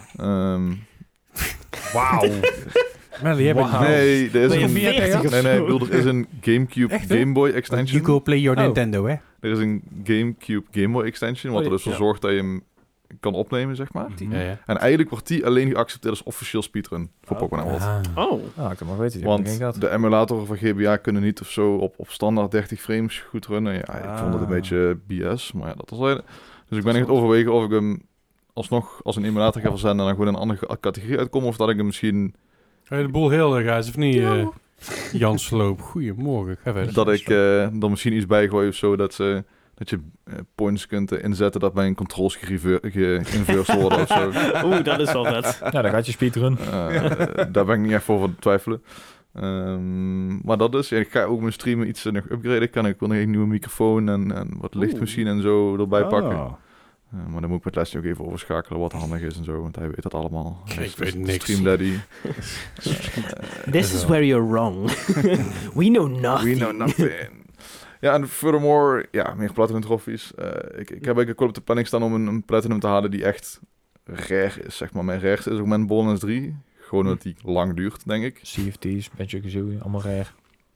Wauw. Melle, jij bent... Wauw. Nee, er is Ben je een... 40 of Nee, zo? ik bedoel, er is een Gamecube Echt, hè? Game Boy extension. You go play your Oh. Nintendo, hè? Er is een Gamecube Game Boy extension, wat er dus voor Ja. zorgt dat je hem kan opnemen, zeg maar. Ja, ja. En eigenlijk wordt die alleen geaccepteerd als officieel speedrun voor Pokémon Emerald. Oh. Ah, ik heb maar weten. Die heb ik Want geen gehad. de emulator van GBA kunnen niet of zo op standaard 30 frames goed runnen. Ja, ik vond het een beetje BS, maar ja, dat was alleen. Dus ik ben echt aan het overwegen of ik hem alsnog als een emulator ga verzenden en dan gewoon in een andere categorie uitkom, of dat ik hem misschien... Ga je de boel heel erg uit, of niet? Jan Sloop, goedemorgen. Ga verder. Dat ik dan misschien iets bijgooi of zo, dat je points kunt inzetten dat mijn controls geïnversed worden of zo. Dat is wel vet. Ja, dan gaat je speedrun. Daar ben ik niet echt voor te twijfelen. Maar dat is, ik ga ook mijn streamen iets nog upgraden. Ik wil nog een nieuwe microfoon en wat lichtmachine en zo erbij pakken. Maar dan moet ik met Leslie ook even overschakelen wat handig is en zo, want hij weet dat allemaal. Ik weet niks. Stream Daddy. This is where you're wrong. We know nothing. We know nothing. Ja, en furthermore, ja, meer Platinum trophies. Ik heb eigenlijk ook op de planning staan om een Platinum te halen die echt rare is, zeg maar. Mijn rareste is ook mijn Borderlands 3. Gewoon omdat die lang duurt, denk ik. CFT's, Banjo-Kazooie, allemaal rare.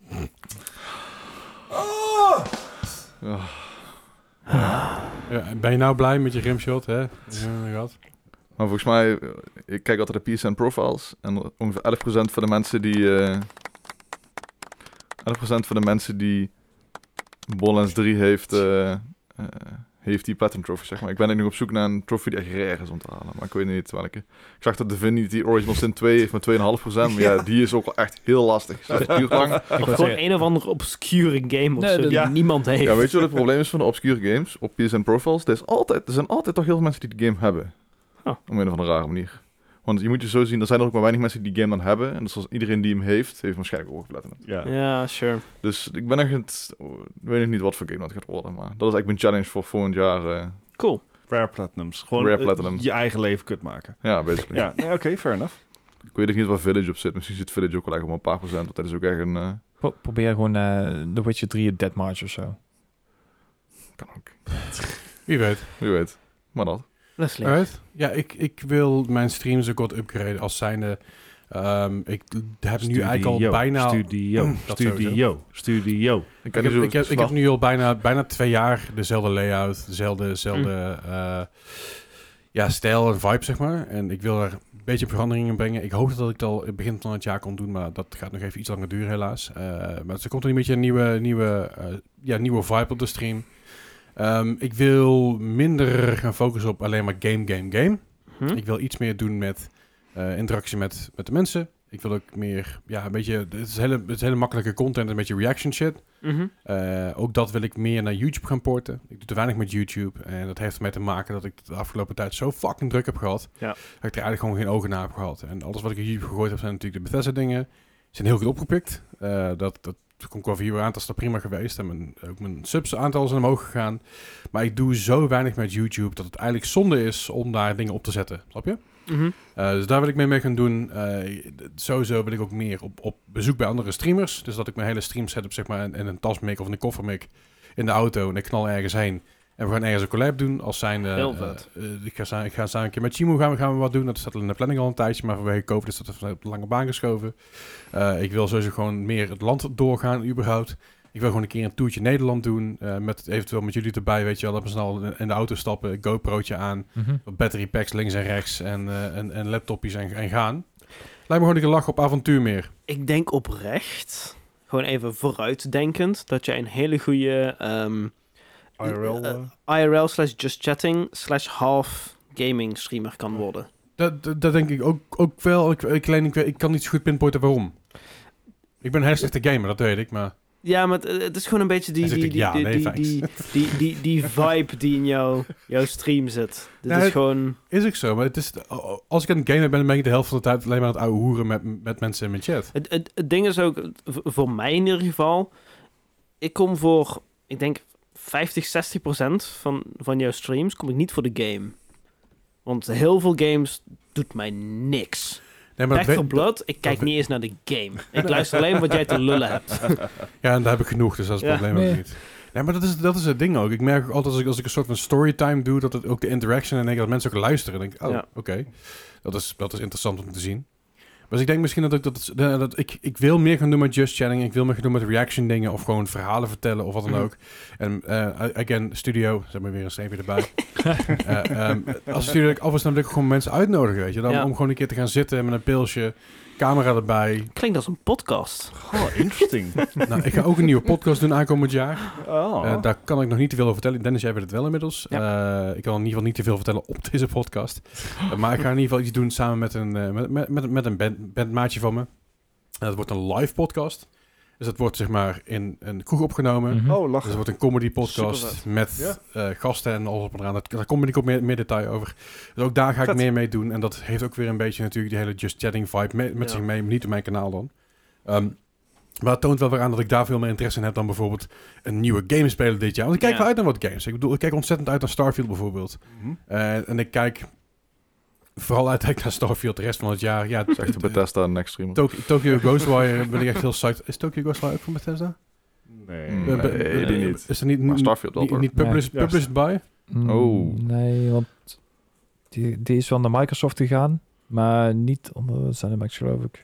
Ja, ben je nou blij met je rimshot, hè? Ja, gehad. Maar volgens mij, ik kijk altijd de PSN profiles en ongeveer 11% van de mensen die 11% van de mensen die Borderlands 3 heeft heeft die Platinum Trophy, zeg maar. Ik ben nu op zoek naar een trofee die echt rare is om te halen. Maar ik weet niet welke. Ik zag dat Divinity Original Sin 2 heeft met 2,5%. Maar ja, die is ook wel echt heel lastig. Dat duurt lang. Of gewoon een of andere obscure game of Nee, zo die niemand heeft. Ja, weet je wat het probleem is van de obscure games? Op PSN Profiles, er zijn altijd toch heel veel mensen die de game hebben. Oh. Op een of andere rare manier. Want je moet je zo zien, er zijn er ook maar weinig mensen die die game dan hebben. En dus als iedereen die hem heeft waarschijnlijk ook Platinum. Ja, sure. Dus ik ben echt, weet ik niet wat voor game dat gaat worden. Maar dat is eigenlijk mijn challenge voor volgend jaar. Cool. Rare Platinums. Gewoon Rare Platinums. je eigen leven kut maken. Ja, basically. Ja, nee, oké, fair enough. Ik weet ook niet waar Village op zit. Misschien zit Village ook wel echt op een paar procent. Want dat is ook echt een... Probeer gewoon The Witcher 3 Deathmatch of zo. kan ook. Wie weet. Wie weet. Maar dat. Leslie. Alright. Ja, ik wil mijn streams ook wat upgraden als zijnde. Ik heb nu eigenlijk al bijna... Studio. Ik Ik heb nu al bijna 2 jaar dezelfde layout, dezelfde stijl en vibe, zeg maar. En ik wil er een beetje veranderingen in brengen. Ik hoop dat ik het al in het begin van het jaar kon doen, maar dat gaat nog even iets langer duren, helaas. Maar er komt een beetje een nieuwe vibe op de stream. Ik wil minder gaan focussen op alleen maar game. Ik wil iets meer doen met interactie met de mensen. Ik wil ook meer, een beetje, het is hele makkelijke content, een beetje reaction shit. Ook dat wil ik meer naar YouTube gaan porten. Ik doe te weinig met YouTube. En dat heeft ermee te maken dat ik de afgelopen tijd zo fucking druk heb gehad. Ja. Dat ik er eigenlijk gewoon geen ogen naar heb gehad. En alles wat ik op YouTube gegooid heb, zijn natuurlijk de Bethesda dingen. Die zijn heel goed opgepikt. Dat komt qua viewer aan, dat is dat prima geweest. En ook mijn subs aantal zijn omhoog gegaan. Maar ik doe zo weinig met YouTube dat het eigenlijk zonde is om daar dingen op te zetten. Snap je? Dus daar wil ik mee gaan doen. Sowieso wil ik ook meer op bezoek bij andere streamers. Dus dat ik mijn hele stream setup zeg maar in een tas mik of in een koffer mik in de auto en ik knal ergens heen. En we gaan ergens een collab doen. Als zijn, heel vet. Ik ga samen een keer met Chimo gaan we wat doen. Dat staat al in de planning al een tijdje, maar vanwege COVID is dat even op de lange baan geschoven. Ik wil sowieso gewoon meer het land doorgaan überhaupt. Ik wil gewoon een keer een toertje Nederland doen. Eventueel met jullie erbij, weet je wel. Dat we snel in de auto stappen, GoPro'tje aan. Battery packs links en rechts en laptopjes en gaan. Lijkt me gewoon een lachen op avontuur meer. Ik denk oprecht, gewoon even vooruitdenkend, dat jij een hele goede IRL/just chatting /half gaming streamer kan worden. Dat denk ik ook wel. Ik kan niet zo goed pinpointen waarom. Ik ben een hele slechte gamer, dat weet ik, maar... Ja, maar het is gewoon een beetje die vibe die in jouw stream zit. Dit is gewoon... Is ook zo, maar het is, als ik aan het gamen ben ik de helft van de tijd alleen maar aan het ouwe hoeren met mensen in mijn chat. Het ding is ook, voor mij in ieder geval, ik kom voor, ik denk 50-60% van jouw streams kom ik niet voor de game. Want heel veel games doet mij niks. Nee, maar Back 4 Blood, ik kijk niet eens naar de game. Ik luister alleen wat jij te lullen hebt. Ja, en daar heb ik genoeg, dus dat is het probleem ook niet. Nee, maar dat is het ding ook. Ik merk ook altijd als ik een soort van storytime doe, dat het ook de interaction en denk dat mensen ook luisteren. En denk ik, oké. Dat is interessant om te zien. Dus ik denk misschien dat ik wil meer gaan doen met just chatting. Ik wil meer gaan doen met reaction dingen of gewoon verhalen vertellen of wat dan ook. En again, studio, zeg maar weer een streepje erbij. Als studio af en toe wil ik gewoon mensen uitnodigen, weet je. Dan om gewoon een keer te gaan zitten met een pilsje, camera erbij. Klinkt als een podcast. Oh, interesting. Nou, ik ga ook een nieuwe podcast doen aankomend jaar. Oh. Daar kan ik nog niet te veel over vertellen. Dennis, jij weet het wel inmiddels. Ja. Ik kan in ieder geval niet te veel vertellen op deze podcast. Maar ik ga in ieder geval iets doen samen met een bandmaatje van me. Het wordt een live podcast. Dus het wordt zeg maar in een kroeg opgenomen. Oh, Dus lachen. het wordt een comedy podcast met gasten en alles op en eraan. Daar kom ik ook meer detail over. Dus ook daar ga ik meer mee doen. En dat heeft ook weer een beetje natuurlijk die hele just chatting vibe met zich mee. Niet op mijn kanaal dan. Maar het toont wel weer aan dat ik daar veel meer interesse in heb dan bijvoorbeeld een nieuwe game spelen dit jaar. Want ik kijk wel uit naar wat games. Ik bedoel, ik kijk ontzettend uit naar Starfield bijvoorbeeld. En ik kijk vooral uit naar Starfield de rest van het jaar. Ja, Zegt de Bethesda next stream. Tokyo Ghostwire ben ik echt heel psyched. Is Tokyo Ghostwire ook van Bethesda? Nee. Die niet. Is er niet, Maar Starfield wel, niet published by? Nee, want die is wel naar Microsoft gegaan, maar niet onder ZeniMax, geloof ik.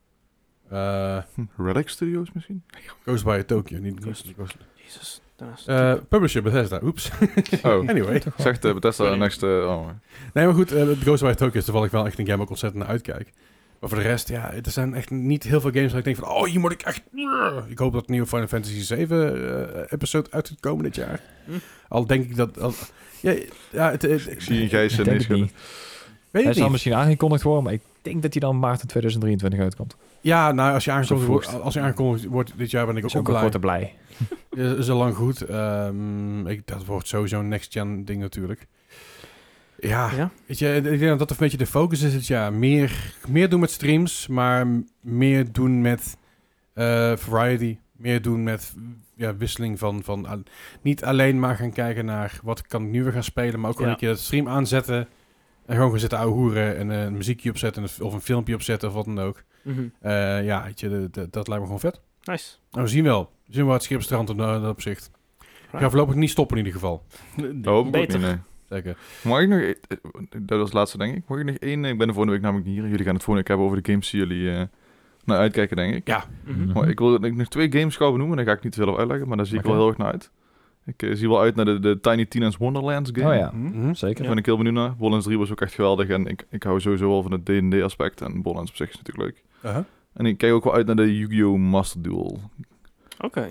Relic Studios misschien? Ghostwire Tokyo, niet Ghostwire. Jezus. Publisher Bethesda, oeps. Oh, Anyway. zegt Bethesda next... Nee, maar goed, Ghostwire Tokyo is toevallig wel echt een game waar ik ontzettend naar uitkijk. Maar voor de rest, ja, er zijn echt niet heel veel games waar ik denk van, hier moet ik echt... Ik hoop dat het nieuwe Final Fantasy 7 episode uit gaat komen dit jaar. Al denk ik dat... Ik zie Gijs Ik denk niet het niet. Weet Hij ik zal niet. misschien aangekondigd worden, maar ik denk dat hij dan maart 2023 uitkomt. Ja, nou, als je aangekondigd Zo vroeg. wordt dit jaar, ben ik Is ook ook blij. een korte blij. Is al lang goed. Dat wordt sowieso een next-gen ding natuurlijk. Ja, weet je, ik denk dat dat een beetje de focus is dit jaar. Meer doen met streams, maar meer doen met variety. Meer doen met wisseling van niet alleen maar gaan kijken naar wat kan ik nu weer gaan spelen, maar ook gewoon een keer het stream aanzetten en gewoon gaan zitten ouwehoeren en een muziekje opzetten of een filmpje opzetten of wat dan ook. Weet je, dat lijkt me gewoon vet. Nice. Nou, we zien wel. We zien wel het schip strand in dat opzicht. Ik ga voorlopig niet stoppen in ieder geval. Dat hoop ik ook Beter. niet, nee. Zeker. Mag ik nog... Dat was het laatste, denk ik. Mag ik nog één... Ik ben de volgende week namelijk niet hier. Jullie gaan het volgende week hebben over de games die jullie naar uitkijken, denk ik. Ja. Maar ik wil nog 2 games gaan benoemen. Daar ga ik niet te veel over uitleggen, maar daar zie ik wel heel erg naar uit. Ik zie wel uit naar de Tiny Tina's Wonderlands game. Oh ja, Mhm. zeker. Daar ben ik heel benieuwd naar. Borderlands 3 was ook echt geweldig. En ik hou sowieso wel van het D&D aspect. En Borderlands op zich is natuurlijk leuk. Uh-huh. En ik kijk ook wel uit naar de Yu-Gi-Oh! Master Duel. Oké.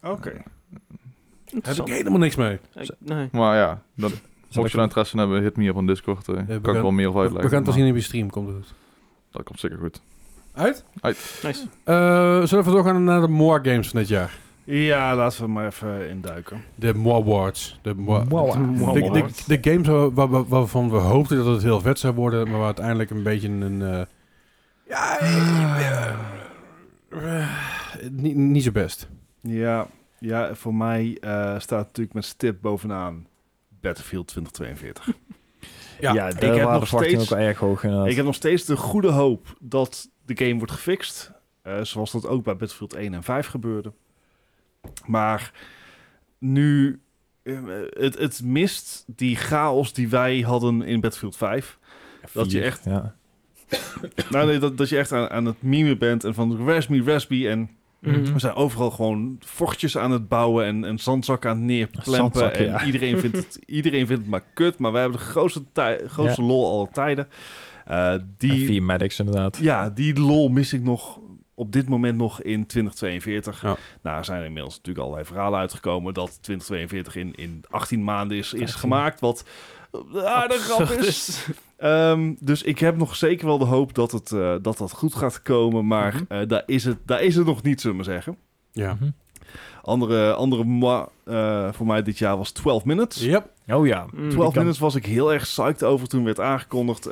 Heb ik helemaal niks mee. Nee. Maar ja, mocht je ik- daar interesse in hebben, hit me op on Discord. Kan ik gaan- wel meer over We uitleggen. gaan het wel maar zien op je stream, komt het goed. Dat komt zeker goed. Uit? Nice. Zullen we doorgaan naar de More games van dit jaar? Ja, laten we maar even induiken. De More Awards. De Wow. de games waarvan we hoopten dat het heel vet zou worden, maar waar uiteindelijk een beetje een... niet zo best. Ja, voor mij staat natuurlijk met stip bovenaan Battlefield 2042. Ja, ik daar heb waren de nog verwachtingen steeds- ook wel erg hoog inderdaad. Ik heb nog steeds de goede hoop dat de game wordt gefixt. Zoals dat ook bij Battlefield 1 en 5 gebeurde. Maar nu... het mist die chaos die wij hadden in Battlefield 5. Dat je echt... Ja. dat je echt aan het memen bent en van Raspberry en... Mhm. We zijn overal gewoon vochtjes aan het bouwen en zandzakken aan het neerplempen. Zandzakken, En ja. iedereen vindt het maar kut. Maar wij hebben de grootste lol aller tijden. En Die 4 medics inderdaad. Ja, die lol mis ik nog op dit moment nog in 2042. Ja. Nou, er zijn inmiddels natuurlijk allerlei verhalen uitgekomen dat 2042 in 18 maanden is 18. gemaakt. Wat aardig grap is. Dus ik heb nog zeker wel de hoop dat goed gaat komen. Maar daar is het nog niet, zullen we maar zeggen. Ja. Mhm. Andere voor mij dit jaar was 12 Minutes. Yep. Oh ja. 12 Minutes was ik heel erg psyched over toen werd aangekondigd.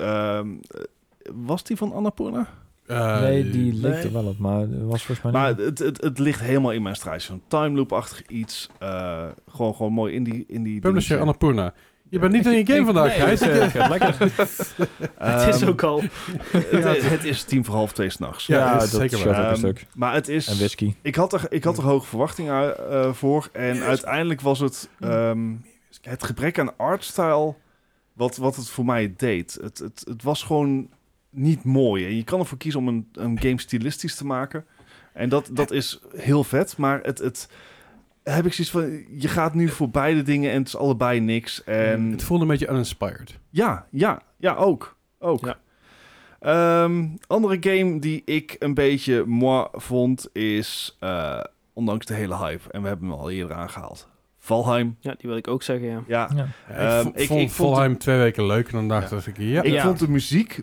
Was die van Annapurna? Nee, die leek er wel op, maar dat was volgens mij Maar niet. het ligt helemaal in mijn strijd. Zo'n time loop-achtig iets. Gewoon mooi in die Publisher dingetje. Annapurna. Je bent niet in je game vandaag, Gijs. Lekker. Het is ook al. Het is 1:45 s'nachts. Ja, Ja, is dat zeker scheelt waar. ook een stuk. Maar het is... En whisky. Ik had er hoge verwachtingen voor. En uiteindelijk was het het gebrek aan artstyle wat het voor mij deed. Het was gewoon niet mooi. En je kan ervoor kiezen om een game stilistisch te maken. En dat is heel vet. Maar het heb ik zoiets van... Je gaat nu voor beide dingen en het is allebei niks. En Het voelde een beetje uninspired. ja, ook. Ja. Andere game die ik een beetje moi vond is, ondanks de hele hype, en we hebben hem al eerder aangehaald, Valheim. Ja, die wil ik ook zeggen, ja. Ja, Ja. Ik ik vond vond Valheim 2 weken leuk en dan dacht ik, ik Ja. vond de muziek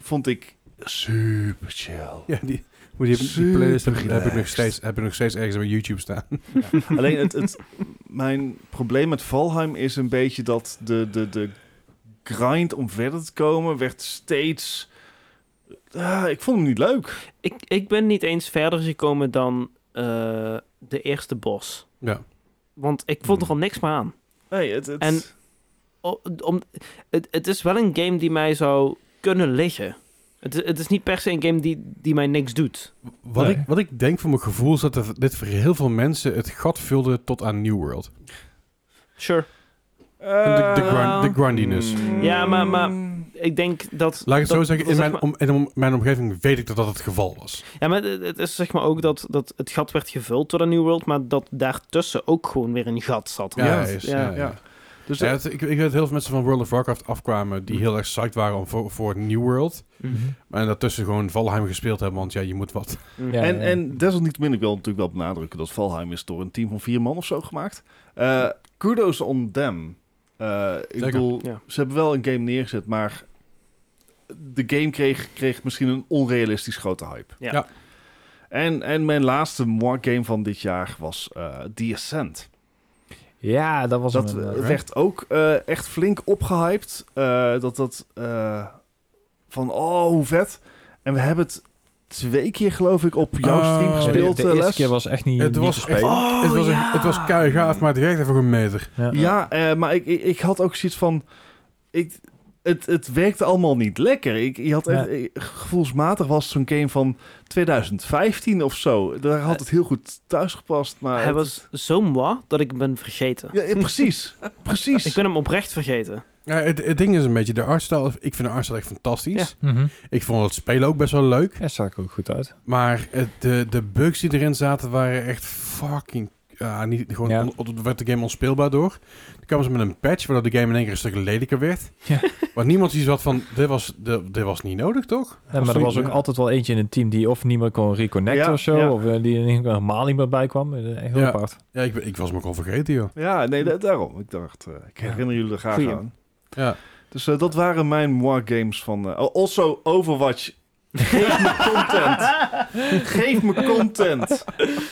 super chill. Ja, die playlist heb ik relaxed. nog steeds ergens op YouTube staan. Alleen mijn probleem met Valheim is een beetje dat de grind om verder te komen werd steeds... ik vond hem niet leuk. Ik ben niet eens verder gekomen dan de eerste boss. Ja. Want ik vond er al niks meer aan. Nee, En- Het is wel een game die mij zou kunnen liggen. Het is niet per se een game die mij niks doet. Wat ik denk voor mijn gevoel is dat dit voor heel veel mensen het gat vulde tot aan New World. Sure. De grindiness. Ja, maar ik denk dat... Laat ik het zo dat- zeggen, dat in zeg mijn omgeving weet ik dat het geval was. Ja, maar het is zeg maar ook dat het gat werd gevuld door de New World, maar dat daartussen ook gewoon weer een gat zat. Ja, Ja, is, ja. ja. Dus Ja, ik weet dat heel veel mensen van World of Warcraft afkwamen die heel erg psyched waren om voor New World. Mhm. En daartussen gewoon Valheim gespeeld hebben, want ja, je moet wat. Mhm. Ja. en desalniettemin, ik wil natuurlijk wel benadrukken dat Valheim is door een team van 4 man of zo gemaakt. Kudos on them. Ik bedoel, Ja. ze hebben wel een game neergezet, maar de game kreeg misschien een onrealistisch grote hype. Ja. Ja. En mijn laatste game van dit jaar was The Ascent. Ja, dat was Dat een... werd ook echt flink opgehyped. Van, oh, hoe vet. En we hebben het 2 keer, geloof ik, op jouw stream Oh, gespeeld, de eerste Les. keer was echt niet, Het niet was te spelen. Oh, het was keigaaf, maar het werkte voor een meter. Ja. Ja, maar ik had ook zoiets van... Het werkte allemaal niet lekker. Je had echt, gevoelsmatig was het zo'n game van 2015 of zo. Daar had het heel goed thuis gepast. Maar Hij was zo moi dat ik hem ben vergeten. Ja, precies. Precies. Ik ben hem oprecht vergeten. Ja, het ding is een beetje de artstyle. Ik vind de artstyle echt fantastisch. Mhm. Ik vond het spelen ook best wel leuk. Ja, zag er ook goed uit. Maar de bugs die erin zaten waren echt fucking... niet, gewoon Ja. werd de game onspeelbaar door. Dan kwamen ze met een patch, waardoor de game in één keer een stuk lelijker werd. Ja. Maar niemand iets had van, dit was niet nodig, toch? Ja, maar er was ook Ja. altijd wel eentje in het team die of niet meer kon reconnecten Ja, of zo. ja. Of die er helemaal niet meer bij kwam. Echt heel Ja. apart. Ja, ik was me ook al vergeten, joh. Ja, nee, daarom. Ik dacht, ik herinner jullie er graag Goeie. aan. Ja. Dus dat waren mijn moi games van... also, Overwatch. Geef me content. Geef me content.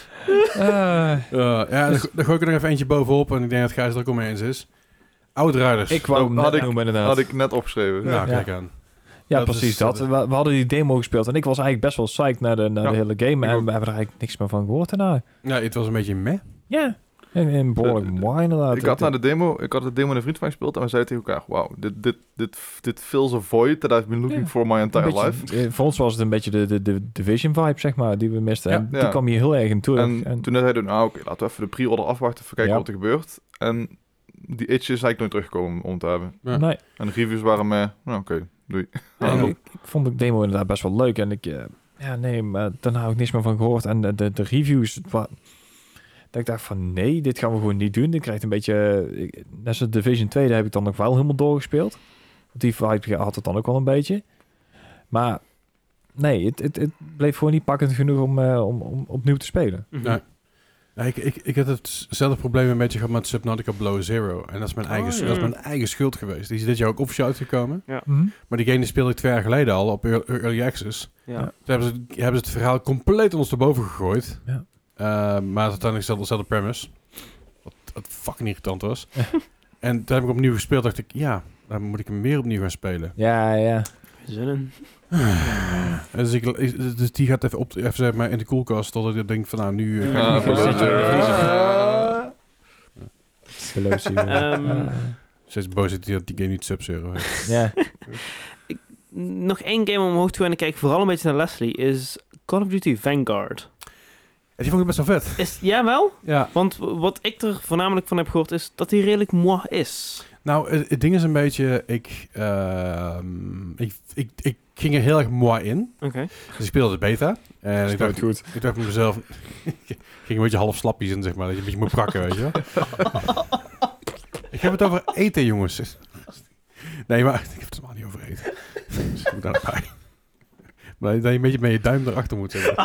Daar gooi ik er nog even eentje bovenop. En ik denk dat Gijs er ook al mee eens is. Outriders. Ik wou Oh, hem had net ik- noemen inderdaad. Had ik net opgeschreven. Nou, Ja. kijk aan. Ja, dat precies is- dat. dat We hadden die demo gespeeld en ik was eigenlijk best wel psyched naar de Ja, hele game. ik En ook. we hebben er eigenlijk niks meer van gehoord daarna. Ja, het was een beetje meh. Ja, en behoorlijk mooi inderdaad. Ik had de demo met een vriend van mij gespeeld en we zeiden tegen elkaar, wauw, dit fills a void that I've been looking Ja. for my Een entire beetje- life. Voor ons was het een beetje de Division vibe, zeg maar, die we misten. Ja. En die Ja. kwam hier heel erg in terug. En toen zei hij, nou oké, laten we even de pre-order afwachten, even kijken Ja. wat er gebeurt. En die itch is eigenlijk nooit teruggekomen om te hebben. Ja. Nee, En de reviews waren nou oké, doei. ja, Ja. ik vond de demo inderdaad best wel leuk. En maar daarna heb ik niks meer van gehoord. En de reviews, dat ik dacht van nee, dit gaan we gewoon niet doen. Dit krijgt een beetje, net zoals Division 2, daar heb ik dan nog wel helemaal doorgespeeld. Want die vibe had het dan ook wel een beetje. Maar nee, het bleef gewoon niet pakkend genoeg om opnieuw te spelen. Mhm. Nee. Ja, ik had hetzelfde probleem een beetje gehad met Subnautica Below Zero. En dat is mijn, ja. dat is mijn eigen schuld geweest. Die is dit jaar ook officieel uitgekomen. Mhm. Maar die game die speelde ik 2 jaar geleden al op Early Access. Ja. Toen hebben ze het verhaal compleet ondersteboven gegooid. Ja. Maar uiteindelijk dezelfde premise. Wat fucking irritant was. En toen heb ik opnieuw gespeeld. Dacht ik, ja, dan moet ik hem weer opnieuw gaan spelen. Ja. Zin in. En dus die gaat even zeg maar in de koelkast. Totdat ik denk van nou, nu... Ja, ik precies. Geloof je. Steeds boos dat die game niet Sub-Zero heeft. Ja. Nog één game om omhoog te gaan en kijk vooral een beetje naar Leslie is Call of Duty Vanguard. En die vond ik best wel vet. Ja, wel? Ja. Want wat ik er voornamelijk van heb gehoord is dat hij redelijk moi is. Nou, het ding is een beetje... Ik ging er heel erg mooi in. Oké. Dus ik speelde de beta. En ik dacht, goed. ik dacht bij mezelf... ik ging een beetje half slapjes in, zeg maar. Dat je een beetje moet prakken, weet je wel. Ik heb het over eten, jongens. Nee, maar... Ik heb het helemaal niet over eten. Dus ik moet daar bij. Maar dat je een beetje met je duim erachter moet zetten.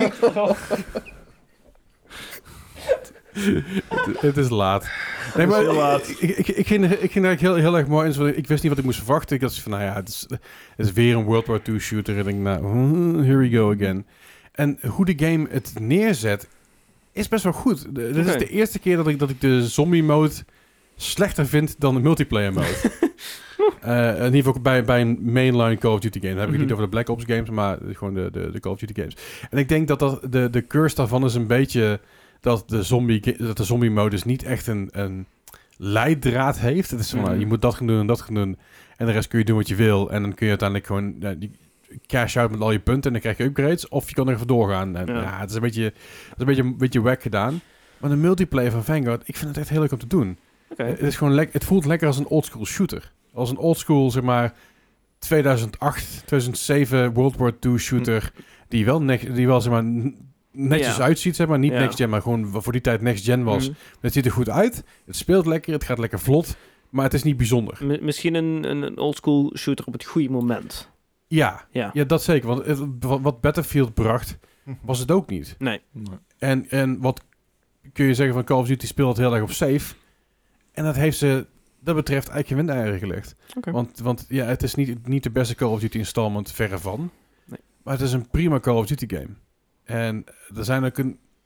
Het is laat. Nee, maar heel laat. Ik ging er eigenlijk heel erg mooi in. Zo, ik wist niet wat ik moest verwachten. Ik dacht van, nou ja, het is weer een World War II shooter. En ik denk, nou, here we go again. En hoe de game het neerzet, is best wel goed. Dit is Oké. de eerste keer dat ik de zombie mode slechter vind dan de multiplayer mode. In ieder geval bij een mainline Call of Duty game. Dan heb ik het niet over de Black Ops games, maar gewoon de Call of Duty games. En ik denk dat de curse daarvan is een beetje dat de zombie modus niet echt een leidraad heeft. Het is van, nou, je moet dat gaan doen en dat gaan doen. En de rest kun je doen wat je wil. En dan kun je uiteindelijk gewoon die cash out met al je punten en dan krijg je upgrades. Of je kan er even doorgaan. En, het is een beetje wack gedaan. Maar de multiplayer van Vanguard, ik vind het echt heel leuk om te doen. Oké. Het is gewoon het voelt lekker als een oldschool shooter. Als een oldschool, zeg maar, 2008, 2007 World War II shooter. Die wel zeg maar, netjes uitziet, zeg maar. Niet next gen, maar gewoon voor die tijd next gen was. Mhm. Het ziet er goed uit. Het speelt lekker. Het gaat lekker vlot. Maar het is niet bijzonder. Misschien een oldschool shooter op het goede moment. Ja, Ja. ja dat zeker. Want wat Battlefield bracht, was het ook niet. Nee. En wat kun je zeggen van Call of Duty speelt heel erg op safe. En dat heeft ze, dat betreft, eigenlijk geen windeieren gelegd. Oké. Want ja, het is niet de beste Call of Duty installment, verre van. Nee. Maar het is een prima Call of Duty game. En er zijn ook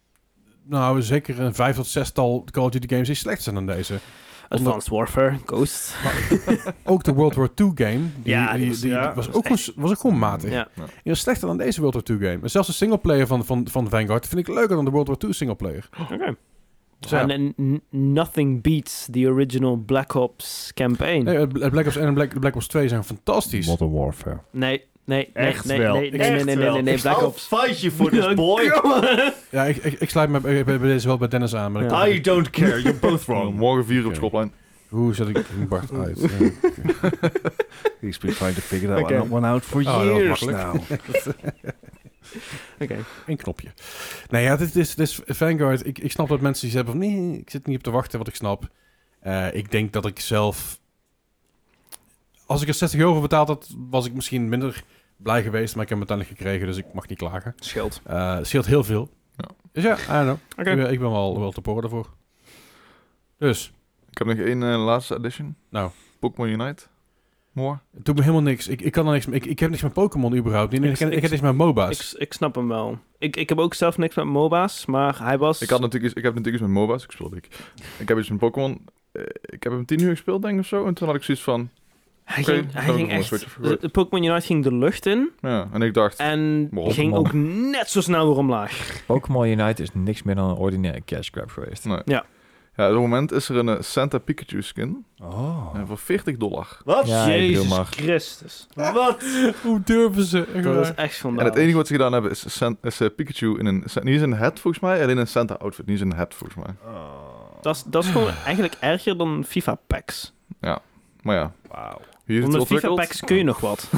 zeker een 5 tot 6-tal Call of Duty games die slechter zijn dan deze. Advanced Warfare, Ghost. Ook de World War II game, die ja, was ook gewoon matig. Ja. Die was slechter dan deze World War II game. En zelfs de singleplayer van Vanguard vind ik leuker dan de World War II singleplayer. Oké. Dus ja. En nothing beats the original Black Ops campaign. Nee, het Black Ops 1 en Black Ops 2 zijn fantastisch. Modern Warfare. Nee, Echt nee, wel. nee, Echt wel. nee, Ik Black zal Ops. fight you for this, boy. Ja, ik sluit me bij deze wel bij Dennis aan. Maar Ja. I don't care, you're both wrong. Morgen 4 op Oké. schoolplein. Hoe zet ik Bart uit? He's been trying to figure that Oké. one out for Oh, dat was years makkelijk. now. Oké. Eén knopje. Nee, ja, dit is Vanguard. Ik snap dat mensen die zeggen van nee, ik zit niet op te wachten, wat ik snap. Ik denk dat ik zelf... Als ik er €60 voor betaald had, was ik misschien minder blij geweest, maar ik heb hem uiteindelijk gekregen, dus ik mag niet klagen. Scheelt. Scheelt heel veel. Ja. Dus ja, I don't know. Oké. Ik ben wel te poren daarvoor. Dus, Ik heb nog één laatste edition. Nou. Pokémon Unite. More. het doet me helemaal niks. Ik kan er niks mee. Ik heb niks met Pokémon überhaupt. Ik heb niks met MOBA's. Ik snap hem wel. Ik heb ook zelf niks met MOBA's, maar hij was... Ik heb natuurlijk iets met MOBA's. Ik heb iets met Pokémon. Ik heb hem 10 uur gespeeld, denk ik, of zo. En toen had ik zoiets van... Hij Oké, ging dan heb ik echt... hem Switch vergooid. de Pokémon Unite ging de lucht in Ja, en ik dacht... en Waarom? ging ook net zo snel weer omlaag. Pokémon Unite is niks meer dan een ordinaire cash grab geweest. Nee. Ja. Ja, op het moment is er een Santa Pikachu skin. Oh. Voor $40. Wat? Ja, ik bedoel Jezus maar. Christus. Wat? Hoe durven ze? Dat is echt En vandaag. het enige wat ze gedaan hebben is Pikachu in een... Niet eens een hat, volgens mij. Alleen een Santa outfit. Niet eens een hat, volgens mij. Dat is gewoon eigenlijk erger dan FIFA packs. Maar ja. Wauw. Wie heeft het Want met FIFA ontwikkeld? packs kun je nog wat.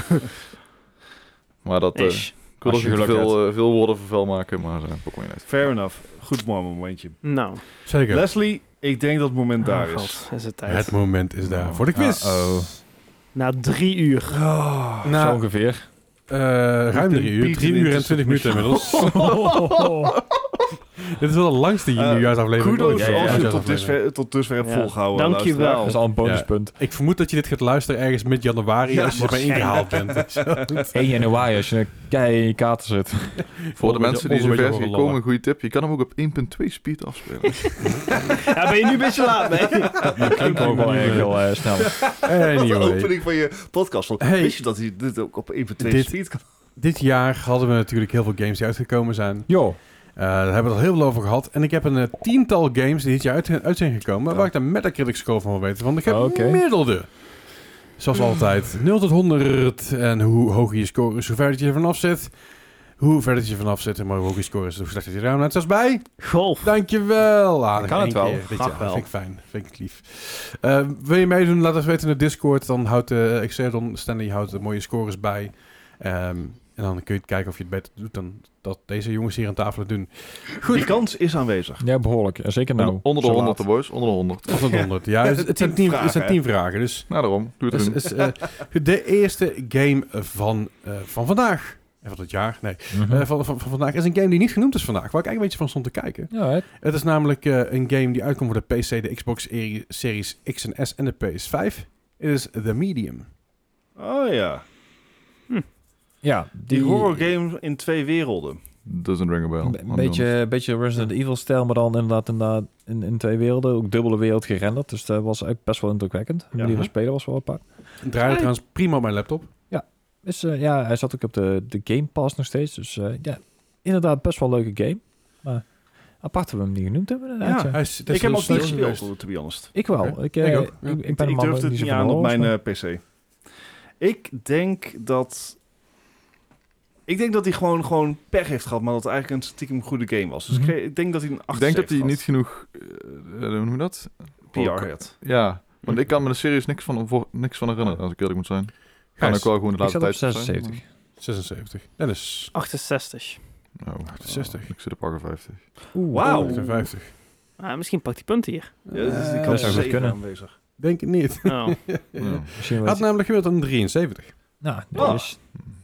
Maar dat... Ish. ik wil Als ook je niet geluk veel woorden voor vuil maken, maar Pokémon Unite. Fair enough. Goed momentje. Nou, Zeker. Leslie, ik denk dat het moment daar oh is. god, is het tijd. Het moment is daar voor de quiz. Na 3 uur. Zo Nou, ongeveer. ruim 3 uur. 3 uur en 20 minuten inmiddels. Dit is wel de langste nieuwjaarsaflevering. Kudos Ja, ja, als ja. je het tot dusver hebt Ja. volgehouden. Dankjewel. Dat is al een bonuspunt. Ik vermoed dat je dit gaat luisteren ergens mid-januari Ja, als je erbij ingehaald bent. 1 januari als je een kei in je kater zit. Voor de mensen die Onze zover beetje zijn horen gekomen, een goede tip. Je kan hem ook op 1.2 speed afspelen. Ja, ben je nu een beetje laat mee? Dat klinkt ook wel erg heel snel. De Anyway, opening van je podcast. Hey. Wist je dat hij dit ook op 1.2 Dit- speed kan? dit jaar hadden we natuurlijk heel veel games die uitgekomen zijn. Jo. Daar hebben we het al heel veel over gehad. En ik heb een tiental games die dit jaar uit zijn gekomen, waar ik de Metacritic score van wil weten. Want ik heb gemiddelde. Zoals altijd. 0 tot 100. En hoe hoog je score is, hoe ver dat je er vanaf zit. Hoe ver dat je vanaf zit en hoe hoog je score is, hoe slechter je eruit. Net zoals bij. Golf. Dankjewel. Kan het wel. Dit Mag jaar. wel. Vind ik fijn. Vind ik lief. Wil je meedoen? Laat het weten in de Discord. Dan houdt Xerdon Stanley houdt de mooie scores bij. En dan kun je kijken of je het beter doet dan dat deze jongens hier aan tafel het doen. Goed. Die kans is aanwezig. Ja, behoorlijk. En zeker nou. Onder de zo 100 laat. boys. Onder de 100. Of een 100. Ja, het zijn 10 vragen, hè? 10 vragen. Dus Nou, daarom. Doe het is, erin. is de eerste game van vandaag. En van het jaar. Nee. Mhm. Van vandaag is een game die niet genoemd is vandaag. Waar ik eigenlijk een beetje van stond te kijken. Ja, hè? Het is namelijk een game die uitkomt voor de PC, de Xbox Series X en S en de PS5. Het is The Medium. Oh ja. Ja, Die horror game in 2 werelden. Doesn't ring a bell. Een beetje Resident Evil stijl, maar dan inderdaad in 2 werelden. Ook dubbele wereld gerenderd. Dus dat was eigenlijk best wel indrukwekkend. De manier van spelen was wel apart. Het draaide trouwens prima op mijn laptop. Dus ja, hij zat ook op de Game Pass nog steeds. Dus ja, inderdaad best wel een leuke game. Maar apart dat we hem niet genoemd hebben. Inderdaad, ja. Hij is- het Ik is heb heel hem ook niet snel gespeeld, geweest. to be honest. Ik wel. Oké. Ik Ik ook, ja. ik ben Ik man durfde het niet zo niet van aan op horrors, mijn maar- PC. Ik denk dat hij gewoon pech heeft gehad, maar dat het eigenlijk een stiekem goede game was. Dus Mhm. ik denk dat hij een 8 Ik denk dat hij niet genoeg... hoe noem je dat? PR had. Ja, want ik kan me de series niks van herinneren, als ik eerlijk moet zijn. Kan ook wel gewoon de Ik laatste zat op tijd zijn. 76. 76. Dennis. 68. Oh, 68. ik zit op 58. Oeh, Wauw. 58. Misschien pakt hij punten hier. Ja, dus die dat kans zou is goed zeker kunnen. aanwezig. Denk ik niet. Oh. Ja. Misschien Had namelijk gebeurd een 73. Nou, Oh. dus,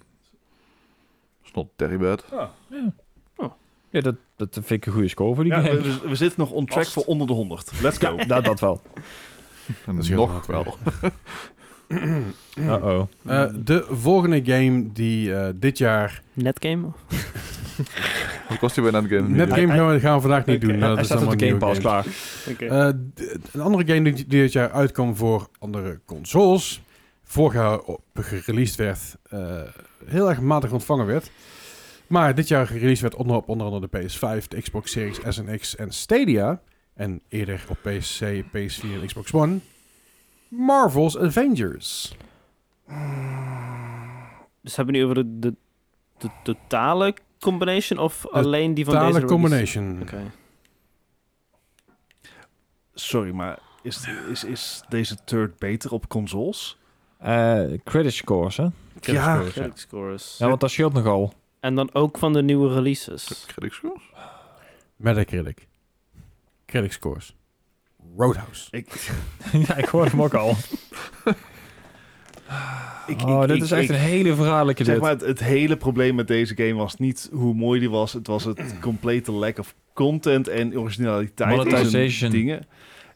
Snot Terry Bad. ja, dat vind ik een goede score voor die Ja, game. we zitten nog on track voor onder de 100. Let's go. Dat wel. En Dat is nog heel wel. Uh-oh. De volgende game die dit jaar... Netgame? Wat kost die bij Netgame? Netgame gaan we vandaag niet doen. Hij Dat is staat op allemaal de Game nieuwe Pass games. klaar. Een andere game die dit jaar uitkwam voor andere consoles, vorig jaar gereleased werd, heel erg matig ontvangen werd. Maar dit jaar gereleased werd onder andere de PS5, de Xbox Series S en X en Stadia. En eerder op PC, PS4 en Xbox One. Marvel's Avengers. Dus hebben we nu over de totale combination of alleen die van deze Totale release? combination. Oké. Sorry, maar is deze third beter op consoles? Credit scores, hè? Ja. Critic scores. Ja, want dat scheelt nogal. En dan ook van de nieuwe releases. Critic scores? Metacritic. Critic scores. Roadhouse. Ja, ik hoor hem ook al. Dit is echt een hele verraderlijke Zeg dit. maar, het hele probleem met deze game was niet hoe mooi die was. Het was het complete lack of content en originaliteit. in zijn Monetization. dingen.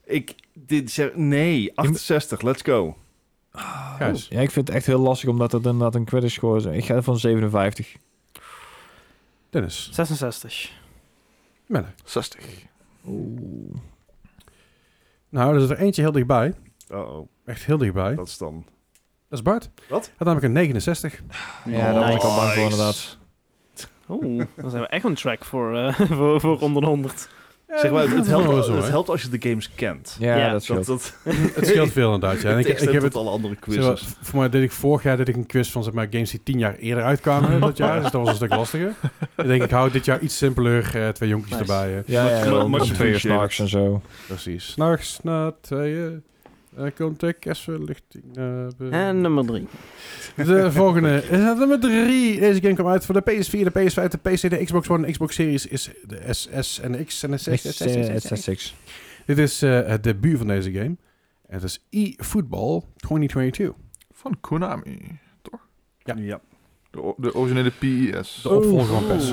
Nee, 68, let's go. Gijs. Ja, ik vind het echt heel lastig omdat het inderdaad een credit score is. Ik ga van 57. Dennis. 66. Melle. 60. Oeh. Nou, er is er eentje heel dichtbij. Uh-oh, Echt heel dichtbij. dat is dan... Dat is Bart. Wat? Had namelijk een 69. Ja, daar was ik al bang voor Nice. inderdaad. Oeh, dan zijn we echt on track voor voor onder de 100. Zeg maar, het dat is wel helpt, zo, het hè? helpt als je de games kent. Ja, Ja, dat scheelt. Het scheelt veel inderdaad. Ja. En ik heb het, alle andere zeg maar, quizzes. voor mij deed ik vorig jaar een quiz van zeg maar, games die 10 jaar eerder uitkwamen dat jaar. Dus dat was een stuk lastiger. Ik denk, ik hou dit jaar iets simpeler. 2 jonkies Nice. erbij. Ja, Much om 2 uur appreciated. s'nachts en zo. Precies. S'nachts na 2 komt de kerstverlichting naar beneden. En nummer 3. De volgende is nummer 3. Deze game kwam uit voor de PS4, de PS5, de PC, de Xbox One, de Xbox Series is de SS en de X en de 6. Dit is het debuut van deze game. Het is eFootball 2022. Van Konami. Ja. De originele PES. De opvolger van PES.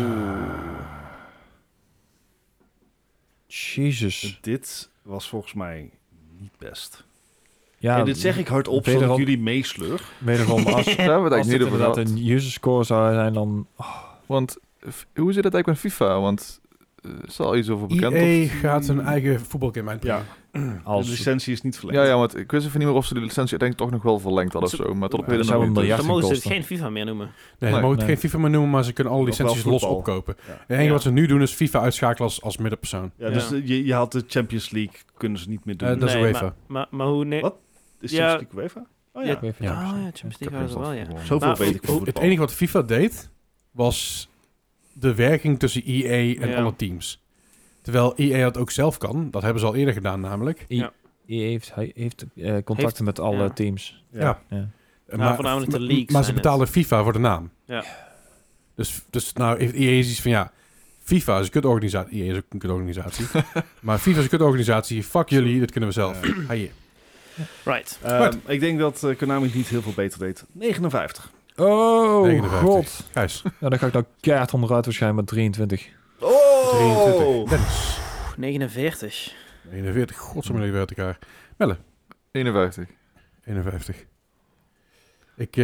Jezus. Dit was volgens mij niet best. Ja, En dit zeg ik hardop, wederom- zodat ik jullie meesleur. wederom, als, Daar hebben we het als eigenlijk dit niet over inderdaad gehad. een user score zou zijn, dan... Want hoe zit het eigenlijk met FIFA? Want is er al iets over bekend? EA of? gaat zijn eigen voetbalgame uitbrengen. De Als, licentie is niet verlengd. Ja, want ik weet even niet meer of ze de licentie denk ik toch nog wel verlengd hadden of zo. Maar tot op Ja, heden dat zou nog een niet. miljard Dan mogen ze het kosten. geen FIFA meer noemen. Nee, ze Nee. mogen het Nee. geen FIFA meer noemen, maar ze kunnen alle Nog wel licenties los voetbal. opkopen. Ja. Het enige Ja. wat ze nu doen is FIFA uitschakelen als middenpersoon. Ja, dus je had de Champions League, kunnen ze niet meer doen. Dat is UEFA. Maar hoe... Nee. Wat? Is Ja. Champions League UEFA? Oh ja. Ja. Ik weet Ja, het niet. Ah ja, Champions League hadden ze wel, ja. Zoveel Maar weet ik van Het voetbal. enige wat FIFA deed, was de werking tussen EA en Ja. alle teams. Terwijl EA dat ook zelf kan. Dat hebben ze al eerder gedaan namelijk. Ja. EA heeft contacten met alle ja. teams. Ja. Ja. voornamelijk de leagues Maar ze zijn betalen FIFA voor de naam. Ja. Dus nou heeft EA iets van ja, FIFA is een kutorganisatie. EA is ook een kutorganisatie. Maar FIFA is een kutorganisatie. Fuck jullie, dat kunnen we zelf. Hier. Right. Ik denk dat Konami niet heel veel beter deed. 59. Oh, 59. god. Gijs. Ja, dan ga ik nou keihard onderuit waarschijnlijk met 23. Oh! 23. Dennis. 49. 41. Godsamme weer uit elkaar. Melle. 51. 51. Ik,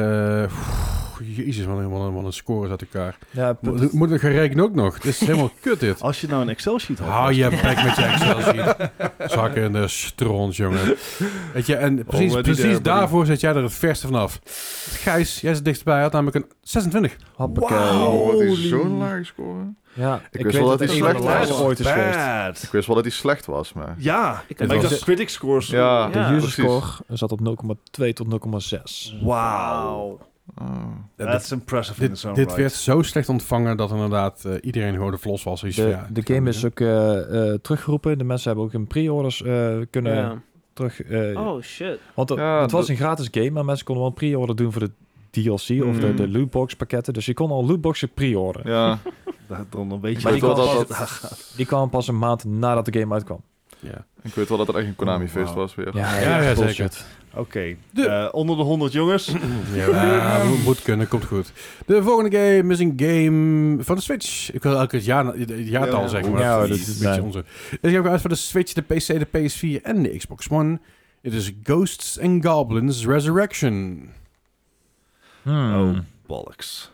jezus, wat een score uit elkaar. Ja, Moet ik gaan rekenen ook nog? Dit is helemaal kut dit. Als je nou een Excel-sheet had. Hou je bek met je Excel-sheet. Zakken in de stront, jongen. Weet je, en precies, Already there, buddy. daarvoor zit jij er het verste vanaf. Gijs, jij zit dichtstbij, had namelijk een 26. hoppakee. Wauw. Oh, wat is zo'n laag score? Ja, Ik wist wel dat hij het slecht een was. van de laagste ooit is geweest. Bad. Ik wist wel dat hij slecht was, maar... Ja, Ik maar heb ik was- dacht critic scores. Ja, De Ja, user precies. score zat op 0,2 tot 0,6. Wauw. Oh. That's impressive in its own Dit right. werd zo slecht ontvangen dat inderdaad iedereen gewoon de vlos was. Zoiets van, ja, De game is ook teruggeroepen. De mensen hebben ook hun pre-orders kunnen Ja. terug... Oh shit. Want Ja, het was dat- een gratis game, maar mensen konden wel een pre-order doen voor de DLC of de lootbox pakketten. Dus je kon al lootboxen pre-orderen. Ja, Dan weet je Maar die wat kwam, dat- pas, die kwam pas een maand nadat de game uitkwam. Ja. Ik weet wel dat het echt een Konami-feest was weer. Ja, bullshit. Oké, De- onder de 100 jongens. Ja, moet kunnen, komt goed. De volgende game is een game van de Switch. Ik wil elke keer het jaartal Ja. zeggen, maar Ja, dat dat is is- een beetje nee. onze. Deze game uit voor de Switch, de PC, de PS4 en de Xbox One. Het is Ghosts and Goblins Resurrection. Oh, bollocks.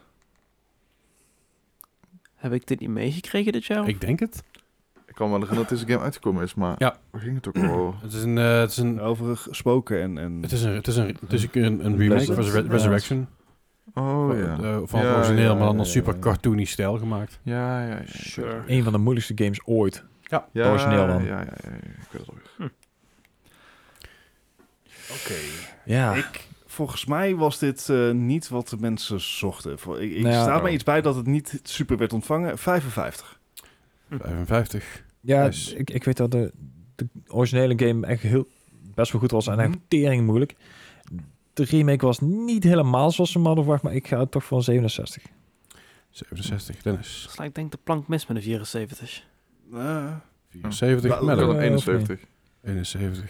Heb ik dit niet meegekregen dit jaar? Ik denk het. Ik kan me wel herinneren dat deze game uitgekomen is, maar Ja. waar ging het ook al? Het is een Over gesproken en... Het is een remake van Resurrection. Oh ja. Van Ja, het origineel, ja, maar dan ja, als super ja. cartoony stijl gemaakt. Ja. Sure. Een van de moeilijkste games ooit. Ja, origineel dan. Ja, ik weet het alweer. Oké. Ja. Volgens mij was dit niet wat de mensen zochten. Ik Nou ja, staat oh. me iets bij dat het niet super werd ontvangen. 55. 55. Ja, Nice. ik weet dat de originele game echt best wel goed was en echt tering moeilijk. De remake was niet helemaal zoals ze me hadden verwacht, maar ik ga toch voor een 67. 67, Dennis. Sla ik denk de plank mis met een 74. 74, Nou, Ik Mello. had een Ja, 71. 71.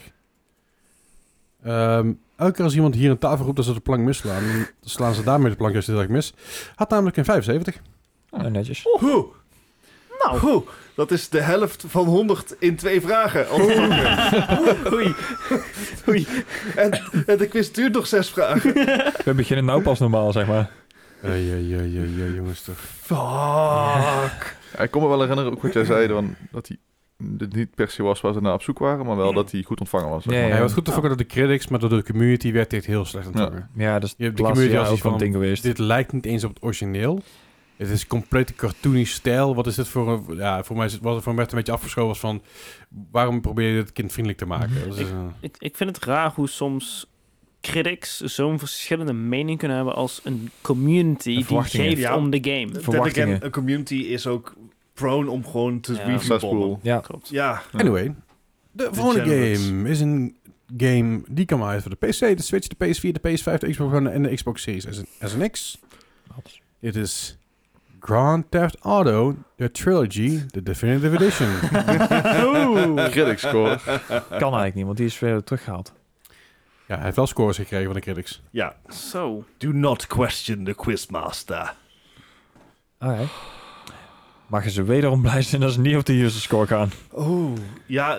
Elke keer als iemand hier een tafel roept dat ze de plank misslaan, dan slaan ze daarmee de plank juist heel erg mis. Had namelijk een 75. Nou, netjes. Oeh. Nou. Oeh, dat is de helft van 100 in 2 vragen. Oei. Oei. En de quiz duurt nog 6 vragen. We beginnen nou pas normaal, zeg maar. Jongens toch. Fuck. Ja, ik kon me wel herinneren, ook wat jij zei, dat hij dit niet per se was waar ze naar op zoek waren, maar wel dat hij goed ontvangen was. zeg Ja, maar. Hij was goed te vangen door de critics, maar door de community werd dit heel slecht ontvangen. Ja, dat is Je hebt de de laatste community jaar als ook van van, het ding geweest. Dit lijkt niet eens op het origineel. Het is complete cartoony stijl. Wat is dit voor een... Ja, voor mij is het wat voor mij een beetje afgeschoven was van... Waarom probeer je dit kindvriendelijk te maken? Dat is, Ik vind het raar hoe soms critics zo'n verschillende mening kunnen hebben als een community die verwachtingen. geeft Ja. om de game. Verwachtingen. Then again, een community is ook prone om gewoon te Ja. review Succesvol. bomben. Ja, Klopt. Ja. Anyway, de volgende Degenerates. game is een game die kan uit voor de PC, de Switch, de PS4, de PS5, de Xbox One en de Xbox Series SNX. Dit is Grand Theft Auto, The Trilogy, The Definitive Edition. Critic score. kan eigenlijk niet, want die is weer teruggehaald. Ja, hij heeft wel scores gekregen van de critics. Ja. Zo. Do not question the quizmaster. Alright. Mag je ze wederom blij zijn dat ze niet op de user score gaan? Oh. Ja.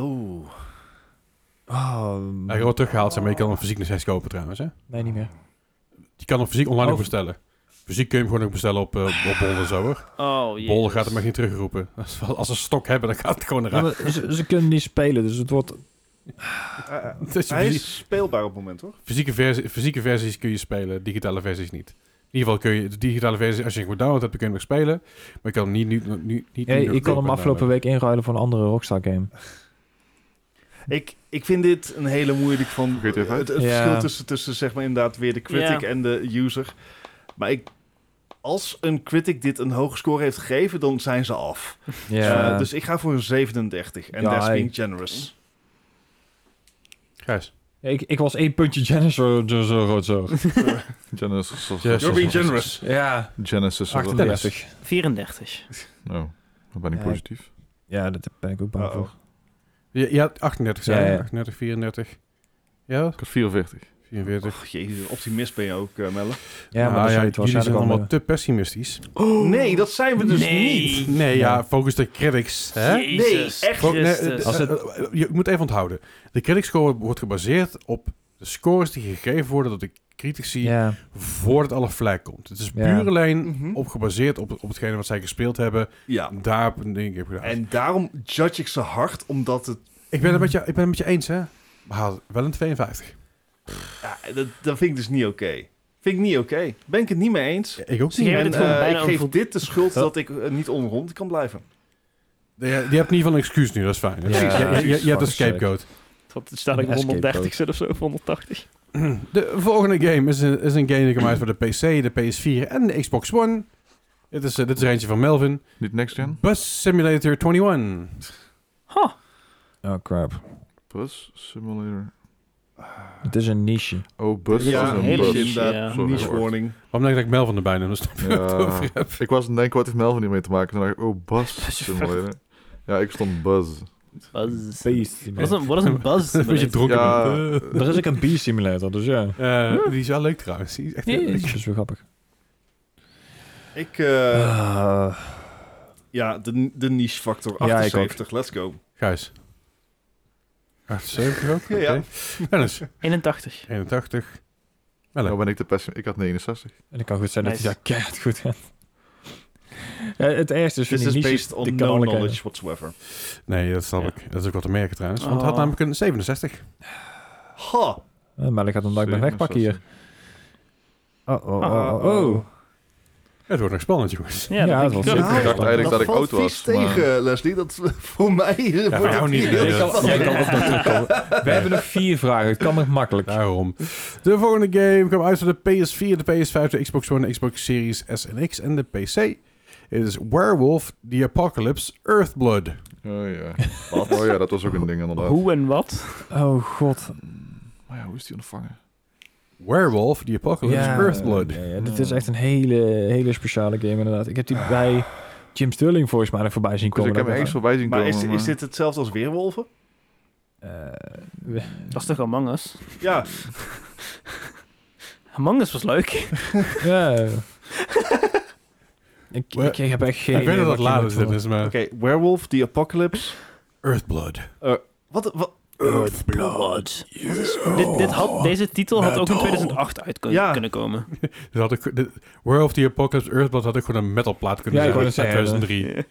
Hij wordt teruggehaald zijn, maar je kan hem fysiek nog steeds kopen trouwens. Hè? Nee, niet meer. Je kan hem fysiek online Oh. nog bestellen. Fysiek kun je hem gewoon ook bestellen op Bol en zo hoor. Oh, jee. Bol gaat hem echt niet terugroepen. Als ze stok hebben, dan gaat het gewoon Ja, eruit. maar ze kunnen niet spelen, dus het wordt... Dus Hij is speelbaar op het moment, hoor. fysieke versies kun je spelen, digitale versies niet. In ieder geval kun je de digitale versie, als je hem goed download hebt, dan kun je hem nog spelen. Maar je kan hem niet Ja, ik kon hem afgelopen week inruilen voor een andere Rockstar game. Ik vind dit een hele moeilijk van... GTA 5? Het Ja. verschil tussen zeg maar inderdaad weer de critic Ja. en de user. Maar als een critic dit een hoge score heeft gegeven, dan zijn ze af. Ja, Dus ik ga voor een 37. En Ja, that's hey. being generous. Gijs. ik was 1 puntje Genesis zo. Genesis. You're being generous. Ja, Genesis. 38. 34. Nou, dan ben ik Ja. positief. Ja, daar ben ik ook bang voor. Ja, 38 zijn Ja. 38, 34. Ja, Ik had 44. 44. Och, jezus, optimist ben je ook, Melle. Ja, maar dat zou je het jullie zijn waarschijnlijk allemaal wel te pessimistisch. Nee, dat zijn we dus niet. Nee, ja, Ja. focus de critics. Hè? Jezus Nee, echt. Christus. Als het- Je moet even onthouden. De critic score wordt gebaseerd op de scores die gegeven worden door de critici Ja, voordat alle flag komt. Het is Ja. puur alleen Mhm. op gebaseerd op hetgene wat zij gespeeld hebben. Ja. Daar een ding heb gedaan. En daarom judge ik ze hard, omdat het... Ik ben het met je eens, hè. Maar haal wel een 52. Ja, dat vind ik dus niet oké. Vind ik niet oké. Ben ik het niet mee eens. Ik ook Ze niet. geven En dit gewoon bijna ik een geef vol- dit de schuld dat ik niet onrond kan blijven. Je hebt in ieder geval een excuus nu, dat is fijn. Ja, je hebt een fucking scapegoat. Het staat ik Een escape 130 code. zit of zo, of 180. De volgende game is een game die gemaakt voor de PC, de PS4 en de Xbox One. Dit is er eentje van Melvin. Niet next gen? Bus Simulator 21. Ha. oh crap. Bus Simulator. Het is een niche. Oh, bus. Ja, als een hele bus. niche, inderdaad. ja. Sorry, Niche hoor. warning. Waarom denk ik dat ik Melvin erbij noem? Dat snap je waar ik het over Ja, heb. ik was aan het denken, wat heeft Melvin hiermee te maken? Toen dacht ik, oh, Bus Simulator. Ja, ik stond Buzz. Buzz. Beast. Wat is een buzz? Een beetje dronken. Ja. Er is ook een Beast Simulator, dus ja. Die is wel leuk trouwens. Die is echt heel Dat leuk. is wel grappig. Ik, Ah. ja, de niche factor Ja, ik 78. Let's go. Gijs. 78 ook? Ja, ja. Oké. Dennis. 81. 81. Melle. Nou ben ik de pessimist. Ik had 69. En het kan goed zijn dat Nice. hij daar keihard goed gaat. Het eerste is, This vind is ik, based die on kan no alle knowledge whatsoever. Nee, dat snap Ja. ik. Dat is ook wat te merken trouwens. Want het had Oh. namelijk een 67. Ha! Maar ik gaat hem blijkbaar wegpakken hier. Oh. Het wordt nog spannend, jongens. Ja, Ja, dat dat denk ik was ook. Ik dacht eigenlijk dat ik valt oud was, vies tegen, Leslie. Dat voor mij... Ja, voor jou niet. Jij kan ook nog terugkomen. We hebben nog 4 vragen. Het kan nog makkelijk. Daarom. De volgende game kwam uit voor de PS4, de PS5, de Xbox One, de Xbox Series S en X en de PC. Het is Werewolf the Apocalypse Earthblood. Oh ja. Oh ja, dat was ook een ding inderdaad. Hoe en wat? Oh god. Maar ja, hoe is die ontvangen? Werewolf the Apocalypse Earthblood. Ja, dit is echt een hele speciale game inderdaad. Ik heb die bij Jim Sterling volgens mij nog voorbij zien Dus komen. ik heb er ergens voorbij zien Maar komen. is dit hetzelfde als Weerwolven? Dat is toch Among Us? Ja. Among Us was leuk. Ja. Ik heb echt geen Ik weet dat wat het je later moet zit, voor- dus maar... Oké, Werewolf, The Apocalypse. Earthblood. Wat? Earthblood. Deze titel had ook in 2008 uit Ja. kunnen komen. Dus had ik, Werewolf the Apocalypse Earthblood had ik gewoon een metalplaat kunnen Ja, ik zijn. wou net zeggen, 2003.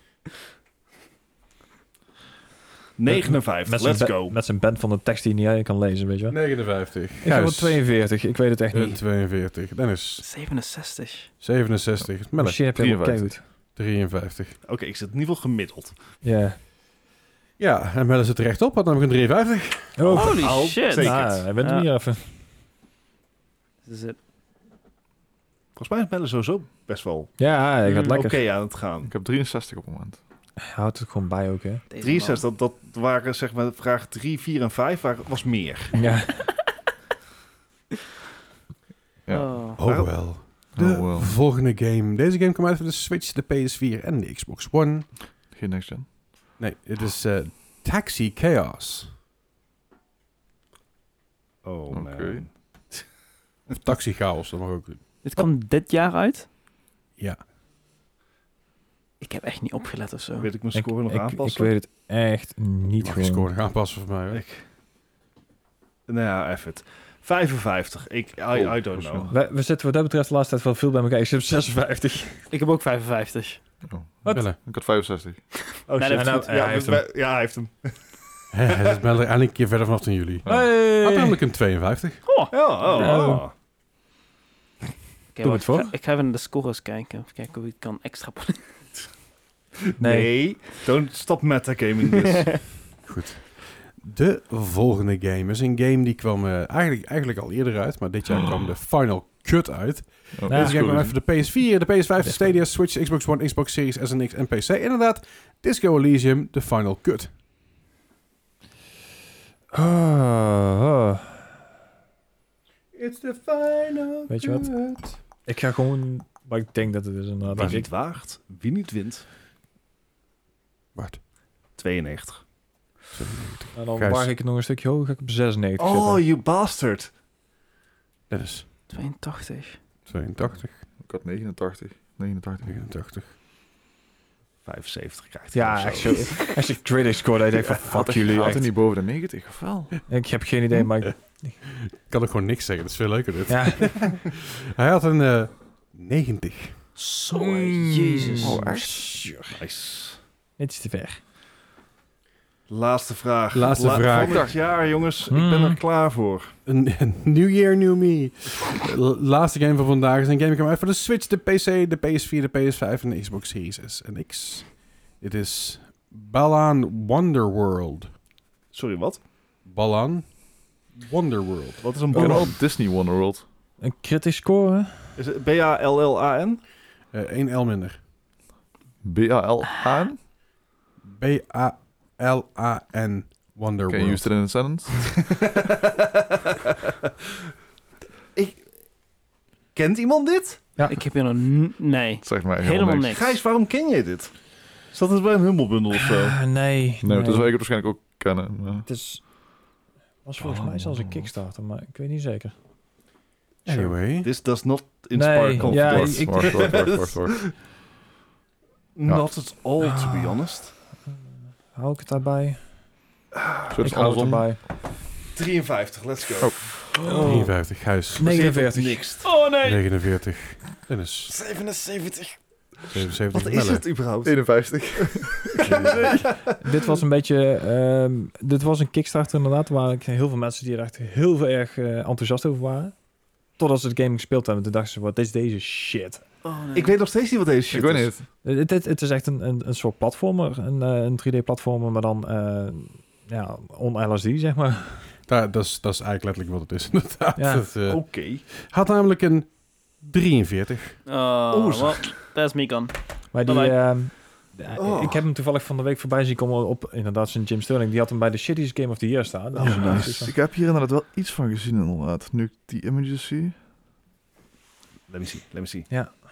59, let's go. Met zijn band van de tekst die hij niet kan lezen, weet je wel. 59. Ik ga wel 42, ik weet het echt niet. 42. Dennis. 67. 67. Melle. Misschien heb je helemaal 53. goed. 53. Oké, ik zit in ieder geval gemiddeld. Ja. Ja, en Melle zit er recht op. Had namelijk een 53. Holy I'll shit. take Ah, it. hij bent er Ja. niet even. Is het- Volgens mij is Melle sowieso best wel Ja, hij gaat lekker. oké aan het gaan. Ik heb 63 op het moment. Hij houdt het gewoon bij ook, hè. deze 63, dat waren zeg maar vraag 3, 4 en 5 was meer. Ja. man. Ja. Oh. Oh wel. De Oh, wel. volgende game. Deze game komt uit voor de Switch, de PS4 en de Xbox One. Geen next gen. Nee, het is Taxi Chaos. Oh man. Oké. Of Taxi Chaos, dat mag ook. Dit kwam dit jaar uit? Ja. Ik heb echt niet opgelet of zo. Weet ik mijn score nog Ik aanpassen? weet het echt niet Mag je gewoon. score nog aanpassen voor mij. Hoor. Nou ja, even het. 55. I don't dat is know. We zitten wat dat betreft de laatste tijd wel veel bij elkaar. Ik zit op 56. Ik heb ook 55. Oh. Wat? Melle. Ik had 65. Oh Nee, shit. dat is Ja, goed. Ja, hij heeft hem. ja, hij heeft hem. Het is Melle eindelijk een keer verder vanaf dan jullie. Oh. Hij had namelijk een 52. Ja, oh. Oké, Doe wacht, het voor. Ik ga even naar de scores kijken. Even kijken hoe ik het kan extrapoleren. Nee, don't stop metagaming this. Goed. De volgende game is een game die kwam eigenlijk al eerder uit. Maar dit jaar kwam de Final Cut uit. Oh, Ja, Deze game kwam uit voor de PS4, de PS5, de Disco. Stadia, Switch, Xbox One, Xbox Series S en X en PC. Inderdaad, Disco Elysium, de Final Cut. It's the final Weet je wat? Ik ga gewoon... Maar ik denk dat het is inderdaad. Wie Ik- niet waagt, wie niet wint. Wat? 92. En dan Gijs. waag ik het nog een stukje hoger. Ga ik op 96 Oh, zitten. you bastard. Dennis. 82. 82, Ik had 89. 89. 89. 75 krijgt hij Ja, of echt zo. zo. Als je critic scoort, dan denk ik van fuck jullie. Had Echt. hij niet boven de 90 of wel? Ik heb geen idee, maar ik- Ik kan ook gewoon niks zeggen, dat is veel leuker dit. ja. Hij had een 90. Zo, jezus. Oh, Nice. Het is te ver. Laatste vraag. Laatste vraag. Volgend jaar, jongens. Ik ben er klaar voor. Een New Year, New Me. Laatste game van vandaag is een game die kwam uit voor de Switch, de PC, de PS4, de PS5 en de Xbox Series S en X. Dit is Balan Wonderworld. Sorry, wat? Balan Wonderworld. Wat is een Ik ken bal? wel Disney Wonderworld. Een critisch score? Is het B-A-L-L-A-N? 1 L minder. B-A-L-A-N? B-A-L-A-N Wonderworld. Can you use it in a sentence? Kent iemand dit? Ja. Ik heb hier nog... Nee. Zeg maar Helemaal niks. niks. Gijs, waarom ken je dit? Zat het bij een Humble Bundle of zo? Nee. Nee, dat zou ik het waarschijnlijk ook kennen. Maar... Het was volgens mij zelfs een Kickstarter, maar ik weet niet zeker. Anyway. This does not inspire Nee, confidence. ja, Wacht. Not at all, to be honest. Hou ik het daarbij? Zo, Ik hou het erbij. 53, let's go. Oh. 53, Gijs. 49. Niks. Oh nee! 49, Dennis. 77. 77, Wat is het überhaupt? 51. Dit was een beetje... dit was een Kickstarter inderdaad, waar ik heel veel mensen die er echt heel erg enthousiast over waren. Totdat ze de game gespeeld hebben. Toen dachten ze, wat is deze shit? Oh, nee. Ik weet nog steeds niet wat deze shit Ik weet is. niet. Het is echt een soort platformer. Een 3D-platformer, maar dan on-LSD, zeg maar. Dat is eigenlijk letterlijk wat het is, inderdaad. Ja. Het, Oké. had namelijk een 43. Oh, well, that's me gone. Maar die... Oh. Ik heb hem toevallig van de week voorbij zien komen op inderdaad zijn Jim Sterling. Die had hem bij de Shittiest Game of the Year staan. Dat is Oh, een nice. Ik heb hier inderdaad wel iets van gezien inderdaad. Nu ik die images zie. Let me see.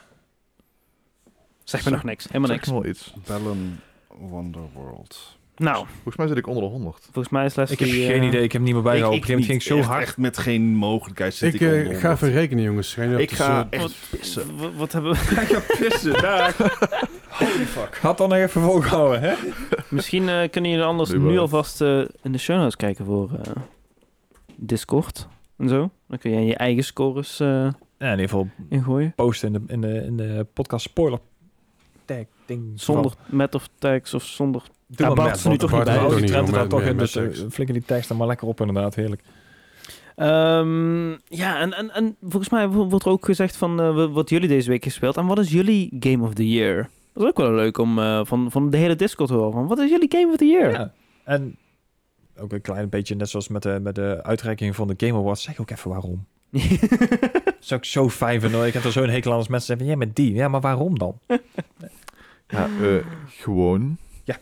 Zeg me nog niks. Helemaal Zeg niks. me wel iets. Ballon Wonderworld. Nou, Volgens mij zit ik onder de 100. volgens mij is Ik heb Leslie... geen idee. Ik heb hem niet meer bijgehouden. Op een Ik gegeven moment ging ik zo hard. Echt met geen mogelijkheid zit Ik ik onder ga 100. even rekenen, jongens. Ik ga Wat- echt pissen. Wat hebben we... Ik ga pissen, daar. Holy fuck. Had dan nog even volgehouden, hè? Misschien kunnen jullie anders Nu nu wel. alvast in de show notes kijken voor Discord en zo. Dan kun je je eigen scores Ja, in ieder geval ingooien. posten in de podcast spoiler tag ding. Zonder met of tags of zonder... Doe Ja, maar Bart met, is er nu want toch niet Bart bij. houdt Ook die niet trend er met- dan toch in, met dus tekst. flikker die tekst er maar lekker op inderdaad. Heerlijk. Ja, en volgens mij wordt er ook gezegd van wat jullie deze week gespeeld. En wat is jullie Game of the Year? Dat is ook wel leuk om van de hele Discord te horen. Van, wat is jullie Game of the Year? Ja. En ook een klein beetje, net zoals met de uitreiking van de Game Awards, zeg ook even waarom. Dat is ook zo fijn vinden. Ik heb er zo'n hekel aan als mensen zeggen, ja, met die. Ja, maar waarom dan? Ja, gewoon.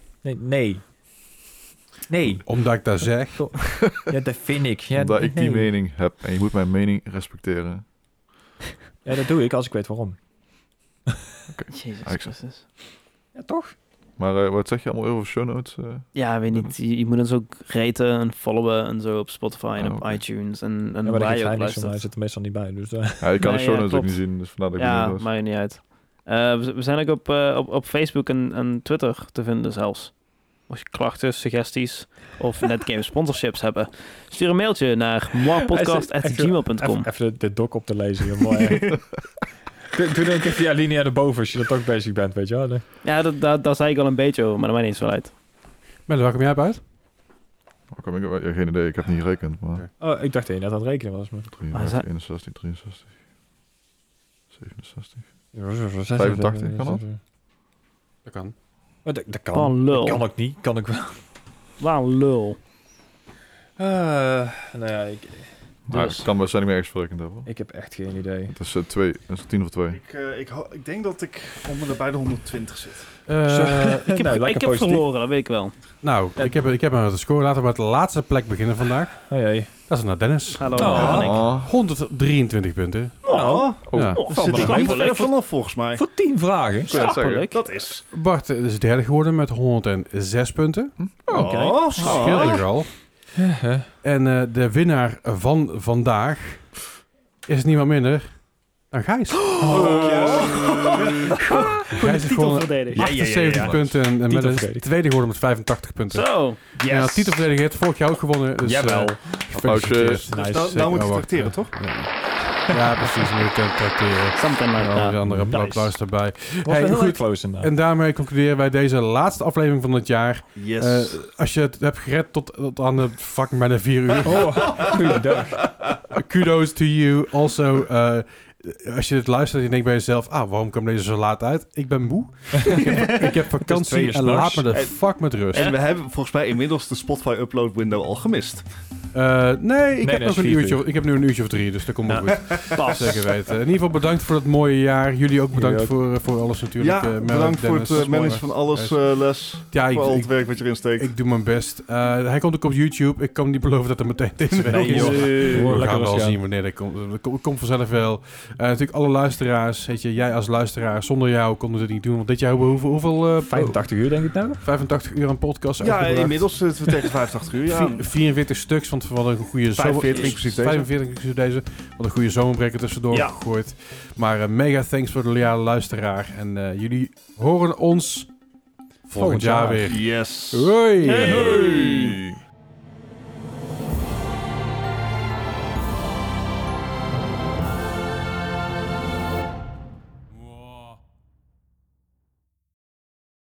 Nee. Omdat ik daar zeg. Ja, dat vind ik. Ja, Omdat ik die nee. mening heb. En je moet mijn mening respecteren. Ja, dat doe ik als ik weet waarom. Jezus Ah, ik- Christus. Ja, toch? Maar wat zeg je allemaal over show notes? Ja, weet niet. Je moet ons ook raten en followen en zo op Spotify en Ah, op oké. iTunes. En Ja, maar waar dat je geeft ook hij niks van. Hij luistert. zit er meestal niet bij. Dus, Ja, ik kan Nee, de show ja, notes ook klopt. niet zien. Dus vandaar dat ik Ja, benieuwd was. maakt niet uit. We zijn ook op Facebook en Twitter te vinden zelfs. Als je klachten, suggesties of netgame sponsorships hebben, stuur een mailtje naar moirepodcast@gmail.com. Even de doc op te lezen. Joh, mooi. Doe dan even die alinea erboven als je er toch bezig bent, weet je wel. Ja, daar zei ik al een beetje over, maar dat maakt niet zo uit. Melle, waar kom jij op uit? Ja, geen idee, ik heb niet gerekend. Maar Oh, ik dacht dat je net aan het rekenen was. Maar... 53, 61, 63, 67. 85 kan dat? Dat kan. Oh, dat kan. Wat een lul. Dat kan ook niet. Kan ik wel. Waar een lul. Nou ja, Maar Dus. het kan waarschijnlijk meer ergens verrekend hebben. ik heb echt geen idee. Het is 2, dat is 10 of 2. Ik denk dat ik onder de bij de 120 zit. Ik heb, Nou, lekker ik heb positief. verloren, dat weet ik wel. Nou, ik heb maar de score. Laten we met de laatste plek beginnen vandaag. Oh jee. Dat is naar Dennis. Hallo, Oh. ben ik. 123 punten. Oh, Ja. Oh, zit ik wel niet leuk. ver vanaf volgens mij. Voor 10 vragen? Schappelijk. Dat is... Bart is derde geworden met 106 punten. Oké. Oh, Scheelt nogal. En de winnaar van vandaag is niemand minder dan Gijs. Gijs is gewoon Titelverdediger. 78 punten en Melle is Titelverdediger. tweede geworden met 85 punten. Zo. Ja, titelverdediger heeft vorig jaar ook gewonnen. Dus, Jawel. gefeliciteerd. Nice. Nou moet je Oh, wacht, tracteren, toch? Ja, precies. Moet je tracteren. Something like Een that. andere Nice. applaus erbij. Was Hey, wel heel goed. erg close inderdaad. En daarmee concluderen wij deze laatste aflevering van het jaar. Yes. Als je het hebt gered tot aan de fucking bijna 4 uur. Oh, goeiedag. Kudos to you. Also, als je dit luistert en je denkt bij jezelf, waarom kwam deze zo laat uit? Ik ben moe. ik heb vakantie 2 uur en laat s'nachts. me de fuck met rust. En we hebben volgens mij inmiddels de Spotify upload window al gemist. Nee, ik heb dat nog is een 4 uurtje. uur. Ik heb nu een uurtje of 3, dus dat komt wel goed. Pas. Zeker weten. In ieder geval bedankt voor het mooie jaar. Jullie ook bedankt Jullie voor alles natuurlijk. Ja, Melle, bedankt voor Dennis. het managen van alles, Les. Ja, Voor al ik, het werk wat je erin steekt. ik doe mijn best. Hij komt ook op YouTube. Ik kan niet beloven dat er meteen deze week Nee, is. joh. We Gewoon lekker gaan wel rustig zien wanneer dat komt. Het komt vanzelf wel. Natuurlijk alle luisteraars, weet je, jij als luisteraar, zonder jou konden we dit niet doen. Want dit jaar hebben we hoeveel 85 uur denk ik nou. 85 uur aan podcast Ja, uitgebracht. inmiddels zitten we tegen 85 uur. Ja. 44 stuks, want we hadden een goede 45 inclusief deze. 45 inclusief deze. Wat een goede zomerbreker tussendoor Ja. gegooid. Maar mega thanks voor de loyale luisteraar. En jullie horen ons volgend jaar weer. Yes. Hoi! Hey. Hey.